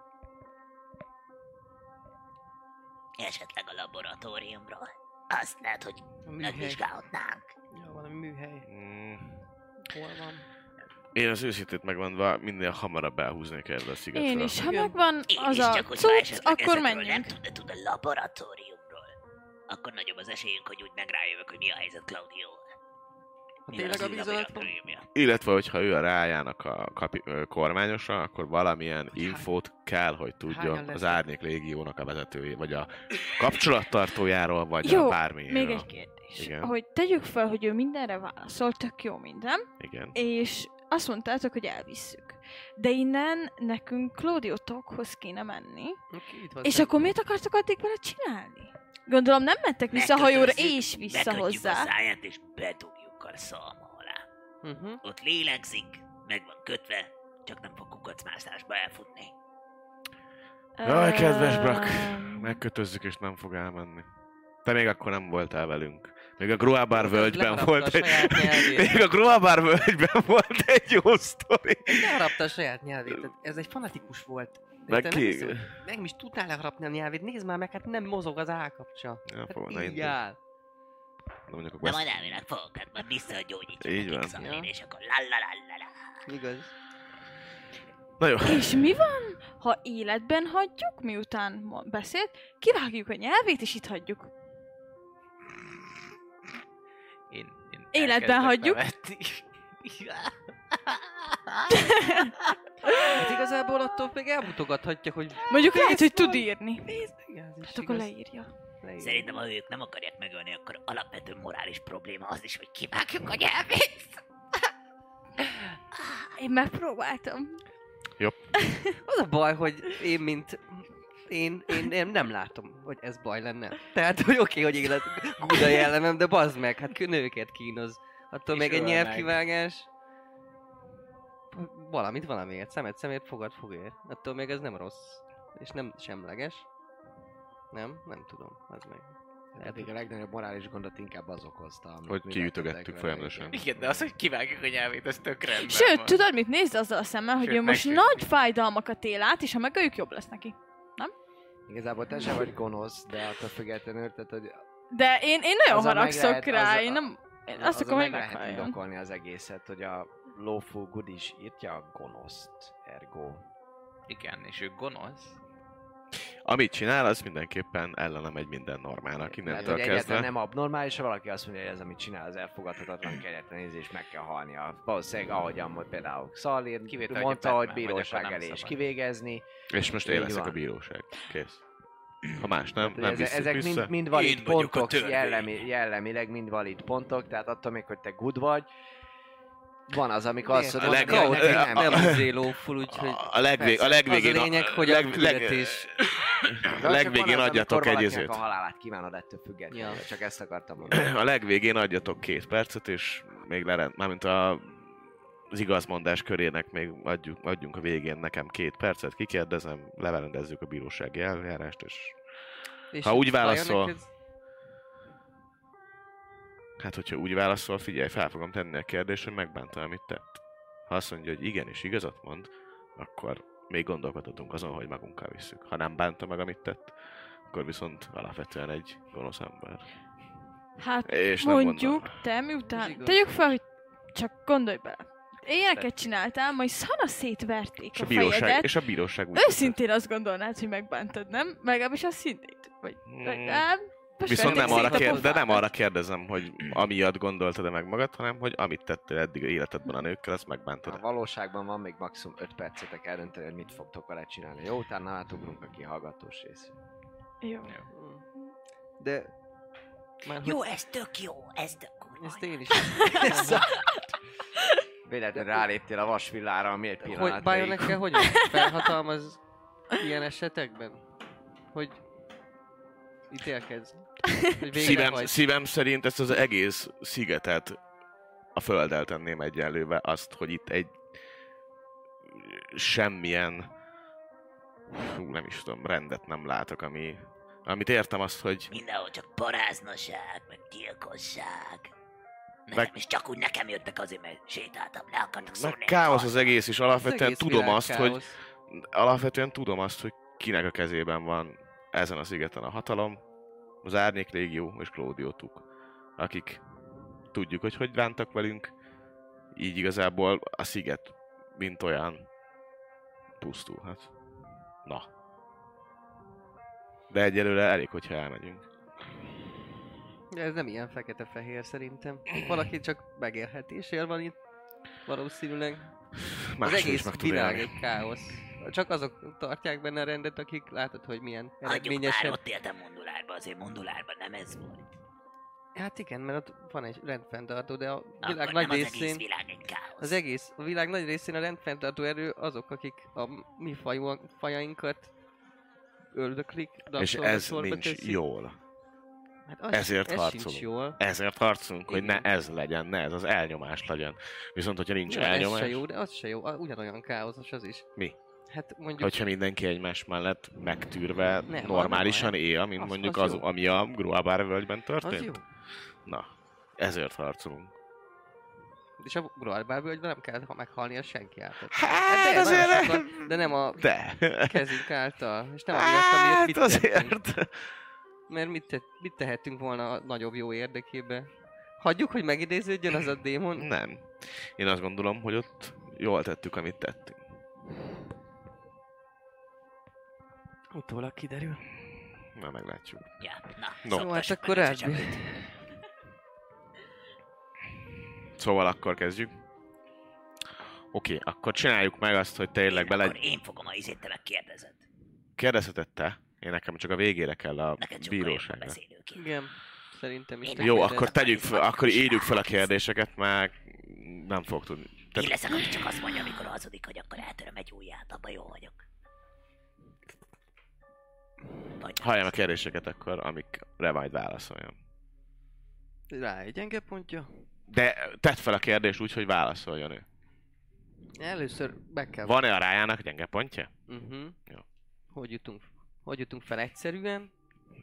Esetleg a laboratóriumról. Azt lehet, hogy A műhely. megvizsgálhatnánk. Ja, valami műhely. Hol van? Én az őszintét megmondva minél hamarabb elhúznék erre a szigetről. Én is, ha Igen. megvan Én az is, a csak hogyha cucc, esetleg akkor ezekről menjünk. nem tud a laboratóriumról. Akkor nagyobb az esélyünk, hogy úgy megrájövök, hogy mi a helyzet Claudio. Ha tényleg a víz alatt van? Illetve, hogyha ő a Rájának a kormányosa, akkor valamilyen infót kell, hogy tudjon hányan az lesznek? Árnyék Légiónak a vezetője, vagy a kapcsolattartójáról, vagy a Jó, bármilyenről. még egy kérdés. Igen. Hogy tegyük fel, hogy ő mindenre válaszol, tök jó minden, Igen. és azt mondtátok, hogy elvisszük. De innen nekünk Claudio-tokhoz kéne menni, Oké, itt van és szem- akkor miért akartok addig vele csinálni? Gondolom nem mentek vissza a hajóra és vissza Bekötjük a hozzá. száját és bedugjuk a szalma alá. Mhm. Ott lélegzik, meg van kötve, csak nem fog kukacmászásba elfutni. Jaj, kedves Brak, megkötözzük és nem fog elmenni. Te még akkor nem voltál velünk. Még a Groabar völgyben volt egy... Még a Groabar völgyben volt egy jó sztori. Leharapta a saját nyelvét. Ez egy fanatikus volt. Meg Te ki? nem is tudtál leharapni a nyelvét. Nézd már meg, hát nem mozog az állkapcsa. Ja, Hát fogod, na így indulj. áll. Na mondjuk, De akkor majd elvileg fogok, hát majd visszagyógyítjuk Így a van. Kixamin, és akkor la. Igaz. Na jó. És mi van, ha életben hagyjuk, miután beszélt, kivágjuk a nyelvét, és itt hagyjuk? Én Életben elkezdek hagyjuk. nevetni. Hát igazából attól még elmutogathatja, hogy... Mondjuk lehet, hogy tud írni. Nézd, igen, ez is Hát akkor igaz. leírja. Leírja. Szerintem, ha ők nem akarják megölni, akkor alapvető morális probléma az is, hogy kivágjuk a nyelvét. Én megpróbáltam. Az a baj, hogy én nem látom, hogy ez baj lenne. Tehát, hogy oké, hogy élet Guda jellemem, de bazd meg, hát nőket kínoz. Attól És még egy öl meg. nyelvkivágás... Valamiért, szemét, fogad. Attól még ez nem rossz. És nem semleges. Nem tudom, az meg. Eddig a legnagyobb morális gondot inkább az okozta, amit Hogy mi kiütögettük lettetek vele, folyamatosan. Igen, de az, hogy kivágjuk a nyelvét, az tök rendben Sőt, van. tudod mit? Nézd azzal a szemmel, hogy Sőt, ő most megsértünk. nagy fájdalmakat él át, és ha megöljük, jobb lesz neki. Igazából te sem vagy gonosz, de attól függetlenül, tehát, hogy De én nagyon Azzal haragszok meg lehet- rá, azzal- én nem... Én azt azzal akarom, hogy meg lehet meghaljon. indokolni az egészet, hogy a Lawful Good is írtja a gonoszt, ergo. Igen, és ő gonosz. Amit csinál, az mindenképpen ellene megy minden normának, Tehát, innentől hogy egyáltalán kezdve. nem abnormális, ha valaki azt mondja, hogy ez, amit csinál, az elfogadhatatlan, kegyetlen és meg kell halnia. Valószínűleg, ahogyan majd például Szalír Kivétel, mondta, hogy hogy Batman, vagy bíróság akkor nem elé is szabad. kivégezni. És most Így én leszek van. a bíróság. Kész. Ha más nem, Tehát, nem hogy visszük ezek vissza. mind valid Én vagyok a pontok, törvény. jellemileg mind valid pontok, tehát attól még, hogy te good vagy, van az, amikor azt Miért? mondod, A hogy leg- neked Nem nem. lóful, úgyhogy... A legvégén... Az a lényeg, hogy a küldetés... A legvégén adjatok egy izét. A halálát kívánod ettől függetlenül, Ja. csak ezt akartam mondani. A legvégén adjatok 2 percet, és még mármint az igazmondás körének még adjunk a végén nekem 2 percet, kikérdezem, lerendezzük a bírósági eljárást, és ha úgy válaszol, hát hogyha úgy válaszol, figyelj, fel fogom tenni a kérdést, hogy megbánta, amit tett. Ha azt mondja, hogy igenis igazat mond, akkor még gondolkodhatunk azon, hogy magunkkal visszük. Ha nem bánta meg, amit tett, akkor viszont alapvetően egy gonosz ember. Hát És nem mondjuk, gondolom. te miután... Igaz. Tegyük fel, hogy csak gondolj bele. Ilyeneket csináltál, majd szana szétverték És a a bíróság, fejedet. és a bíróság úgy Őszintén azt gondolnád, hogy megbántad, nem? Legalábbis azt hinnéd. Vagy legalább... Viszont nem verték arra, szét a de nem pofádat. arra kérdezem, hogy amiatt gondoltad-e meg magad, hanem hogy amit tettél eddig a életedben a nőkkel, azt A megbántad. valóságban van még maximum 5 percetek eldönteni, hogy mit fogtok vele csinálni. Jó, utána átugrunk a kihallgatós rész. Jó. De... Már Jó, ez tök jó, ez tök kurva. Ezt én is... Véletlenül ráléptél a vasvillára, ami egy pillanat Hogy Bionek-el hogyan felhatalmaz ilyen esetekben? Hogy ítélkedz? Hogy végre vagy? Szívem szerint ezt az egész szigetet a földdel tenném egyenlőbe, azt, hogy itt egy semmilyen nem is tudom, rendet nem látok, amit értem azt, hogy Mindenhol csak paráznaság, meg gyilkosság. Nekem Meg- is csak úgy nekem jöttek azért, mert sétáltam, le akartak szólni. meg káosz az egész, és alapvetően egész tudom világ azt, hogy káosz. kinek a kezében van ezen a szigeten a hatalom, az Árnyék Légió és Claudio Tuk, akik tudjuk, hogy bántak velünk, így igazából a sziget, mint olyan, pusztulhat. Na. De egyelőre elég, hogyha elmegyünk. De ez nem ilyen fekete-fehér szerintem. Valaki csak megélhetésért van itt. Valószínűleg. Máshol Az is egész meg tud világ élni. egy káosz. Csak azok tartják benne a rendet, akik látod, hogy milyen Adjuk már, eredményesen. ott éltem Mondulárban, azért Mondulárban nem ez volt. Hát igen, mert ott van egy rendfenntartó, de a világ Akkor nagy nem az egész részén... világ egy káosz. A világ nagy részén a rendfenntartó erő azok, akik a mi fajainkat öldöklik, És rabszolga ez sorba nincs teszik. jól. Hát az, Ezért ez harcolunk. sincs jól. Ezért harcolunk, hogy ne Igen. ez legyen, ne ez az elnyomás legyen. Viszont, hogyha nincs Ja, ez elnyomás, se jó, de az se jó. Ugyanolyan káoszos az is. Mi? Hát mondjuk... hogyha mindenki egymás mellett megtűrve Nem, normálisan nem, él, mint az- mondjuk az az, jó. ami a Gruabár völgyben Az történt. jó. Na, ezért harcolunk. És a Groarbár völgyben nem kell meghalnia senki által. Hát de, azért... nagyon sokan, de nem a De. kezünk által. És nem amiatt, amiatt mit Hát tettünk. azért. Mert mit tehettünk volna a nagyobb jó érdekében? Hagyjuk, hogy megidéződjön az a démon? Nem. Én azt gondolom, hogy ott jól tettük, amit tettünk. Utólag kiderül. Na, meglátjuk. Ja, na, No. Jó, hát szoktassuk akkor meg a átbírt. csecsemőt. Szóval akkor kezdjük. Oké, akkor csináljuk meg azt, hogy tényleg bele... Akkor én fogom a izét, te megkérdezed. Kérdezheted te? Én nekem csak a végére kell a Neked sokkal jobb a bíróságra. beszélőként. Igen. Szerintem is. Én te Jó, kérdezz. akkor tegyük fel, akkor írjuk fel a kérdéseket, mert nem fog tudni. Én leszek, aki csak azt mondja, amikor hazudik, hogy akkor eltöröm egy ujját, abban jó vagyok. Vagy nem. Halljam a kérdéseket akkor, amikre majd válaszoljon. Rá egy gyenge pontja. De tedd fel a kérdést úgy, hogy válaszoljon ő. Először meg kell... Van-e a rájának gyenge pontja? Jó. Hogy jutunk fel egyszerűen?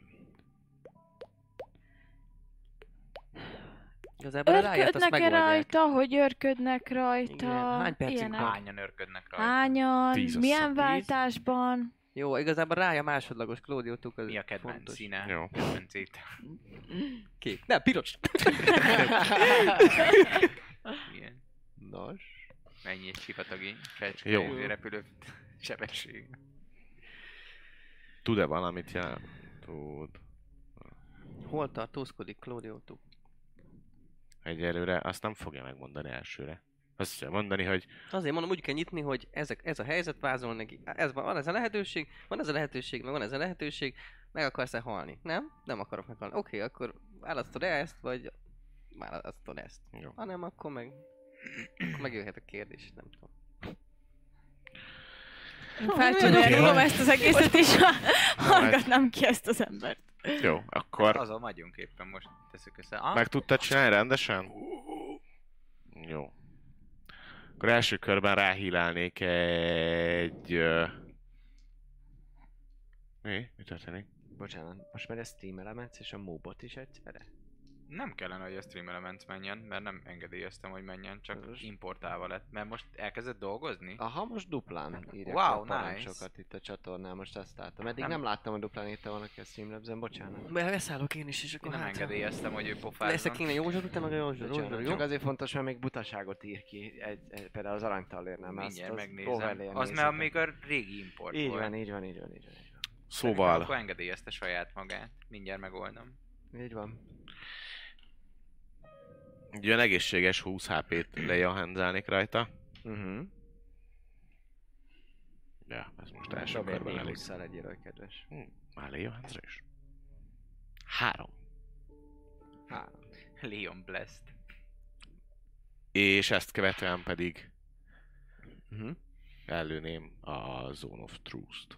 Igazából a ráját azt Örködnek-e megoldják. rajta, hogy örködnek rajta? Igen. Hány percünk ilyenek? van? Hányan örködnek rajta? Hányan? 10 azt Milyen hiszem. váltásban? Jó, igazából rája másodlagos, Claudio-tuk az Mi a kedvenc fontos. színe? Jó. Kedvenc étel? Kék. Nem, piros! Ilyen. Nos. Mennyi egy sivatagi Jó. fecske repülő sebesség? Tud-e valamit jelent? Tud. Hol tartózkodik Claudio-tuk? Egyelőre azt nem fogja megmondani elsőre. Azt fogja mondani, hogy Azért mondom, úgy kell nyitni, hogy ez a helyzet vázol neki. Van ez a lehetőség, van ez a lehetőség, meg van ez a lehetőség. Meg akarsz-e halni? Nem? Nem akarok meghalni. Oké, akkor választod ezt, vagy választod ezt. jó. Ha nem, akkor meg jöhet a kérdés, nem tudom. Én felcsinálom ezt az egészet, és hallgatnám ki ezt az embert. Jó, akkor Azon vagyunk éppen most, teszük össze. Ah, meg tudtad csinálni rendesen? Jó. Akkor első körben ráhílálnék egy... Mi történik? Bocsánat, most már a Steam Elements és a Mobot is egyszerre? nem kellene, hogy a Stream Elements menjen, mert nem engedélyeztem, hogy menjen, csak Most. importálva lett. Mert most elkezdett dolgozni? Aha, most duplán írják Wow, a parancsokat itt a csatornán, most ezt láttam. Eddig nem láttam, hogy duplán írta valaki a Streamlabs-en, bocsánat. Beszállok én is, és Én akkor nem hát... engedélyeztem, hogy ő pofázzon. Leszek én a József, utána meg a József, Bocsánat, jó? csak azért fontos, mert még butaságot ír ki, például az aranytallérnál, mert Mindjárt azt megnézem. overlayen Az nézitek. már még a régi import Így volt. van, így van. Szóval... Akkor engedélyezte saját magát. Mindjárt megoldom. Így van. Egy olyan egészséges 20 HP-t lejahenzelnék rajta. Ja, ez most első Dobj egy körben elég. 20-szal legyél olyan kedves. Már lejahenzel is? 3. Leon Blessed. És ezt követően pedig Uh-huh. előném a Zone of Truth-t.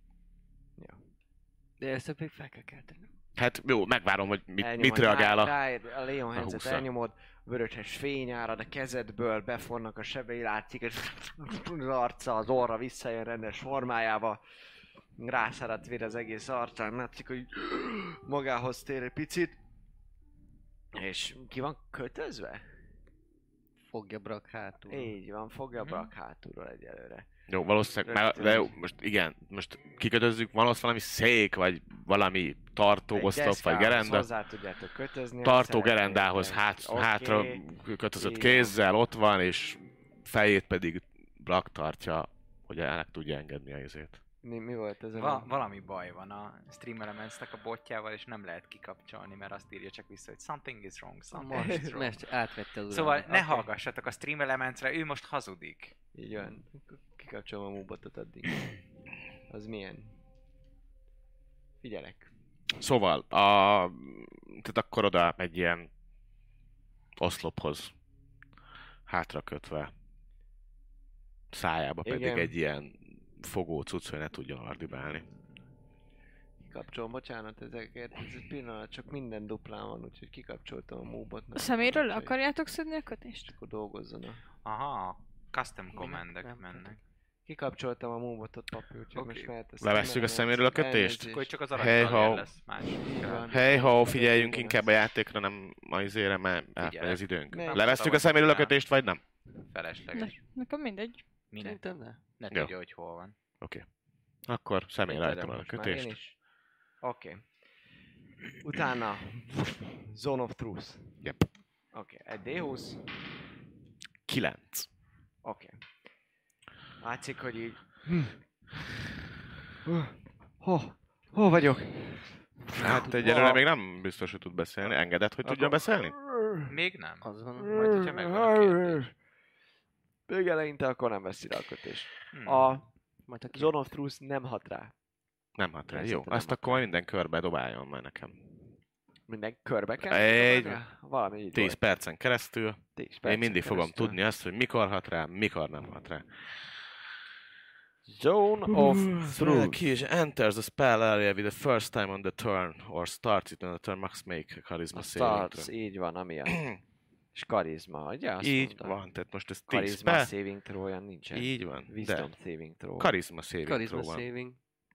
De ezt még fel kell kelteni. Hát jó, megvárom, hogy mit Elnyomod, reagál a... a Leon Hands-et 20-szal. elnyomod, vöröses fény árad a kezedből, befornak a sebei, látszik, és az arca, az orra visszajön rendes formájába. Rászáradt vér az egész arcán, látszik, hogy magához tér egy picit. És ki van kötözve? Fogja Brak hátul. Így van, fogja a Brak hátulról egyelőre. Jó, valószínűleg, de jó, most igen, most kikötözzük, van ott valami szék, vagy valami tartóoszlop, vagy gerenda. Hozzá tudjátok kötözni. Tartó szeretnétek. gerendához Oké. hátra kötözött Így kézzel, ott van, és fejét pedig Black tartja, hogy el tudja engedni a izét. Mi volt ez a... Valami baj van a Stream Elements-nek a botjával, és nem lehet kikapcsolni, mert azt írja csak vissza, hogy something is wrong, something is wrong. Most átvette az Szóval ne uralmat. hallgassatok a Stream Elements-re, ő most hazudik. Így van. Kikapcsolom a mobotot addig. Az milyen? Figyelek. Szóval, tehát akkor oda egy ilyen oszlophoz hátra kötve, szájába pedig Igen. egy ilyen fogó cucc, hogy ne tudjon ardibálni. kikapcsolom, bocsánat ezeket, ez egy pillanat, csak minden duplán van, úgyhogy kikapcsoltam a móbot. A személyről le akarjátok szedni a kötést? Akkor dolgozzanak. Aha, custom commandek mennek. Kikapcsoltam a móbotot, papi, úgyhogy Oké. most mehet Levesszük a szeméről a kötést? Akkor csak az Hey, arany ho. lesz más. Hey ho, figyeljünk inkább a játékra, nem a izére, mert átmegy az időnk. Ne. Levesszük a szeméről a kötést, vagy nem? Felesleges. Nekem mindegy. Minek? Szerintem ne. Ne Jó. tudja, hogy hol van. Akkor személyre Érted, állítom a most már én kötést. is. Oké. Utána Zone of Truth. Yep. Oké, egy D20. 9. Oké. Látszik, hogy így... Hol vagyok? Hát egyelőre még nem biztos, hogy tud beszélni. Engedett, hogy tudjon beszélni? Még nem. Az van. Majd, hogyha megvan a kérdés. Még eleinte akkor nem veszi rá a kötést. Hmm. A Majd a Zone of Truth nem hat rá. Nem, hát jó. Szerintem Azt nem akkor majd minden körbe dobáljon már nekem. Minden körbe kell? Egy- dobálni? Valami így 10 volt. percen keresztül. 10 Én percen mindig fogom keresztül. tudni azt, hogy mikor hat rá, mikor nem hat rá. Zone of Through Truth. key enters the spell area with the first time on the turn, or starts it on the turn, must make a charisma A saving starts, throw. így van, amiatt. És karizma, ugye? Azt Így mondta. van, tehát most ez 10 Karizma spell. saving throw olyan nincsen. Így van, Wisdom de saving throw. charisma saving Charisma throw van. saving.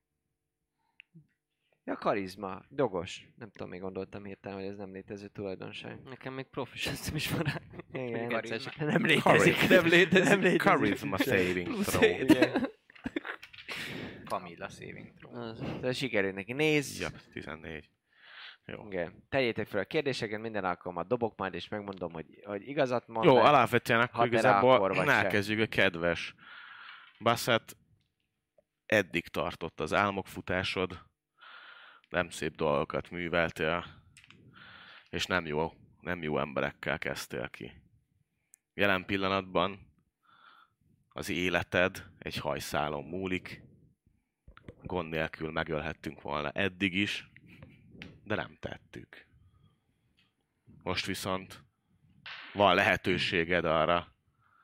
Ja, karizma. Dogos. Nem tudom, még gondoltam hirtelen, hogy ez nem létező tulajdonság. Nekem még proficiency is van rá. Igen. Egyszer csak Nem létezik. nem létezik. Nem létezik. Charisma saving Plusz throw. egy. Igen. Camilla saving throw. Az. De sikerült neki. Nézd. Yep, 14. Jó. Igen. Tegyétek fel a kérdéseket, minden alkalommal dobok majd, és megmondom, hogy igazat mondom. Jó, alapvetően akkor hat-e rá igazából akkor, vagy se? elkezdjük a kedves. Bassett, eddig tartott az álmokfutásod, nem szép dolgokat műveltél, és nem jó emberekkel kezdtél ki. Jelen pillanatban az életed egy hajszálon múlik, gond nélkül megölhettünk volna eddig is, de nem tettük. Most viszont van lehetőséged arra,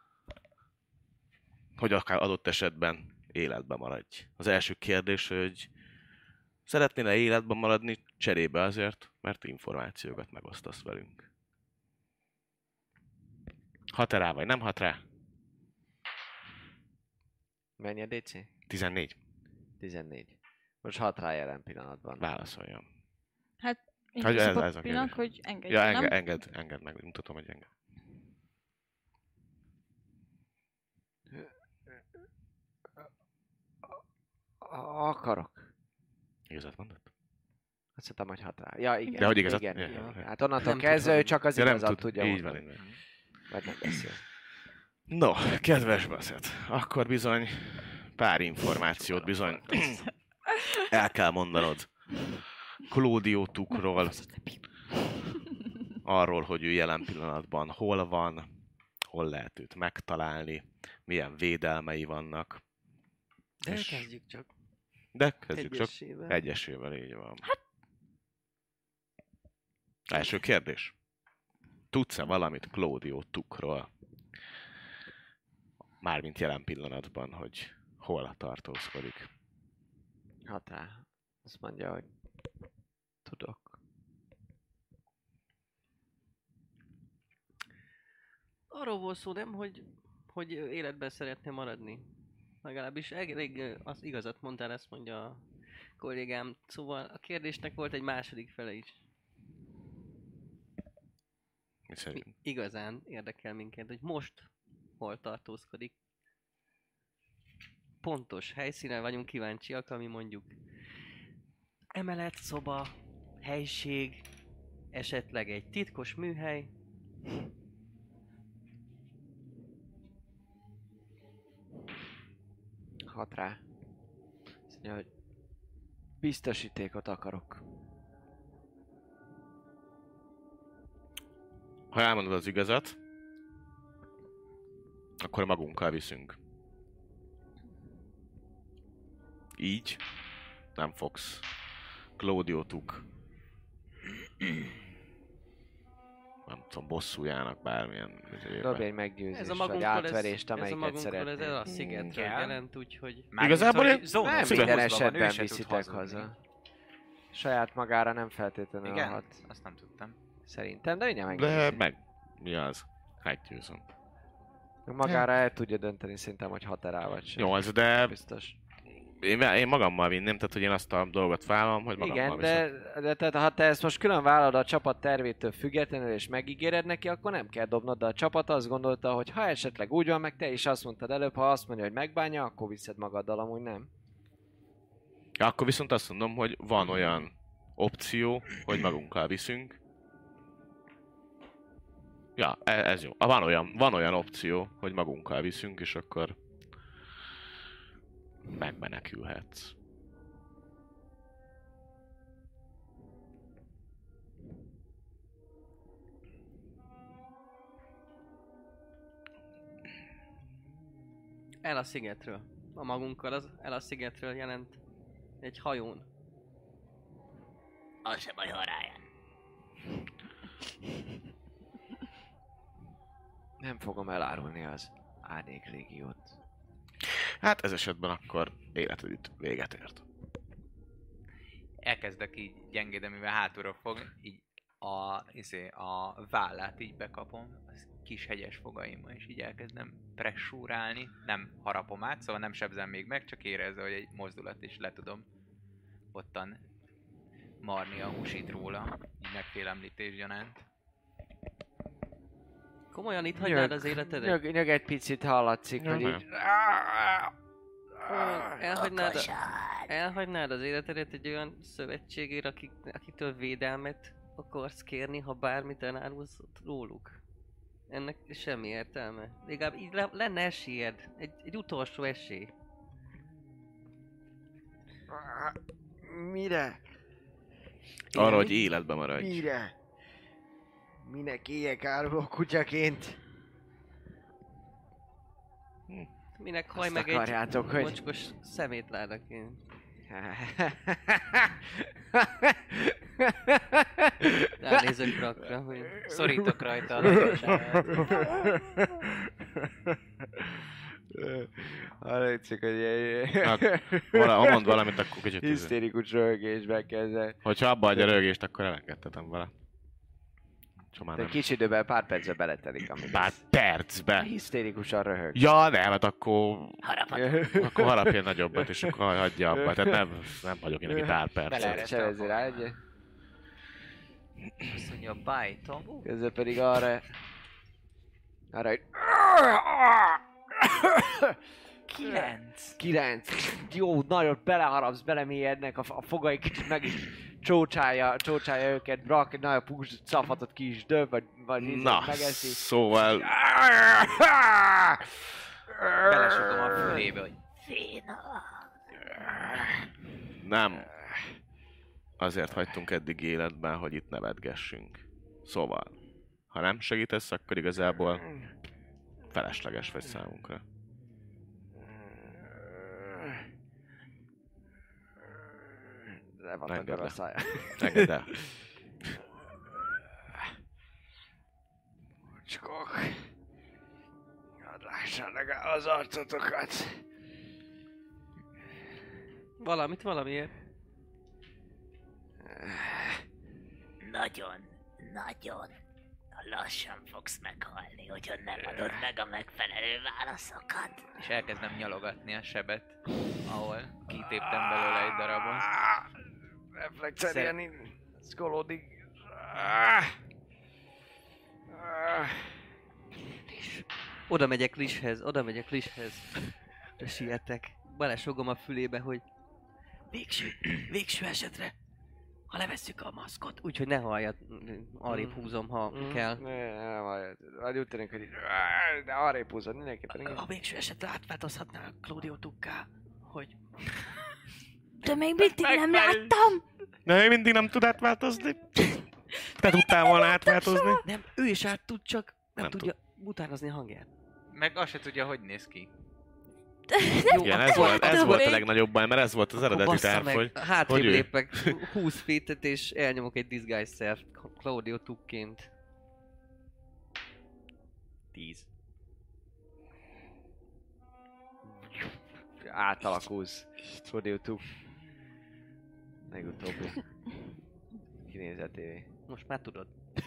hogy akár adott esetben életben maradj. Az első kérdés, hogy szeretnél-e életben maradni cserébe azért, mert információkat megosztasz velünk. Hat-e rá, vagy nem hat rá? Mennyi a DC? 14. 14. Most 6 rá jelen pillanatban. Válaszoljon. Így Hogy ez a papinak, kérdés. hogy engedjen, Ja, nem? engedd meg, mutatom, hogy enged. Akarok. Igazat mondott? Azt hittem, hogy 6 rá. Ja, igen. De hogy igazat? Igen, Ja, igen. ja. Hát onnantól Nem kezdve tudom. ő csak az Ja, nem igazat tud. tudja Így mondani. van, így van. Vagy nem beszél. No, kedves Bassett, akkor bizony pár információt bizony el kell mondanod. Claudio Tukról, arról, hogy ő jelen pillanatban hol van, hol lehet őt megtalálni, milyen védelmei vannak. De És- kezdjük csak. De kezdjük csak Egyesével. egyesével, így van. Első kérdés. Tudsz-e valamit Claudio Tukról? Mármint jelen pillanatban, hogy hol tartózkodik. 6 rá. Azt mondja, hogy tudok. Arról volt szó, nem, hogy életben szeretne maradni. Legalábbis elég az igazat mondtál, ezt mondja a kollégám. Szóval a kérdésnek volt egy második fele is. Mi szerint? Igazán érdekel minket, hogy most hol tartózkodik. Pontos helyszínen vagyunk kíváncsiak, ami mondjuk emelet, szoba, helység, esetleg egy titkos műhely. 6 rá. Azt mondja, hogy biztosítékot akarok. Ha elmondod az igazat, akkor magunkkal viszünk. Így nem fogsz Claudio Tuk, nem tudom, bosszújának bármilyen Dobj egy meggyőzést, Ez a vagy magunkról, átverést, ez a amelyiket magunkról, ez szeretnél. a szigetről Kell. jelent, úgyhogy... Igazából én- zóna Nem Szület- minden hozva van, ő esetben se tud viszitek hazudni. haza. saját magára nem feltétlenül Igen? hat. Azt nem tudtam. Szerintem, de mindjárt De megnézzük. meg... Mi az? Meggyőzöm. Magára el tudja dönteni szerintem, hogy hat rá vagy sem. 8, de Biztos. én magammal vinném, tehát hogy én azt a dolgot vállalom, hogy magammal Igen, viszem. de tehát ha te ezt most külön vállalod a csapat tervétől függetlenül és megígéred neki, akkor nem kell dobnod, de a csapat azt gondolta, hogy ha esetleg úgy van, meg te is azt mondtad előbb, ha azt mondja, hogy megbánja, akkor viszed magaddal, amúgy nem. Ja, akkor viszont azt mondom, hogy van olyan opció, hogy magunkkal viszünk. Ja, ez jó. Van olyan opció, hogy magunkkal viszünk, és akkor megmenekülhetsz. El a szigetről. A magunkkal az el a szigetről jelent egy hajón. Az se baj, ha rájön. Nem fogom elárulni az Árnyék Légiót. Hát ez esetben akkor életed itt véget ért. Elkezdek így gyengéden, mivel hátulra fog, így a vállát így bekapom, az kis hegyes fogaimmal, és így elkezdem pressúrálni, nem harapom át, szóval nem sebzem még meg, csak érezze, hogy egy mozdulat is le tudom ottan marni a húsit róla, így megfélemlítés gyanánt. Komolyan itt hagynád az életedet? Nyög egy picit hallatszik, hogy Nem. így... Elhagynád az életedet egy olyan szövetségért, akitől védelmet akarsz kérni, ha bármit elárulsz róluk? Ennek semmi értelme. Legalább így lenne esélyed. Egy utolsó esély. Mire? Arra, hogy életbe maradj. Mire? Minek éljek áruló kutyaként? Minek haj Azt meg akarjátok, egy hogy- mocskos szemétládaként. Ránézök Brakra, hogy... Szorítok rajta a nagyosát. Arra csak, hogy Mondd valamit, akkor kicsit hisztérikus röhögésbe kezdve. Hogyha abba hagyja a rögést, akkor elengedhetem vele. Csak már De nem. kis időben, pár percbe beletelik, amíg Pár ez percbe. hisztérikusan röhög. Ja, nem, hát akkor Haraphat. harapja nagyobbat, és akkor hagyja abba. Tehát nem hagyok én neki pár percet. Bele- Cserezni rá egyet. Azt mondja, bájtom. Közben pedig arra, hogy... 9. Jó, nagyon beleharapsz, belemélyednek, a fogai kicsit meg is csócsálja őket, Brak egy nagyon púzs szafatot ki is döb, vagy Na, megeszi. szóval Belesugom a fülébe, hogy Fina. nem azért hagytunk eddig életben, hogy itt nevetgessünk. Szóval, ha nem segítesz, akkor igazából felesleges vagy számunkra. Levatagol a szája. Engedd el. Mocskok. Hadd lássam legalább az arcotokat. Valamiért. Nagyon lassan fogsz meghalni, hogyha nem adod meg a megfelelő válaszokat. és elkezdem nyalogatni a sebet, ahol kitéptem belőle egy darabon. Reflexzerjen, szkolódik. Oda megyek Lishez. De sietek. Belesogom a fülébe, hogy végső esetre, ha levesszük a maszkot. Úgyhogy ne halljad, arrébb húzom, ha kell. Nem, majd úgy tűnik, hogy de arrébb húzod mindenképpen. Igen. A végső esetre átváltozhatnál Claudio Tukká, hogy De még mindig nem láttam! De még mindig nem tud átváltozni. Te tudtál volna átváltozni? nem, ő is át tud, csak nem Nem tudja utánozni a hangját. Meg azt se tudja, hogy néz ki. Jó, Igen, akkor- ez volt a még. legnagyobb baj, mert ez volt az eredeti bassza terv, meg, hogy hátrébb hogy ő? lépek 20 feet-et és elnyomok egy disguise szert Claudio Tukként. 10. Átalakulsz. Claudio Tuk. Legutóbbi. kinéz a tévé. Most már tudod.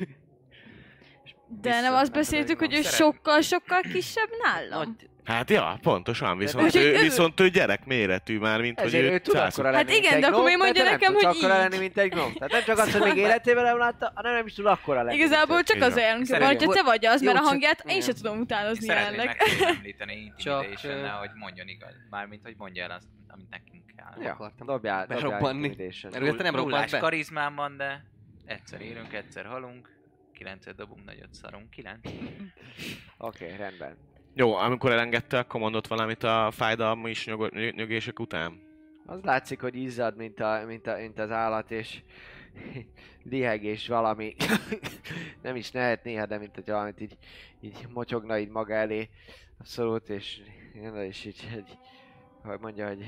De nem azt beszéltük, hogy ő sokkal-sokkal kisebb nálam? Nagy... Hát ja, pontosan, viszont Úgyhogy ő, ő- viszont ő gyerekméretű már, mint hogy Ezért ő tud 100. akkora lenni, Hát igen, mint de egy akkor gnóm, még mondja de te nekem, nem tudsz hogy akkora így. lenni, mint egy gnóm. Tehát nem csak azt, hogy még életében nem látta, hanem nem is tud akkora lenni. Igazából csak Igen. azért, amikor Szeretném- hogyha te vagy az, mert a Jó, csak- hangját én igen. sem tudom utánozni Szeretném jelenleg. megkülönlíteni Intimidation-nel, Csak, hogy mondjon igaz. Mármint, hogy mondja el azt, amit nekünk kell. Ja, akartam dobjál berobbanni. intimidation. Mert ő te nem robbant Nullás be. karizmám van, de egyszer élünk, egyszer halunk. 9-et dobunk, nagyot szarunk. 9. Oké, rendben. Jó, amikor elengedte, akkor mondott valamit a fájdalmas nyögések után? Az látszik, hogy izzad, mint az állat, és liheg, és valami nem is lehet néha, de mint hogy valamit így motyogna így maga elé. Abszolút, és így hogy mondja, hogy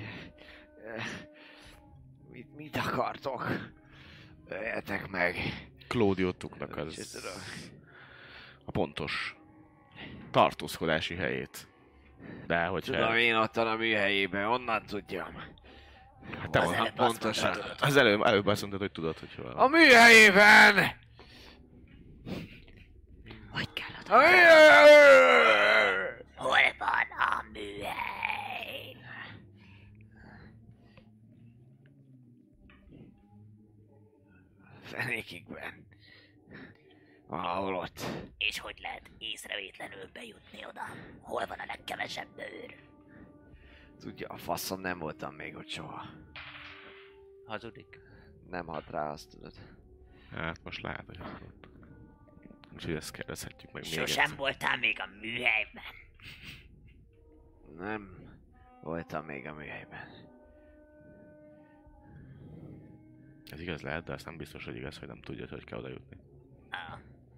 mit akartok? Öljetek meg. Claudio-tuknak Nem is az tudom. a pontos tartózkodási helyét. De hogyha... Tudom, én ottan a műhelyében, onnan tudjam. Hát te Az mondtad előbb azt pontosan. mondtad. Az előbb azt mondtad, hogy tudod, hogy hol A van. műhelyében! Hogy kellett? A műhelyében! Hol van a műhely? Fenékikben. Valahol ott. És hogy lehet észrevétlenül bejutni oda? Hol van a legkevesebb bőr? Tudja, a faszom, nem voltam még ott soha. Hazudik. Nem hat rá, azt tudod. Hát most lehet, hogy hallott. Úgyhogy ezt kérdezhetjük meg még Sosem egyszer. voltál még a műhelyben. Nem voltam még a műhelyben. Ez igaz lehet, de azt nem biztos, hogy igaz, hogy nem tudja, hogy kell oda jutni. Ah,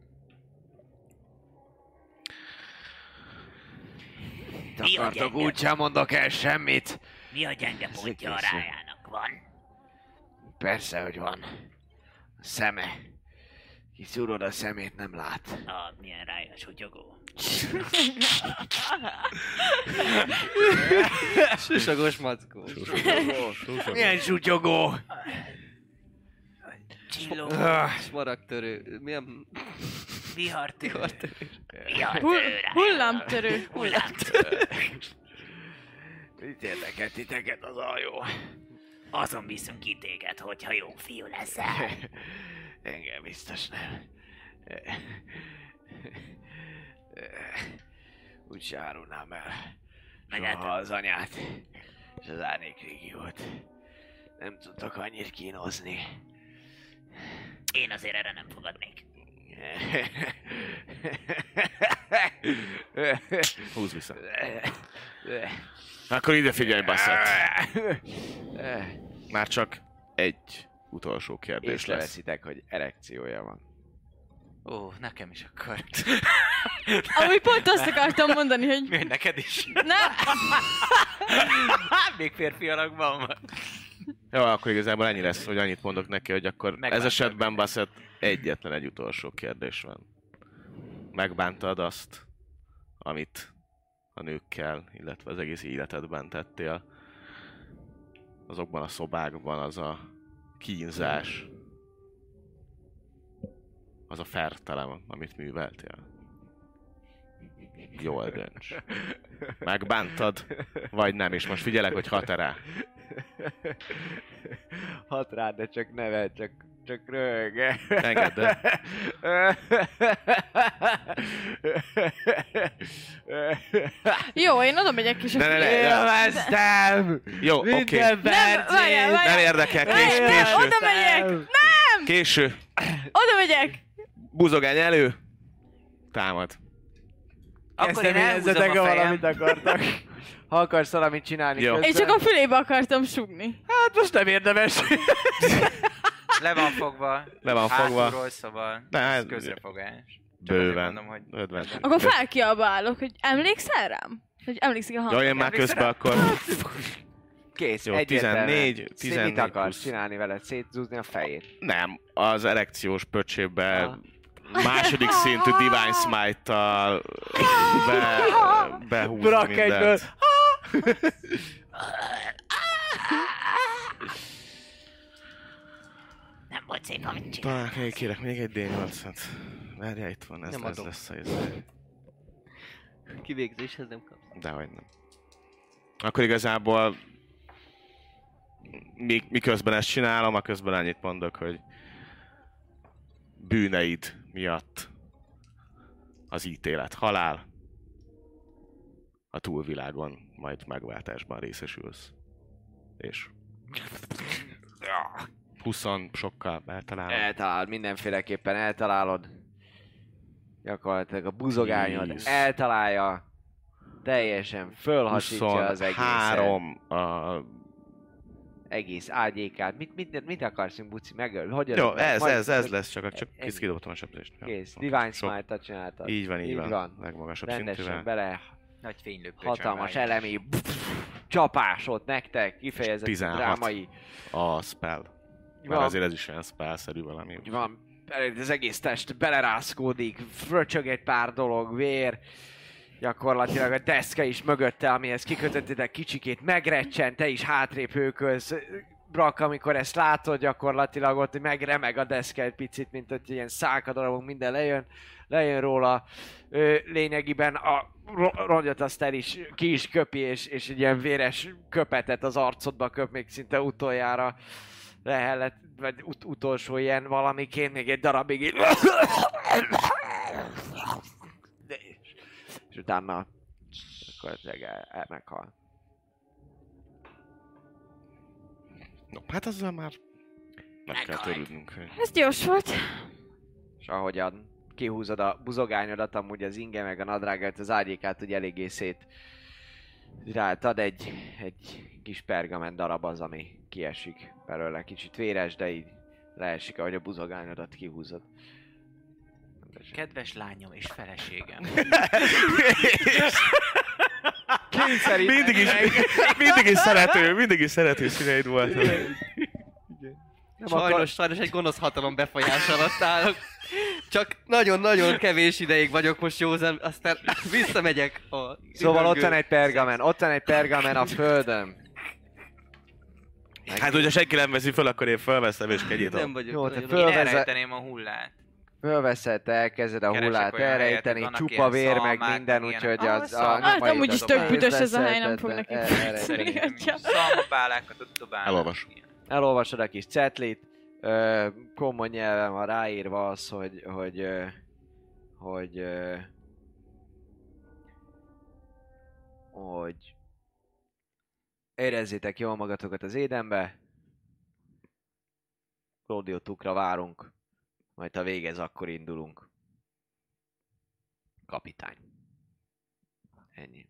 Te Mi a akartok, gyenge? úgysem mondok el semmit. mi a gyenge Ez pontja a egészen. rájának van? Persze, hogy van. A szeme. Ki szúrod a szemét, nem lát. A milyen rája sutyogó. Susogos mackó. Milyen sutyogó! Csilló, Smaragdtörő. Milyen... vihartörő, Hullámtörő. hullámtörő. Mit érdekel titeket az aljó? Azon viszünk ki téged, hogyha jó fiú leszel. Engem biztos nem. Úgy se árulnám el soha az anyát és az árnyék régiót. Nem tudtok annyit kínozni. Én azért erre nem fogadnék. Húzz vissza. Akkor ide figyelj, basszat. Már csak egy utolsó kérdés lesz. Észreveszitek, hogy erekciója van. Ó, nekem is akkor. Amúgy pont azt akartam mondani, hogy Mi, neked is? ne, Még férfi alakban van. Jó, akkor igazából ennyi lesz, hogy annyit mondok neki, hogy akkor ez Megbántad esetben mindenkit. Basszett egyetlen egy utolsó kérdés van. Megbántad azt, amit a nőkkel, illetve az egész életedben tettél. Azokban a szobákban az a kínzás, az a fertelem, amit műveltél. Jól dönts. Megbántad, vagy nem, és most figyelek, hogy hat-e rá. Hat rád, de csak nevet, csak röhög. Engedd el. jó, én oda megyek és Ne. Élveztem! Jó, oké. Minden Nem, várjál, Nem várjál. érdekel, Várjál, késő. oda megyek! Késő. Oda megyek! Buzogány elő. Támad. Akkor én elhúzom a fejem. valamit akartak. Ha akarsz valamit csinálni Jó. közben. Én csak a fülébe akartam sugni. Hát most nem érdemes. Le van fogva. Le van fogva. Hátulról, szóval Ne, ez ez- közrefogás. Csak azért Bőven. mondom, hogy 50. Akkor felkiabálok, hogy emlékszel rám? Hogy emlékszik a Jó, hangra. én már közben akkor... Kész, Jó, egyértelműen. 14 Mit akarsz plusz. csinálni veled? Szétzúzni a fejét? Nem, az erekciós pöcsébe Ah. második szintű Divine Smite-tal behúzni Brak egyből. mindent. Nem volt szép, amit csinál. Talán kérek még egy D8-at. Várjál, itt van, ez Nem adom. lesz a Kivégzéshez nem kapsz. Dehogy nem. Akkor igazából miközben ezt csinálom, aközben annyit mondok, hogy bűneid miatt az ítélet halál, a túlvilágon majd megváltásban részesülsz. És 20 sokkal eltalálom. Eltalálod, mindenféleképpen eltalálod. Gyakorlatilag a buzogányod Tíz. eltalálja. Teljesen fölhasítja az egészet. 23 Egész ágyékát. Mit akarsz, Buci? Megöl? Hogyan? Jó, ez lesz, csak ennyi. kidobtam a seprést. Kész. Divine Smite-t csináltad. Így van. Legmagasabb Rendesen szintűvel. bele. Nagy fénylöpő Hatalmas elemi csapás ott nektek. Kifejezetten 16. drámai. A spell. Már azért ez is olyan spell-szerű valami. Úgy van, az egész test belerázkódik, fröcsög egy pár dolog, vér, gyakorlatilag a deszka is mögötte, amihez kikötöttétek kicsikét, megrecsen, te is hátrébb hőkölsz. Brak, amikor ezt látod, gyakorlatilag ott megremeg a deszka egy picit, mint hogy ilyen szálkadarabok, minden lejön róla. Lényegében a rongyot azt ki is köpi, és egy ilyen véres köpetet az arcodba köp, még szinte utoljára lehet, vagy utolsó ilyen valamiként, még egy darabig így... és utána akkor meghal. No, hát azzal már meg kell törődnünk. Hogy... Ez gyors volt. És ahogyan kihúzod a buzogányodat, amúgy az inge meg a nadrágát, az ágyékát ugye eléggé szét rátad egy kis pergament darab az, ami kiesik belőle. Kicsit véres, de így leesik, ahogy a buzogányodat kihúzod. Kedves lányom és feleségem. mindig is szerető színeid voltak. Sajnos egy gonosz hatalom befolyás alatt állok. Csak nagyon-nagyon kevés ideig vagyok most józan, aztán visszamegyek a... Szóval ott van egy pergamen a földön. Hát, hogyha senki nem veszi föl, akkor én fölveszem és kegyítom. Nem vagyok. Jó, te nagyon- föl- Én Fölvezet- elrejteném a hullát. Fölveszed, te elkezded a Keresek hullát olyan elrejteni, helyet, csupa vannak vér, ilyen meg szalmák, minden, meg úgyhogy ilyenek. az... Ah, Hát amúgy is tök büdös ez a hely, nem fog neki Szerintem Ja. szalmabálákat ott dobálnak. Elolvas. Elolvasod a kis cetlit, komoly nyelven van ráírva az, hogy érezzétek jól magatokat az édenbe, Claudio Tukra várunk, majd ha végez, akkor indulunk. Kapitány. Ennyi.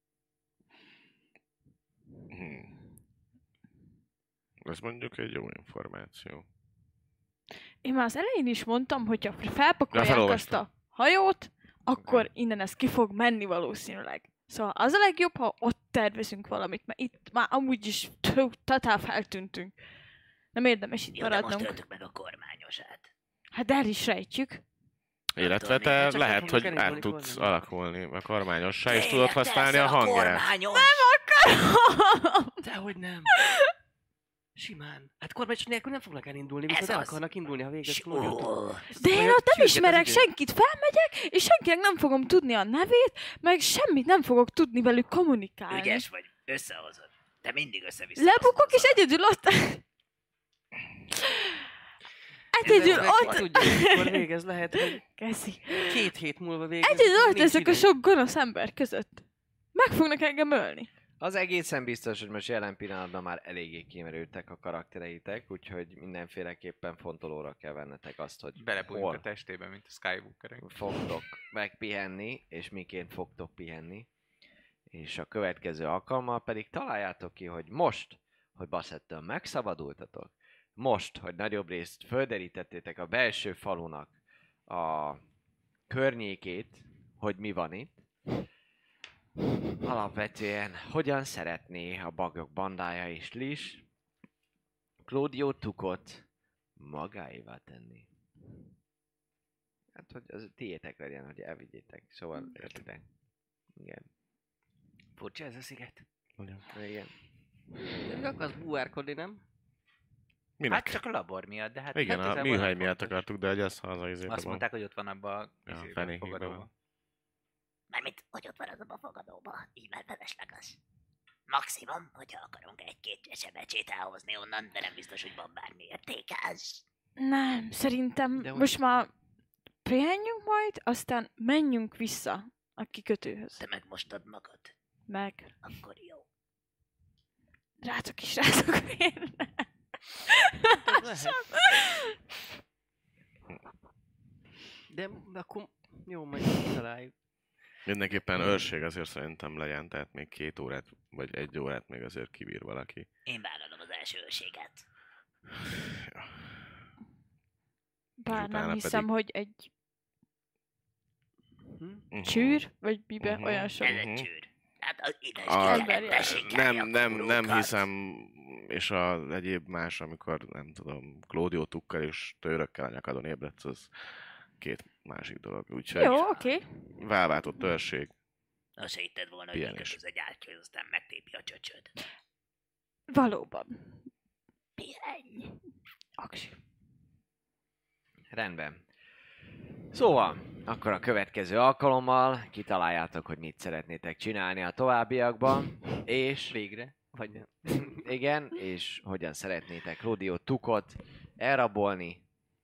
Ez mondjuk egy jó információ. Én már az elején is mondtam, hogy ha felpakolják azt felolvastam. a hajót, akkor innen ez ki fog menni valószínűleg. Szóval az a legjobb, ha ott tervezünk valamit, mert itt már amúgy is totál feltűntünk. Nem érdemes itt Jó, de most maradnunk. öltük meg a kormányosát. Hát de el is rejtjük. Illetve te csak lehet, nem hogy tudunk át elindulni tudsz valami. alakulni a kormányossá, és Tényleg, tudod te használni a leszel hangját. kormányos? Dehogy nem. Simán. Hát kormányos nélkül nem fognak elindulni, viszont Ez el az. akarnak indulni, ha végez Ó, De én Olyan ott nem csürget ismerek az idő. senkit, felmegyek, és senkinek nem fogom tudni a nevét, meg semmit nem fogok tudni velük kommunikálni. ügyes vagy, összehozod. Te mindig össze-vissza. Lebukok, és egyedül ott... egyedül ott... Tudja, mikor végez, lehet, hogy Keszi. 2 hét múlva végez. Egyedül ott nincs leszek a idő. sok gonosz ember között. Meg fognak engem ölni. Az egészen biztos, hogy most jelen pillanatban már eléggé kimerültek a karaktereitek, úgyhogy mindenféleképpen fontolóra kell vennetek azt, hogy Belepújunk hol a testébe, mint a Skywalkerek. fogtok megpihenni, és miként fogtok pihenni. És a következő alkalommal pedig találjátok ki, hogy most, hogy Bassettől megszabadultatok, most, hogy nagyobb részt földerítettétek a belső falunak a környékét, hogy mi van itt, alapvetően hogyan szeretné a bagok bandája és Lis Claudio Tukot magáévá tenni. Hát, hogy az tiétek legyen, hogy elvigyétek. Szóval, értitek? Igen. Furcsa ez a sziget. Igen. Nem akarsz buárkodni, nem? Minek? Hát csak a labor miatt, de hát... Igen, hát a igazából műhely nem miatt fontos. akartuk, de hogy ez haza Azt mondták, hogy ott van abban a Ja, izében, fenékében fogadóban. van. Mármint, hogy ott van azon a fogadóba, így már felesleges. Maximum, hogyha akarunk egy-két esebecsét elhozni onnan, de nem biztos, hogy van bármi értékes. Nem, szerintem De hogy- most már pihenjünk majd, aztán menjünk vissza a kikötőhöz. Te megmostad magad, Meg. akkor jó. Rátok is rátok én. De akkor jó, majd találjuk. Mindenképpen őrség azért szerintem legyen, tehát még 2 órát, vagy 1 órát még azért kibír valaki. Én vállalom az első őrséget. Ja. Bár utána nem hiszem, pedig- hogy egy Mhm. csűr, vagy mibe Mhm. olyan sok. Ez egy Mhm. csőr. Hát az ide is A- ki kellett Emberi- besékelni Nem a kurukat. hiszem, és a egyéb más, amikor nem tudom, Claudio Tukkal és tőrökkel a nyakadon ébredsz, az 2 másik dolog. Úgyhogy Jó, oké. válváltott őrség. Azt se hitted volna, hogy Pihenés. ez egy ártyhoz, aztán megtépi a csöcsöd. Valóban. Pihenj! Aksi. Rendben. Szóval, akkor a következő alkalommal kitaláljátok, hogy mit szeretnétek csinálni a továbbiakban, és Végre. Vagy nem. igen, és hogyan szeretnétek Claudio Tukot elrabolni,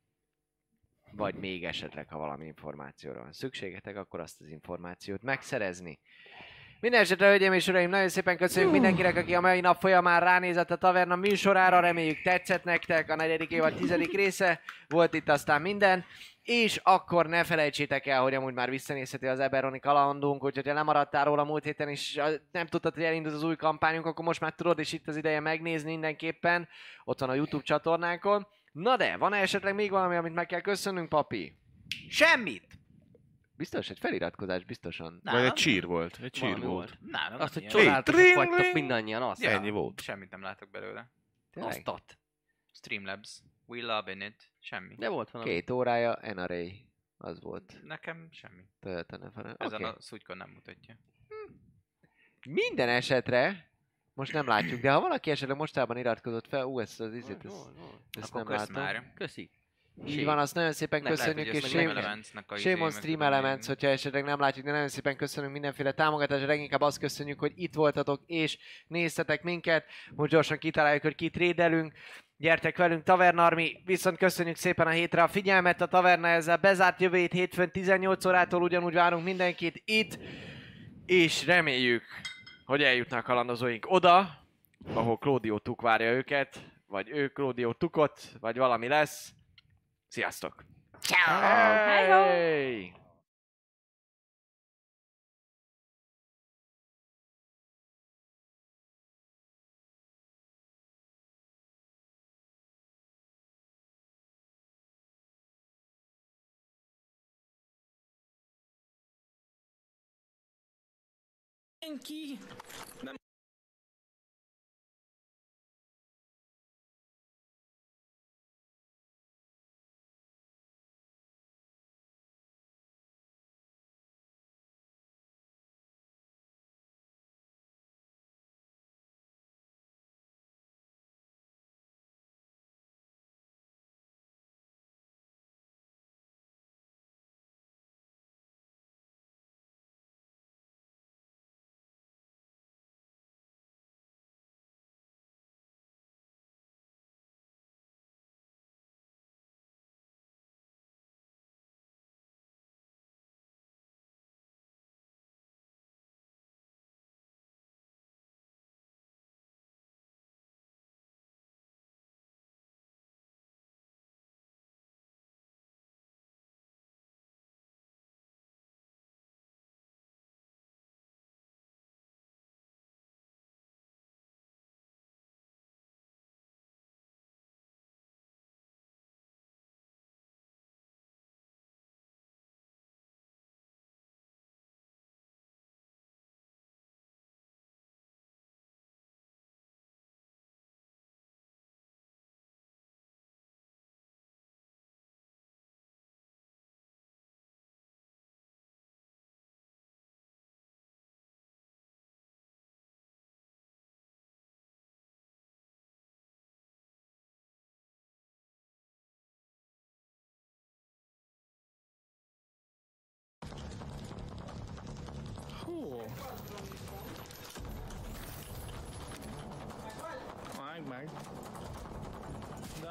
vagy még esetleg, ha valami információra van szükségetek, akkor azt az információt megszerezni. Minden esetre, hölgyeim és uraim, nagyon szépen köszönjük mindenkinek, aki a mai nap folyamán ránézett a Taverna műsorára, reméljük tetszett nektek, a 4. évad 10. része, volt itt aztán minden, és akkor ne felejtsétek el, hogy amúgy már visszanézheti az Eberoni kalandunk, úgyhogy ha lemaradtál róla múlt héten, és nem tudtad, hogy elindult az új kampányunk, akkor most már tudod, és itt az ideje megnézni mindenképpen, ott van a YouTube csatornánkon. Na de, van-e esetleg még valami, amit meg kell köszönnünk, papi? Semmit! Biztos, egy feliratkozás biztosan. Vagy egy csír volt. Egy csír Valami volt. Nálam Azt, hogy ilyen. csodálatosak Tring, vagytok ring. mindannyian, azt. Ja, Ennyi volt. Semmit nem látok belőle. Tényleg? Aztat. Streamlabs, We Love In It, semmi. De volt valami. 2 órája NRA, az volt. Nekem semmi. Toyota Neferem. Ezen Oké. a szutykon nem mutatja. Minden esetre, most nem látjuk, de ha valaki esetleg mostában iratkozott fel, ezt az izét, ezt Akkor nem kösz látom. már. Köszi. Így van, azt nagyon szépen Nem, Lehet, köszönjük, hogy és ezt meg Shame- Elementsnek a Shame on izé, Stream meg tudom Elements, én. hogyha esetleg nem látjuk, de nagyon szépen köszönünk mindenféle támogatást, leginkább azt köszönjük, hogy itt voltatok és néztetek minket. Most gyorsan kitaláljuk, hogy kit trédelünk. Gyertek velünk, Taverna Army, viszont köszönjük szépen a hétre a figyelmet, a Taverna ezzel bezárt, jövő hét hétfőn 18 órától ugyanúgy várunk mindenkit itt, és reméljük, hogy eljutnak a kalandozóink oda, ahol Claudio Tuk várja őket, vagy ő Claudio Tukot, vagy valami lesz. Sziasztok! Ciao. Hey!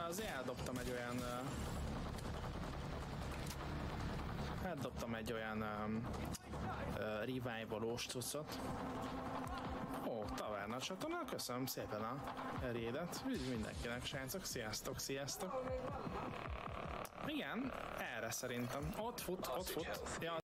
azért eldobtam egy olyan revival-os cuccot. Ó, taverna csatorna, köszönöm szépen a rédet. Üdv mindenkinek, srácok, sziasztok. Igen, erre szerintem. Ott fut. Ja,